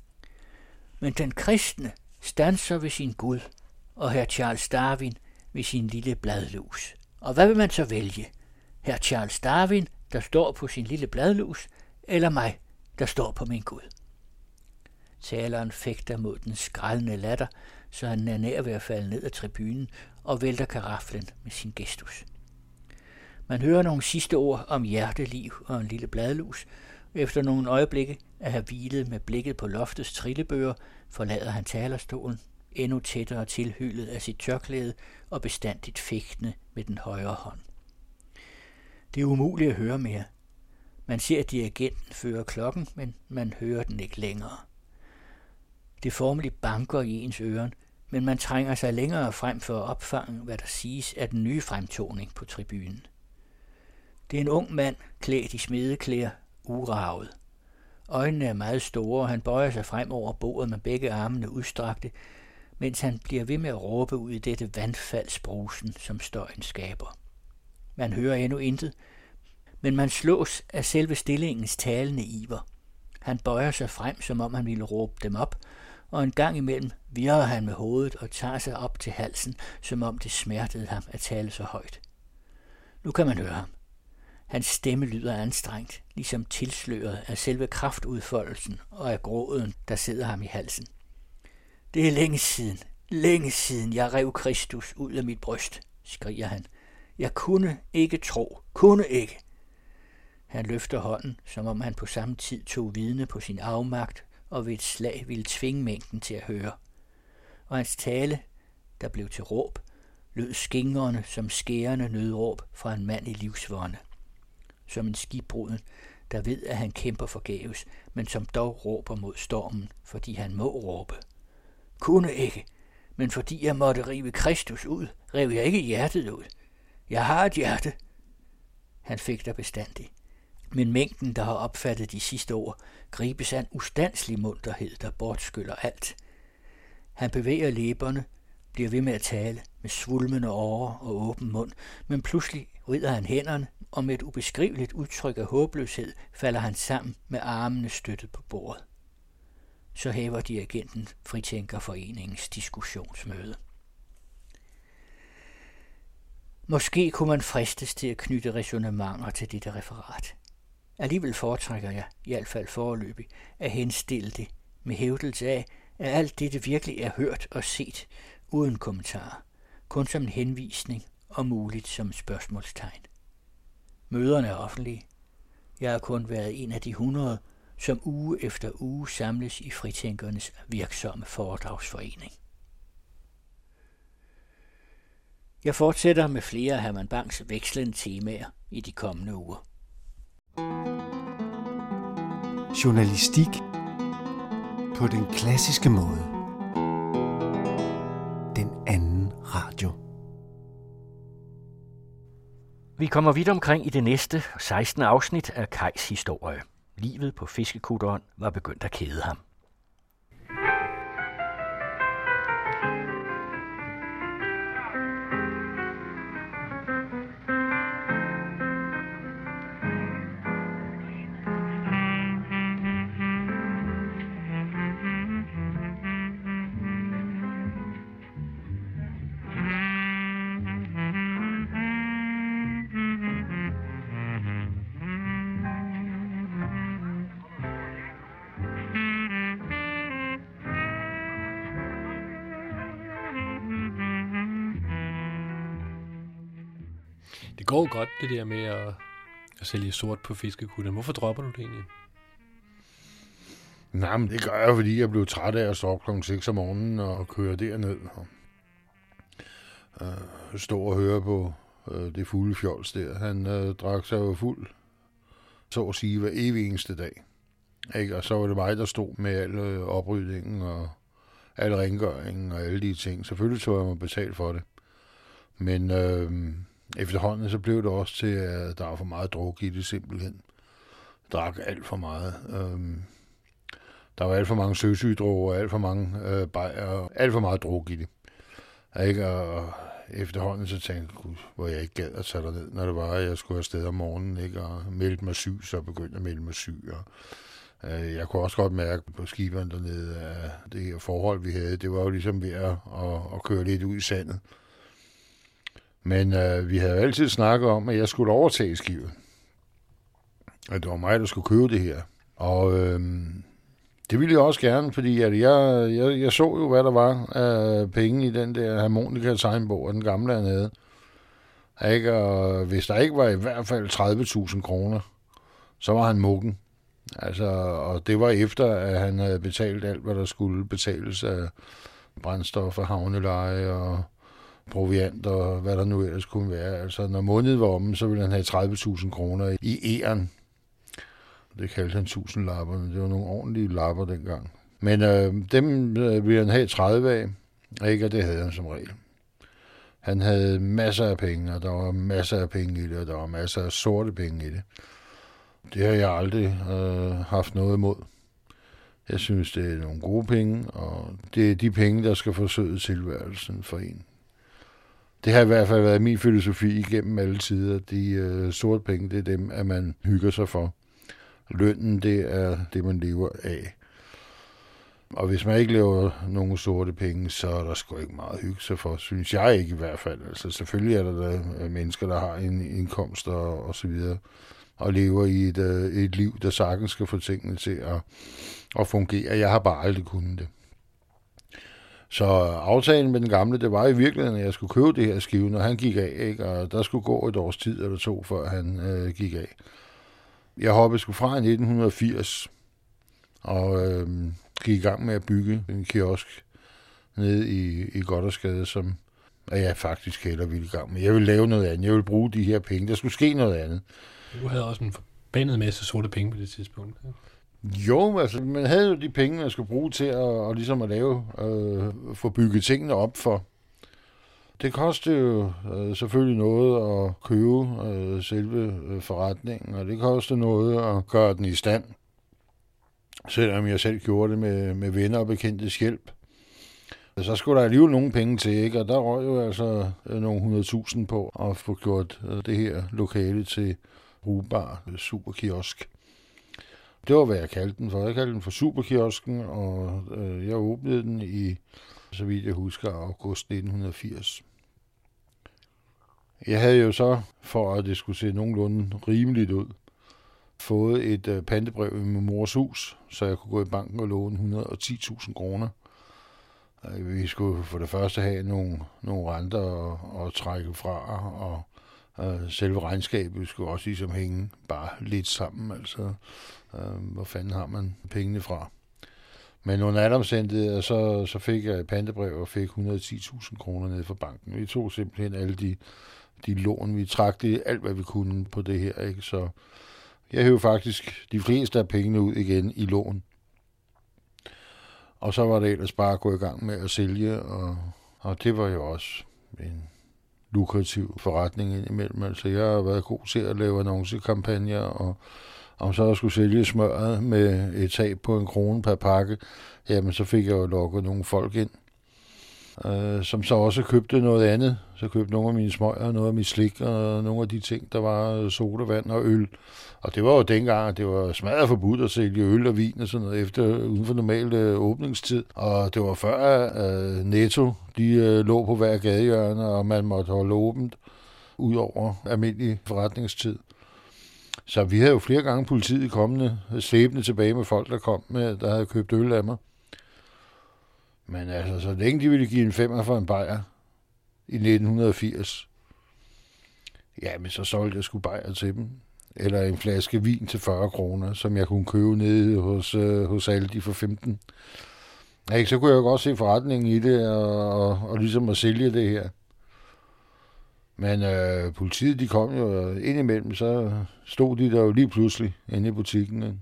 Men den kristne standser ved sin Gud, og herr Charles Darwin ved sin lille bladlus. Og hvad vil man så vælge? Herr Charles Darwin, der står på sin lille bladlus, eller mig, der står på min Gud? Taleren fægter mod den skrællende latter, så han er nær ved at falde ned af tribunen og vælter karaflen med sin gestus. Man hører nogle sidste ord om hjerteliv og en lille bladlus, og efter nogle øjeblikke at have hvilet med blikket på loftets trillebøger, forlader han talerstolen, endnu tættere tilhyllet af sit tørklæde og bestandigt fægtende med den højre hånd. Det er umuligt at høre mere. Man ser dirigenten føre klokken, men man hører den ikke længere. Det formeligt banker i ens øren, men man trænger sig længere frem for at opfange, hvad der siges af den nye fremtoning på tribunen. Det er en ung mand, klædt i smedeklæder, uravet. Øjnene er meget store, og han bøjer sig frem over bordet med begge armene udstrakte, mens han bliver ved med at råbe ud i dette vandfaldsbrusen, som støjen skaber. Man hører endnu intet, men man slås af selve stillingens talende iver. Han bøjer sig frem, som om han ville råbe dem op, og en gang imellem virrer han med hovedet og tager sig op til halsen, som om det smertede ham at tale så højt. Nu kan man høre ham. Hans stemme lyder anstrengt, ligesom tilsløret af selve kraftudfoldelsen og af gråden, der sidder ham i halsen. Det er længe siden, længe siden, jeg rev Kristus ud af mit bryst, skriger han. Jeg kunne ikke tro, kunne ikke. Han løfter hånden, som om han på samme tid tog vidne på sin afmagt og ved et slag ville tvinge mængden til at høre. Og hans tale, der blev til råb, lød skingrende som skærende nødråb fra en mand i livsvånde. Som en skibbruden, der ved, at han kæmper forgæves, men som dog råber mod stormen, fordi han må råbe. Kunne ikke, men fordi jeg måtte rive Kristus ud, rev jeg ikke hjertet ud. Jeg har et hjerte. Han fægter bestandig. Men mængden, der har opfattet de sidste ord, gribes af en ustandslig munterhed, der bortskyller alt. Han bevæger læberne, bliver ved med at tale med svulmende årer og åben mund, men pludselig vrider han hænderne, og med et ubeskriveligt udtryk af håbløshed falder han sammen med armene støttet på bordet. Så hæver dirigenten Fritænkerforeningens diskussionsmøde. Måske kunne man fristes til at knytte ræsonnementer til dette referat. Alligevel foretrækker jeg, i hvert fald foreløbig, at henstille det med hævdelse af, at alt dette virkelig er hørt og set, uden kommentarer, kun som en henvisning og muligt som et spørgsmålstegn. Møderne er offentlige. Jeg har kun været en af de hundrede, som uge efter uge samles i Fritænkernes virksomme foredragsforening. Jeg fortsætter med flere af Herman Bangs vekslende temaer i de kommende uger. Journalistik på den klassiske måde. Den anden radio. Vi kommer vidt omkring i det næste, sekstende afsnit af Kajs historie. Livet på fiskekutteren var begyndt at kede ham. Det går godt, det der med at, at sælge sort på fiskekutteren. Hvorfor dropper du det egentlig? Nej, men det gør jeg, fordi jeg blev træt af at stå op klokken seks om morgenen og køre derned. Og, øh, stå og høre på øh, det fulde fjols der. Han øh, drak sig jo fuld, så at sige, hver evig eneste dag. Ikke? Og så var det mig, der stod med al øh, oprydningen og al rengøringen og alle de ting. Selvfølgelig tog jeg mig betalt for det. Men øh, efterhånden så blev det også til, at der var for meget druk i det simpelthen. Jeg drak alt for meget. Øhm, der var alt for mange søsygedroger, alt for mange øh, bajer, alt for meget druk i det. Ikke? Og efterhånden så tænkte jeg, hvor jeg ikke gad at tage ned, når det var, at jeg skulle afsted om morgenen, ikke? Og meldte mig syg, så begyndte jeg at melde mig syg. Og, øh, jeg kunne også godt mærke på skiberen dernede, at det her forhold, vi havde, det var jo ligesom ved at, at, at køre lidt ud i sandet. Men øh, vi havde jo altid snakket om, at jeg skulle overtage skibet. At det var mig, der skulle købe det her. Og øh, det ville jeg også gerne, fordi at jeg, jeg, jeg så jo, hvad der var af penge i den der harmonika-tegnbog af den gamle hernede. Ikke? Og hvis der ikke var i hvert fald tredive tusind kroner, så var han muggen. Altså, og det var efter, at han havde betalt alt, hvad der skulle betales af brændstof og havneleje og proviant og hvad der nu ellers kunne være. Altså, når måneden var omme, så ville han have tredive tusind kroner i æren. Det kaldte han tusind lapperne. Det var nogle ordentlige lapper dengang. Men øh, dem øh, ville han have tredive af, ikke? Og det havde han som regel. Han havde masser af penge, og der var masser af penge i det, og der var masser af sorte penge i det. Det har jeg aldrig øh, haft noget imod. Jeg synes, det er nogle gode penge, og det er de penge, der skal forsøge tilværelsen for en. Det har i hvert fald været min filosofi igennem alle tider. De øh, sorte penge, det er dem, at man hygger sig for. Lønnen, det er det, man lever af. Og hvis man ikke laver nogle sorte penge, så er der sgu ikke meget hygge sig for, synes jeg ikke i hvert fald. Altså selvfølgelig er der, der mennesker, der har en indkomst og, og så videre, og lever i et, et liv, der sagtens skal få tingene til at, at fungere. Jeg har bare aldrig kunnet det. Så aftalen med den gamle, det var i virkeligheden, at jeg skulle købe det her skive, når han gik af, ikke? Og der skulle gå et års tid eller to, før han øh, gik af. Jeg hoppede sgu fra i nitten firs, og øh, gik i gang med at bygge en kiosk nede i, i Goddersgade, som jeg faktisk heller ville i gang med. Jeg ville lave noget andet. Jeg ville bruge de her penge. Der skulle ske noget andet. Du havde også en forbandet masse sorte penge på det tidspunkt. Ja. Jo, altså, man havde jo de penge, man skulle bruge til at, og ligesom at lave, øh, få bygget tingene op for. Det kostede jo øh, selvfølgelig noget at købe øh, selve øh, forretningen, og det kostede noget at gøre den i stand, selvom jeg selv gjorde det med, med venner og bekendtes hjælp. Så skulle der alligevel nogle penge til, ikke? Og der røg jo altså øh, nogle hundredtusind på at få gjort øh, det her lokale til brugbar øh, superkiosk. Det var, hvad jeg kaldte den for. Jeg kaldte den for Superkiosken, og øh, jeg åbnede den i, så vidt jeg husker, august nitten firs. Jeg havde jo så, for at det skulle se nogenlunde rimeligt ud, fået et øh, pantebrev i min mors hus, så jeg kunne gå i banken og låne et hundrede og ti tusind kroner. Vi skulle for det første have nogle, nogle renter og, og trække fra, og øh, selve regnskabet skulle også ligesom hænge bare lidt sammen, altså øh, hvor fanden har man pengene fra. Men under alle omstændigheder, så, så fik jeg et pantebrev og fik et hundrede og ti tusind kroner ned fra banken. Vi tog simpelthen alle de, de lån, vi trak det alt, hvad vi kunne på det her, ikke? Så jeg hævde faktisk de fleste af pengene ud igen i lån. Og så var det ellers bare at gå i gang med at sælge, og, og det var jo også en lukrativ forretning indimellem. Altså jeg har været god til at lave annoncekampagner, og om så jeg skulle sælge smøret med et tab på en krone per pakke, jamen så fik jeg jo lukket nogle folk ind, øh, som så også købte noget andet. Så købte nogle af mine smøger, noget af mit slik, og nogle af de ting, der var sodavand og øl. Og det var jo dengang, at det var smadret forbudt at sælge øl og vin og sådan noget efter uden for normal øh, åbningstid. Og det var før øh, Netto, de øh, lå på hver gadehjørne, og man måtte holde åbent ud over almindelig forretningstid. Så vi havde jo flere gange politiet kommende, slæbende tilbage med folk, der kom med, der havde købt øl af mig. Men altså, så længe de ville give en femmer for en bajer i nitten firs, ja, men så solgte jeg sgu bajer til dem. Eller en flaske vin til fyrre kroner, som jeg kunne købe nede hos, øh, hos Aldi for femten. Ja, så kunne jeg jo godt se forretningen i det, og, og, og ligesom at sælge det her. Men øh, politiet, de kom jo indimellem, så stod de der jo lige pludselig inde i butikken. Ikke?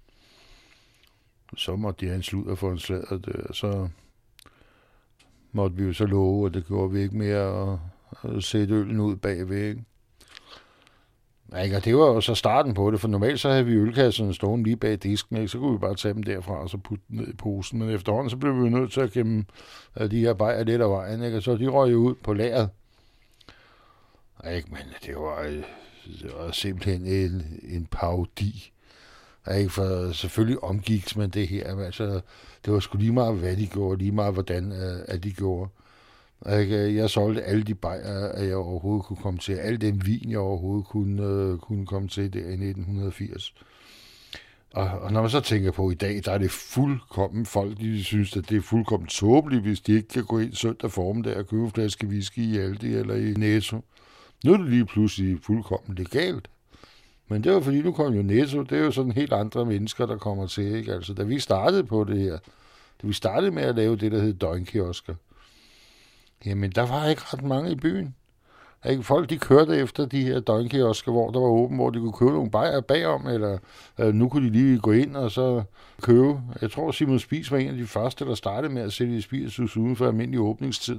Så måtte de have en sludder for en sladder, og så måtte vi jo så love, og det gjorde vi ikke mere, at, at sætte øllen ud bagved, ikke? Ja, og det var jo så starten på det, for normalt så havde vi ølkasserne stående lige bag disken, ikke? Så kunne vi bare tage dem derfra og så putte dem ned i posen. Men efterhånden så blev vi jo nødt til at gemme de her bajer lidt af vejen, ikke? Og så de røg jo ud på lageret. Ikke, men det var, det var simpelthen en, en parodi. Ikke, for selvfølgelig omgiks man det her. Altså, det var sgu lige meget, hvad de gjorde, lige meget, hvordan at de gjorde. Ikke? Jeg solgte alle de bajer, at jeg overhovedet kunne komme til. Al den vin, jeg overhovedet kunne, uh, kunne komme til der i nitten firs. Og, og når man så tænker på i dag, der er det fuldkommen folk, de synes, at det er fuldkommen tåbeligt, hvis de ikke kan gå ind søndag formiddag og købe en flaske whisky i Aldi eller i Netto. Nu er det lige pludselig fuldkommen legalt. Men det var fordi, nu kom jo Netto, det er jo sådan helt andre mennesker, der kommer til, ikke? Altså, da vi startede på det her, da vi startede med at lave det, der hed døgnkiosker, jamen, der var ikke ret mange i byen. Ikke? Folk, de kørte efter de her døgnkiosker, hvor der var åben, hvor de kunne købe nogle bajer bagom, eller øh, nu kunne de lige gå ind og så købe. Jeg tror, Simon Spies var en af de første, der startede med at sælge spiritus uden for almindelig åbningstid.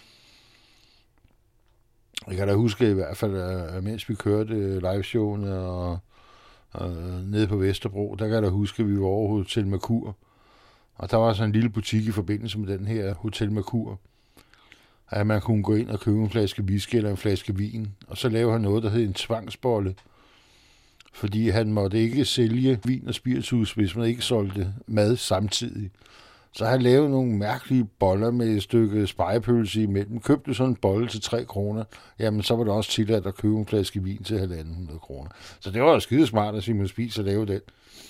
Jeg kan da huske i hvert fald, at mens vi kørte liveshowene og, og nede på Vesterbro, der kan jeg da huske, at vi var over Hotel Mercur. Og der var sådan en lille butik i forbindelse med den her Hotel Mercur, at man kunne gå ind og købe en flaske whisky eller en flaske vin, og så lavede han noget, der hed en tvangsbolle. Fordi han måtte ikke sælge vin og spiritus, hvis man ikke solgte mad samtidig. Så han lavede nogle mærkelige boller med et stykke spegepølse imellem. Købte sådan en bolle til tre kroner, jamen så var det også tilladt at købe en flaske vin til halvanden hundrede kroner. Så det var jo skidesmart at Simon Spies at lave den.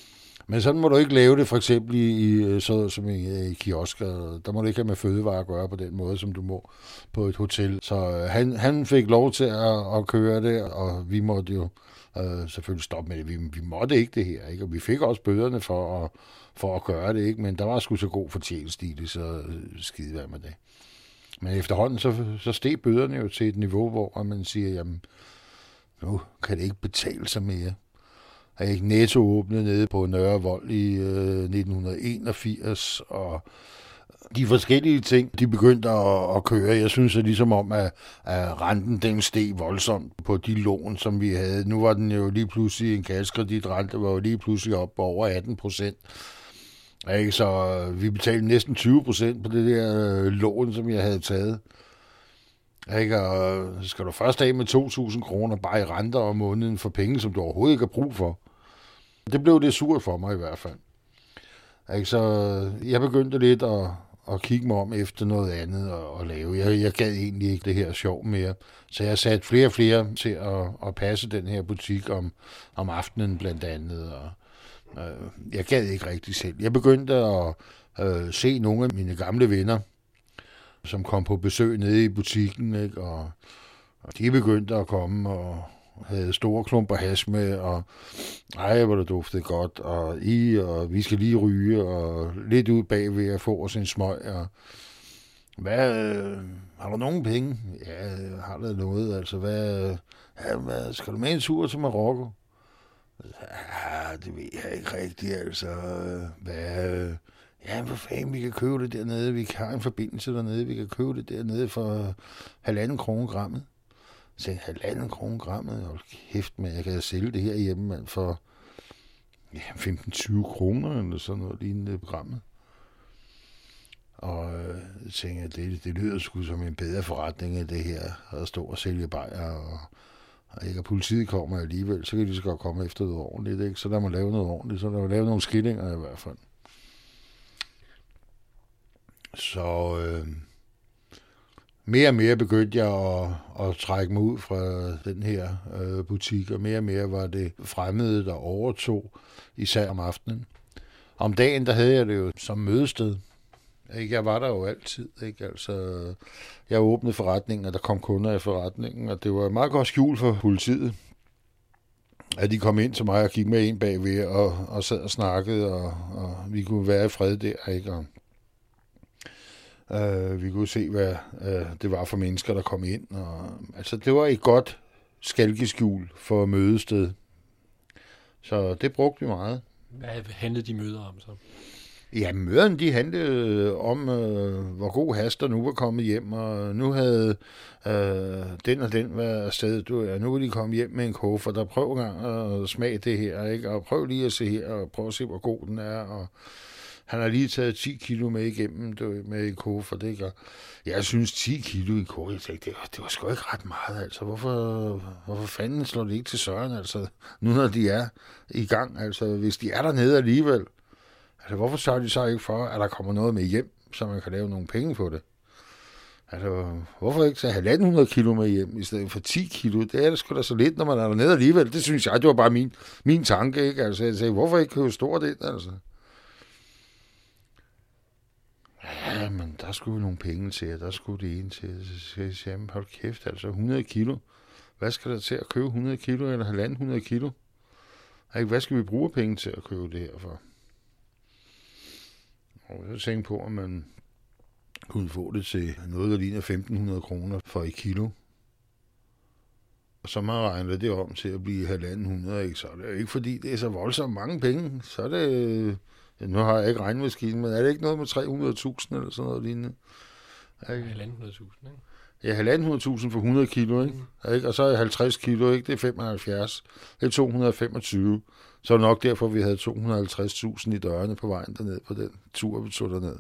Men sådan må du ikke lave det, for eksempel i, i, så, som i, i kiosker. Der må du ikke have med fødevarer at gøre på den måde, som du må på et hotel. Så øh, han, han fik lov til at, at køre det, og vi måtte jo øh, selvfølgelig stoppe med det. Vi, vi måtte ikke det her, ikke? Og vi fik også bøderne for at, for at gøre det, ikke? Men der var sgu så god fortjeneste i det, så øh, skide hvad med det. Men efterhånden, så, så steg bøderne jo til et niveau, hvor man siger, jamen, nu kan det ikke betale sig mere. Jeg ikke Netto åbnet nede på Nørre Vold i øh, nitten enogfirs, og de forskellige ting, de begyndte at, at køre. Jeg synes, at ligesom om, at, at renten den steg voldsomt på de lån, som vi havde. Nu var den jo lige pludselig en kassekreditrente, var jo lige pludselig op på over atten procent. Ikke? Så vi betalte næsten tyve procent på det der lån, som jeg havde taget. Ikke? Og skal du først af med to tusind kroner bare i renter om måneden for penge, som du overhovedet ikke har brug for. Det blev det surt for mig i hvert fald. Ikke? Så jeg begyndte lidt at, at kigge mig om efter noget andet at, at lave. Jeg, jeg gad egentlig ikke det her sjov mere. Så jeg satte flere og flere til at, at passe den her butik om, om aftenen blandt andet. Og, øh, jeg gad ikke rigtig selv. Jeg begyndte at øh, se nogle af mine gamle venner, som kom på besøg nede i butikken, ikke? Og, og de begyndte at komme og havde store klumper hash med, og ej, hvor det duftede godt, og i, og vi skal lige ryge, og lidt ud bagved at få os en smøg, og hvad, øh, har du nogen penge? Ja, har der noget, altså, hvad, ja, hvad, skal du med en tur til Marokko? Ja, det ved jeg ikke rigtigt, altså, hvad, ja, hvor fanden, vi kan købe det dernede, vi har en forbindelse dernede, vi kan købe det dernede for halvanden krone grammet. Så halvanden krone grammet, hold kæft med, jeg kan sælge det her hjemme, mand, for ja, femten til tyve kroner, eller sådan noget lignende grammet. Og øh, jeg tænkte, at det, det lyder sgu som en bedre forretning af det her, at stå og sælge bajer, og, og ikke, og politiet kommer alligevel, så kan de så godt komme efter noget ordentligt, ikke? Så der må lave noget ordentligt, så der må lave nogle skillinger i hvert fald. Så øh, mere og mere begyndte jeg at, at trække mig ud fra den her øh, butik, og mere og mere var det fremmede, der overtog, især om aftenen. Om dagen, der havde jeg det jo som mødested. Jeg var der jo altid, ikke? Altså, jeg åbnede forretningen, og der kom kunder i forretningen, og det var meget godt skjult for politiet, at de kom ind til mig og gik med en bagved og, og sad og snakkede, og, og vi kunne være i fred der, ikke? Og Uh, vi kunne se, hvad uh, det var for mennesker, der kom ind. Og, altså, det var et godt skalkeskjul for mødested. Så det brugte vi meget. Hvad handlede de møder om så? Ja, møderne, de handlede om, uh, hvor god hast der nu var kommet hjem, og nu havde uh, den og den været afsted. Du, ja, nu vil de komme hjem med en kuffert, og prøv gang at smage det her, ikke? Og prøv lige at se her, og prøv at se, hvor god den er, og han har lige taget ti kilo med igennem du, med en kuffert, ikke? Og jeg synes, ti kilo i en kuffert, det, det var sgu ikke ret meget, altså. Hvorfor, hvorfor fanden slår det ikke til søren, altså? Nu når de er i gang, altså. Hvis de er dernede alligevel, altså, hvorfor sørger de så ikke for, at der kommer noget med hjem, så man kan lave nogle penge på det? Altså, hvorfor ikke tage halvanden hundrede kilo med hjem, i stedet for ti kilo? Det er da sgu da så lidt, når man er dernede alligevel. Det synes jeg, det var bare min, min tanke, ikke? Altså, jeg sagde, hvorfor ikke købe stort ind, altså? Ja, men der skulle nogle penge til, der skulle det ene til. Så skal jeg sige, hold kæft, altså hundrede kilo. Hvad skal der til at købe hundrede kilo eller halvanden hundrede kilo? Hvad skal vi bruge penge til at købe det her for? Og jeg tænkte på, at man kunne få det til noget, der ligner femten hundrede kroner for et kilo. Og så man regner det om til at blive halvanden hundrede, ikke? Så er det jo ikke, fordi det er så voldsomt mange penge. Så er det... Nu har jeg ikke regnmaskinen, men er det ikke noget med tre hundrede tusind eller sådan noget lignende? halvanden hundrede tusind, ikke? Ja, halvanden hundrede tusind for hundrede kilo, ikke? Mm. ikke? Og så er halvtreds kilo, ikke? Det er femoghalvfjerds. Det er to hundrede og femogtyve. Så er det nok derfor, vi havde to hundrede og halvtreds tusind i dørene på vejen derned på den tur, vi tog derned.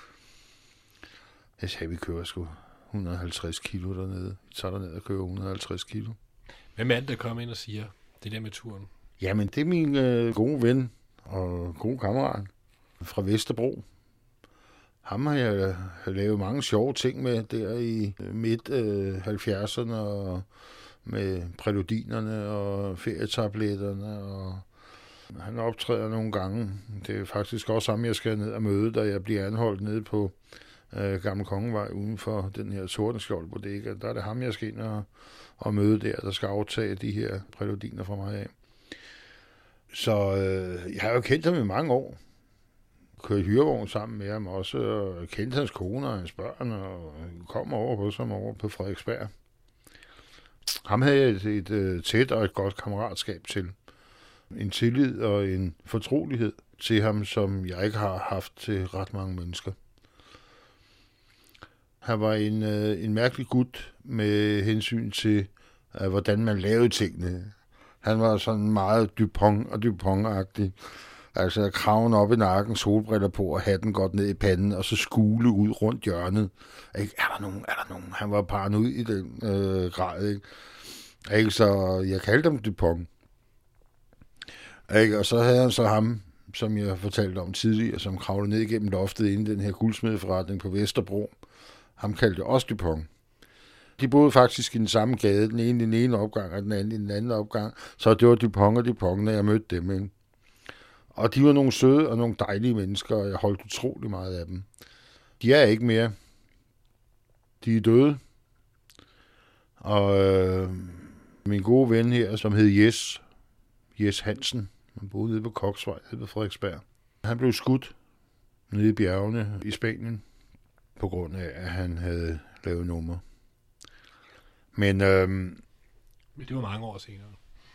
Jeg sagde, vi kører sgu et hundrede og halvtreds kilo dernede. Vi tager derned og kører et hundrede og halvtreds kilo. Hvem er det, der kommer ind og siger det der med turen? Jamen, det er min øh, gode ven og gode kammerat fra Vesterbro. Ham har jeg lavet mange sjove ting med der i midt øh, halvfjerdserne, og med præludinerne og ferietabletterne og Han optræder nogle gange. Det er faktisk også ham, jeg skal ned og møde, da jeg bliver anholdt nede på øh, Gamle Kongevej uden for den her Tordenskjold bodega. Der er det ham, jeg skal ind og, og møde der, der skal aftage de her præludiner fra mig af. Så øh, jeg har jo kendt ham i mange år. Kørt i hyrevogn sammen med ham også, og kendt hans kone og hans børn, og kom over hos ham over på Frederiksberg. Ham havde jeg et, et, et tæt og et godt kammeratskab til. En tillid og en fortrolighed til ham, som jeg ikke har haft til ret mange mennesker. Han var en, en mærkelig gut med hensyn til, hvordan man lavede tingene. Han var sådan meget Dupont og Dupont-agtig. Altså kraven op i nakken, solbriller på og hatten godt ned i panden, og så skule ud rundt hjørnet. Ikke? Er der nogen? Er der nogen? Han var paranoid i den øh, grad. Ikke? Ikke? Så jeg kaldte ham Dupont. Ikke? Og så havde han så ham, som jeg fortalte om tidligere, som kravlede ned igennem loftet inde i den her guldsmedeforretning på Vesterbro. Ham kaldte jeg også Dupont. De boede faktisk i den samme gade, den ene i den ene opgang, og den anden i den anden opgang. Så det var Dupont og Dupont, når jeg mødte dem. Ikke? Og de var nogle søde og nogle dejlige mennesker, og jeg holdt utrolig meget af dem. De er ikke mere. De er døde. Og øh, min gode ven her, som hed Jes, Jes Hansen, han boede nede på Koksvej, nede på Frederiksberg. Han blev skudt nede i bjergene i Spanien, på grund af, at han havde lavet nummer. Men, øh, Men det var mange år senere.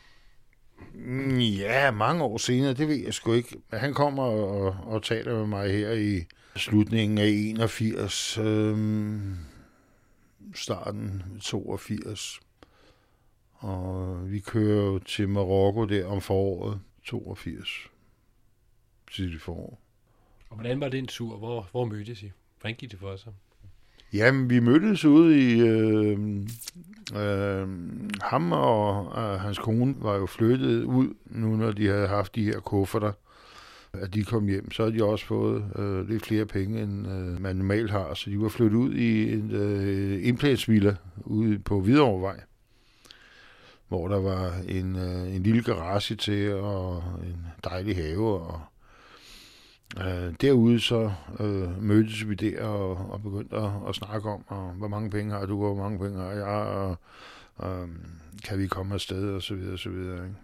Ja, mange år senere, det ved jeg sgu ikke. Han kommer og, og taler med mig her i slutningen af enogfirs, øhm, starten toogfirs. Og vi kører jo til Marokko der om foråret toogfirs. Tidlig forår. Og hvordan var det en tur? Hvor, hvor mødtes I? Hvordan gik det for sig? Jamen, vi mødtes ude i... Øh, øh, ham og øh, hans kone var jo flyttet ud, nu når de havde haft de her kufferter, at de kom hjem. Så havde de også fået øh, lidt flere penge, end øh, man normalt har. Så de var flyttet ud i en øh, indpladsvilla ude på Hvidovrevej, hvor der var en, øh, en lille garage til og en dejlig have. Og øh, derude så øh, mødtes vi der og, og begyndte at, at snakke om, og, hvor mange penge har du, og hvor mange penge har jeg, og øh, kan vi komme afsted, og så videre, og så videre. Ikke?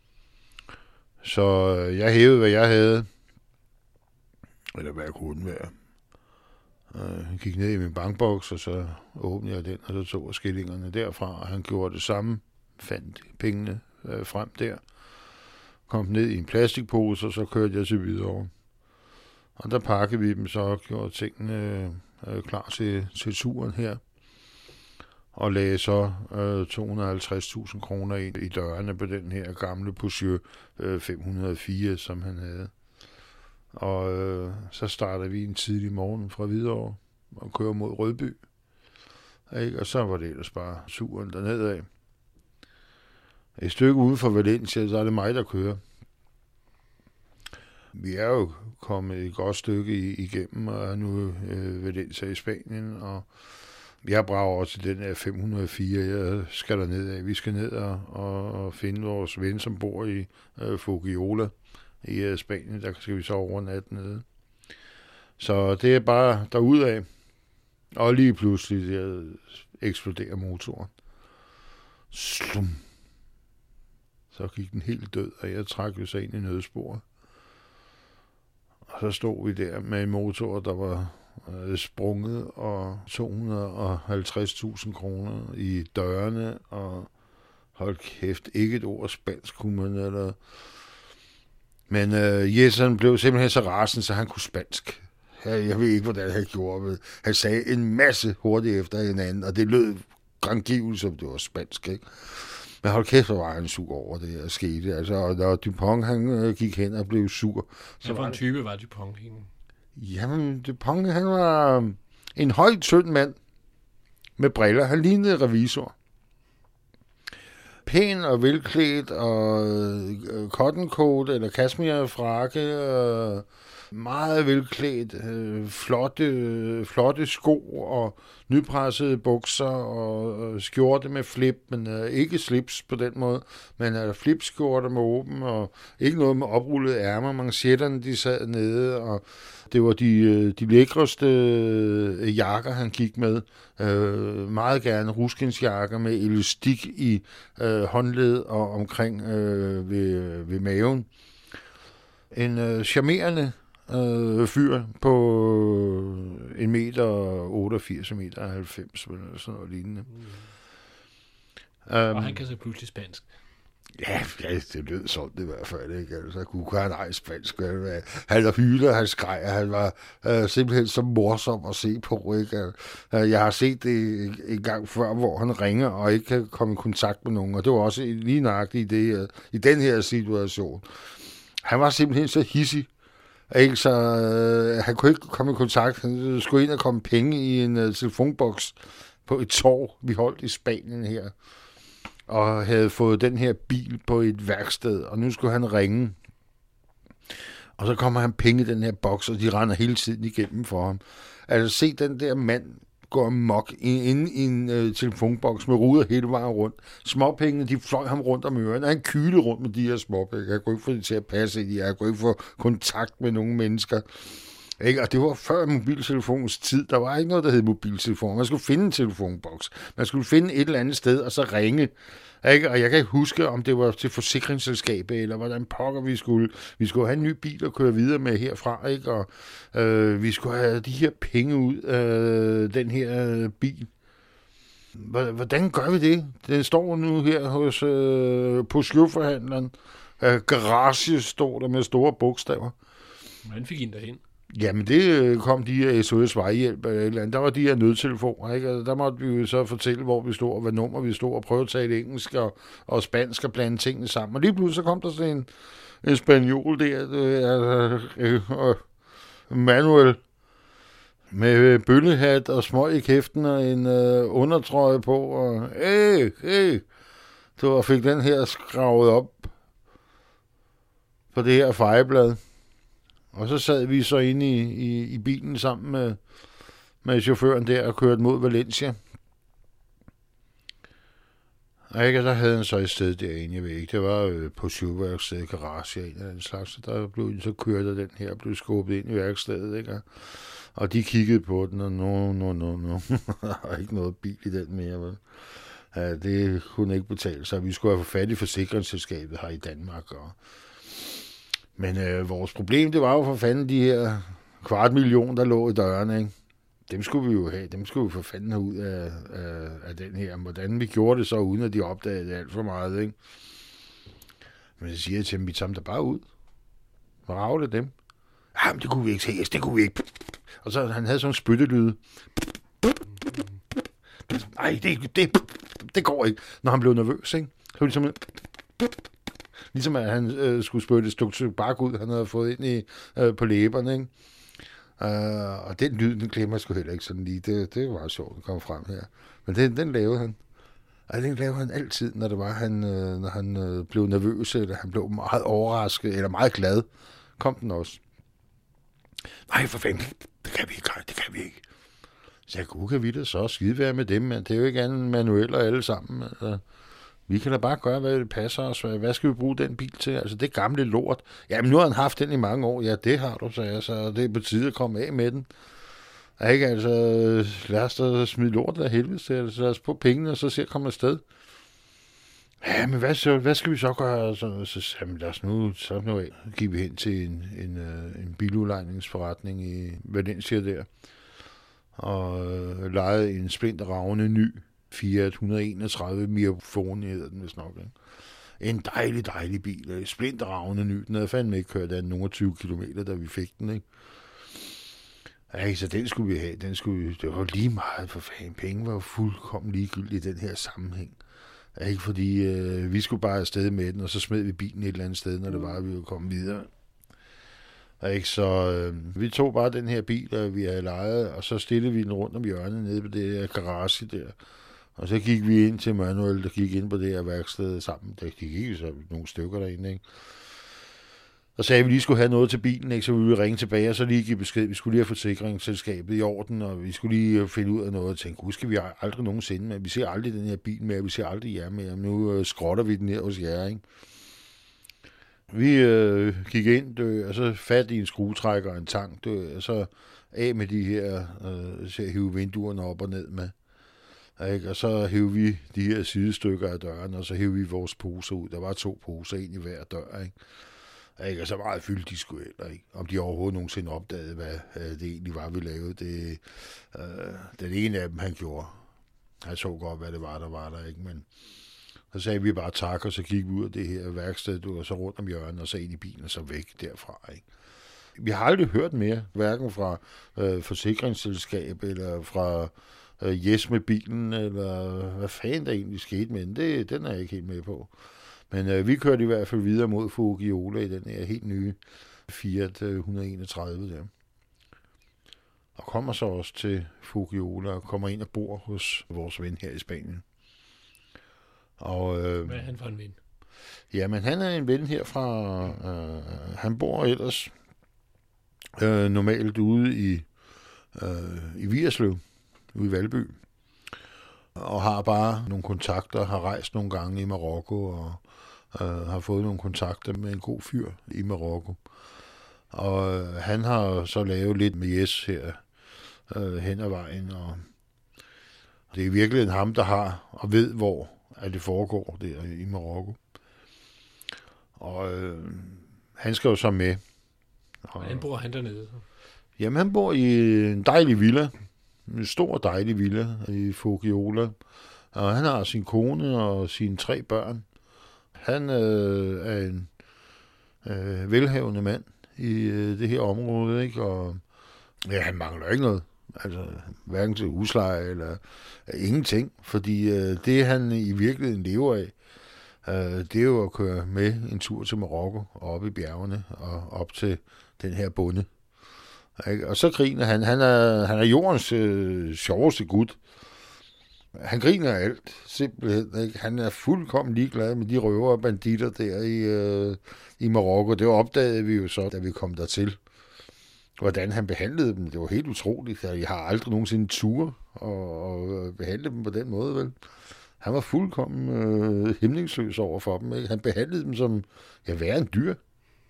Så øh, jeg hævede, hvad jeg havde, eller hvad jeg kunne være. Jeg øh, gik ned i min bankboks, og så åbnede jeg den, og så tog jeg skillingerne derfra, og han gjorde det samme, fandt pengene øh, frem der, kom ned i en plastikpose, og så kørte jeg til Hvidovre. Og der pakkede vi dem så og gjorde tingene øh, klar til, til turen her. Og lagde så øh, to hundrede og halvtreds tusind kroner ind i dørene på den her gamle Peugeot øh, fem hundrede og fire, som han havde. Og øh, så startede vi en tidlig morgen fra Hvidovre og kører mod Rødby. Ikke? Og så var det ellers bare turen dernede af. Et stykke uden for Valencia, så er det mig, der kører. Vi er jo kommet et godt stykke igennem, og er nu øh, Valencia i Spanien, og jeg brager også til den her fem hundrede og fire, jeg skal der ned af. Vi skal ned og, og, og finde vores ven, som bor i øh, Fuguiola i øh, Spanien. Der skal vi så overnatte nede. Så det er bare derudad. Og lige pludselig der eksploderer motoren. Slum. Så gik den helt død, og jeg trak jo sig ind i nødsporet. Og så stod vi der med en motor, der var øh, sprunget, og to hundrede og halvtreds tusind kroner i dørene, og hold kæft, ikke et ord spansk kunne man, eller... Men øh, Jessen blev simpelthen så rasende, så han kunne spansk. Jeg ved ikke, hvordan han gjorde det. Han sagde en masse hurtigt efter hinanden, og det lød grangivligt, som det var spansk, ikke? Men hold kæft, hvor var han sur over det her skete. Altså, og når Dupont han øh, gik hen og blev sur. Så Hvad for en type var Dupont egentlig? Jamen, Dupont han var en højt tynd mand med briller. Han lignede revisor. Pæn og velklædt og øh, cotton coat eller kashmir frakke. Øh, meget velklædt, øh, flotte, flotte sko og nypressede bukser og øh, skjorte med flip, men øh, ikke slips på den måde, men øh, flipskjorte med åben og ikke noget med oprullede ærmer. Manchetterne, de sad nede, og det var de, de lækreste jakker, han gik med. Øh, meget gerne ruskinsjakker med elastik i øh, håndled og omkring øh, ved, ved maven. En øh, charmerende øh, fyr på en meter otteogfirs, en meter halvfems, eller sådan noget lignende. Mm. Um, og han kan så pludselig spansk. Ja, ja, det lød sådan i hvert fald, ikke? Altså, kunne han ej spansk. Han var hyler, han skreg, han var øh, simpelthen så morsom at se på, ikke? Jeg har set det en gang før, hvor han ringer og ikke kan komme i kontakt med nogen, og det var også lige nøjagtigt i, det, i den her situation. Han var simpelthen så hissig, ikke? Så øh, han kunne ikke komme i kontakt. Han skulle ind og komme penge i en uh, telefonboks på et torv, vi holdt i Spanien her, og havde fået den her bil på et værksted, og nu skulle han ringe. Og så kommer han penge i den her boks, og de render hele tiden igennem for ham. Altså se den der mand gå amok inde i en øh, telefonboks med ruder hele vejen rundt. Småpengene, de fløj ham rundt om ørerne. Han kylede rundt med de her småpenge. Jeg kunne ikke få det til at passe i. Jeg kunne ikke få kontakt med nogle mennesker. Ikke? Og det var før mobiltelefonens tid. Der var ikke noget, der hed mobiltelefon. Man skulle finde en telefonboks. Man skulle finde et eller andet sted, og så ringe. Ikke? Og jeg kan ikke huske, om det var til forsikringsselskabet, eller hvordan pokker vi skulle. Vi skulle have en ny bil at køre videre med herfra, ikke? Og øh, vi skulle have de her penge ud af øh, den her øh, bil. Hvordan gør vi det? Den står nu her hos øh, på sløvforhandleren. Øh, garage står der med store bogstaver. Hvordan fik I den derhen? Jamen, det kom de her S O S Vejhjælp eller et eller andet. Der var de her nødtelefoner, ikke? Altså, der måtte vi jo så fortælle, hvor vi stod, og hvad nummer vi stod, og prøve at tale engelsk og, og spansk og blande tingene sammen. Og lige pludselig så kom der sådan en, en spanjol der, øh, øh, øh, Manuel, med bøllehat og smøg i kæften og en øh, undertrøje på, og hey, hey, så fik den her skravet op på det her fejeblad. Og så sad vi så inde i, i, i bilen sammen med, med chaufføren der og kørte mod Valencia. Og ikke, der havde han så et sted derinde, jeg ved ikke. Det var øh, på syvværkstedet, garage, en eller anden slags. Der blev den så kørt af den her og blev skubbet ind i værkstedet, ikke? Og de kiggede på den, og no, no, no, no. Der var ikke noget bil i den mere, vel? Ja, det kunne ikke betale sig. Vi skulle have fået fat i forsikringsselskabet her i Danmark, og men øh, vores problem, det var jo for fanden de her kvart million, der lå i dørene, ikke? Dem skulle vi jo have. Dem skulle vi for fanden have ud af, af, af den her. Hvordan vi gjorde det så, uden at de opdagede det alt for meget, ikke? Men så siger jeg til dem, vi tager dem da bare ud. Hvor rager det dem? Jamen, det kunne vi ikke se. Det kunne vi ikke. Og så han havde sådan en spyttelyde. Nej, det, det, det går ikke. Når han blev nervøs, ikke? Så var det simpelthen ligesom at han øh, skulle spytte et stykke tobak ud, han havde fået ind i, øh, på læberne, ikke? Uh, og den lyd, den glemmer jeg sgu heller ikke sådan lige. Det, det var sjovt, at komme frem her. Men den, den lavede han. Og den lavede han altid, når det var, han, øh, når han øh, blev nervøs, eller han blev meget overrasket, eller meget glad. Kom den også. Nej, for fanden, det kan vi ikke, det kan vi ikke. Så jeg kunne, kan vi da så skide være med dem, men det er jo ikke andet end manueller alle sammen. Altså. Vi kan da bare gøre, hvad det passer os. Hvad skal vi bruge den bil til? Altså, det gamle lort. Jamen, nu har han haft den i mange år. Ja, det har du, sagde jeg, så det er på tide at komme af med den. Ikke, altså, lad os da smide lort af helvede til. Altså, lad os på pengene, og så se at komme afsted. Ja, men hvad, så, hvad skal vi så gøre? Så, så jamen, lad os nu, så nu af. Så gik vi hen til en, en, en biludlejningsforretning i Valencia der, og øh, lejede en splinterravende ny Fiat et hundrede enogtredive Mirafone hedder den vist nok, ikke? En dejlig, dejlig bil. Splinterravende ny. Den havde fandme ikke kørt af nogle tyve kilometer, da vi fik den, ikke? Ja, så den skulle vi have. Den skulle, det var lige meget for fanden. Penge var jo fuldkommen ligegyldigt i den her sammenhæng. Ja, ikke fordi øh, vi skulle bare afsted med den, og så smed vi bilen et eller andet sted, når det var, at vi ville komme videre. Ja, ikke? Så øh, vi tog bare den her bil, og vi havde lejet, og så stillede vi den rundt om hjørnet nede på det her garage der. Og så gik vi ind til Manuel, der gik ind på det her værksted sammen. Der gik ikke så nogle stykker derinde, ikke? Og sagde, at vi lige skulle have noget til bilen, ikke? Så ville vi ringe tilbage, og så lige give besked. Vi skulle lige have forsikringsselskabet i orden, og vi skulle lige finde ud af noget. Og tænke, husk, vi aldrig nogensinde med. Vi ser aldrig den her bil med, vi ser aldrig jer med. Nu øh, skrotter vi den her hos jer, ikke? Vi øh, gik ind, øh, og så fat i en skruetrækker og en tang, øh, og så af med de her, øh, så hive vinduerne op og ned med. Ikke? Og så hævde vi de her sidestykker af døren, og så hævde vi vores poser ud. Der var to poser, en i hver dør, ikke? Ikke? Og så meget fyldt de skulle heller, ikke? Om de overhovedet nogensinde opdagede, hvad øh, det egentlig var, vi lavede. Det, øh, den ene af dem, han gjorde. Han så godt, hvad det var, der var der, ikke? Men så sagde vi bare tak, og så gik vi ud af det her værksted, og så rundt om hjørnet, og så ind i bilen, og så væk derfra, ikke? Vi har aldrig hørt mere, hverken fra øh, forsikringsselskab, eller fra øh, Yes med bilen, eller hvad fanden der egentlig skete med den. Det, den er jeg ikke helt med på. Men øh, vi kørte i hvert fald videre mod Fugiola i den her helt nye Fiat et hundrede og enogtredive der. Og kommer så også til Fugiola og kommer ind og bor hos vores ven her i Spanien. Og, øh, Hvad er han for en ven? Jamen, han er en ven her fra... Øh, han bor ellers øh, normalt ude i, øh, i Vigerslev, ude i Valby. Og har bare nogle kontakter, har rejst nogle gange i Marokko, og øh, har fået nogle kontakter med en god fyr i Marokko. Og øh, han har så lavet lidt med Yes her øh, hen ad vejen, og det er virkelig ham, der har og ved, hvor at det foregår der i Marokko. Og øh, han skal jo så med. Og, hvordan bor han dernede? Jamen, han bor i en dejlig villa. En stor, dejlig villa i Fugiola. Og han har sin kone og sine tre børn. Han øh, er en øh, velhavende mand i øh, det her område, ikke? Og ja, han mangler ikke noget. Altså, hverken til husleje eller øh, ingenting. Fordi øh, det, han i virkeligheden lever af, øh, det er jo at køre med en tur til Marokko og op i bjergene og op til den her bonde. Og så griner han. Han er, han er jordens øh, sjoveste gut. Han griner af alt, simpelthen. Ikke? Han er fuldkommen ligeglad med de røver og banditter der i, øh, i Marokko. Det opdagede vi jo så, da vi kom dertil. Hvordan han behandlede dem. Det var helt utroligt. Jeg har aldrig nogensinde tur og, og behandle dem på den måde, vel? Han var fuldkommen øh, hæmningsløs over for dem. Ikke? Han behandlede dem som, ja, værre en dyr.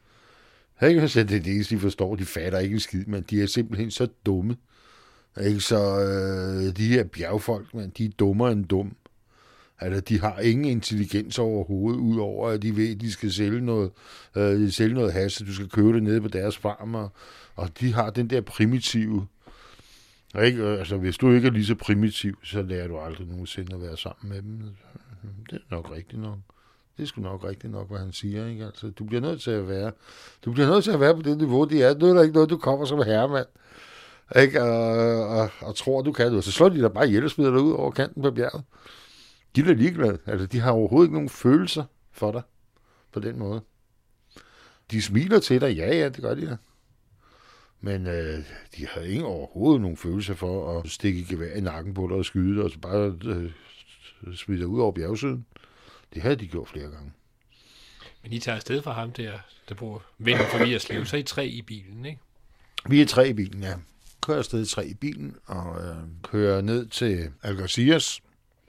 Ikke? Så det er det eneste, de forstår. De fatter ikke en skid, men de er simpelthen så dumme. Ikke? Så øh, de her bjergfolk, man, de er dummere end dum. Altså, de har ingen intelligens overhovedet, udover at de ved, at de skal sælge noget, øh, sælge noget hash, du skal købe det nede på deres farmer. Og de har den der primitive. Ikke? Altså, hvis du ikke er lige så primitiv, så lærer du aldrig nogensinde at være sammen med dem. Det er nok rigtigt nok. Det er sgu nok rigtigt nok, hvad han siger, ikke? Altså, du bliver nødt til at være, du bliver nødt til at være på det niveau, de er. Nu er der ikke noget, du kommer som herremand, ikke? Og, og, og tror, du kan. Så slår de der bare ihjel og smider dig ud over kanten på bjerget. De er ligeglade. Altså, de har overhovedet ikke nogen følelser for dig på den måde. De smiler til dig, ja, ja, det gør de da. Men øh, de har ikke overhovedet nogen følelser for at stikke gevær i nakken på dig og skyde dig, og så bare øh, smide dig ud over bjergsiden. Det havde de gjort flere gange. Men I tager afsted fra ham der, der bor vennen for Vigerslev, så er I tre i bilen, ikke? Vi er tre i bilen, ja. Kører afsted tre i bilen og øh, kører ned til Algeciras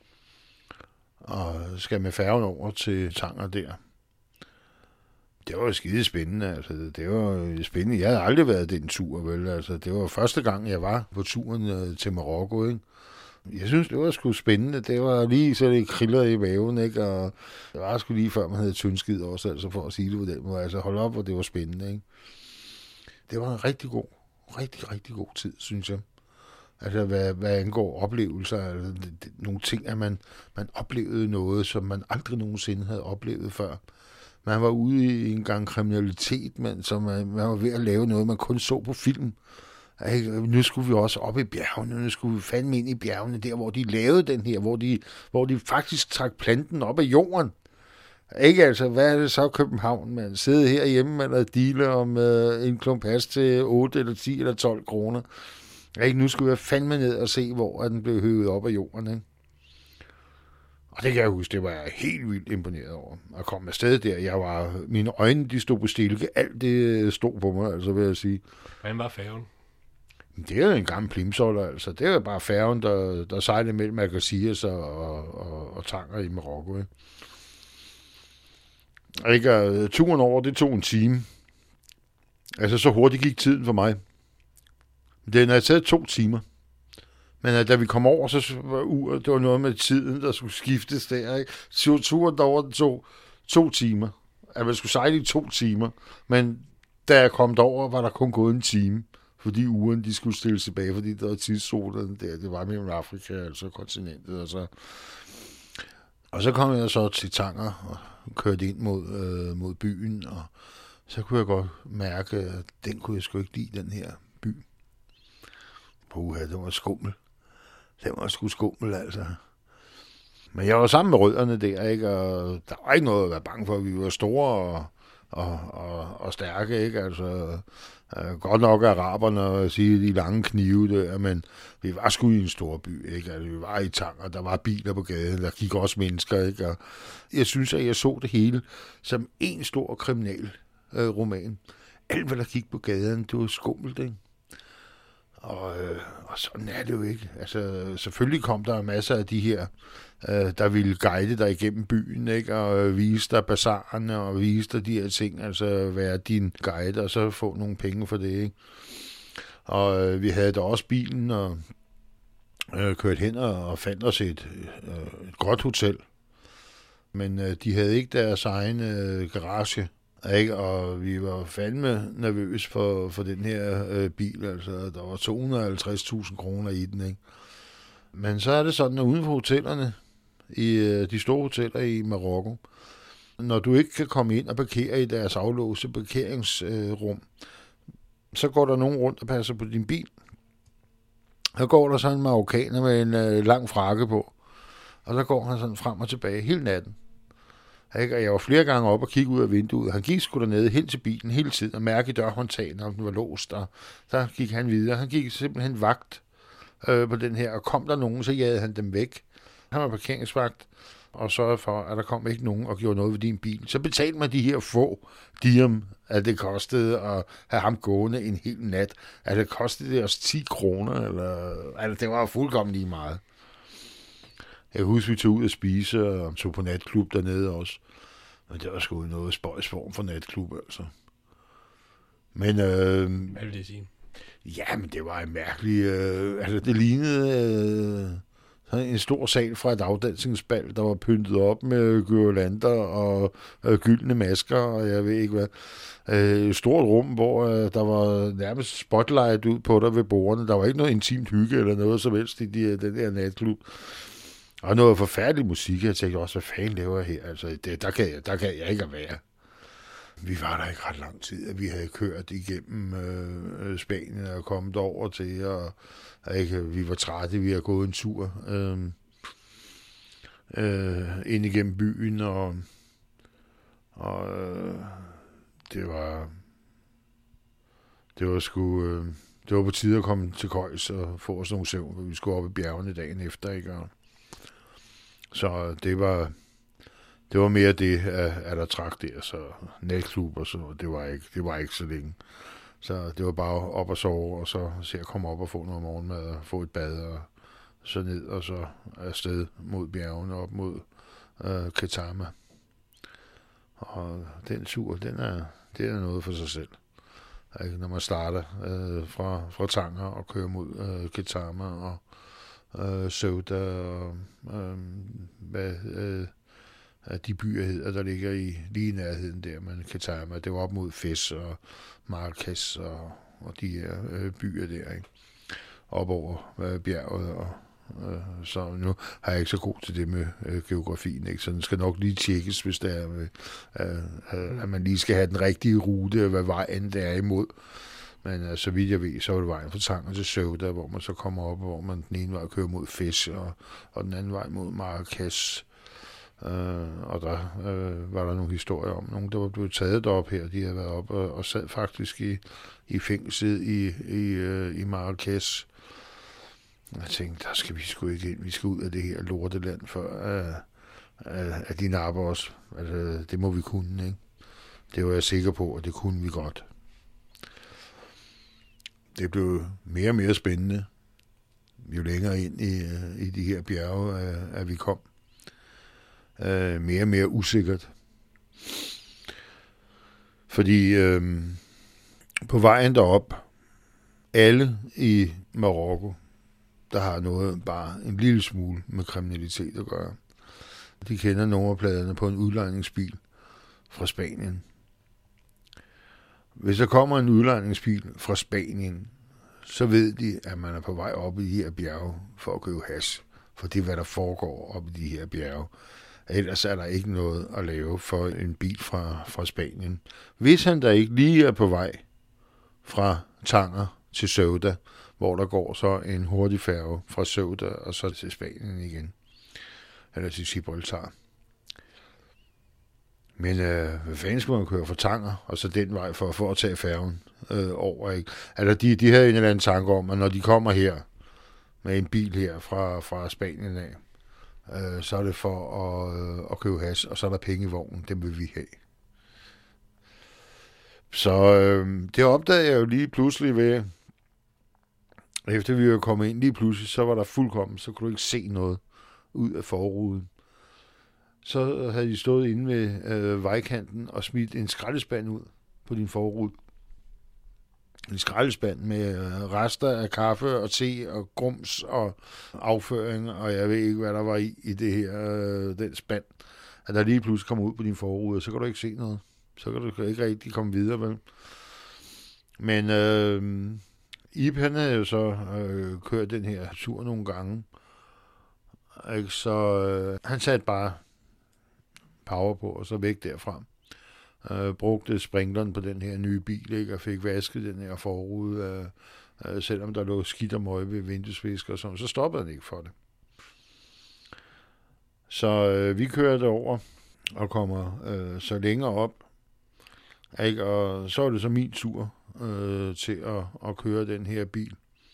og skal med færgen over til Tanger der. Det var jo skide spændende, altså. Det var spændende. Jeg havde aldrig været den tur, vel? Altså, det var første gang, jeg var på turen øh, til Marokko, ikke? Jeg synes, det var sgu spændende. Det var lige så det krillede i maven, ikke? Og det var sgu lige før, man havde tyndskid også, altså for at sige det på den måde. Altså hold op, hvor det var spændende, ikke? Det var en rigtig god, rigtig, rigtig god tid, synes jeg. Altså, hvad, hvad angår oplevelser, altså, det, det, nogle ting, at man, man oplevede noget, som man aldrig nogensinde havde oplevet før. Man var ude i en gang kriminalitet, men som man, man var ved at lave noget, man kun så på film. Nu skulle vi også op i bjergene, nu skulle vi fandme ind i bjergene, der hvor de lavede den her, hvor de, hvor de faktisk trak planten op af jorden. Ikke altså, hvad er det så København, man sidder herhjemme man, og dealer om øh, en klump has til otte eller ti eller tolv kroner. Ikke? Nu skulle jeg fandme ned og se, hvor den blev høvet op af jorden. Ikke? Og det kan jeg huske, det var jeg helt vildt imponeret over. At komme afsted der, jeg var, mine øjne, de stod på stilke. Alt det stod på mig, altså vil jeg sige. Hvordan var færgen? Det er jo en gammel plimsoller, altså. Det er jo bare færgen, der, der sejlede mellem Algeciras og, og, og, og Tanger i Marokko. Ikke? Ikke, turen over, det tog en time. Altså, så hurtigt gik tiden for mig. Den havde taget to timer. Men da vi kom over, så var uret, det var noget med tiden, der skulle skiftes der. Ikke? Så turen derover, det tog to timer. At man skulle sejle i to timer. Men da jeg kom derover, var der kun gået en time. Fordi uren, de skulle stilles tilbage, fordi der var tidszonerne der. Det var mellem Afrika, altså kontinentet. Og så, og så kom jeg så til Tanger og kørte ind mod, øh, mod byen. Og så kunne jeg godt mærke, at den kunne jeg sgu ikke lide, den her by. Puha, det var skummel. Det var sgu skummel, altså. Men jeg var sammen med rødderne der, ikke? Og der var ikke noget at være bange for. Vi var store og, og, og, og stærke, ikke? Altså, øh, godt nok araberne at sige de lange knive der, men vi var sgu i en stor by, ikke? Altså, vi var i Tanger, der var biler på gaden, der gik også mennesker, ikke? Og jeg synes, at jeg så det hele som en stor kriminal øh, roman. Alt, hvad der gik på gaden, det var skummelt, ikke? Og, øh, og sådan er det jo ikke. Altså, selvfølgelig kom der masser af de her, øh, der ville guide dig igennem byen, ikke? Og øh, vise dig bazarerne og vise dig de her ting, altså være din guide, og så få nogle penge for det, ikke? Og øh, vi havde da også bilen og øh, kørt hen og fandt os et, øh, et godt hotel. Men øh, de havde ikke deres egen øh, garage. Ikke? Og vi var fandme nervøse for, for den her øh, bil. Altså, der var to hundrede og halvtreds tusind kroner i den. Ikke? Men så er det sådan, at uden for hotellerne, i øh, de store hoteller i Marokko, når du ikke kan komme ind og parkere i deres aflåste parkeringsrum, øh, så går der nogen rundt og passer på din bil. Så går der sådan en marokkaner med en øh, lang frakke på, og så går han sådan frem og tilbage hele natten. Og jeg var flere gange op og kiggede ud af vinduet. Han gik sgu dernede hen til bilen hele tiden og mærkede dørhåndtagen, om den var låst. Og så gik han videre. Han gik simpelthen vagt øh, på den her, og kom der nogen, så jagede han dem væk. Han var parkeringsvagt og sørgede for, at der kom ikke nogen og gjorde noget ved din bil. Så betalte man de her få dirham, at det kostede at have ham gående en hel nat. At det kostede det også ti kroner, eller altså, det var fuldkommen lige meget. Jeg husker, vi tog ud at spise og tog på natklub dernede også. Men det var sgu noget spøjsform for natklub, altså. Men, øh, hvad vil det sige? Ja, men det var en mærkelig... Øh, altså, det lignede øh, en stor sal fra et afdansningsbal, der var pyntet op med gyrolanter og øh, gyldne masker, og jeg ved ikke hvad. Øh, et stort rum, hvor øh, der var nærmest spotlight ud på der ved bordene. Der var ikke noget intimt hygge eller noget som helst i de, den der natklub. Og noget forfærdelig musik. Jeg tænkte også, hvad fanden laver jeg her? Altså, det, der, kan jeg, der kan jeg ikke at være. Vi var der ikke ret lang tid, at vi havde kørt igennem øh, Spanien og kommet over til, og, og ikke, vi var trætte, vi havde gået en tur øh, øh, ind igennem byen, og, og øh, det var det var sgu øh, det var på tide at komme til Køjs og få os nogle søvn, for vi skulle op i bjergene dagen efter, ikke? Og, så det var det var mere det, at, at der trak der, så natklub og så, det var ikke, det var ikke så længe. Så det var bare op og sove, og så se at komme op og få noget morgenmad og få et bad, og så ned og så afsted mod bjergene op mod øh, Ketama. Og den tur, den er, det er noget for sig selv. Ikke? Når man starter øh, fra, fra Tanger og kører mod øh, Ketama og øh, Ceuta og øh, hvad øh, de byer hedder, der ligger i lige i nærheden der, man kan tage med. Det var op mod Fes og Marrakesh og, og de her øh, byer der, ikke? Op over øh, bjerget. Og, øh, så nu har jeg ikke så god til det med øh, geografien, ikke? Så den skal nok lige tjekkes, hvis det er, med, øh, at man lige skal have den rigtige rute, hvad vejen det er imod. Men øh, så vidt jeg ved, så var det vejen fra Tanger til Ceuta, hvor man så kommer op, hvor man den ene vej kører mod Fes, og, og den anden vej mod Marrakesh. Uh, og der uh, var der nogle historier om nogen, der var blevet taget derop her. De havde været op og, og sad faktisk i, i fængslet i, i, uh, i Marrakesh. Jeg tænkte, der skal vi sgu ikke ind. Vi skal ud af det her lorteland, før, uh, at de napper os. Altså, det må vi kunne, ikke? Det var jeg sikker på, at det kunne vi godt. Det blev mere og mere spændende, jo længere ind i, i de her bjerge, at vi kom. Uh, mere og mere usikkert. Fordi øh, på vejen derop, alle i Marokko, der har noget bare en lille smule med kriminalitet at gøre. De kender nummerpladerne på en udlejningsbil fra Spanien. Hvis der kommer en udlejningsbil fra Spanien, så ved de, at man er på vej op i de her bjerge for at købe hash. For det er, hvad der foregår op i de her bjerge. Ellers er der ikke noget at lave for en bil fra, fra Spanien. Hvis han der ikke lige er på vej fra Tanger til Ceuta, hvor der går så en hurtig færge fra Ceuta og så til Spanien igen. Eller til Gibraltar. Men øh, hvad fanden skulle man køre fra Tanger, og så den vej for, for at tage færgen øh, over, ikke? Altså, de, de havde en eller anden tanke om, at når de kommer her med en bil her fra, fra Spanien af, øh, så er det for at, øh, at købe hash, og så er der penge i vognen, dem vil vi have. Så øh, det opdagede jeg jo lige pludselig ved, efter vi var kommet ind lige pludselig, så var der fuldkommen, så kunne du ikke se noget ud af forruden. Så havde de stået inde ved øh, vejkanten og smidt en skraldespand ud på din forrude. En skraldespand med øh, rester af kaffe og te og grums og afføring, og jeg ved ikke, hvad der var i, i det her, øh, den spand. At der lige pludselig kommer ud på din forrude, så kan du ikke se noget. Så kan du ikke rigtig komme videre, vel? Men øh, Ib, han havde jo så øh, kørt den her tur nogle gange. Ikke? Så øh, han satte bare power på, og så væk derfra. Øh, brugte sprinkleren på den her nye bil, ikke? Og fik vasket den her forrude, øh, øh, selvom der lå skidt og møg ved vinduesvisker og sådan, så stoppede han ikke for det. Så øh, vi kørte over og kommer øh, så længere op, ikke? Og så er det så min tur øh, til at, at køre den her bil.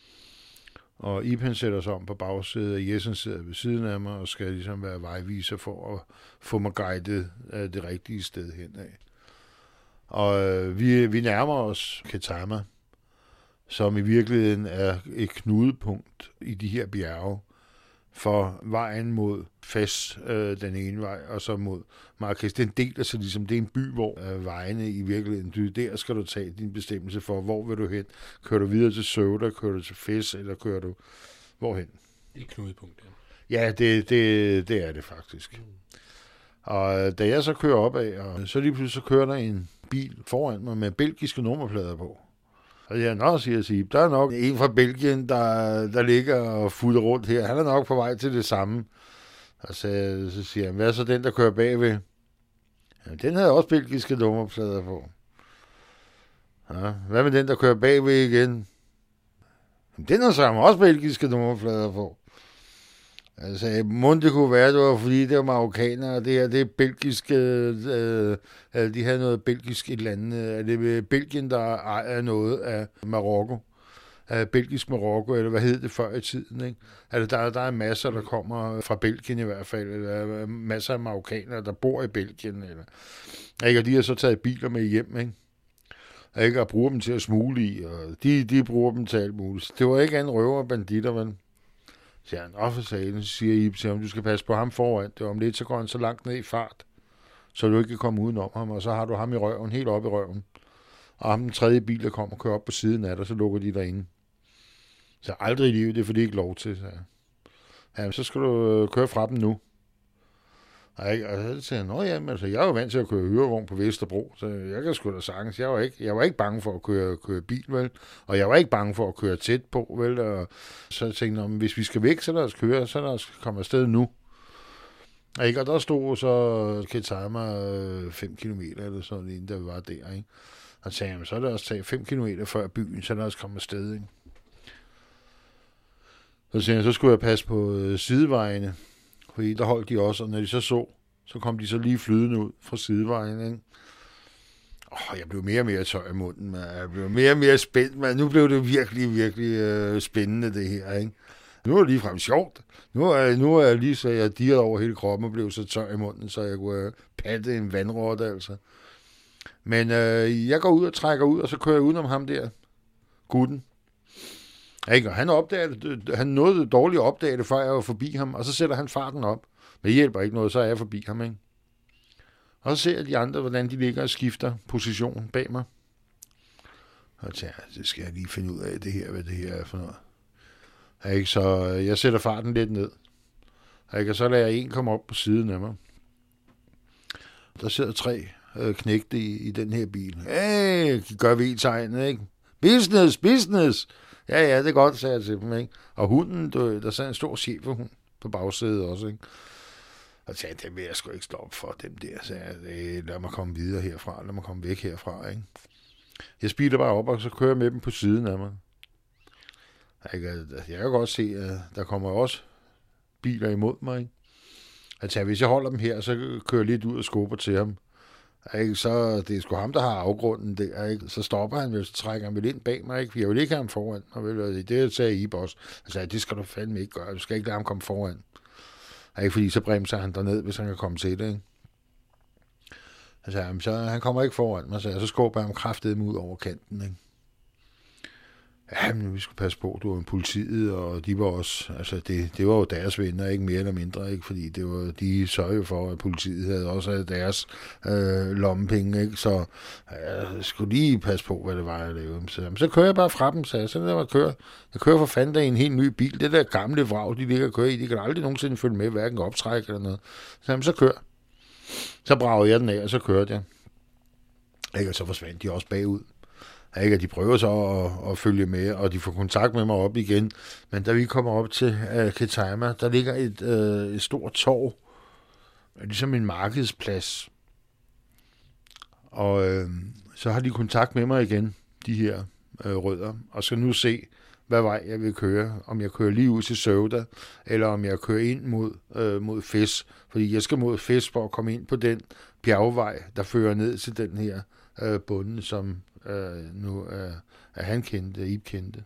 Og Iben sætter sig om på bagsædet, og Jessen sidder ved siden af mig og skal ligesom være vejviser for at få mig guidet øh, det rigtige sted henad. Og øh, vi, vi nærmer os Ketama, som i virkeligheden er et knudepunkt i de her bjerge, for vejen mod Fes, øh, den ene vej, og så mod Marrakesh. Den deler sig ligesom, det er en by, hvor øh, vejene i virkeligheden, du, der skal du tage din bestemmelse for, hvor vil du hen? Kører du videre til Ceuta, kører du til Fes, eller kører du hvorhen? Det er knudepunkt, ja. Ja, det, det, det er det faktisk. Mm. Og da jeg så kører opad, og så lige pludselig så kører der en bil foran mig med belgiske nummerplader på. Og jeg nå, siger Sib, der er nok en fra Belgien, der, der ligger og futter rundt her. Han er nok på vej til det samme. Og så, så siger han, hvad er så den, der kører bagved? Jamen, den havde også belgiske nummerplader på. Ja, hvad med den, der kører bagved igen? Jamen, den har så også belgiske nummerplader på. Altså, må det kunne være, det var fordi, det var marokkanere, og det her, det er belgiske, øh, de havde noget belgisk et eller andet, er det Belgien, der ejer noget af Marokko, af belgisk Marokko, eller hvad hed det før i tiden, ikke? Altså, der, der er masser, der kommer fra Belgien i hvert fald, eller masser af marokkanere, der bor i Belgien, eller, ikke? Og de har så taget biler med hjem, ikke? Ikke? Og bruger dem til at smule i, og de, de bruger dem til alt muligt. Det var ikke en røver og banditter, men siger han, og for salen, så siger Ib til ham, du skal passe på ham foran. Det var om lidt, så går han så langt ned i fart, så du ikke kan komme udenom ham, og så har du ham i røven, helt op i røven. Og ham den tredje bil, der kommer og kører op på siden af dig, så lukker de derinde. Så aldrig i livet, det er fordi ikke lov til, så ja, så skal du køre fra dem nu. Og så siger han, nå ja, men altså, jeg er jo vant til at køre hyrevogn på Vesterbro, så jeg kan sgu da sagtens. Jeg var ikke, jeg var ikke bange for at køre, køre bil, vel? Og jeg var ikke bange for at køre tæt på, vel? Og så tænkte jeg, hvis vi skal væk, så lad os køre, så lad os komme afsted nu. Og der stod så Ketama fem kilometer eller sådan, inden der var der, ikke? Og så sagde jeg, så lad os tage fem kilometer før byen, så lad os komme afsted, ikke? Så sagde jeg, så skulle jeg passe på sidevejene. Fordi der holdt de også, og når de så så, så kom de så lige flydende ud fra sidevejen, ikke? Åh, jeg blev mere og mere tør i munden, man. Jeg blev mere og mere spændt, men nu blev det virkelig, virkelig øh, spændende, det her, ikke? Nu er det ligefrem sjovt. Nu er, nu er jeg lige så jeg dirrede over hele kroppen og blev så tør i munden, så jeg kunne patte en vandrotte, altså. Men øh, jeg går ud og trækker ud, og så kører jeg udenom ham der, gutten. Ikke? Og han opdager det, han nåede dårligt at opdage det, før jeg var forbi ham, og så sætter han farten op. Men det hjælper ikke noget, så er jeg forbi ham, ikke? Og så ser jeg de andre, hvordan de ligger og skifter position bag mig. Og jeg tænker, det skal jeg lige finde ud af, det her, hvad det her er for noget. Ikke? Så jeg sætter farten lidt ned. Ikke? Og så lader jeg en komme op på siden af mig. Der sidder tre øh, knægte i, i den her bil. Hey, de gør V-tegnet, ikke? Business, business! Ja, ja, det er godt, sagde jeg til dem, ikke? Og hunden, der, der sad en stor cheferhund på bagsædet også, ikke? Og sagde, det vil jeg sgu ikke stoppe for, dem der. Så jeg, lad mig komme videre herfra, lad mig komme væk herfra, ikke? Jeg speeder bare op, og så kører jeg med dem på siden af mig. Jeg kan, jeg kan godt se, at der kommer også biler imod mig, ikke? Altså, hvis jeg holder dem her, så kører jeg lidt ud og skubber til ham. Ikke? Så det er sgu ham, der har afgrunden der, ikke? Så stopper han vel, så trækker han vel ind bag mig, ikke? For jeg vil ikke have ham foran. Og vel, det sagde I også. Altså, det skal du fandme ikke gøre. Du skal ikke lade ham komme foran. Ikke? Fordi så bremser han derned, hvis han kan komme til det, ikke? Altså, så han kommer ikke foran mig, så, så skubber jeg ham kraftedeme ud over kanten, ikke? Ja, men vi skulle passe på, du var en politiet, og de var også, altså det, det var jo deres venner, ikke mere eller mindre, ikke, fordi det var, de sørgede for, at politiet havde også deres øh, lommepenge, ikke, så jeg skulle lige passe på, hvad det var, jeg lavede. Så, så kører jeg bare fra dem, så jeg, så der var kører. Jeg kører for fanden der i en helt ny bil, det der gamle vrag, de ligger og kører i, de kan aldrig nogensinde følge med, hverken optræk eller noget. Så, jamen, så kører. Så bragede jeg den af, og så kørte jeg. Ikke, og så forsvandt de også bagud. Ikke, at de prøver så at, at følge med, og de får kontakt med mig op igen. Men da vi kommer op til uh, Ketama, der ligger et, uh, et stort torv, ligesom en markedsplads. Og uh, så har de kontakt med mig igen, de her uh, rødder, og skal nu se, hvad vej jeg vil køre. Om jeg kører lige ud til Søvda, eller om jeg kører ind mod, uh, mod Fes. Fordi jeg skal mod Fes for at komme ind på den bjergvej, der fører ned til den her uh, bunden, som Uh, nu uh, er han kendte, Ib kendte.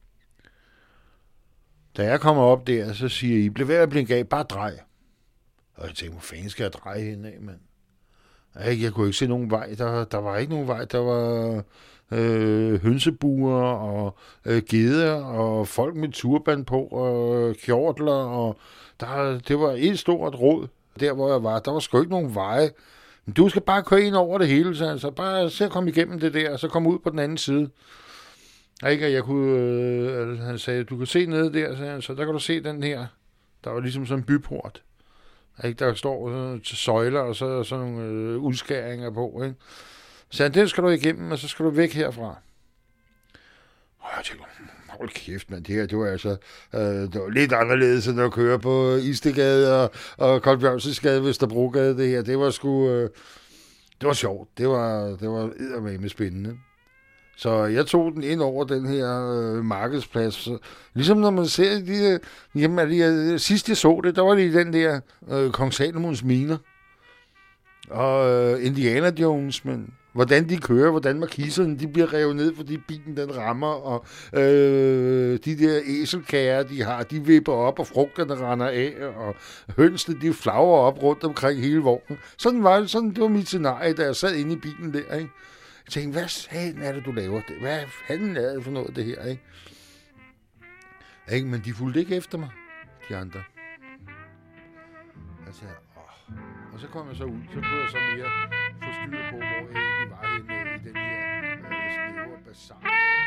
Da jeg kommer op der, så siger I, bliv ved at blinke af, bare drej. Og jeg tænkte, hvor fanden skal jeg dreje hende af, mand? Jeg, jeg kunne ikke se nogen vej, der, der var ikke nogen vej, der var øh, hønsebuer og øh, geder og folk med turban på og kjortler, og der, det var et stort råd, der hvor jeg var. Der var sgu ikke nogen veje. Du skal bare køre ind over det hele, så altså bare se at komme igennem det der, og så komme ud på den anden side. Ikke, jeg kunne, øh, han sagde, du kan se nede der, så, så der kan du se den her. Der var ligesom sådan en byport. Ikke, der står øh, til søjler, og så sådan nogle øh, udskæringer på. Ikke? Så den skal du igennem, og så skal du væk herfra. Og jeg tænkte, hold kæft, mand, det her, det var altså, øh, det var lidt anderledes, end at køre på Istegade og, og Koldbjørnsensgade, Vesterbrogade, det her, det var sgu, øh, det var sjovt, det var, det var eddermame spændende. Så jeg tog den ind over den her øh, markedsplads, så, ligesom når man ser de, jamen, de, sidst jeg så det, der var det i den der øh, Kong Salomons miner, og øh, Indiana Jones, men hvordan de kører, hvordan markiserne de bliver revet ned, fordi bilen den rammer, og øh, de der æselkager, de har, de vipper op, og frugterne render af, og hønsene, de flagrer op rundt omkring hele vognen. Sådan var det, sådan, det var mit scenarie, da jeg sad inde i bilen der, ikke? Jeg tænkte, hvad satan er det, du laver? Hvad fanden er det for noget, det her, ikke? Ikke, men de fulgte ikke efter mig, de andre. Altså, åh. Og så kom jeg så ud, så kunne jeg så mere få styr på, hvor jeg egentlig var henne i den her øh, snævre bazar.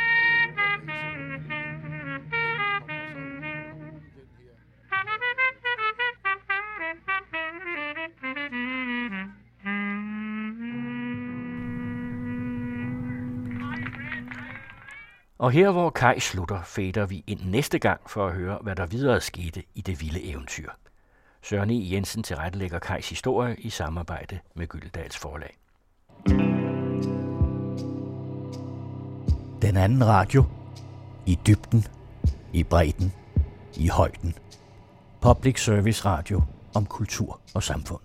Og her hvor Kaj slutter, fader vi ind næste gang for at høre, hvad der videre skete i det vilde eventyr. Søren E. Jensen tilrettelægger Kajs historie i samarbejde med Gyldendals Forlag. Den anden radio. I dybden, i bredden, i højden. Public Service Radio om kultur og samfund.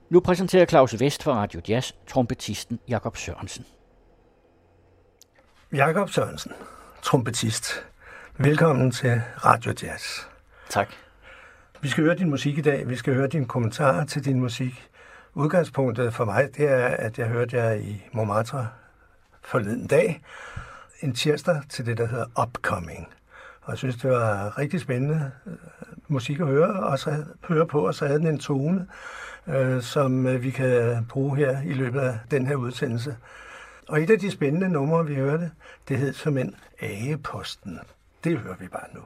Nu præsenterer Claus Vest fra Radio Jazz trompetisten Jakob Sørensen. Jakob Sørensen, trompetist. Velkommen til Radio Jazz. Tak. Vi skal høre din musik i dag. Vi skal høre dine kommentarer til din musik. Udgangspunktet for mig, det er, at jeg hørte jer i Montmartre forleden dag. En tirsdag til det, der hedder Upcoming. Og jeg synes, det var rigtig spændende musik at høre, og så høre på, og så havde den en tone, øh, som vi kan bruge her i løbet af den her udsendelse. Og et af de spændende numre, vi hørte, det hed som en Ageposten. Det hører vi bare nu.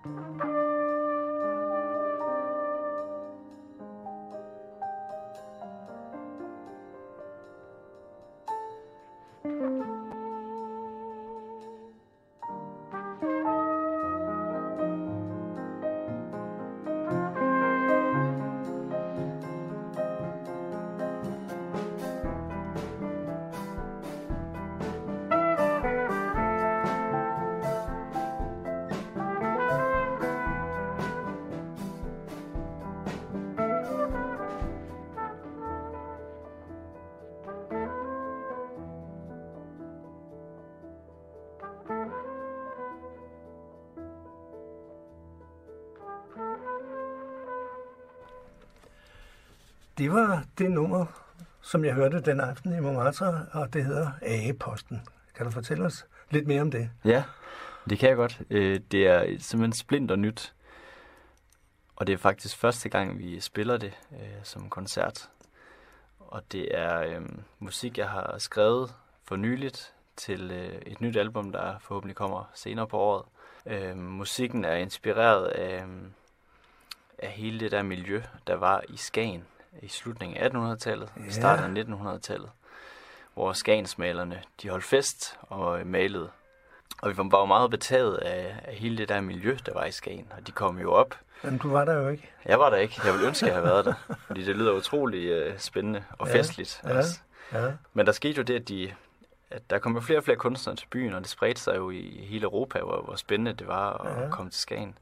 Det var det nummer, som jeg hørte den aften i Montmartre, og det hedder Ageposten. Kan du fortælle os lidt mere om det? Ja, det kan jeg godt. Det er simpelthen splinter nyt, og det er faktisk første gang, vi spiller det som koncert. Og det er øh, musik, jeg har skrevet for nyligt til øh, et nyt album, der forhåbentlig kommer senere på året. Øh, musikken er inspireret af, af hele det der miljø, der var i Skagen i slutningen af attenhundredetallet, yeah. starten af nittenhundredetallet, hvor skagensmalerne, de holdt fest og malede. Og vi var jo meget betaget af, af hele det der miljø, der var i Skagen, og de kom jo op. Men du var der jo ikke. Jeg var der ikke. Jeg ville ønske, at jeg havde været der, fordi det lyder utrolig uh, spændende og ja. festligt ja. også. Ja. Men der skete jo det, at, de, at der kom jo flere og flere kunstnere til byen, og det spredte sig jo i hele Europa, hvor, hvor spændende det var at ja. komme til Skagen.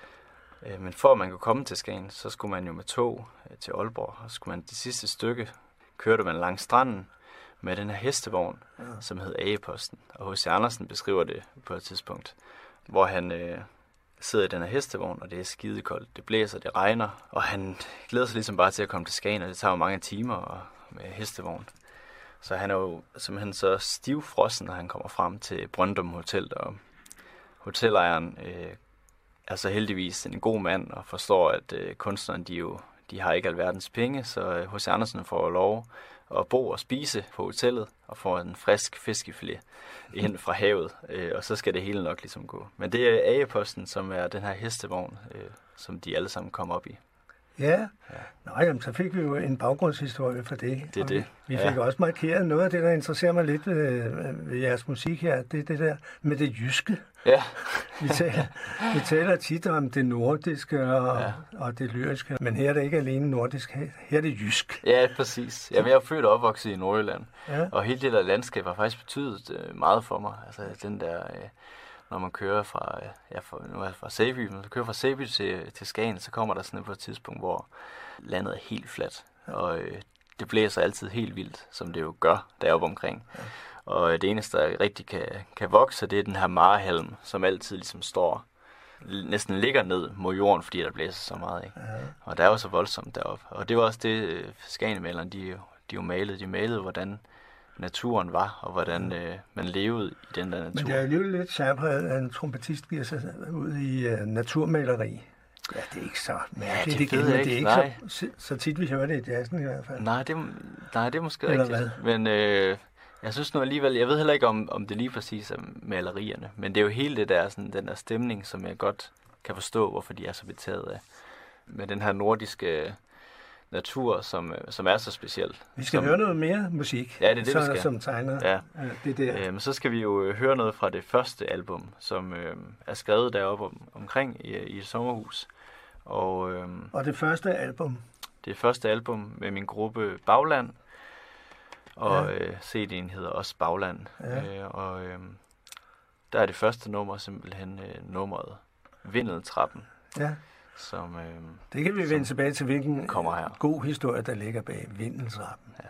Men for at man kunne komme til Skagen, så skulle man jo med tog til Aalborg, og skulle man det sidste stykke, kørte man langs stranden med den her hestevogn, ja. som hed Ageposten. Og H C Andersen beskriver det på et tidspunkt, hvor han øh, sidder i den her hestevogn, og det er skidekoldt. Det blæser, det regner, og han glæder sig ligesom bare til at komme til Skagen, og det tager jo mange timer og, med hestevogn. Så han er jo simpelthen så stivfrossen, når han kommer frem til Brøndum Hotel, og hotelejeren øh, er så heldigvis en god mand og forstår, at øh, kunstnerne de jo de har ikke alverdens penge, så H C Andersen får lov at bo og spise på hotellet og får en frisk fiskefilet ind fra havet, øh, og så skal det hele nok ligesom gå. Men det er Ageposten, som er den her hestevogn, øh, som de alle sammen kom op i. Ja, ja. Nå, jamen, så fik vi jo en baggrundshistorie for det. Det er det. Vi, vi fik ja. også markeret noget af det, der interesserer mig lidt ved, ved jeres musik her, det er det der med det jyske. Ja. vi, taler, vi taler tit om det nordiske og, ja. og det lyriske, men her er det ikke alene nordisk, her er det jysk. Ja, præcis. Jamen, jeg er født og opvokset i Nordjylland, ja. og hele det der landskab har faktisk betydet meget for mig. Altså den der... Når man kører fra, ja, fra, nu er fra Sæby, når man kører fra Sæby til, til Skagen, så kommer der sådan på et tidspunkt, hvor landet er helt fladt, og øh, det blæser altid helt vildt, som det jo gør deroppe omkring. Ja. Og det eneste, der rigtig kan, kan vokse, det er den her marehalm, som altid ligesom står, næsten ligger ned mod jorden, fordi der blæser så meget. Ikke? Ja. Og det er jo så voldsomt deroppe. Og det var også det, Skagenmalerne, de, de jo malede. De malede, hvordan naturen var, og hvordan øh, man levede i den der natur. Men det er jo lidt særpræget, at en trompetist giver sig ud i uh, naturmaleri. Ja, det er ikke så mærkeligt. Ja, det, det, det, ikke. det er ikke så, så tit, vi hører det i jazzen i hvert fald. Nej, det, nej, det er måske Eller rigtigt. Hvad? Men øh, jeg synes nu alligevel, jeg ved heller ikke, om, om det lige præcis er malerierne, men det er jo hele det der, sådan, den der stemning, som jeg godt kan forstå, hvorfor de er så betaget af. Med den her nordiske natur, som, som er så speciel. Vi skal som, høre noget mere musik, ja, det er det, så, vi skal. som tegner ja. det der. Øhm, så skal vi jo høre noget fra det første album, som øh, er skrevet deroppe om, omkring i, i et sommerhus. Og, øh, og det første album? Det første album med min gruppe Bagland, og ja. øh, C D'en hedder også Bagland. Ja. Øh, og øh, der er det første nummer simpelthen øh, nummeret Vindeltrappen. Ja. Som, øh, det kan vi vende tilbage til, hvilken kommer her. God historie, der ligger bag Vindeltrappen. Ja.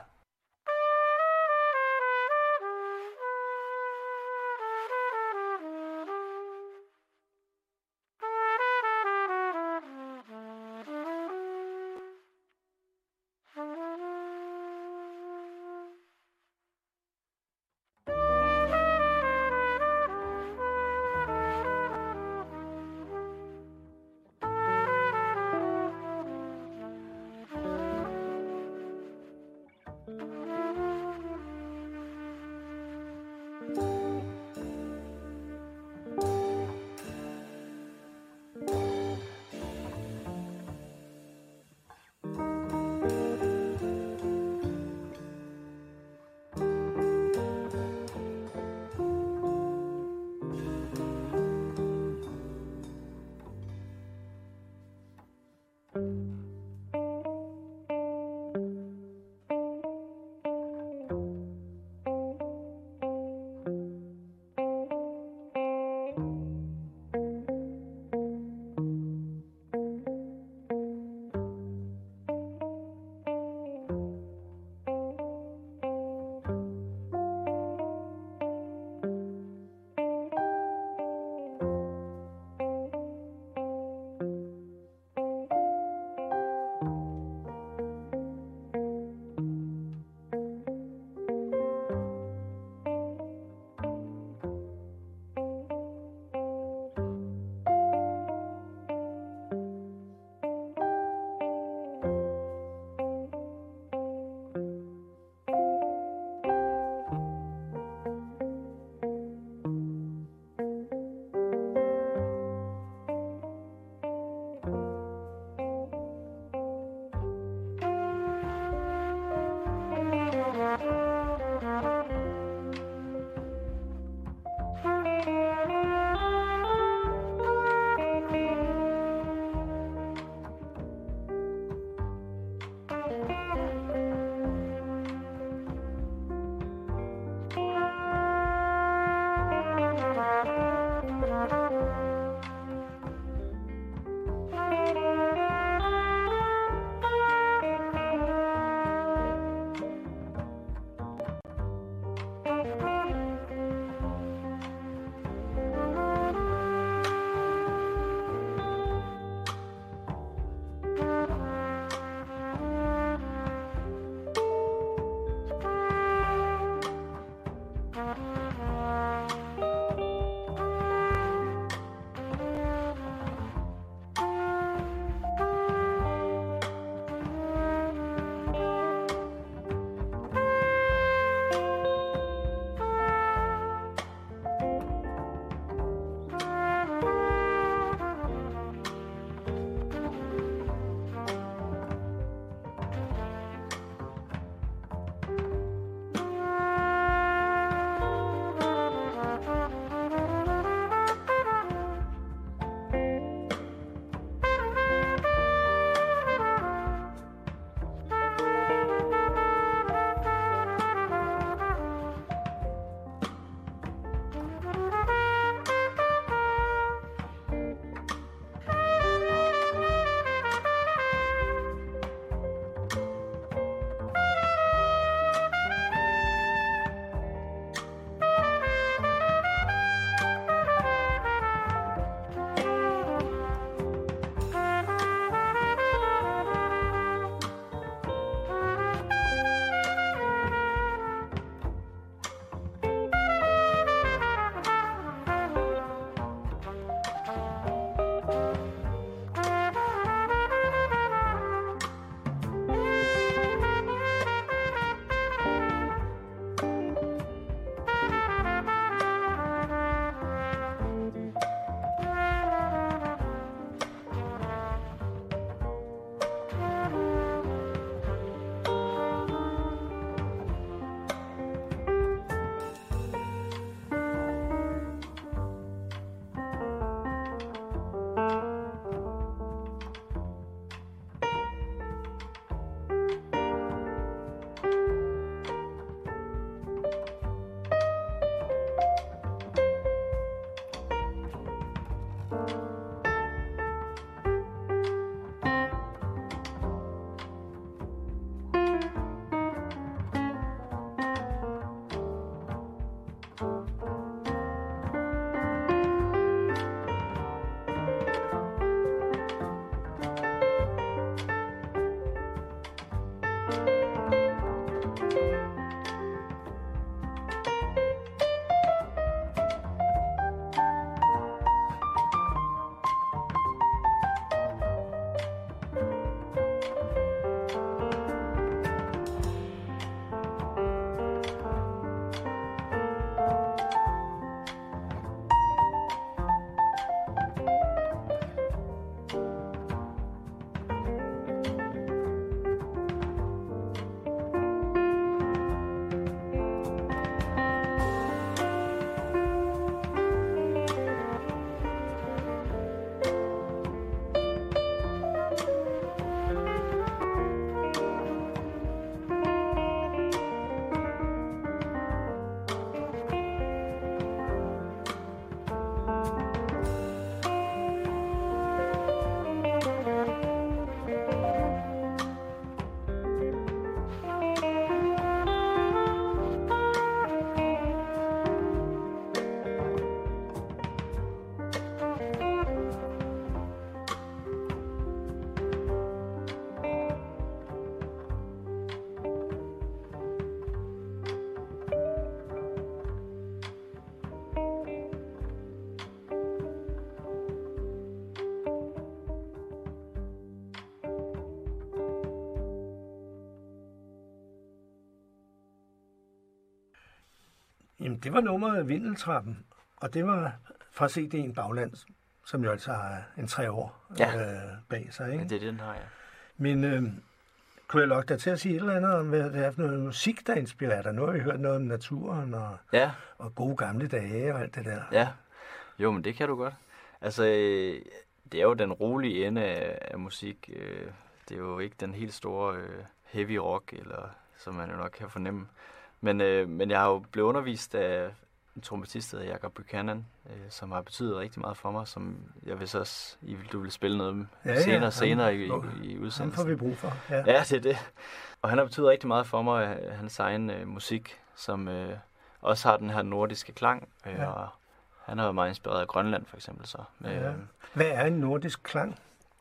Jamen, det var nummeret Vindeltrappen, og det var fra C D'en Bagland, som jo altså har en tre år ja. øh, bag sig. Ikke? Ja, det er den her, ja. Men øh, kunne jeg lokke dig til at sige et eller andet om, hvad det er for noget musik, der inspirerer dig? Nu har vi hørt noget om naturen og, ja. og gode gamle dage og alt det der. Ja, jo, men det kan du godt. Altså, det er jo den rolige ende af, af musik. Det er jo ikke den helt store heavy rock, eller som man jo nok kan fornemme. Men, men jeg har jo blevet undervist af en trompetist, der hedder Jacob Buchanan, som har betydet rigtig meget for mig, som jeg vil så også, du vil spille noget med ja, senere, ja, senere han, i, i, i udsendelsen. Han får vi brug for. Ja. ja, det er det. Og han har betydet rigtig meget for mig, hans egen øh, musik, som øh, også har den her nordiske klang. Øh, ja. Og han har været meget inspireret af Grønland, for eksempel. Så. Ja. Øh, Hvad er en nordisk klang?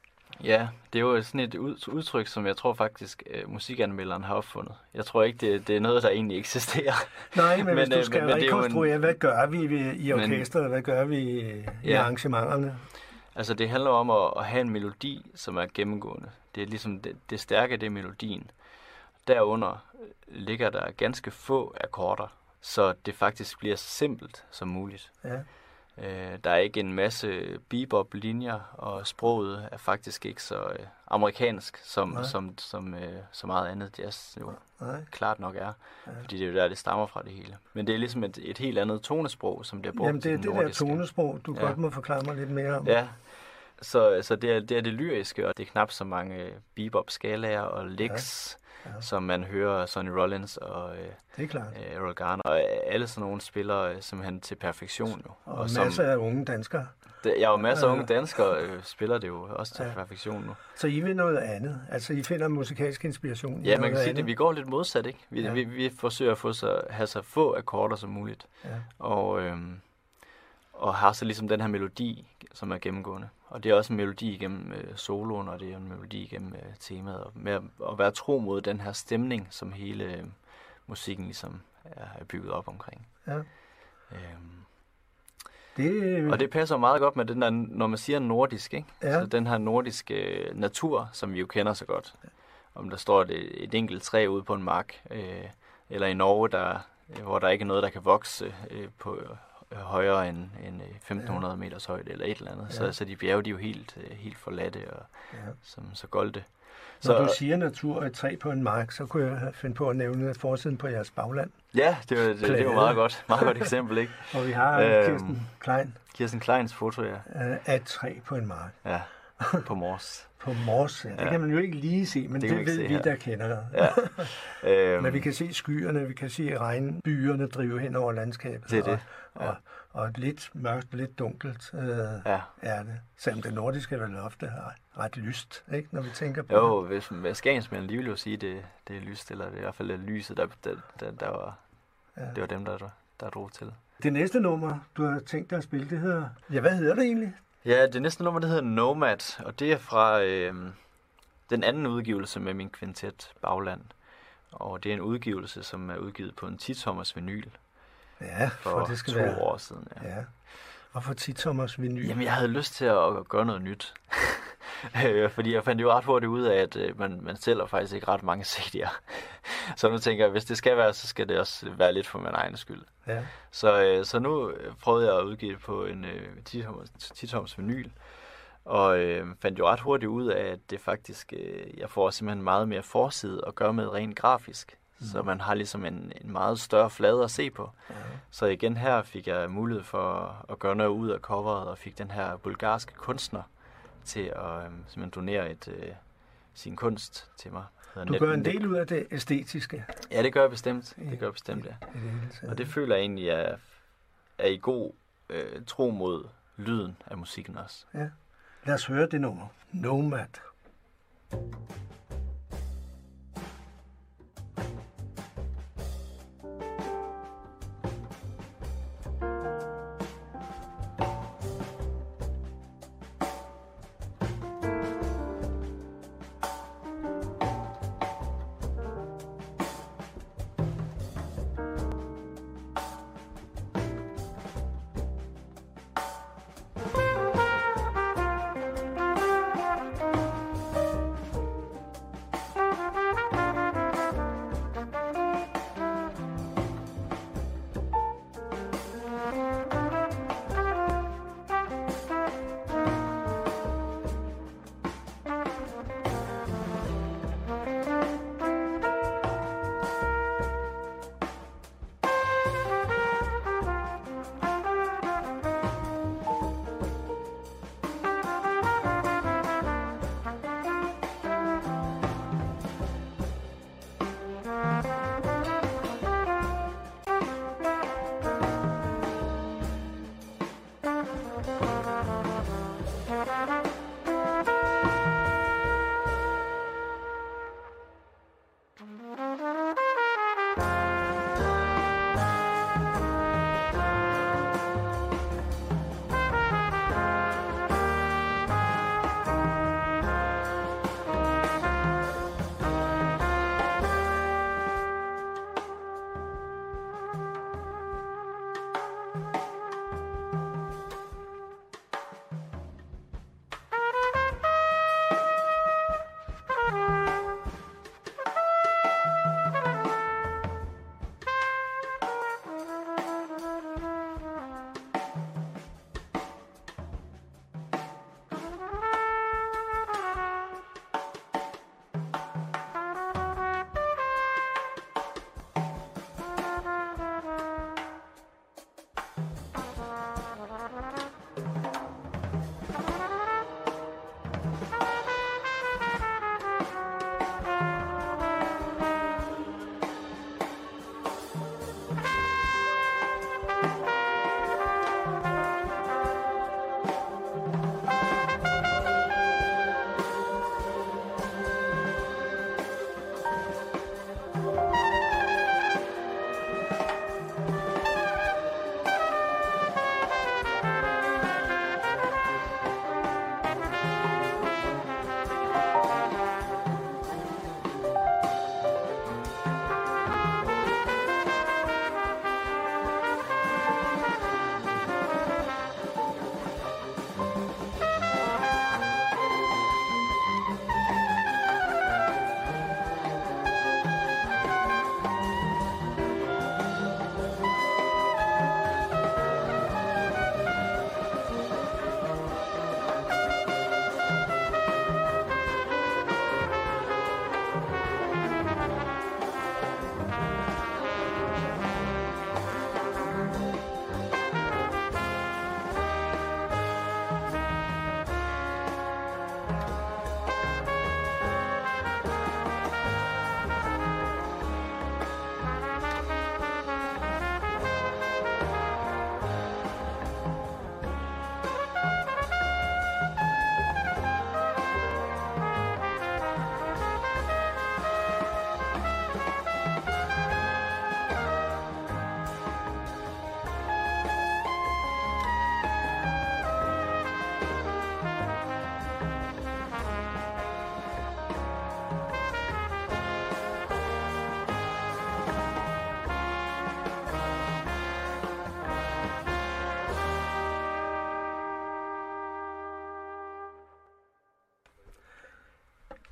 Ja, det er jo sådan et udtryk, som jeg tror faktisk, øh, musikanmelderen har opfundet. Jeg tror ikke, det, det er noget, der egentlig eksisterer. Nej, men, men hvis du øh, skal rekonstruere, en... hvad gør vi i orkestret, hvad gør vi i ja. arrangementerne? Altså, det handler om at, at have en melodi, som er gennemgående. Det er ligesom det, det stærke, det er melodien. Derunder ligger der ganske få akkorder, så det faktisk bliver så simpelt som muligt. Ja. Øh, der er ikke en masse bebop-linjer, og sproget er faktisk ikke så øh, amerikansk, som, som, som, øh, så meget andet jazz jo Nej. klart nok er. Ja. Fordi det er jo der, det stammer fra det hele. Men det er ligesom et, et helt andet tonesprog, som bliver brugt. Jamen det er det nordiske. Der tonesprog, du ja. godt må forklare mig lidt mere om. Ja, så, så det, er, det er det lyriske, og det er knap så mange bebop-skalaer og licks, ja. Ja. som man hører Sonny Rollins og øh, det er klart. Øh, Errol Garner, og alle sådan nogle spillere simpelthen til perfektion. Jo. Og, og masser som, af unge danskere. Det, ja, og masser af unge danskere øh, spiller det jo også til ja. perfektion nu. Så I vil noget andet? Altså I finder musikalsk inspiration? Ja, man kan sige det. Vi går lidt modsat, ikke? Vi, ja. vi, vi forsøger at få så, have så få akkorder som muligt. Ja. Og, øhm, og har så ligesom den her melodi, som er gennemgående. Og det er også en melodi igennem øh, soloen, og det er en melodi igennem øh, temaet. Og med at, at være tro mod den her stemning, som hele øh, musikken ligesom er bygget op omkring. Ja. Øhm, det... Og det passer meget godt med den der, når man siger nordisk, ikke? Ja. Så den her nordiske natur, som vi jo kender så godt. Om der står et, et enkelt træ ude på en mark, øh, eller i Norge, der, hvor der ikke er noget, der kan vokse øh, på øh, højere end, end femten hundrede ja. meters højde, eller et eller andet. Ja. Så, så de bjerge, de er jo helt, helt forladte og ja. som, så golde. Når så, du siger natur og et træ på en mark, så kunne jeg finde på at nævne forsiden på jeres bagland. Ja, det var, det, det var meget godt. Meget godt eksempel, ikke? Og vi har øhm, Kirsten Klein. Kirsten Kleins foto, ja. Af et træ på en mark. Ja, på Mors. På Mors, ja. Det ja. kan man jo ikke lige se, men det, det ved vi, der kender. Ja. øhm, men vi kan se skyerne, vi kan se regnbyerne drive hen over landskabet. Det er det. Ja. Og, og lidt mørkt, lidt dunkelt øh, ja. er det. Selvom det nordiske vel ofte har ret lyst, ikke, når vi tænker på jo, det. Jo, hvis skagensmænd lige vil jo sige, det, det er lyst, eller det er i hvert fald lyset, der, der, der, der var, ja. det var dem, der, der drog til. Det næste nummer, du har tænkt dig at spille, det hedder... Ja, hvad hedder det egentlig? Ja, det næste nummer, det hedder Nomad, og det er fra øh, den anden udgivelse med min kvintet Bagland. Og det er en udgivelse, som er udgivet på en ti-tommers vinyl. Ja, for, for det skal to være... år siden. Ja. ja. Og for ti-tommers vinyl? Jamen, jeg havde lyst til at gøre noget nyt. Fordi jeg fandt jo ret hurtigt ud af, at man, man sælger faktisk ikke ret mange C D'er. Så nu tænker jeg, hvis det skal være, så skal det også være lidt for min egen skyld. Ja. Så, så nu prøvede jeg at udgive det på en ti-tommers vinyl. Og øh, fandt jo ret hurtigt ud af, at det faktisk, øh, jeg får simpelthen meget mere forside at gøre med rent grafisk. Mm. Så man har ligesom en, en meget større flade at se på. Ja. Så igen her fik jeg mulighed for at gøre noget ud af coveret, og fik den her bulgarske kunstner til at øh, simpelthen donere et, øh, sin kunst til mig. Du Net- gør en del ud af det æstetiske. Ja, det gør jeg bestemt. Det gør jeg bestemt, ja. Det og det føler jeg egentlig er, er i god øh, tro mod lyden af musikken også. Ja. Lad os høre det nummer. Nomad.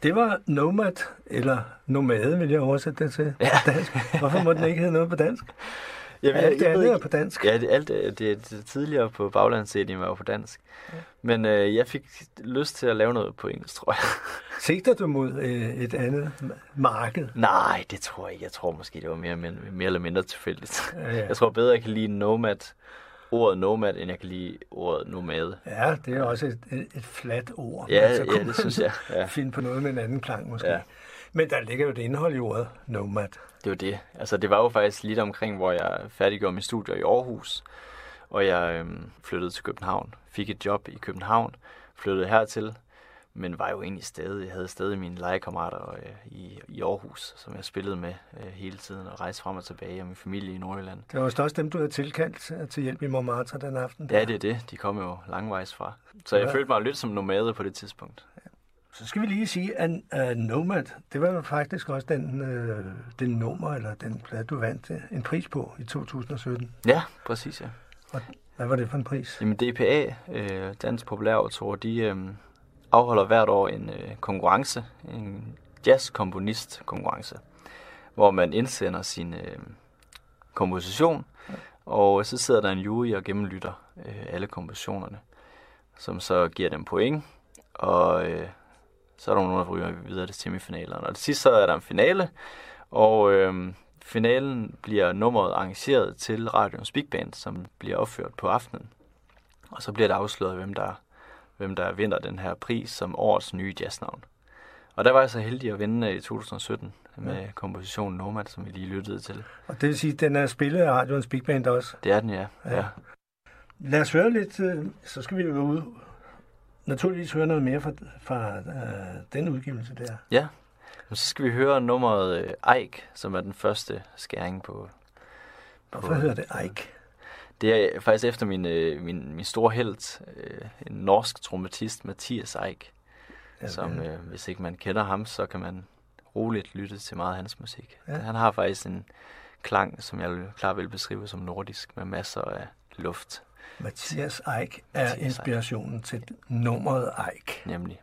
Det var Nomad, eller Nomade, vil jeg oversætte det til ja. dansk. Hvorfor må den ikke hedde noget på dansk? Jeg ved, alt det jeg andet ved er på dansk. Ja, det, alt det, det, det tidligere på baglands-C D'en var jo på dansk. Ja. Men øh, jeg fik lyst til at lave noget på engelsk, tror jeg. Sigter du mod øh, et andet marked? Nej, det tror jeg ikke. Jeg tror måske, det var mere, mere, mere eller mindre tilfældigt. Ja, ja. Jeg tror bedre, jeg kan lide nomad, ordet nomad, end jeg kan lide ordet nomade. Ja, det er også et, et, et fladt ord. Ja, altså, ja det synes jeg. Ja. Finde på noget med en anden klang måske. Ja. Men der ligger jo et indhold i ordet nomad. Det var det. Altså, det var jo faktisk lidt omkring, hvor jeg færdiggjorde min studier i Aarhus, og jeg øhm, flyttede til København. Fik et job i København, flyttede hertil, men var jo egentlig stadig, jeg havde stadig mine legekammerater øh, i, i Aarhus, som jeg spillede med øh, hele tiden, og rejste frem og tilbage, og min familie i Nordjylland. Det var også dem, du havde tilkaldt til hjælp i Montmartre den aften? Ja, det er det. De kom jo langvejs fra. Så jeg ja. følte mig lidt som nomade på det tidspunkt. Ja. Så skal vi lige sige, at uh, Nomad, det var jo faktisk også den, uh, den nummer, eller den plade, du vandt en pris på i to tusind og sytten. Ja, præcis, ja. Og hvad var det for en pris? Jamen D P A, øh, Dansk Populærautor, de øh, afholder hvert år en øh, konkurrence, en jazzkomponist-konkurrence, hvor man indsender sin øh, komposition, ja. og så sidder der en jury og gennemlytter øh, alle kompositionerne, som så giver dem point, og øh, så er der nogen, der ryger videre til semifinalerne. Og til sidst så er der en finale, og øh, finalen bliver nummeret arrangeret til Radioens Big Band, som bliver opført på aftenen. Og så bliver det afsløret, hvem der, hvem der vinder den her pris som årets nye jazznavn. Og der var jeg så heldig at vinde i to tusind og sytten med ja. kompositionen Nomad, som vi lige lyttede til. Og det vil sige, at den er spillet af Radioens Big Band også? Det er den, ja. ja. ja. Lad os høre lidt, så skal vi jo ud. Naturligvis høre noget mere fra, fra øh, den udgivelse der. Ja, og så skal vi høre nummeret øh, Eik, som er den første skæring på... på Hvorfor hedder det Eik? Det er faktisk efter min, øh, min, min store helt, øh, en norsk trompetist, Mathias Eik, ja, som øh, hvis ikke man kender ham, så kan man roligt lytte til meget af hans musik. Ja. Han har faktisk en klang, som jeg klart vil beskrive som nordisk, med masser af luft. Mathias Eik er Mathias inspirationen Eik. Til nummeret Eik. Nemlig.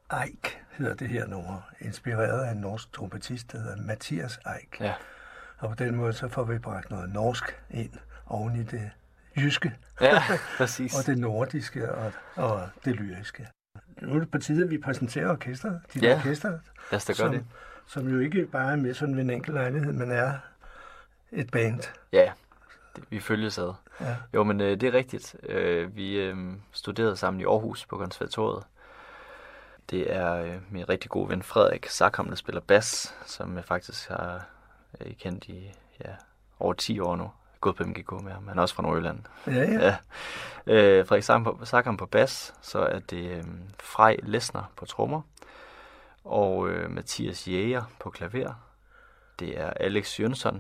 Eik hedder det her nummer, inspireret af en norsk trompetist, der hedder Mathias Eik. Ja. Og på den måde så får vi bragt noget norsk ind oven i det jyske. Ja, præcis. og det nordiske og, og det lyriske. Nu er det på tide, at vi præsenterer orkestret. De ja, orkester, lad os da gøre som, det. Som jo ikke bare er med sådan ved en enkelt lejlighed, men er et band. Ja, det, vi følges ad. Ja. Jo, men øh, det er rigtigt. Øh, vi øh, studerede sammen i Aarhus på konservatoriet. Det er øh, min rigtig gode ven Frederik Sackam, der spiller bas, som jeg faktisk har øh, kendt i ja, over ti år nu. Jeg er gået på M G K med ham. Han er også fra Nordjylland. Ja, ja. ja. Øh, Frederik Sackam på bas, så er det øh, Frej Lesner på trommer, og øh, Mathias Jæger på klaver. Det er Alex Jønsson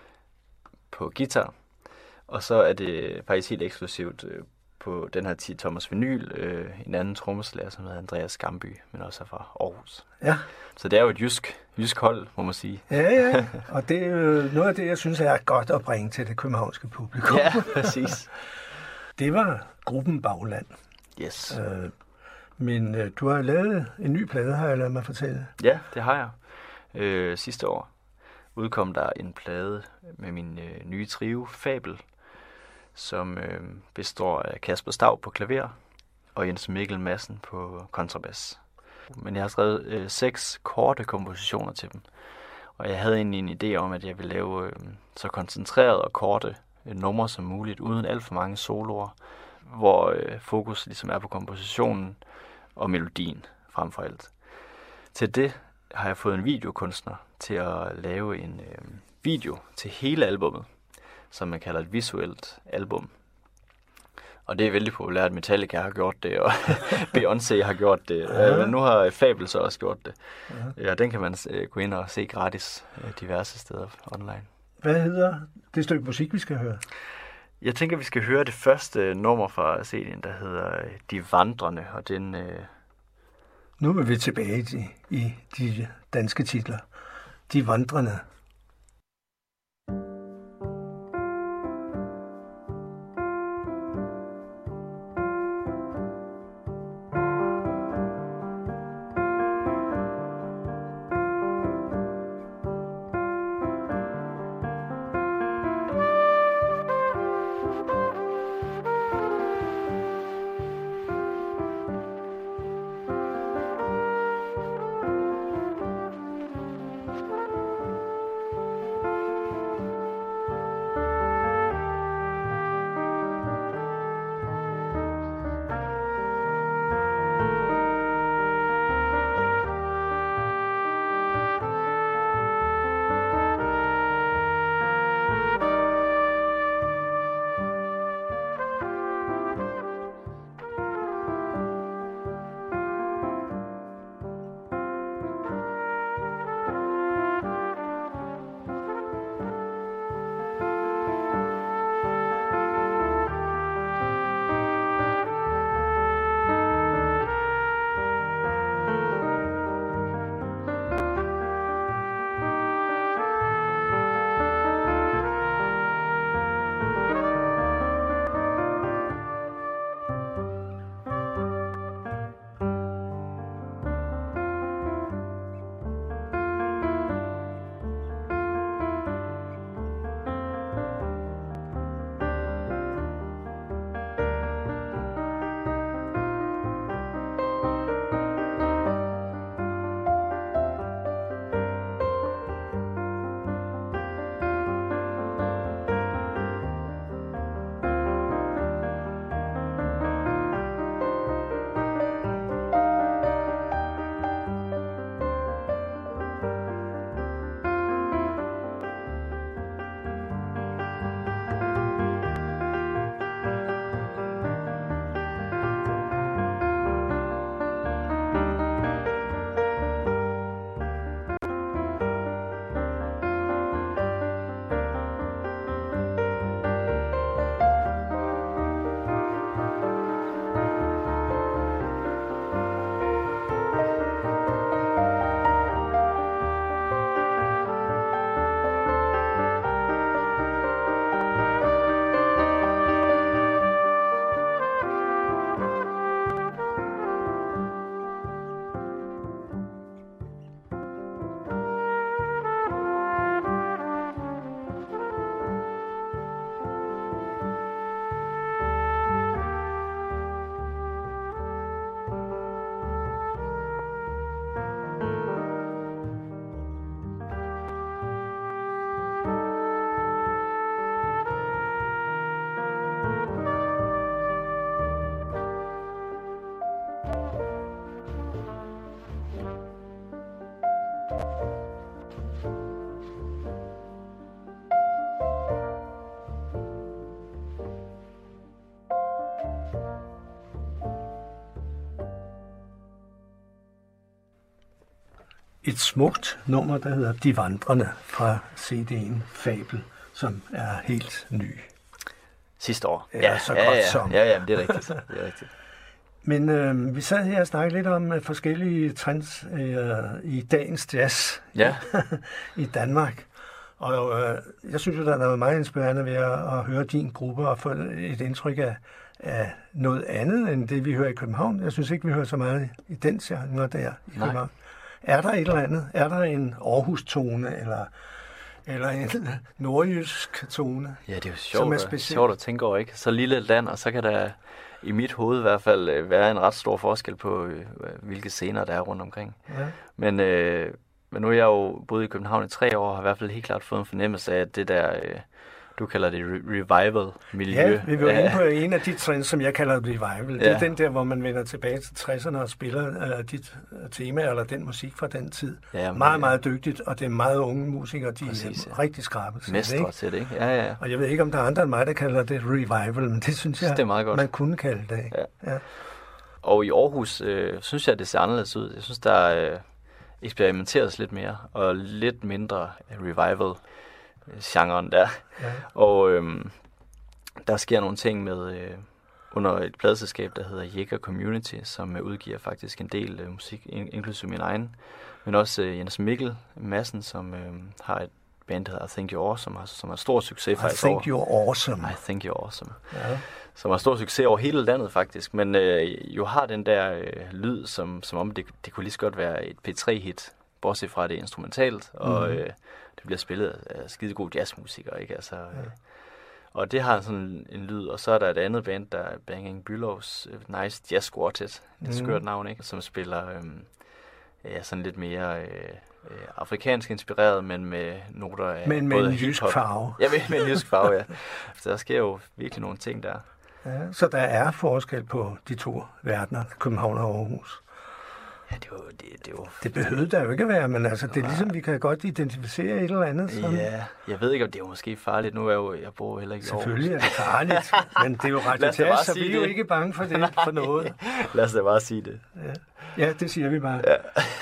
på guitar, og så er det faktisk helt eksklusivt øh, på den her ti Thomas Vinyl, øh, en anden trommeslager, som hedder Andreas Gamby, men også er fra Aarhus. Ja. Så det er jo et jysk, jysk hold, må man sige. Ja, ja, og det er jo noget af det, jeg synes er godt at bringe til det københavnske publikum. Ja, præcis. Det var gruppen Bagland. Yes. Øh, men øh, du har lavet en ny plade, har jeg ladet mig fortælle. Ja, det har jeg. Øh, sidste år udkom der en plade med min øh, nye trio, Fabel, som øh, består af Kasper Stav på klaver og Jens Mikkel Madsen på kontrabas. Men jeg har skrevet øh, seks korte kompositioner til dem, og jeg havde egentlig en idé om, at jeg ville lave øh, så koncentrerede og korte øh, numre som muligt, uden alt for mange soloer, hvor øh, fokus ligesom er på kompositionen og melodien frem for alt. Til det har jeg fået en videokunstner til at lave en øh, video til hele albummet, som man kalder et visuelt album. Og det er vældig populært. Metallica har gjort det, og Beyoncé har gjort det. Ja. Men nu har Fabel så også gjort det. Ja. Ja, den kan man øh, gå ind og se gratis øh, diverse steder online. Hvad hedder det stykke musik, vi skal høre? Jeg tænker, vi skal høre det første nummer fra C D'en, der hedder De Vandrende, og den... Øh... Nu er vi tilbage i, i de danske titler. De Vandrende. et smukt nummer, der hedder De Vandrende fra C D'en Fabel, som er helt ny. Sidste år. Ja, ja så ja, godt ja, som. Ja, ja, det er rigtigt. Det er rigtigt. Men øh, vi sad her og snakkede lidt om uh, forskellige trends øh, i dagens jazz ja. i Danmark. Og øh, jeg synes jo, der er noget meget inspirerende ved at, at høre din gruppe og få et indtryk af, af noget andet, end det, vi hører i København. Jeg synes ikke, vi hører så meget i den genre der i Nej. København. Er der et eller andet? Er der en Aarhus-tone, eller, eller en nordjysk tone? Ja, det er jo sjovt, er sjovt at tænke over, ikke? Så lille et land, og så kan der i mit hoved i hvert fald være en ret stor forskel på, øh, hvilke scener der er rundt omkring. Ja. Men, øh, men nu er jeg jo boet i København i tre år, og har i hvert fald helt klart fået en fornemmelse af, at det der, øh, du kalder det re- revival-miljø. Ja, vi var inde på en af de trends, som jeg kalder revival. Det ja. er den der, hvor man vender tilbage til tresserne og spiller uh, dit tema eller den musik fra den tid. Ja, meget, ja. meget dygtigt, og det er meget unge musikere, de Præcis, er ja. rigtig skrabet til Mestre det, ikke? til det, ikke? Ja, ja. Og jeg ved ikke, om der er andre end mig, der kalder det revival, men det synes jeg, det er meget godt. man kunne kalde det. Ja. Ja. Og i Aarhus øh, synes jeg, det ser anderledes ud. Jeg synes, der øh, eksperimenteres lidt mere, og lidt mindre revival-genren der. Ja. Og øh, der sker nogle ting med øh, under et pladeselskab, der hedder Jæger Community, som øh, udgiver faktisk en del øh, musik, in- inklusive min egen. Men også øh, Jens Mikkel Madsen, som øh, har et band, der hedder I Think You're Awesome, som har stor succes I faktisk think over. you're awesome. I Think You're Awesome. Ja. Som har stor succes over hele landet faktisk, men øh, jo har den der øh, lyd, som, som om det, det kunne lige så godt være et P tre hit, bortset fra det er instrumentalt, og Mhm. øh, det bliver spillet af skide gode jazzmusikere, ikke? Altså, øh, og det har sådan en lyd, og så er der et andet band, der er Banging Bülow's uh, Nice Jazz Quartet, det er et Mhm. skørt navn, ikke? Som spiller øh, ja, sådan lidt mere... Øh, øh, afrikansk inspireret, men med noter af Men med både en jysk hiphop. farve. Ja, med, med en jysk farve, ja. Så der sker jo virkelig nogle ting der. Ja, så der er forskel på de to verdener, København og Aarhus. Ja, det er jo... Det, det, er jo, det behøvede der jo ikke at være, men altså, det er ligesom, vi kan godt identificere et eller andet. Sådan. Ja, jeg ved ikke, om det er jo måske farligt. Nu er jeg jo, jeg bor heller ikke i Aarhus. Selvfølgelig er det farligt, men det er jo Lad os da bare radioteater, så vi sige er jo det. ikke bange for det, for noget. Lad os da bare sige det. Ja, ja det siger vi bare. Ja.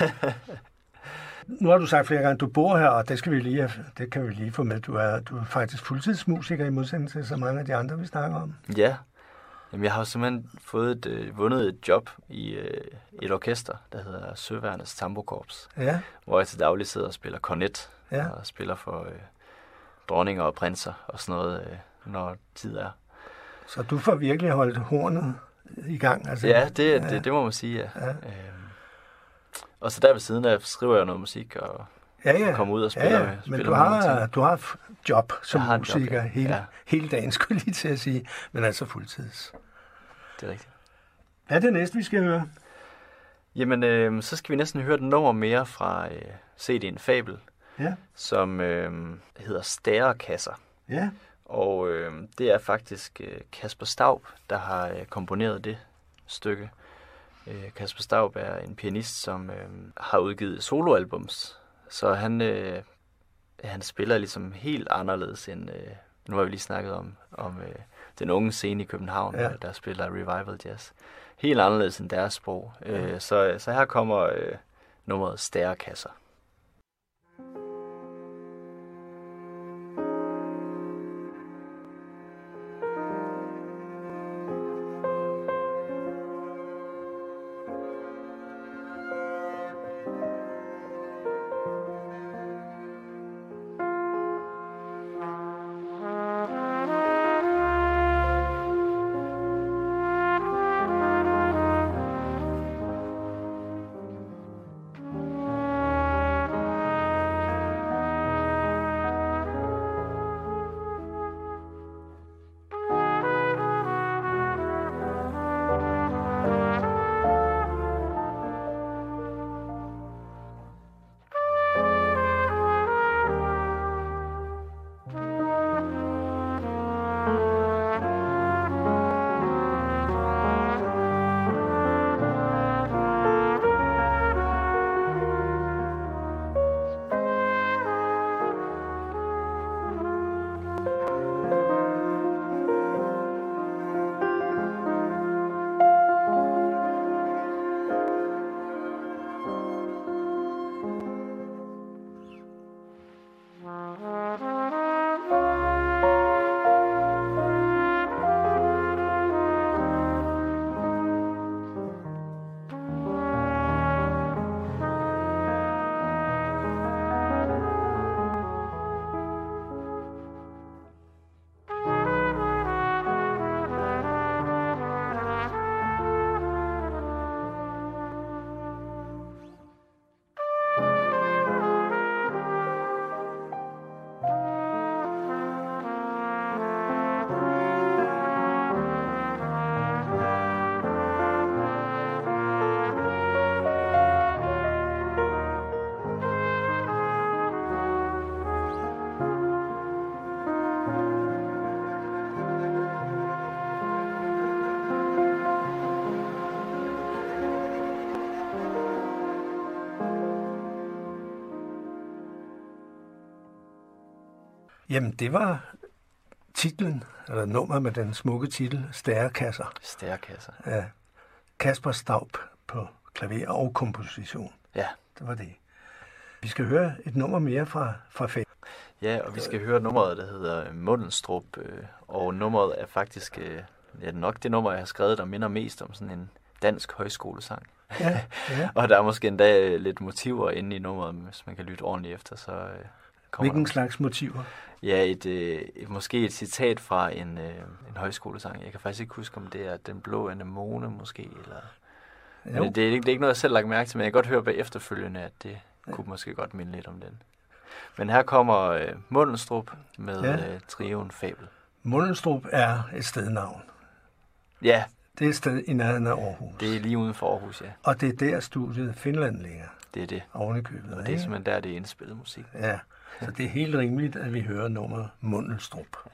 Nu har du sagt flere gange, at du bor her, og det, skal vi lige, det kan vi lige få med. Du er, du er faktisk fuldtidsmusiker i modsætning til så mange af de andre, vi snakker om. Ja. Jamen, jeg har jo simpelthen fået et, øh, vundet et job i øh, et orkester, der hedder Søværnets Tambokorps. Ja. Hvor jeg til daglig sidder og spiller kornet. Ja. Og spiller for øh, dronninger og prinser og sådan noget, øh, når tid er. Så du får virkelig holdt hornet i gang? Altså, ja, det, ja. Det, det må man sige, ja. ja. Øhm, og så der ved siden af skriver jeg noget musik og ja, ja. kommer ud og spiller. Ja, ja. Men du har, du har job som musiker job, ja. hele, Ja. hele dagen, skulle jeg lige til at sige, men altså fuldtids. Det er rigtigt. Hvad er det næste, vi skal høre? Jamen, øh, så skal vi næsten høre et nummer mere fra øh, C D'en Fabel, ja. som øh, hedder Stærekasser. Ja. Og øh, det er faktisk øh, Kasper Staub, der har øh, komponeret det stykke. Øh, Kasper Staub er en pianist, som øh, har udgivet soloalbums, så han, øh, han spiller ligesom helt anderledes end, øh, nu har vi lige snakket om, om øh, den unge scene i København, ja. Der spiller revival jazz. Helt anderledes end deres sprog. Ja. Øh, så, så her kommer øh, nummeret Stærekasser. Thank Jamen, det var titlen, eller nummeret med den smukke titel, Stærekasser. Stærekasser. Ja. Kasper Staup på klaver og komposition. Ja. Det var det. Vi skal høre et nummer mere fra, fra Fæ. Ja, og vi skal høre nummeret, der hedder Mundelstrup, og nummeret er faktisk ja, nok det nummer, jeg har skrevet, der minder mest om sådan en dansk højskolesang. Ja, ja. Og der er måske endda lidt motiver inde i nummeret, hvis man kan lytte ordentligt efter. Så, øh, Hvilken der... slags motiver? Ja, et, øh, et, måske et citat fra en, øh, en højskolesang. Jeg kan faktisk ikke huske, om det er Den Blå Anemone måske. Eller... Men det, det, er ikke, det er ikke noget, jeg selv har lagt mærke til, men jeg kan godt høre bag efterfølgende, at det ja. kunne måske godt minde lidt om den. Men her kommer øh, Mundelstrup med ja. øh, trioen Fabel. Mundelstrup er et stednavn. Ja. Det er et sted i nærheden af Aarhus. Det er lige uden for Aarhus, ja. Og det er der studiet Finland ligger. Det er det. Oven i købet. Og det er simpelthen der, det er indspillet musik. Ja, så det er helt rimeligt, at vi hører nummeret Mundelstrup. Ja.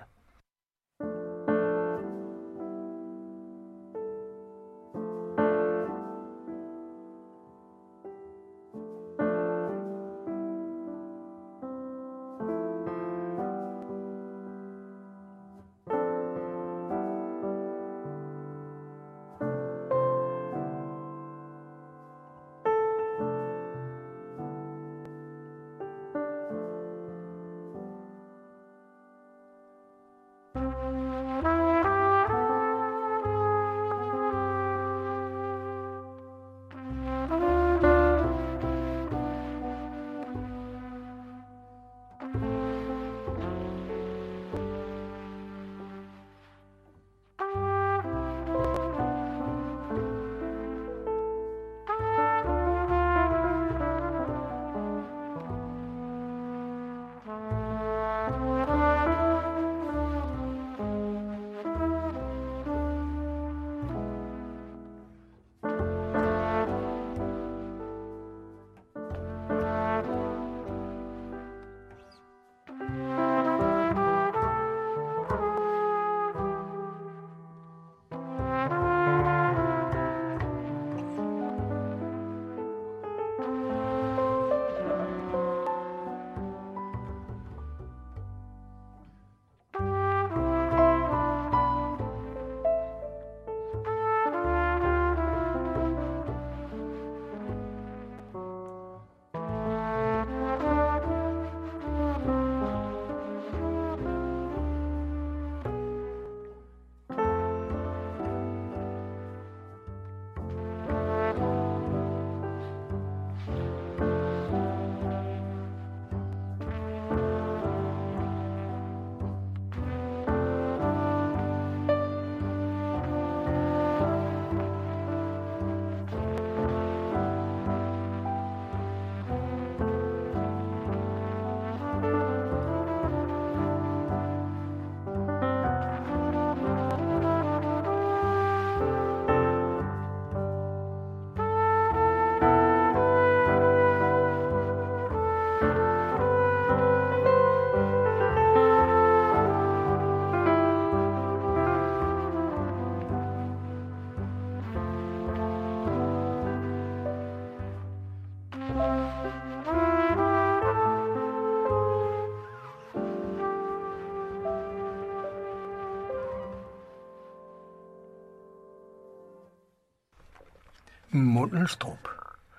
Mundelstrup.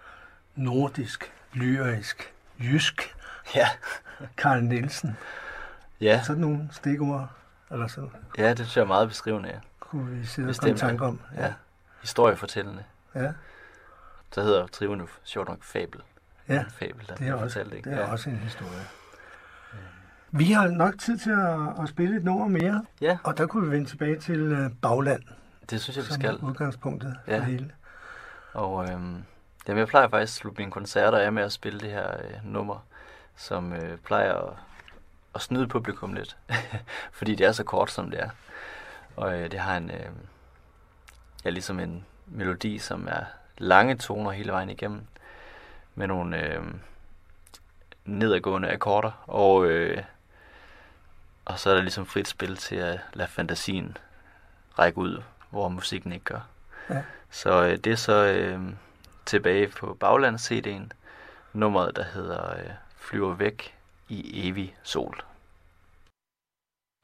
Nordisk, lyrisk, jysk. Ja. Carl Nielsen. Ja. Sådan nogle stikord. Eller sådan. Ja, det synes jeg er meget beskrivende. Ja. Kunne vi sidde og komme tanke om. Ja. ja. Historiefortællende. Ja. Så hedder trioen jo sjovt nok Fabel. Ja, en fabel, der det er, også, fortalt, det er ja. også en historie. Vi har nok tid til at, at spille et nummer mere. Ja. Og der kunne vi vende tilbage til uh, Bagland. Det synes jeg, vi som skal. udgangspunktet ja. for hele. Og øhm, jamen, jeg plejer faktisk at slutte mine koncerter af med at spille det her øh, nummer, som øh, plejer at, at snyde publikum lidt. Fordi det er så kort, som det er. Og øh, det har en, øh, ja, ligesom en melodi, som er lange toner hele vejen igennem. Med nogle øh, nedadgående akkorder. Og, øh, og så er der ligesom frit spil til at lade fantasien række ud, hvor musikken ikke gør. Ja. Så øh, det er så øh, tilbage på Baglands C D'en, nummeret der hedder øh, Flyver væk i evig sol.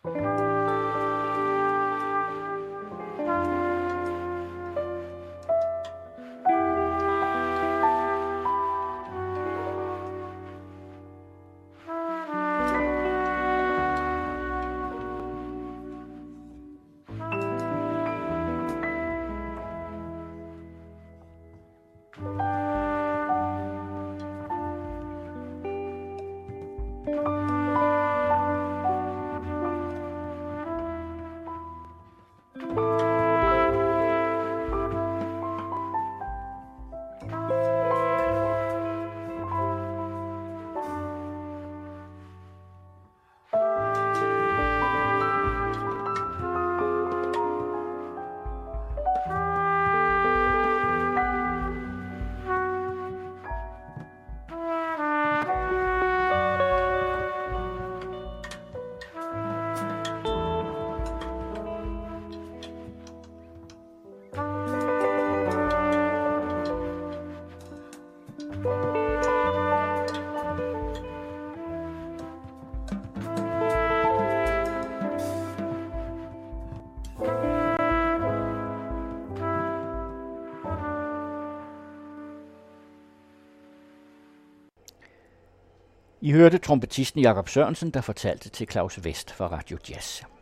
I hørte trompetisten Jakob Sørensen, der fortalte til Claus Vest fra Radio Jazz.